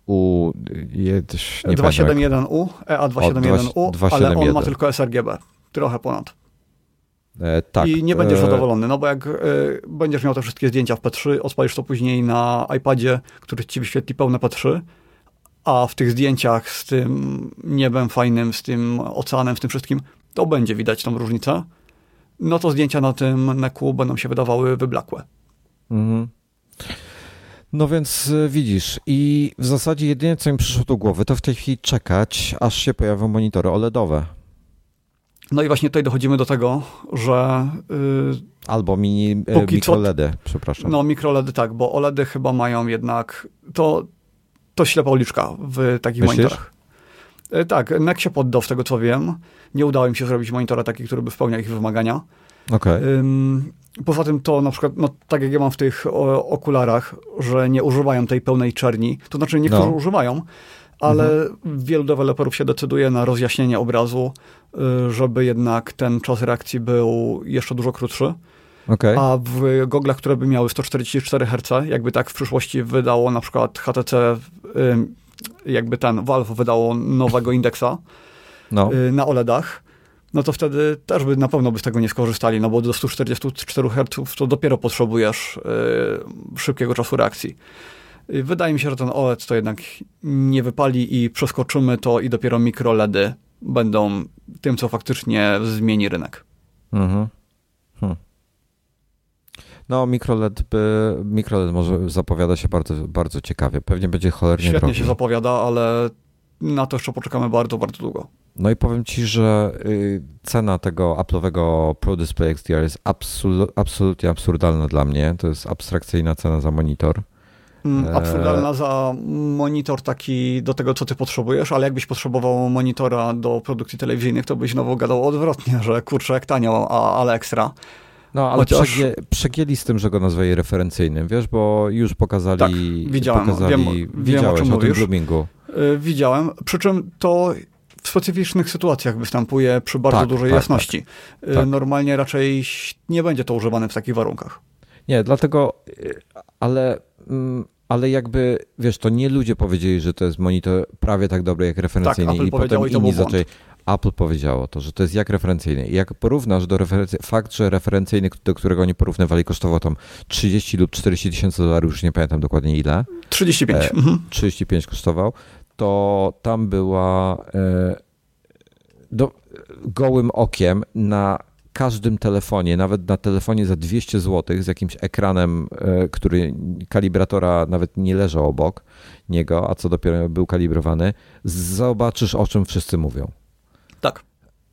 U, je, też nie dwieście siedemdziesiąt jeden U, E A dwieście siedemdziesiąt jeden U, ale on ma tylko sRGB, trochę ponad. E, tak. I nie będziesz zadowolony, no bo jak e, będziesz miał te wszystkie zdjęcia w P trzy, odpalisz to później na iPadzie, który ci wyświetli pełne P trzy, a w tych zdjęciach z tym niebem fajnym, z tym oceanem, z tym wszystkim, to będzie widać tą różnicę, no to zdjęcia na tym neku będą się wydawały wyblakłe. Mhm. No więc widzisz, i w zasadzie jedyne, co mi przyszło do głowy, to w tej chwili czekać, aż się pojawią monitory O L E D owe. No i właśnie tutaj dochodzimy do tego, że... Yy, Albo mini e, mikro-LEDy, przepraszam. No mikro-LEDy tak, bo O L E D y chyba mają jednak... To, to ślepa uliczka w takich Myślisz? monitorach. Yy, tak, N E C się poddał z tego, co wiem. Nie udało im się zrobić monitora taki, który by spełniał ich wymagania. Okay. Yy, poza tym to na przykład, no tak jak ja mam w tych o, okularach, że nie używają tej pełnej czerni, to znaczy niektórzy no. używają, ale mhm. wielu deweloperów się decyduje na rozjaśnienie obrazu, żeby jednak ten czas reakcji był jeszcze dużo krótszy. Okay. A w goglach, które by miały sto czterdzieści cztery herce, jakby tak w przyszłości wydało na przykład H T C, jakby ten Valve wydało nowego indeksa no. na O L E D-ach, no to wtedy też by na pewno by z tego nie skorzystali, no bo do stu czterdziestu czterech herców to dopiero potrzebujesz szybkiego czasu reakcji. Wydaje mi się, że ten O L E D to jednak nie wypali i przeskoczymy to i dopiero mikro-LEDy będą tym, co faktycznie zmieni rynek. Mhm. Hmm. No mikro-LED by, mikro-LED może zapowiada się bardzo, bardzo ciekawie. Pewnie będzie cholernie Świetnie drogi. się zapowiada, ale na to jeszcze poczekamy bardzo, bardzo długo. No i powiem ci, że y, cena tego Apple'owego Pro Display X D R jest absolu- absolutnie absurdalna dla mnie. To jest abstrakcyjna cena za monitor. Absurdalna za monitor taki do tego, co ty potrzebujesz, ale jakbyś potrzebował monitora do produkcji telewizyjnych, to byś znowu gadał odwrotnie, że kurczę, jak tanio, a, ale ekstra. No, ale Chociaż... przegie, przegięli z tym, że go nazwali referencyjnym, wiesz, bo już pokazali... Tak, widziałem, pokazali, wiem, widziałeś wiem o czym o tym mówisz. bloomingu. Yy, widziałem, przy czym to w specyficznych sytuacjach występuje przy bardzo tak, dużej tak, jasności. Tak, yy, tak. Normalnie raczej nie będzie to używane w takich warunkach. Nie, dlatego, ale... Mm, Ale jakby, wiesz, to nie ludzie powiedzieli, że to jest monitor prawie tak dobry jak referencyjny tak, i potem i inni zaczęli. Apple powiedziało to, że to jest jak referencyjny. I jak porównasz do referencyjnego, fakt, że referencyjny, do którego oni porównywali, kosztował tam trzydzieści lub czterdzieści tysięcy dolarów, już nie pamiętam dokładnie ile. trzydzieści pięć. E, trzydzieści pięć kosztował. To tam była e, do, gołym okiem na każdym telefonie, nawet na telefonie za dwieście złotych z jakimś ekranem, który kalibratora nawet nie leżał obok niego, a co dopiero był kalibrowany, zobaczysz, o czym wszyscy mówią. Tak.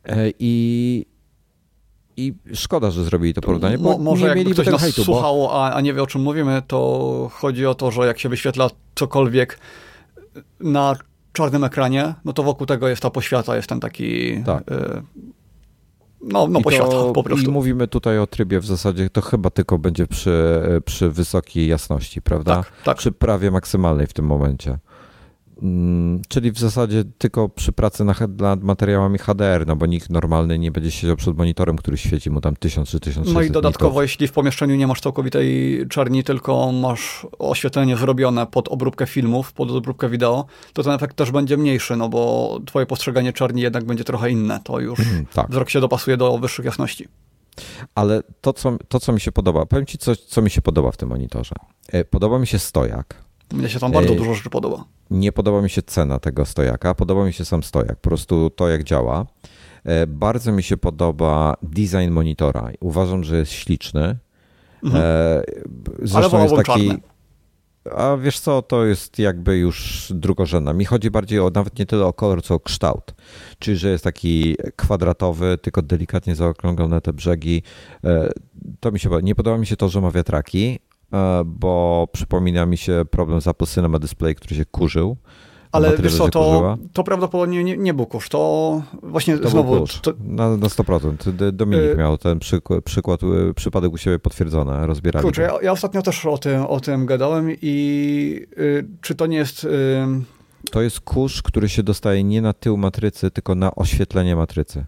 I, i szkoda, że zrobili to porównanie, bo Mo, może nie jakby mieli ktoś tego nas hejtu, słuchało, bo... a, a nie wie, o czym mówimy, to chodzi o to, że jak się wyświetla cokolwiek na czarnym ekranie, no to wokół tego jest ta poświata, jest ten taki... Tak. Y No, no poświata po prostu. I mówimy tutaj o trybie w zasadzie, to chyba tylko będzie przy, przy wysokiej jasności, prawda? Tak, tak. Przy prawie maksymalnej w tym momencie. Hmm, czyli w zasadzie tylko przy pracy nad, nad materiałami H D R, no bo nikt normalny nie będzie siedział przed monitorem, który świeci mu tam tysiąc czy tysiąc sześćset No i dodatkowo, nitów. jeśli w pomieszczeniu nie masz całkowitej czerni, tylko masz oświetlenie zrobione pod obróbkę filmów, pod obróbkę wideo, to ten efekt też będzie mniejszy, no bo twoje postrzeganie czerni jednak będzie trochę inne. To już mm, tak. wzrok się dopasuje do wyższych jasności. Ale to co, to, co mi się podoba, powiem ci, co, co mi się podoba w tym monitorze. Podoba mi się stojak. Mnie się tam bardzo dużo rzeczy podoba. Nie podoba mi się cena tego stojaka, podoba mi się sam stojak, po prostu to jak działa. Bardzo mi się podoba design monitora. Uważam, że jest śliczny. Mhm. Zresztą Ale jest taki... czarne. A wiesz co, to jest jakby już drugorzędna. Mi chodzi bardziej o nawet nie tyle o kolor, co o kształt. Czyli, że jest taki kwadratowy, tylko delikatnie zaokrąglone te brzegi. To mi się nie podoba mi się to, że ma wiatraki, bo przypomina mi się problem z Apple Cinema Display, który się kurzył. Ale wiesz co, to, to prawdopodobnie nie, nie był kurz, to właśnie to znowu... Był kurz. To... Na, na sto procent. Dominik y... miał ten przykład, przykład, przypadek u siebie potwierdzony, rozbierali. Kurczę, ja, ja ostatnio też o tym, o tym gadałem i y, czy to nie jest... Y... To jest kurz, który się dostaje nie na tył matrycy, tylko na oświetlenie matrycy.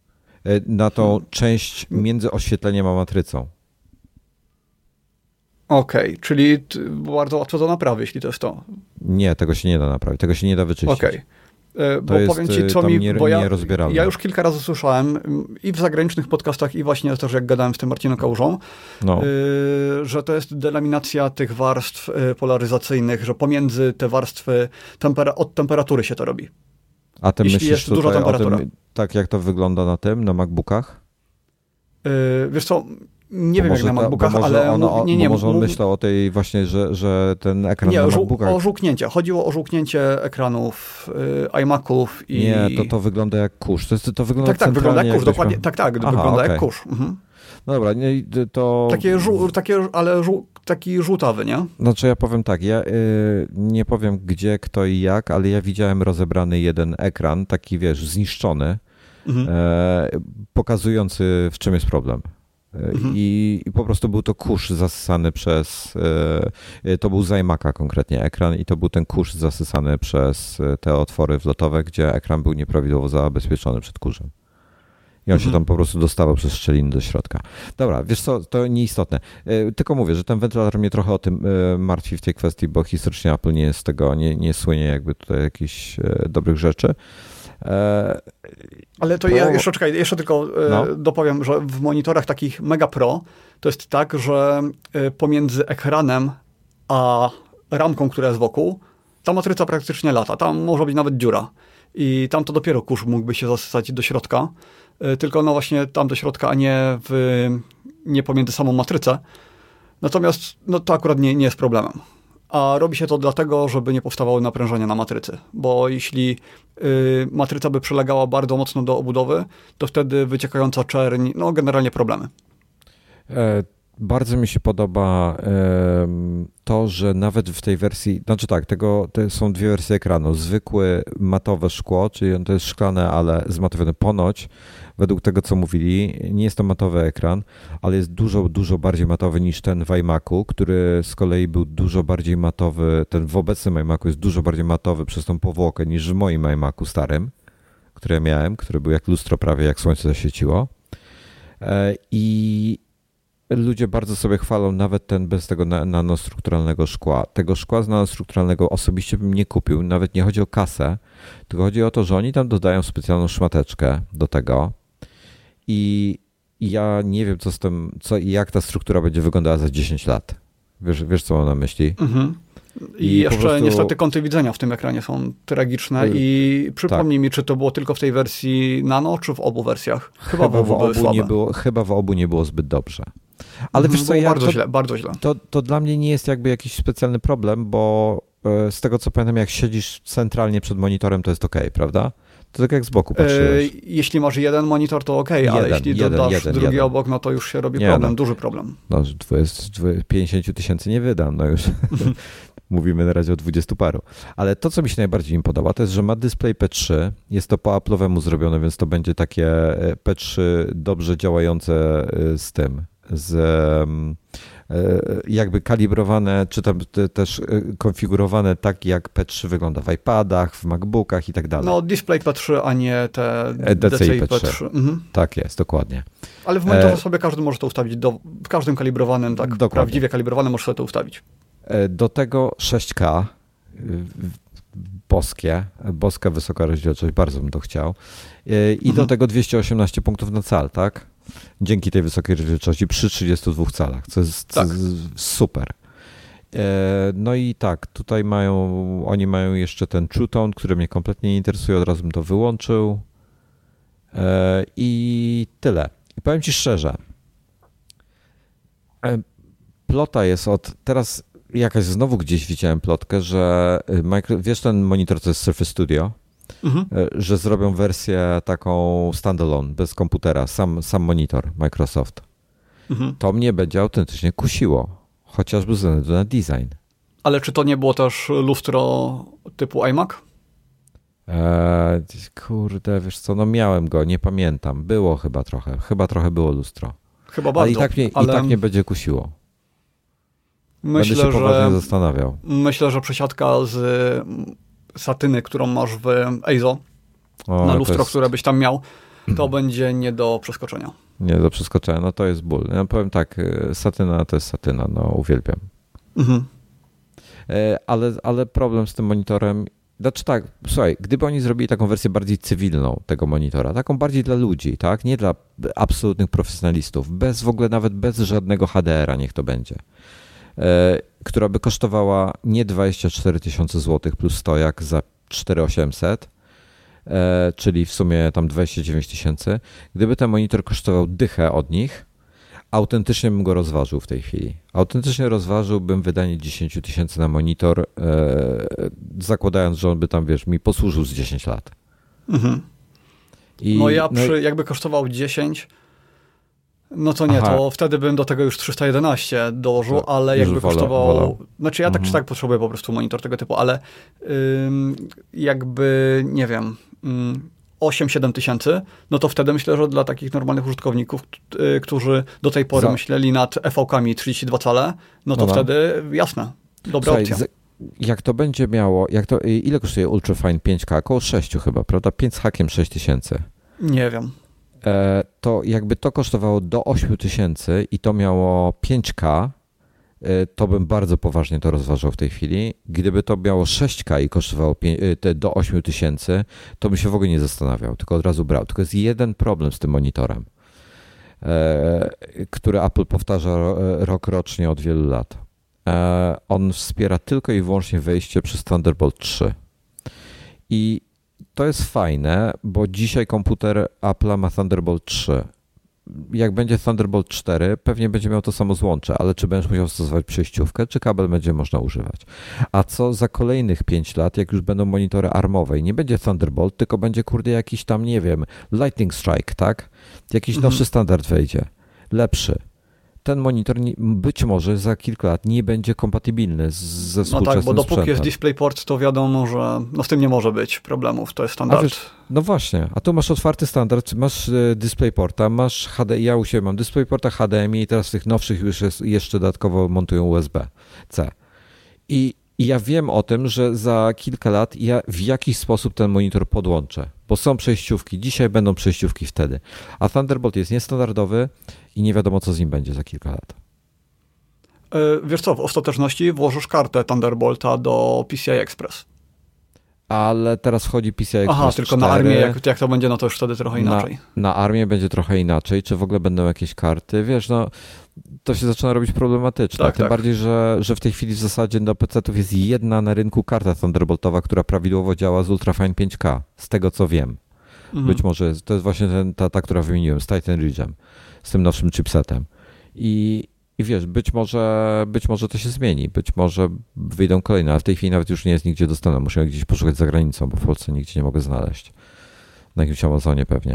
Na tą hmm. część między oświetleniem a matrycą. Okej, okay, czyli bardzo łatwo to naprawić, jeśli to jest to. Nie, tego się nie da naprawić, tego się nie da wyczyścić. Okej. Okay. Bo jest, powiem ci, co mi... Nie, bo ja, ja już kilka razy słyszałem i w zagranicznych podcastach, i właśnie też jak gadałem z tym Marcinem Kałużą, no. y, że to jest delaminacja tych warstw y, polaryzacyjnych, że pomiędzy te warstwy tempera- od temperatury się to robi. A ty jeśli myślisz jest duża temperatura. Tym, tak jak to wygląda na tym, na MacBookach? Yy, wiesz co, nie bo wiem jak na MacBookach, ale... Ono, mów, nie, nie, może on mów, myślał o tej właśnie, że, że ten ekran nie, na żu- MacBookach... o żółknięcie. Chodziło o żółknięcie ekranów yy, iMaców i... Nie, to to wygląda jak kurz. To, to wygląda tak, tak, wygląda jak kurz, jak dokładnie. Ma... Tak, tak, Aha, wygląda okay. jak kurz. Mhm. No dobra, nie, to... Takie, żół, takie ale żół, taki żółtawy, nie? Znaczy ja powiem tak, ja y, nie powiem gdzie, kto i jak, ale ja widziałem rozebrany jeden ekran, taki wiesz, zniszczony, mhm. e, pokazujący w czym jest problem. Mhm. I, I po prostu był to kurz zasysany przez, e, to był z iMac'a konkretnie ekran i to był ten kurz zasysany przez te otwory wlotowe, gdzie ekran był nieprawidłowo zabezpieczony przed kurzem. I on mhm. się tam po prostu dostawał przez szczeliny do środka. Dobra, wiesz co, to nieistotne. E, tylko mówię, że ten wentylator mnie trochę o tym e, martwi w tej kwestii, bo historycznie Apple nie jest z tego, nie, nie słynie jakby tutaj jakichś e, dobrych rzeczy. E, Ale to pro... ja jeszcze, czekaj, jeszcze tylko e, no. dopowiem, że w monitorach takich Mega Pro to jest tak, że e, pomiędzy ekranem a ramką, która jest wokół, ta matryca praktycznie lata. Tam może być nawet dziura. I tam to dopiero kurz mógłby się zasysać do środka. Tylko no właśnie tam do środka, a nie, w, nie pomiędzy samą matrycę. Natomiast no to akurat nie, nie jest problemem. A robi się to dlatego, żeby nie powstawały naprężenia na matrycy. Bo jeśli y, matryca by przylegała bardzo mocno do obudowy, to wtedy wyciekająca czerń, no generalnie problemy. E, bardzo mi się podoba e, to, że nawet w tej wersji, znaczy tak, tego, to są dwie wersje ekranu. Zwykłe matowe szkło, czyli to jest szklane, ale zmatowione ponoć. Według tego, co mówili, nie jest to matowy ekran, ale jest dużo, dużo bardziej matowy niż ten w iMacu, który z kolei był dużo bardziej matowy, ten w obecnym iMacu jest dużo bardziej matowy przez tą powłokę niż w moim iMacu starym, który miałem, który był jak lustro prawie, jak słońce zaświeciło. I ludzie bardzo sobie chwalą nawet ten bez tego nanostrukturalnego szkła. Tego szkła z nanostrukturalnego osobiście bym nie kupił, nawet nie chodzi o kasę, tylko chodzi o to, że oni tam dodają specjalną szmateczkę do tego i ja nie wiem, co z tym, co i jak ta struktura będzie wyglądała za dziesięć lat. Wiesz, wiesz co mam na myśli? Mhm. I, I jeszcze prostu... niestety kąty widzenia w tym ekranie są tragiczne i przypomnij tak. mi, czy to było tylko w tej wersji nano, czy w obu wersjach? Chyba, chyba, w, obu w, obu nie było, chyba w obu nie było zbyt dobrze. Ale wiesz co, ja, bardzo to, źle, bardzo źle. To, to dla mnie nie jest jakby jakiś specjalny problem, bo z tego co pamiętam, jak siedzisz centralnie przed monitorem, to jest okej, okay, prawda? To tak jak z boku patrzyłeś. Yy, jeśli masz jeden monitor, to okej, okay, ale jeśli jeden, dodasz jeden, drugi jeden. obok, no to już się robi nie, problem, no. duży problem. No, pięćdziesiąt tysięcy nie wydam, no już. Mówimy na razie o dwudziestu paru. Ale to, co mi się najbardziej im podoba, to jest, że ma display P trzy. Jest to po Apple'owemu zrobione, więc to będzie takie P trzy dobrze działające z tym, z jakby kalibrowane, czy tam też konfigurowane tak, jak P trzy wygląda w iPadach, w MacBookach i tak dalej. No, display P trzy, a nie te D C I P trzy. Mhm. Tak jest, dokładnie. Ale w monitorze sobie każdy może to ustawić, do, w każdym kalibrowanym, tak dokładnie. Prawdziwie kalibrowanym może sobie to ustawić. Do tego sześć K, boskie, boska wysoka rozdzielczość, bardzo bym to chciał. I mhm. do tego dwieście osiemnaście punktów na cal, tak? Dzięki tej wysokiej rozdzielczości przy trzydziestu dwóch calach, co jest tak. super. No i tak, tutaj mają, oni mają jeszcze ten True Tone, który mnie kompletnie nie interesuje, od razu bym to wyłączył. I tyle. I powiem ci szczerze, plota jest od, teraz jakaś znowu gdzieś widziałem plotkę, że micro, wiesz ten monitor, to jest Surface Studio, mhm. że zrobią wersję taką standalone, bez komputera, sam, sam monitor Microsoft. Mhm. To mnie będzie autentycznie kusiło, chociażby ze względu na design. Ale czy to nie było też lustro typu iMac? Eee, kurde, wiesz co, no miałem go, nie pamiętam. Było chyba trochę, chyba trochę było lustro. Chyba bardzo. Ale i tak mnie, ale... i tak mnie będzie kusiło. Myślę, Będę się poważnie że, zastanawiał. Myślę, że przesiadka z satyny, którą masz w E I Z O o, na lustro, jest... które byś tam miał, to będzie nie do przeskoczenia. Nie do przeskoczenia, no to jest ból. Ja powiem tak, satyna to jest satyna, no uwielbiam. Mhm. Ale, ale problem z tym monitorem, znaczy tak, słuchaj, gdyby oni zrobili taką wersję bardziej cywilną tego monitora, taką bardziej dla ludzi, tak, nie dla absolutnych profesjonalistów, bez w ogóle nawet bez żadnego H D R a niech to będzie, która by kosztowała nie dwadzieścia cztery tysiące złotych plus stojak za cztery tysiące osiemset, czyli w sumie tam dwadzieścia dziewięć tysięcy. Gdyby ten monitor kosztował dychę od nich, autentycznie bym go rozważył w tej chwili. Autentycznie rozważyłbym wydanie dziesięć tysięcy na monitor, zakładając, że on by tam, wiesz, mi posłużył z dziesięć lat. Mhm. I, no ja przy, no i... jakby kosztował dziesięć, no to nie, Aha. to wtedy bym do tego już trzysta jedenaście dołożył, ale jakby wolę, kosztował... Wolę. Znaczy ja tak mhm. czy tak potrzebuję po prostu monitor tego typu, ale ym, jakby, nie wiem, ym, osiem siedem tysięcy, no to wtedy myślę, że dla takich normalnych użytkowników, y, którzy do tej pory Za... myśleli nad E V-kami trzydzieści dwa cale, no to no wtedy jasne, dobra Słuchaj, opcja. Z... Jak to będzie miało, jak to, ile kosztuje Ultrafine pięć K? Około sześć chyba, prawda? pięć z hakiem sześć tysięcy. Nie wiem. To jakby to kosztowało do osiem tysięcy i to miało pięć K, to bym bardzo poważnie to rozważał w tej chwili. Gdyby to miało sześć K i kosztowało do osiem tysięcy, to bym się w ogóle nie zastanawiał, tylko od razu brał. Tylko jest jeden problem z tym monitorem, który Apple powtarza rok rocznie od wielu lat. On wspiera tylko i wyłącznie wejście przez Thunderbolt trzy. I to jest fajne, bo dzisiaj komputer Apple'a ma Thunderbolt trzy. Jak będzie Thunderbolt cztery, pewnie będzie miał to samo złącze, ale czy będziesz musiał stosować przejściówkę, czy kabel będzie można używać. A co za kolejnych pięć lat, jak już będą monitory armowe i nie będzie Thunderbolt, tylko będzie, kurde, jakiś tam, nie wiem, Lightning Strike, tak? Jakiś mhm. nowszy standard wejdzie, lepszy. Ten monitor być może za kilka lat nie będzie kompatybilny z, ze współczesnym No tak, bo dopóki sprzętem. jest DisplayPort, to wiadomo, że no z tym nie może być problemów, to jest standard. Wiesz, no właśnie, a tu masz otwarty standard, masz DisplayPorta, masz H D, ja u siebie mam DisplayPorta, H D M I i teraz w tych nowszych już jest, jeszcze dodatkowo montują U S B-C. I, I ja wiem o tym, że za kilka lat ja w jakiś sposób ten monitor podłączę, bo są przejściówki, dzisiaj będą przejściówki wtedy, a Thunderbolt jest niestandardowy i nie wiadomo, co z nim będzie za kilka lat. Wiesz co, w ostateczności włożysz kartę Thunderbolta do P C I Express. Ale teraz wchodzi P C I Express Aha, tylko cztery. Na armię, jak, jak to będzie, no to już wtedy trochę inaczej. Na, na armię będzie trochę inaczej, czy w ogóle będą jakieś karty, wiesz, no to się zaczyna robić problematyczne. Tak, Tym tak. bardziej, że, że w tej chwili w zasadzie do pecetów jest jedna na rynku karta Thunderboltowa, która prawidłowo działa z Ultrafine pięć K, z tego co wiem. Mhm. Być może to jest właśnie ten, ta, ta, która wymieniłem, z Titan Ridge'em, z tym nowszym chipsetem. I, i wiesz, być może, być może to się zmieni, być może wyjdą kolejne, ale w tej chwili nawet już nie jest nigdzie dostępne. Muszę gdzieś poszukać za granicą, bo w Polsce nigdzie nie mogę znaleźć. Na jakimś Amazonie pewnie.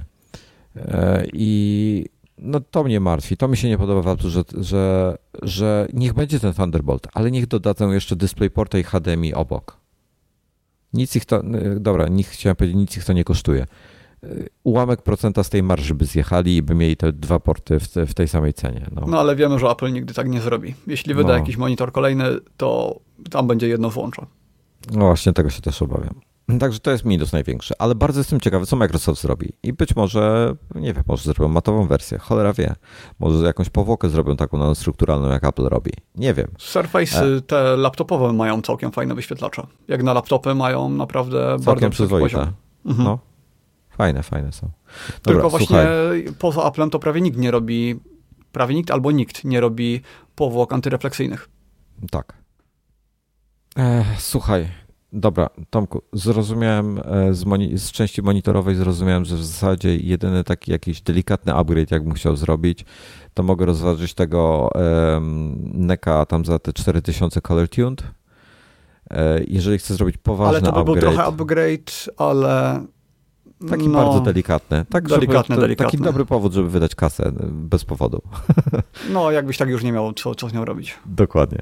I no to mnie martwi. To mi się nie podoba w Apple, że, że, że niech będzie ten Thunderbolt, ale niech dodadzą jeszcze DisplayPorta i H D M I obok. Nic ich to, dobra, nic, chciałem powiedzieć, nic ich to nie kosztuje. Ułamek procenta z tej marży by zjechali i by mieli te dwa porty w, te, w tej samej cenie. No. no ale wiemy, że Apple nigdy tak nie zrobi. Jeśli wyda no. jakiś monitor kolejny, to tam będzie jedno włącze. No właśnie, tego się też obawiam. Także to jest minus największy, ale bardzo jestem ciekawy, co Microsoft zrobi. I być może, nie wiem, może zrobią matową wersję, cholera wie. Może jakąś powłokę zrobią taką nanostrukturalną, jak Apple robi. Nie wiem. Surface e. te laptopowe mają całkiem fajne wyświetlacze. Jak na laptopy mają naprawdę całkiem bardzo przyzwoite. Mhm. No. Fajne, fajne są. Dobra, tylko właśnie słuchaj. Poza Applem to prawie nikt nie robi, prawie nikt albo nikt nie robi powłok antyrefleksyjnych. Tak. E, słuchaj, dobra, Tomku, zrozumiałem z, moni- z części monitorowej zrozumiałem, że w zasadzie jedyny taki jakiś delikatny upgrade, jakbym chciał zrobić, to mogę rozważyć tego um, Neka tam za te cztery tysiące color tuned. E, jeżeli chcę zrobić poważny upgrade. Ale to by upgrade, był trochę upgrade, ale... Taki no, bardzo delikatny. Tak, delikatny, żeby, delikatny. Taki dobry powód, żeby wydać kasę bez powodu. No, jakbyś tak już nie miał, co, co z nią robić. Dokładnie.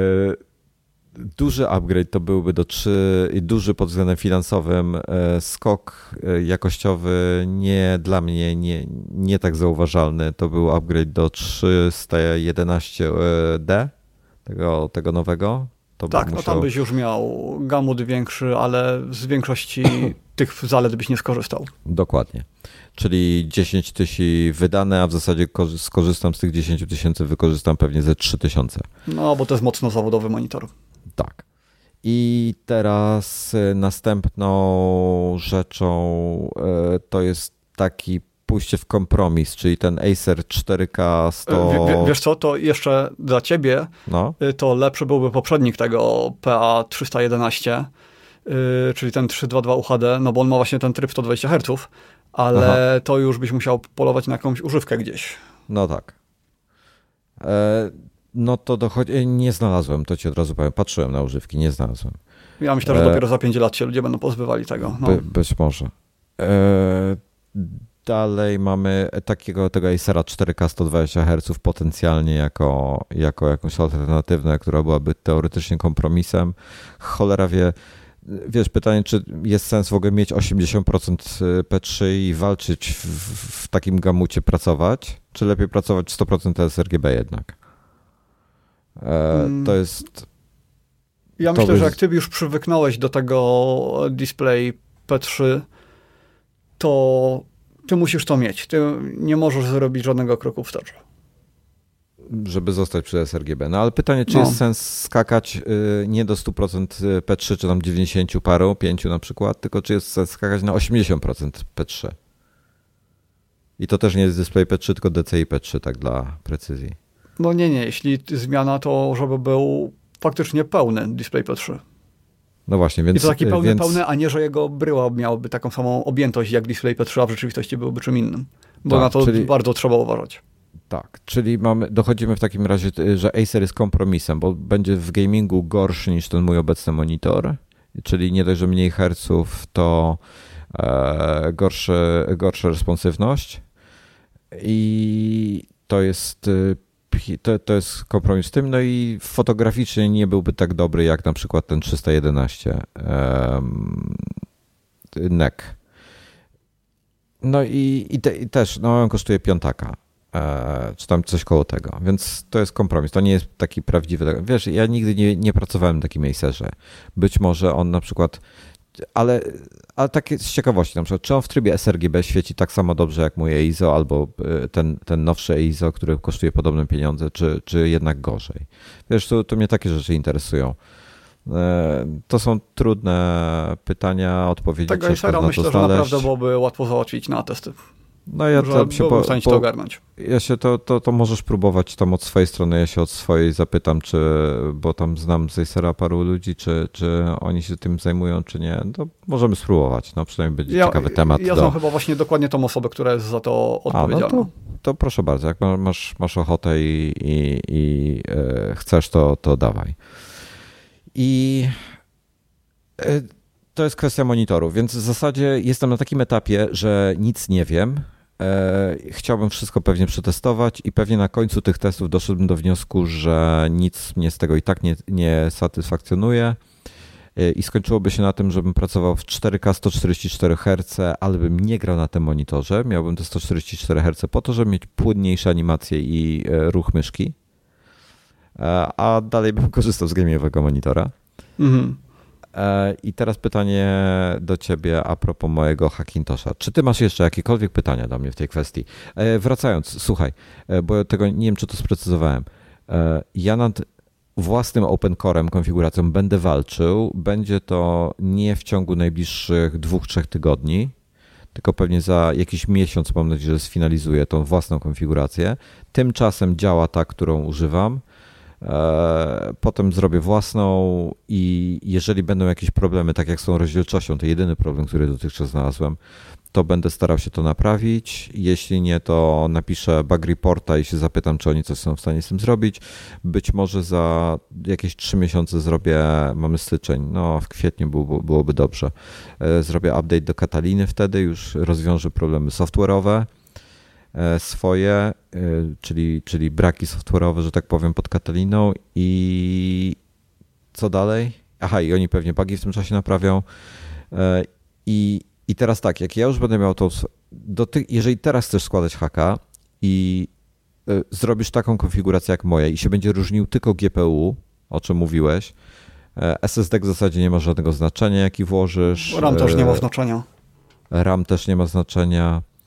Duży upgrade to byłby do trzy, duży pod względem finansowym, skok jakościowy nie dla mnie, nie, nie tak zauważalny. To był upgrade do trzysta jedenaście D, tego, tego nowego. To tak, musiał... no tam byś już miał gamut większy, ale z większości tych zalet byś nie skorzystał. Dokładnie. Czyli dziesięć tysięcy wydane, a w zasadzie skorzystam z tych dziesięć tysięcy, wykorzystam pewnie ze trzy tysiące. No, bo to jest mocno zawodowy monitor. Tak. I teraz następną rzeczą to jest taki pójście w kompromis, czyli ten Acer cztery K sto... W, wiesz co, to jeszcze dla ciebie no. to lepszy byłby poprzednik tego P A trzysta jedenaście, czyli ten trzysta dwadzieścia dwa U H D, no bo on ma właśnie ten tryb sto dwadzieścia herców, ale Aha. to już byś musiał polować na jakąś używkę gdzieś. No tak. E, no to dochodzi... Nie znalazłem, to ci od razu powiem. Patrzyłem na używki, nie znalazłem. Ja myślę, że e... dopiero za pięć lat się ludzie będą pozbywali tego. No. By, być może. E... Dalej mamy takiego tego Acera cztery K sto dwadzieścia herców potencjalnie jako, jako jakąś alternatywę, która byłaby teoretycznie kompromisem. Cholera wie, wiesz, pytanie, czy jest sens w ogóle mieć osiemdziesiąt procent P trzy i walczyć w, w takim gamucie pracować, czy lepiej pracować sto procent sRGB jednak? E, to jest... Ja to myślę, jest... że jak ty już przywyknąłeś do tego display P trzy, to ty musisz to mieć. Ty nie możesz zrobić żadnego kroku wstecz. Żeby zostać przy sRGB. No ale pytanie, czy no. jest sens skakać y, nie do stu procent P trzy, czy tam dziewięćdziesiąt paru, pięciu na przykład, tylko czy jest sens skakać na osiemdziesiąt procent P trzy. I to też nie jest display P trzy, tylko D C I P trzy, tak dla precyzji. No nie, nie. Jeśli zmiana, to żeby był faktycznie pełny display P trzy. No właśnie, więc... I to taki pełny, więc... pełny, a nie, że jego bryła miałaby taką samą objętość jak display P trzy, a w rzeczywistości byłby czym innym. Bo tak, na to czyli... bardzo trzeba uważać. Tak, czyli mamy, dochodzimy w takim razie, że Acer jest kompromisem, bo będzie w gamingu gorszy niż ten mój obecny monitor, czyli nie dość, że mniej herców, to e, gorsze, gorsza responsywność i to jest... To, to jest kompromis z tym, no i fotograficznie nie byłby tak dobry jak na przykład ten trzysta jedenaście um, N E C. No i, i, te, i też, no on kosztuje piątaka, e, czy tam coś koło tego, więc to jest kompromis, to nie jest taki prawdziwy, wiesz, ja nigdy nie, nie pracowałem w takim Acerze, być może on na przykład, ale, ale takie z ciekawości, na przykład, czy on w trybie sRGB świeci tak samo dobrze jak mój E I Z O albo ten, ten nowszy E I Z O, który kosztuje podobne pieniądze, czy, czy jednak gorzej? Wiesz, to, to mnie takie rzeczy interesują. To są trudne pytania, odpowiedzi tego ciężko na to myślę, znaleźć. Że naprawdę byłoby łatwo załatwić na testy. No ja to się po, w stanie po, to ogarnąć. Ja się to, to, to możesz próbować tam od swojej strony, ja się od swojej zapytam, czy, bo tam znam z Acera paru ludzi, czy, czy oni się tym zajmują, czy nie. To możemy spróbować, no przynajmniej będzie ja, ciekawy temat. Ja do... znam chyba właśnie dokładnie tą osobę, która jest za to odpowiedzialna. A, no to, to proszę bardzo, jak masz, masz ochotę i, i, i e, chcesz, to, to dawaj. I... E, To jest kwestia monitoru, więc w zasadzie jestem na takim etapie, że nic nie wiem. Chciałbym wszystko pewnie przetestować i pewnie na końcu tych testów doszedłbym do wniosku, że nic mnie z tego i tak nie, nie satysfakcjonuje i skończyłoby się na tym, żebym pracował w cztery K sto czterdzieści cztery herce, ale bym nie grał na tym monitorze. Miałbym te sto czterdzieści cztery herce po to, żeby mieć płynniejsze animacje i ruch myszki, a dalej bym korzystał z gamingowego monitora. Mhm. I teraz pytanie do ciebie a propos mojego Hackintosha. Czy ty masz jeszcze jakiekolwiek pytania do mnie w tej kwestii? Wracając, słuchaj, bo tego nie wiem, czy to sprecyzowałem. Ja nad własnym OpenCore'em konfiguracją będę walczył. Będzie to nie w ciągu najbliższych dwóch, trzech tygodni, tylko pewnie za jakiś miesiąc, mam nadzieję, że sfinalizuję tą własną konfigurację. Tymczasem działa ta, którą używam. Potem zrobię własną i jeżeli będą jakieś problemy, tak jak z tą rozdzielczością, to jedyny problem, który dotychczas znalazłem, to będę starał się to naprawić. Jeśli nie, to napiszę bug reporta i się zapytam, czy oni coś są w stanie z tym zrobić. Być może za jakieś trzy miesiące zrobię, mamy styczeń, no w kwietniu było, byłoby dobrze. Zrobię update do Kataliny wtedy, już rozwiążę problemy software'owe swoje, czyli, czyli braki software'owe, że tak powiem, pod Kataliną i co dalej? Aha, i oni pewnie bugi w tym czasie naprawią. I, i teraz tak, jak ja już będę miał to, do ty, jeżeli teraz chcesz składać haka i zrobisz taką konfigurację jak moja i się będzie różnił tylko G P U, o czym mówiłeś, S S D w zasadzie nie ma żadnego znaczenia, jaki włożysz. RAM też nie ma znaczenia. RAM też nie ma znaczenia.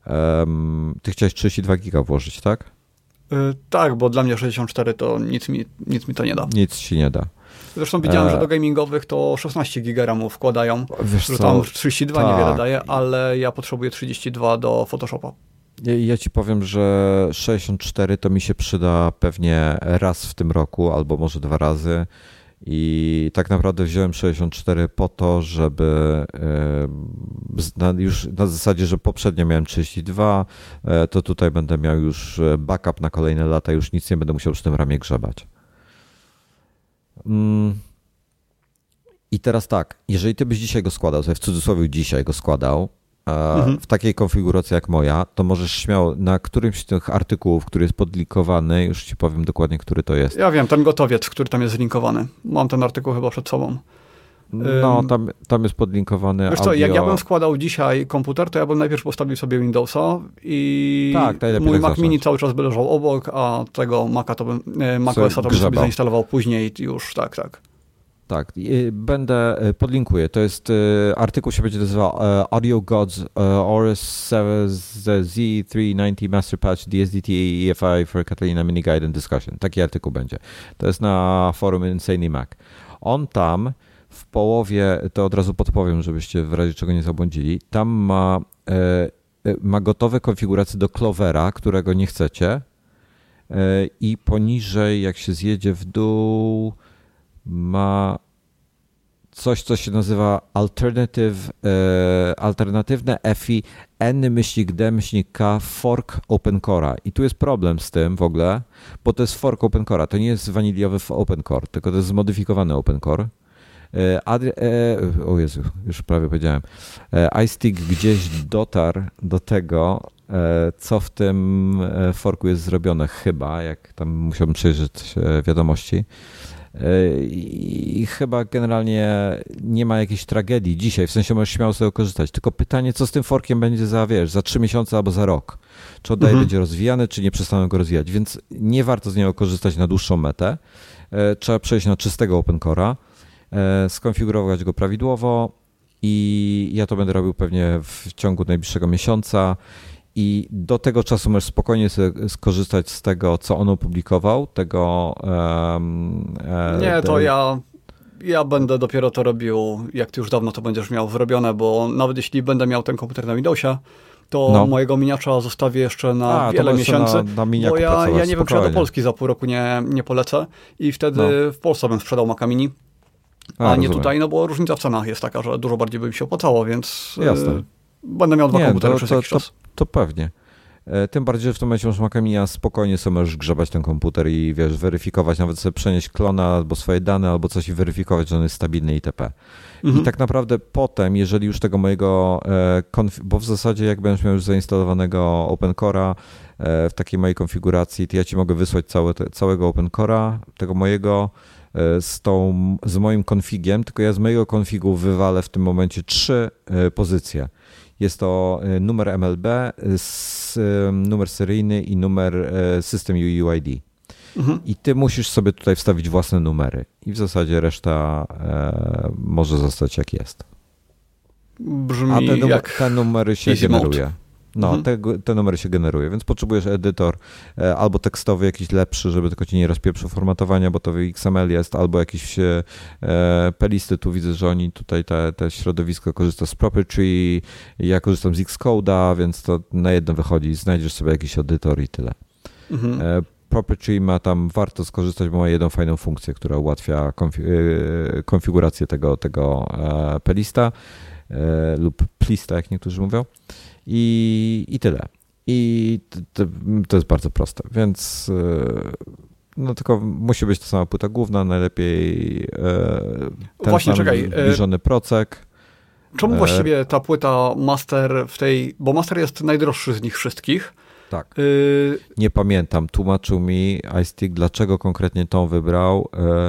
Um, ty chciałeś trzydzieści dwa giga włożyć, tak? Yy, tak, bo dla mnie sześćdziesiąt cztery to nic mi, nic mi to nie da. Nic ci nie da. Zresztą widziałem, e... że do gamingowych to szesnaście giga ramu wkładają, Wiesz że co? tam trzydzieści dwa tak. niewiele daje, ale ja potrzebuję trzydzieści dwa do Photoshopa. Ja, ja ci powiem, że sześćdziesiąt cztery to mi się przyda pewnie raz w tym roku, albo może dwa razy. I tak naprawdę wziąłem sześćdziesiąt cztery po to, żeby na, już na zasadzie, że poprzednio miałem trzydzieści dwa, to tutaj będę miał już backup na kolejne lata, już nic nie będę musiał przy tym ramie grzebać. I teraz tak, jeżeli ty byś dzisiaj go składał, sobie w cudzysłowie dzisiaj go składał, mhm. w takiej konfiguracji jak moja, to możesz śmiało na którymś z tych artykułów, który jest podlinkowany, już ci powiem dokładnie, który to jest. Ja wiem, ten gotowiec, który tam jest zlinkowany. Mam ten artykuł chyba przed sobą. No, tam, tam jest podlinkowany Wiesz audio. co, jak ja bym składał dzisiaj komputer, to ja bym najpierw postawił sobie Windowsa i tak, mój tak Mac zacząć. Mini cały czas by leżał obok, a tego Maca to bym, Mac O S a to bym sobie zainstalował później już, tak, tak. Tak, będę, podlinkuję. To jest, artykuł się będzie nazywał Audio Gods O S Z trzysta dziewięćdziesiąt Master Patch D S D T E F I for Catalina Mini Guide and Discussion. Taki artykuł będzie. To jest na forum Insanely Mac. On tam w połowie, to od razu podpowiem, żebyście w razie czego nie zabłądzili, tam ma, ma gotowe konfiguracje do Clovera, którego nie chcecie i poniżej, jak się zjedzie w dół, ma coś, co się nazywa alternative, e, alternatywne F I N-D-K fork OpenCore'a. I tu jest problem z tym w ogóle, bo to jest fork OpenCore'a. To nie jest waniliowy OpenCore, tylko to jest zmodyfikowany OpenCore. E, Adri- e, o Jezu, już prawie powiedziałem. E, iStick gdzieś dotarł do tego, e, co w tym forku jest zrobione chyba, jak tam musiałbym przejrzeć wiadomości. I chyba generalnie nie ma jakiejś tragedii dzisiaj, w sensie możesz śmiało z tego korzystać, tylko pytanie, co z tym forkiem będzie za, wiesz, za trzy miesiące albo za rok. Czy oddaje mhm. będzie rozwijany, czy nie przestaną go rozwijać, więc nie warto z niego korzystać na dłuższą metę. Trzeba przejść na czystego OpenCore'a, skonfigurować go prawidłowo i ja to będę robił pewnie w ciągu najbliższego miesiąca. I do tego czasu możesz spokojnie sobie skorzystać z tego, co on opublikował, tego... Um, e, Nie, to ja, ja będę dopiero to robił, jak ty już dawno to będziesz miał wyrobione, bo nawet jeśli będę miał ten komputer na Windowsie, to no. mojego miniacza zostawię jeszcze na A, wiele miesięcy, na, na bo ja, ja nie wiem, czy ja do Polski za pół roku nie, nie polecę i wtedy no. w Polsce bym sprzedał Maca Mini, a, a nie tutaj, no bo różnica w cenach jest taka, że dużo bardziej by mi się opłacało, więc Jasne. Y, będę miał dwa nie, komputery to, przez to, jakiś to, czas. To pewnie. Tym bardziej, że w tym momencie masz Maca Mini, a spokojnie sobie możesz grzebać ten komputer i wiesz, weryfikować, nawet sobie przenieść klona albo swoje dane, albo coś i weryfikować, że on jest stabilny itp. Mhm. I tak naprawdę potem, jeżeli już tego mojego, konf- bo w zasadzie jak będziesz miał już zainstalowanego OpenCore'a w takiej mojej konfiguracji, to ja ci mogę wysłać całe te, całego OpenCore'a, tego mojego z, tą, z moim konfigiem, tylko ja z mojego konfigu wywalę w tym momencie trzy pozycje. Jest to numer M L B, numer seryjny i numer System U I D. Mhm. I ty musisz sobie tutaj wstawić własne numery. I w zasadzie reszta e, może zostać jak jest. Brzmi A te, numer, jak te numery się generuje. Mode. No, mhm. te, te numery się generuje, więc potrzebujesz edytor e, albo tekstowy jakiś lepszy, żeby tylko ci nie rozpieprzył formatowania, bo to w X M L jest, albo jakiś e, pelisty, tu widzę, że oni tutaj te, te środowisko korzysta z Proprietary, ja korzystam z Xcode'a, więc to na jedno wychodzi, znajdziesz sobie jakiś edytor i tyle. Mhm. E, Proprietary ma tam, warto skorzystać, bo ma jedną fajną funkcję, która ułatwia konfi- e, konfigurację tego, tego e, pelista e, lub plista, jak niektórzy mówią. I, I tyle. I to, to jest bardzo proste, więc no tylko musi być ta sama płyta główna, najlepiej ten Właśnie, sam czekaj. zbliżony procek. Czemu właściwie ta płyta Master w tej, bo Master jest najdroższy z nich wszystkich. Tak. Y... Nie pamiętam, tłumaczył mi iStick, dlaczego konkretnie tą wybrał,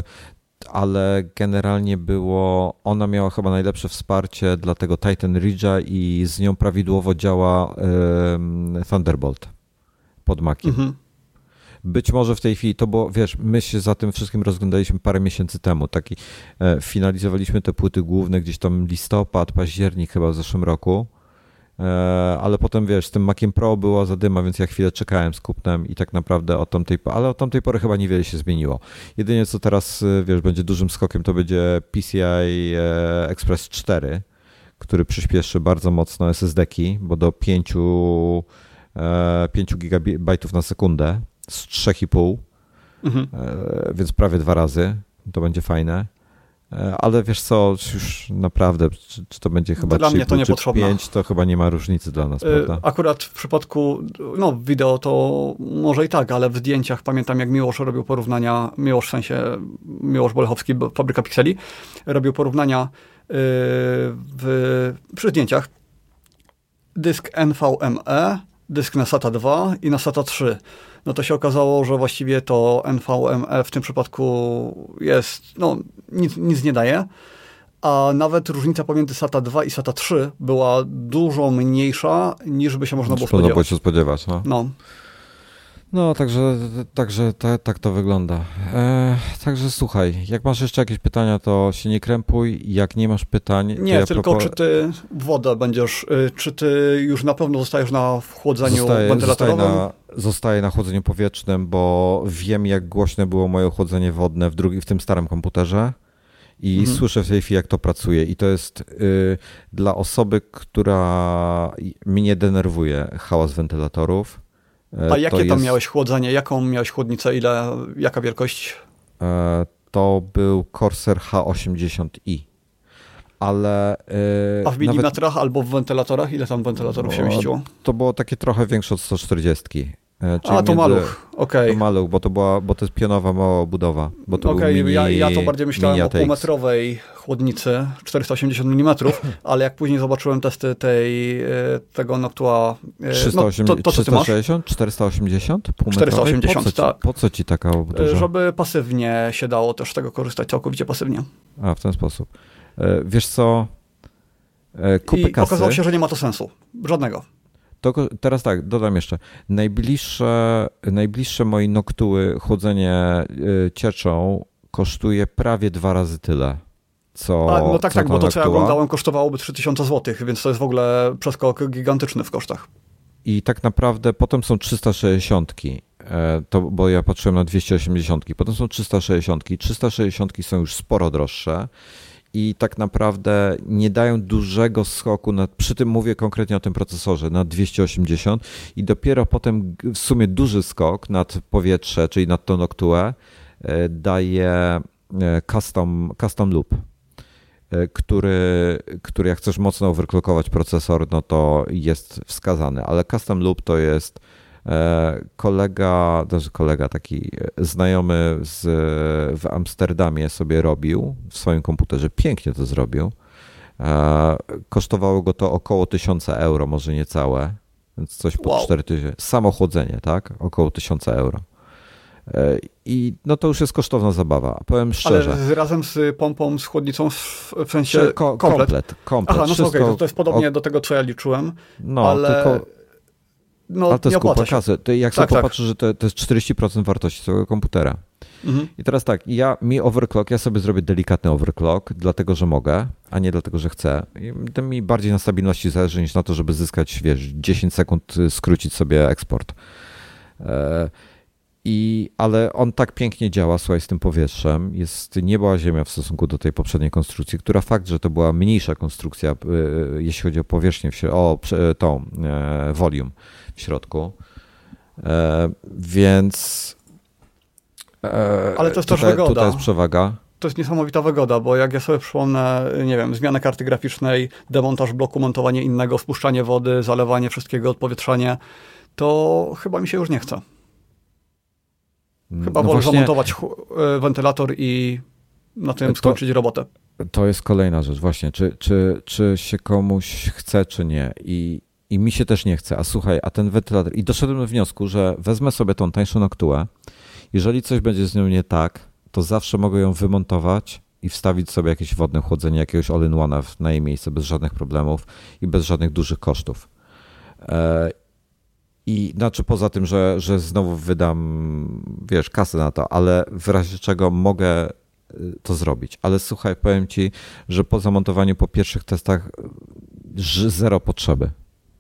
ale generalnie było, ona miała chyba najlepsze wsparcie dla tego Titan Ridge'a i z nią prawidłowo działa y, Thunderbolt pod Maciem. Mhm. Być może w tej chwili to było, wiesz, my się za tym wszystkim rozglądaliśmy parę miesięcy temu. Taki, e, finalizowaliśmy te płyty główne gdzieś tam listopad, październik chyba w zeszłym roku ale potem wiesz, z tym Maciem Pro była zadyma, więc ja chwilę czekałem z kupnem i tak naprawdę od tamtej, ale od tamtej pory chyba niewiele się zmieniło. Jedynie co teraz, wiesz, będzie dużym skokiem, to będzie P C I Express cztery, który przyspieszy bardzo mocno S S D-ki, bo do pięciu gigabajtów na sekundę z trzy i pół, mhm. więc prawie dwa razy, to będzie fajne. Ale wiesz co, już naprawdę, czy, czy to będzie chyba dla mnie to nie czy potrzebne. pięć, to chyba nie ma różnicy dla nas, prawda? Akurat w przypadku, no w wideo to może i tak, ale w zdjęciach pamiętam, jak Miłosz robił porównania, Miłosz w sensie, Miłosz Bolechowski, Fabryka Pikseli, robił porównania w, przy zdjęciach dysk N V M e, dysk na SATA dwa i na SATA trzy. No to się okazało, że właściwie to N V M e w tym przypadku jest, no nic, nic nie daje, a nawet różnica pomiędzy SATA dwa i SATA trzy była dużo mniejsza, niż by się można było spodziewać. Można było się spodziewać, no. No. No, także, także ta, tak to wygląda. E, także słuchaj, jak masz jeszcze jakieś pytania, to się nie krępuj. Jak nie masz pytań... Nie, ja tylko propo... czy ty wodę będziesz, czy ty już na pewno zostajesz na chłodzeniu zostaje, wentylatorowym? Zostaje na, zostaje na chłodzeniu powietrznym, bo wiem, jak głośne było moje chłodzenie wodne w, drugi, w tym starym komputerze i mhm. słyszę w tej chwili, jak to pracuje. I to jest y, dla osoby, która mnie denerwuje hałas wentylatorów. A jakie tam jest, miałeś chłodzenie? Jaką miałeś chłodnicę? Ile, jaka wielkość? To był Corsair H osiemdziesiąt i. Ale... A w milimetrach nawet, albo w wentylatorach? Ile tam wentylatorów no, się mieściło? To było takie trochę większe od sto czterdzieści. A, to między, maluch, okej. Okay. To maluch, bo to, była, bo to jest pionowa mała budowa. Okej, okay, ja, ja to bardziej myślałem o półmetrowej chłodnicy, czterysta osiemdziesiąt milimetrów, ale jak później zobaczyłem testy tej, tego Noctua... trzysta osiemdziesiąt, no, to, to, trzysta sześćdziesiąt? czterysta osiemdziesiąt? czterysta osiemdziesiąt, po co, tak. Ci, po co ci taka duża? Żeby pasywnie się dało też z tego korzystać, całkowicie pasywnie. A, w ten sposób. Wiesz co, kupy I kasy... okazało się, że nie ma to sensu. Żadnego. To teraz tak, dodam jeszcze. Najbliższe, najbliższe moje Noctuły chłodzenie cieczą kosztuje prawie dwa razy tyle, co... A, no tak, co tak, bo to, Noctua. co ja oglądałem, kosztowałoby trzy tysiące złotych, więc to jest w ogóle przeskok gigantyczny w kosztach. I tak naprawdę potem są trzysta sześćdziesiąt, to, bo ja patrzyłem na dwieście osiemdziesiąt, potem są trzysta sześćdziesiąt. trzysta sześćdziesiąt są już sporo droższe. I tak naprawdę nie dają dużego skoku, na, przy tym mówię konkretnie o tym procesorze, na dwieście osiemdziesiąt i dopiero potem w sumie duży skok nad powietrze, czyli nad tą Noctuę daje custom, custom loop, który, który jak chcesz mocno overclockować procesor, no to jest wskazany, ale custom loop to jest kolega, znaczy kolega taki znajomy z, w Amsterdamie sobie robił w swoim komputerze, pięknie to zrobił. Kosztowało go to około tysiąc euro, może niecałe, więc coś po wow. cztery tysiące. Samo chłodzenie, tak? Około tysiąc euro. I no to już jest kosztowna zabawa, powiem szczerze. Ale razem z pompą, z chłodnicą, w sensie Ko- komplet? Komplet, komplet. Aha, no to okej, okay, to, to jest podobnie o... do tego, co ja liczyłem, no, ale... Tylko... No, ale to jest kupa kasy. To jak tak, sobie popatrzysz, tak. że to, to jest czterdzieści procent wartości całego komputera. Mhm. I teraz tak, ja mi overclock, ja sobie zrobię delikatny overclock, dlatego, że mogę, a nie dlatego, że chcę. I to mi bardziej na stabilności zależy niż na to, żeby zyskać, wiesz, dziesięć sekund, skrócić sobie eksport. I, ale on tak pięknie działa, słuchaj, z tym powietrzem. Jest niebo a ziemia w stosunku do tej poprzedniej konstrukcji, która fakt, że to była mniejsza konstrukcja, jeśli chodzi o powierzchnię, o tą volume w środku. Więc ale to jest tutaj, też wygoda. Tutaj jest przewaga. To jest niesamowita wygoda, bo jak ja sobie przypomnę, nie wiem, zmianę karty graficznej, demontaż bloku, montowanie innego, spuszczanie wody, zalewanie wszystkiego, odpowietrzanie, to chyba mi się już nie chce. Chyba no wolę właśnie, zamontować wentylator i na tym to, skończyć robotę. To jest kolejna rzecz właśnie, czy, czy, czy się komuś chce, czy nie. I, I mi się też nie chce. A słuchaj, a ten wentylator... I doszedłem do wniosku, że wezmę sobie tą tańszą Noctuę. Jeżeli coś będzie z nią nie tak, to zawsze mogę ją wymontować i wstawić sobie jakieś wodne chłodzenie, jakiegoś all-in-one'a na jej miejsce bez żadnych problemów i bez żadnych dużych kosztów. E- I znaczy poza tym, że, że znowu wydam, wiesz, kasę na to, ale w razie czego mogę to zrobić. Ale słuchaj, powiem ci, że po zamontowaniu, po pierwszych testach zero potrzeby.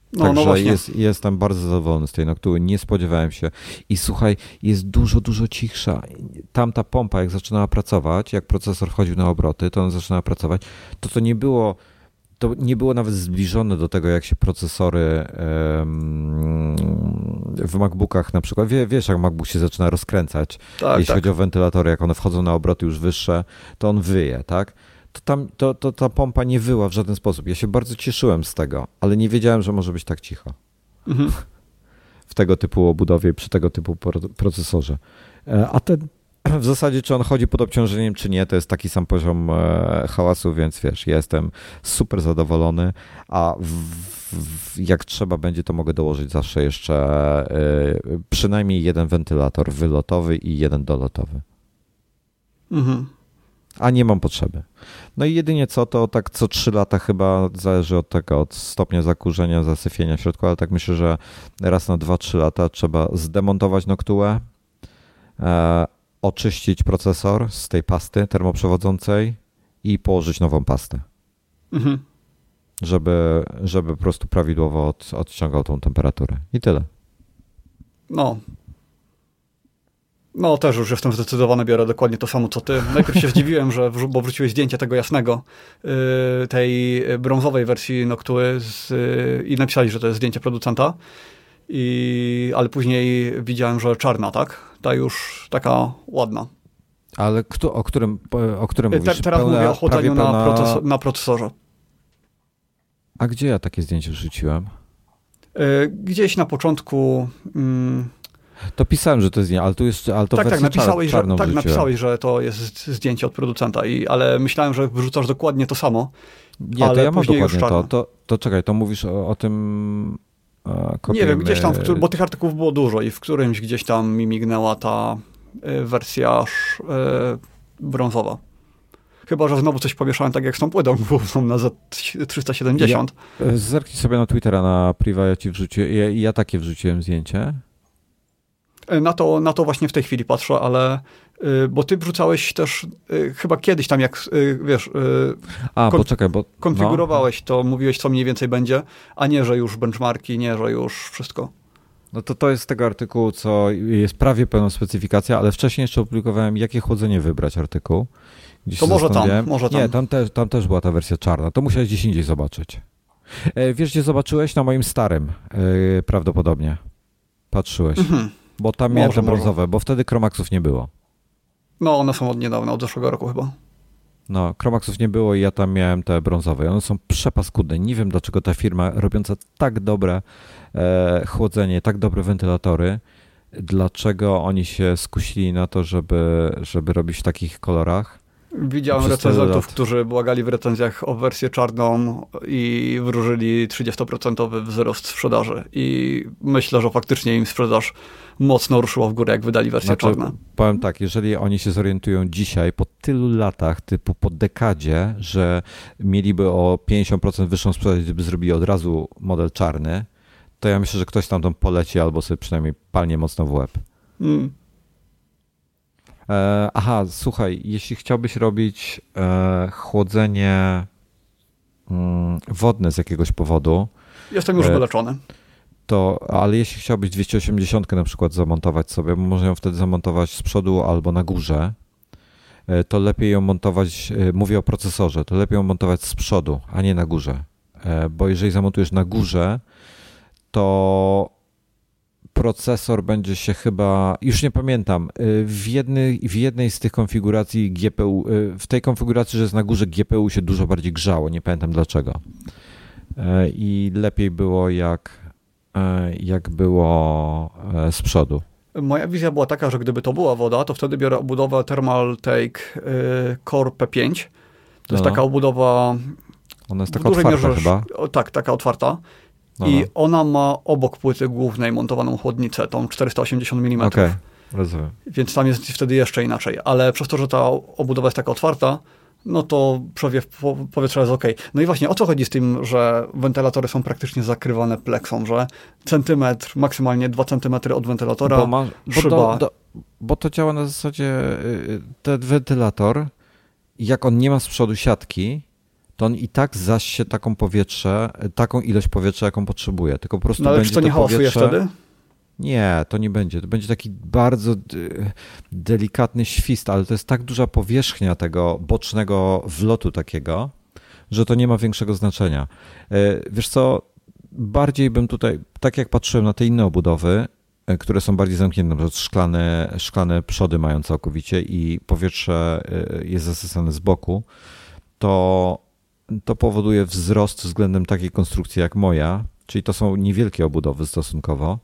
No, Także no jest, jestem bardzo zadowolony z tej Noctuły, nie spodziewałem się. I słuchaj, jest dużo, dużo cichsza. Tamta pompa, jak zaczynała pracować, jak procesor wchodził na obroty, to on zaczynała pracować, to to nie było, to nie było nawet zbliżone do tego, jak się procesory um, w MacBookach na przykład, wie, wiesz, jak MacBook się zaczyna rozkręcać, tak, jeśli tak. chodzi o wentylatory, jak one wchodzą na obroty już wyższe, to on wyje, tak? To, tam, to, to ta pompa nie wyła w żaden sposób. Ja się bardzo cieszyłem z tego, ale nie wiedziałem, że może być tak cicho. Mhm. W tego typu obudowie, przy tego typu procesorze. A ten w zasadzie, czy on chodzi pod obciążeniem, czy nie, to jest taki sam poziom hałasu, więc wiesz, ja jestem super zadowolony, a w, w, jak trzeba będzie, to mogę dołożyć zawsze jeszcze y, przynajmniej jeden wentylator wylotowy i jeden dolotowy. Mhm. A nie mam potrzeby. No i jedynie co, to tak co trzy lata chyba, zależy od tego, od stopnia zakurzenia, zasyfienia w środku, ale tak myślę, że raz na dwa trzy lata trzeba zdemontować Noctuę, e, oczyścić procesor z tej pasty termoprzewodzącej i położyć nową pastę. Mhm. Żeby, żeby po prostu prawidłowo od, odciągał tą temperaturę. I tyle. No. No też już jestem zdecydowany, biorę dokładnie to samo co ty. Najpierw się zdziwiłem, że w, bo wrzuciłeś zdjęcie tego jasnego, yy, tej brązowej wersji Noctuły z, yy, i napisali, że to jest zdjęcie producenta, I, ale później widziałem, że czarna, tak? Ta już taka ładna. Ale kto, o którym, o którym mówisz? Te, teraz Pełna, mówię o chłodzeniu na, pełna... procesor, na procesorze. A gdzie ja takie zdjęcie wrzuciłem? Yy, gdzieś na początku... Yy, To pisałem, że to jest nie, ale tu jest, ale to tak, tak, napisałeś, czar, że, tak, napisałeś, że to jest zdjęcie od producenta, i, ale myślałem, że wrzucasz dokładnie to samo. Nie, ale to ja mam później dokładnie już to, to. To czekaj, to mówisz o, o tym e, kopiemy... Nie wiem, gdzieś tam, w którym, bo tych artykułów było dużo i w którymś gdzieś tam mi mignęła ta y, wersja sz, y, brązowa. Chyba że znowu coś pomieszałem, tak jak z tą płytą główną na Z trzysta siedemdziesiąt. Ja, zerknij sobie na Twittera, na priva, ja ci wrzuciłem, ja, ja takie wrzuciłem zdjęcie. Na to, na to właśnie w tej chwili patrzę, ale y, bo ty wrzucałeś też y, chyba kiedyś tam, jak y, wiesz, y, a, kon- poczekaj, bo konfigurowałeś, no. To mówiłeś, co mniej więcej będzie, a nie, że już benchmarki, nie, że już wszystko. No to to jest z tego artykułu, co jest prawie pełna specyfikacja, ale wcześniej jeszcze opublikowałem, jakie chłodzenie wybrać artykuł. Gdzieś to może tam, może tam. Nie, tam też, tam też była ta wersja czarna, to musiałeś gdzieś indziej zobaczyć. E, wiesz, gdzie zobaczyłeś? Na moim starym, e, prawdopodobnie. Patrzyłeś. Mhm. Bo tam miałem te brązowe, może. Bo wtedy Chromaxów nie było. No, one są od niedawna, od zeszłego roku chyba. No, Chromaxów nie było i ja tam miałem te brązowe. One są przepaskudne. Nie wiem, dlaczego ta firma robiąca tak dobre e, chłodzenie, tak dobre wentylatory, dlaczego oni się skusili na to, żeby, żeby robić w takich kolorach. Widziałem recenzentów, którzy błagali w recenzjach o wersję czarną i wróżyli trzydziestoprocentowy wzrost sprzedaży. I myślę, że faktycznie im sprzedaż mocno ruszyła w górę, jak wydali wersję znaczy, czarną. Powiem tak, jeżeli oni się zorientują dzisiaj, po tylu latach, typu po dekadzie, że mieliby o pięćdziesiąt procent wyższą sprzedaż, gdyby zrobili od razu model czarny, to ja myślę, że ktoś tam tam poleci albo sobie przynajmniej palnie mocno w łeb. Mm. E, aha, słuchaj, jeśli chciałbyś robić e, chłodzenie mm, wodne z jakiegoś powodu... Jestem już wyleczony. To, ale jeśli chciałbyś dwieście osiemdziesiąt na przykład zamontować sobie, bo można ją wtedy zamontować z przodu albo na górze, to lepiej ją montować, mówię o procesorze, to lepiej ją montować z przodu, a nie na górze. Bo jeżeli zamontujesz na górze, to procesor będzie się chyba, już nie pamiętam, w jednej, w jednej z tych konfiguracji G P U, w tej konfiguracji, że jest na górze, G P U się dużo bardziej grzało, nie pamiętam dlaczego. I lepiej było jak jak było z przodu. Moja wizja była taka, że gdyby to była woda, to wtedy biorę obudowę Thermaltake Core P pięć. To no. jest taka obudowa... Ona jest taka otwarta mierze, chyba? Tak, taka otwarta. No. I ona ma obok płyty głównej montowaną chłodnicę, tą czterysta osiemdziesiąt milimetrów. Okej, okay. Rozumiem. Więc tam jest wtedy jeszcze inaczej. Ale przez to, że ta obudowa jest taka otwarta, no to przewiew powietrza jest ok. No i właśnie o co chodzi z tym, że wentylatory są praktycznie zakrywane pleksą, że centymetr, maksymalnie dwa centymetry od wentylatora, bo, ma, bo, szyba... do, do, bo to działa na zasadzie, ten wentylator, jak on nie ma z przodu siatki, to on i tak zasie taką powietrze, taką ilość powietrza, jaką potrzebuje. Tylko po prostu no ale będzie czy to nie hałasuje powietrze... wtedy? Nie, to nie będzie. To będzie taki bardzo delikatny świst, ale to jest tak duża powierzchnia tego bocznego wlotu takiego, że to nie ma większego znaczenia. Wiesz co, bardziej bym tutaj, tak jak patrzyłem na te inne obudowy, które są bardziej zamknięte, na przykład szklane, szklane przody mają całkowicie i powietrze jest zasysane z boku, to, to powoduje wzrost względem takiej konstrukcji jak moja, czyli to są niewielkie obudowy stosunkowo,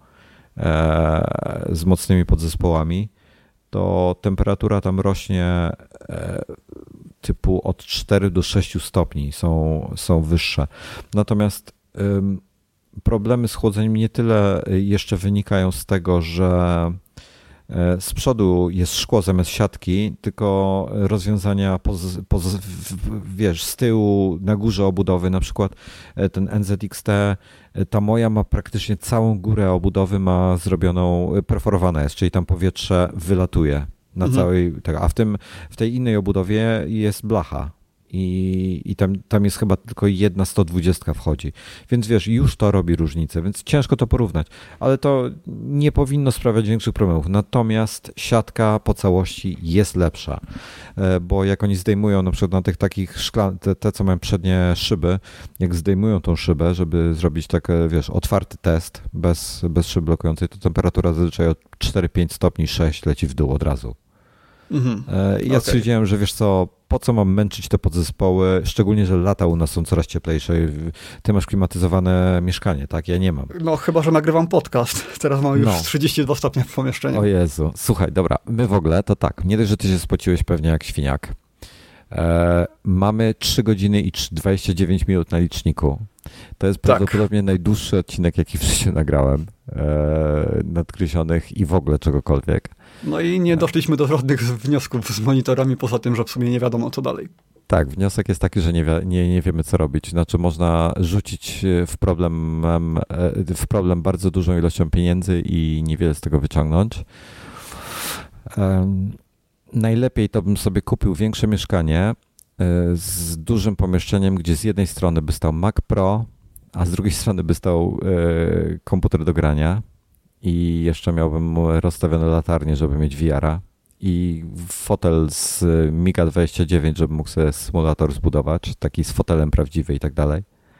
e, z mocnymi podzespołami, to temperatura tam rośnie e, typu od czterech do sześciu stopni, są, są wyższe. Natomiast ym, problemy z chłodzeniem nie tyle jeszcze wynikają z tego, że z przodu jest szkło zamiast siatki, tylko rozwiązania poz, poz, wiesz, z tyłu na górze obudowy, na przykład ten N Z X T, ta moja ma praktycznie całą górę obudowy ma zrobioną, perforowana jest, czyli tam powietrze wylatuje na mhm. całej, a w tym, w tej innej obudowie jest blacha. I, i tam, tam jest chyba tylko jedna sto dwadzieścia wchodzi. Więc wiesz, już to robi różnicę, więc ciężko to porównać. Ale to nie powinno sprawiać większych problemów. Natomiast siatka po całości jest lepsza, bo jak oni zdejmują na przykład na tych takich szklanych, te, te co mają przednie szyby, jak zdejmują tą szybę, żeby zrobić taki, wiesz, otwarty test bez, bez szyby blokującej, to temperatura zazwyczaj od cztery pięć stopni, sześć leci w dół od razu. Mhm. Ja okay. stwierdziłem, że wiesz co, po co mam męczyć te podzespoły, szczególnie, że lata u nas są coraz cieplejsze. Ty masz klimatyzowane mieszkanie, tak? Ja nie mam. No chyba, że nagrywam podcast. Teraz mam już no. trzydzieści dwa stopnie w pomieszczeniu. O Jezu. Słuchaj, dobra, my w ogóle to tak, nie dość, że ty się spociłeś pewnie jak świniak. E, mamy trzy godziny i dwadzieścia dziewięć minut na liczniku. To jest tak. prawdopodobnie najdłuższy odcinek, jaki w życiu nagrałem. E, nadgryzionych i w ogóle czegokolwiek. No i nie doszliśmy do żadnych wniosków z monitorami, poza tym, że w sumie nie wiadomo, co dalej. Tak, wniosek jest taki, że nie, wi- nie, nie wiemy, co robić. Znaczy można rzucić w problem, w problem bardzo dużą ilością pieniędzy i niewiele z tego wyciągnąć. Um, najlepiej to bym sobie kupił większe mieszkanie z dużym pomieszczeniem, gdzie z jednej strony by stał Mac Pro, a z drugiej strony by stał y, komputer do grania i jeszcze miałbym rozstawione latarnie, żeby mieć V R a i fotel z Miga dwadzieścia dziewięć, żeby mógł sobie symulator zbudować, taki z fotelem prawdziwy i tak dalej.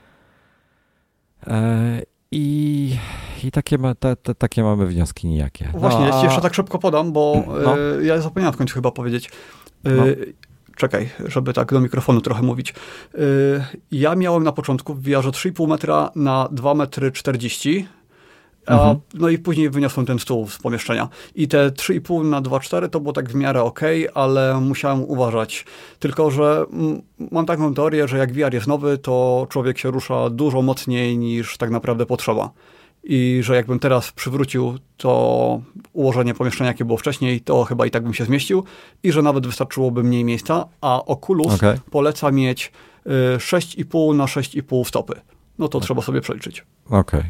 I, i takie, ma, te, te, takie mamy wnioski nijakie. No, Właśnie, ja ci jeszcze tak szybko podam, bo no. y, ja zapomniałem w końcu chyba powiedzieć. Y, no. Czekaj, żeby tak do mikrofonu trochę mówić. Y, ja miałem na początku w V R-ze trzy i pół metra na dwa metry czterdzieści. A, mhm. No i później wyniosłem ten stół z pomieszczenia. I te trzy i pół na dwa cztery to było tak w miarę okej, okay, ale musiałem uważać. Tylko, że m, mam taką teorię, że jak V R jest nowy, to człowiek się rusza dużo mocniej niż tak naprawdę potrzeba. I że jakbym teraz przywrócił to ułożenie pomieszczenia, jakie było wcześniej, to chyba i tak bym się zmieścił. I że nawet wystarczyłoby mniej miejsca, a Oculus okay. poleca mieć y, sześć i pół na sześć i pół stopy. No to okay. trzeba sobie przeliczyć. Okej. Okay.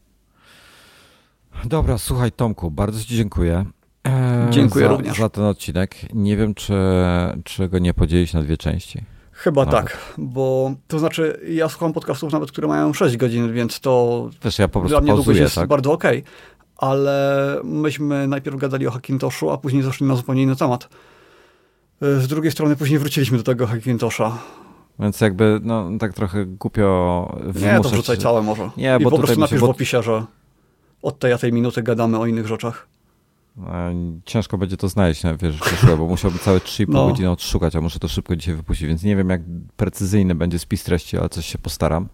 Dobra, słuchaj Tomku, bardzo ci dziękuję. Dziękuję za, również. Za ten odcinek. Nie wiem, czy, czy go nie podzielić na dwie części. Chyba nawet. Tak, bo to znaczy ja słucham podcastów nawet, które mają sześć godzin, więc to Wiesz, ja po prostu dla mnie długość jest tak? bardzo okej. Okay. Ale myśmy najpierw gadali o Hackintoshu, a później zeszli na zupełnie inny temat. Z drugiej strony później wróciliśmy do tego Hackintosha. Więc jakby, no tak trochę głupio wymuszać. Nie, to wrzucaj całe może. Nie, I bo po prostu napisz bo... w opisie, że od tej a tej minuty gadamy o innych rzeczach. Ciężko będzie to znaleźć, wiesz, bo musiałbym całe trzy i pół no. godziny odszukać, a muszę to szybko dzisiaj wypuścić, więc nie wiem, jak precyzyjny będzie spis treści, ale coś się postaram.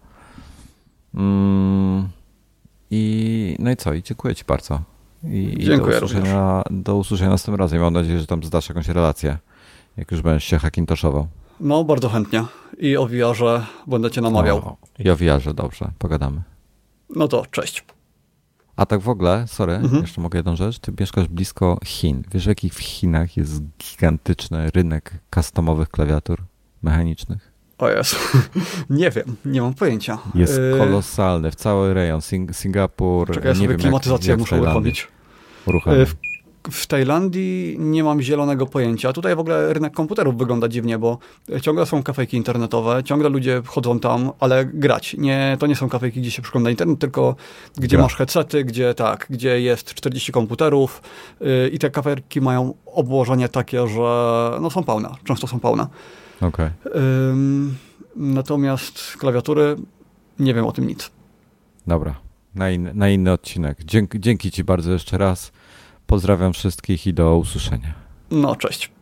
Mm. I no i co? I dziękuję ci bardzo. I, dziękuję i do usłyszenia, do usłyszenia następnym razem. Mam nadzieję, że tam zdasz jakąś relację, jak już będziesz się hackintoszował. No, bardzo chętnie. I o V R-ze będę cię namawiał. O, I o V R-ze, dobrze, pogadamy. No to cześć. A tak w ogóle, sorry, mhm. jeszcze mogę jedną rzecz. Ty mieszkasz blisko Chin. Wiesz, jaki w Chinach jest gigantyczny rynek customowych klawiatur mechanicznych? O Jezu, nie wiem, nie mam pojęcia. Jest y... kolosalny, w cały rejon. Sing- Singapur, Czekaj, ja nie sobie wiem, klimatyzację jak, jak muszę uruchomić. Uruchomić. w Tajlandii nie mam zielonego pojęcia. Tutaj w ogóle rynek komputerów wygląda dziwnie, bo ciągle są kafejki internetowe, ciągle ludzie chodzą tam, ale grać. Nie, to nie są kafejki, gdzie się przegląda internet, tylko gdzie Gra. masz headsety, gdzie tak, gdzie jest czterdzieści komputerów yy, i te kafejki mają obłożenie takie, że no są pełne, często są pełne. Okay. Yy, natomiast klawiatury, nie wiem o tym nic. Dobra, na, in, na inny odcinek. Dzięki, dzięki ci bardzo jeszcze raz. Pozdrawiam wszystkich i do usłyszenia. No, cześć.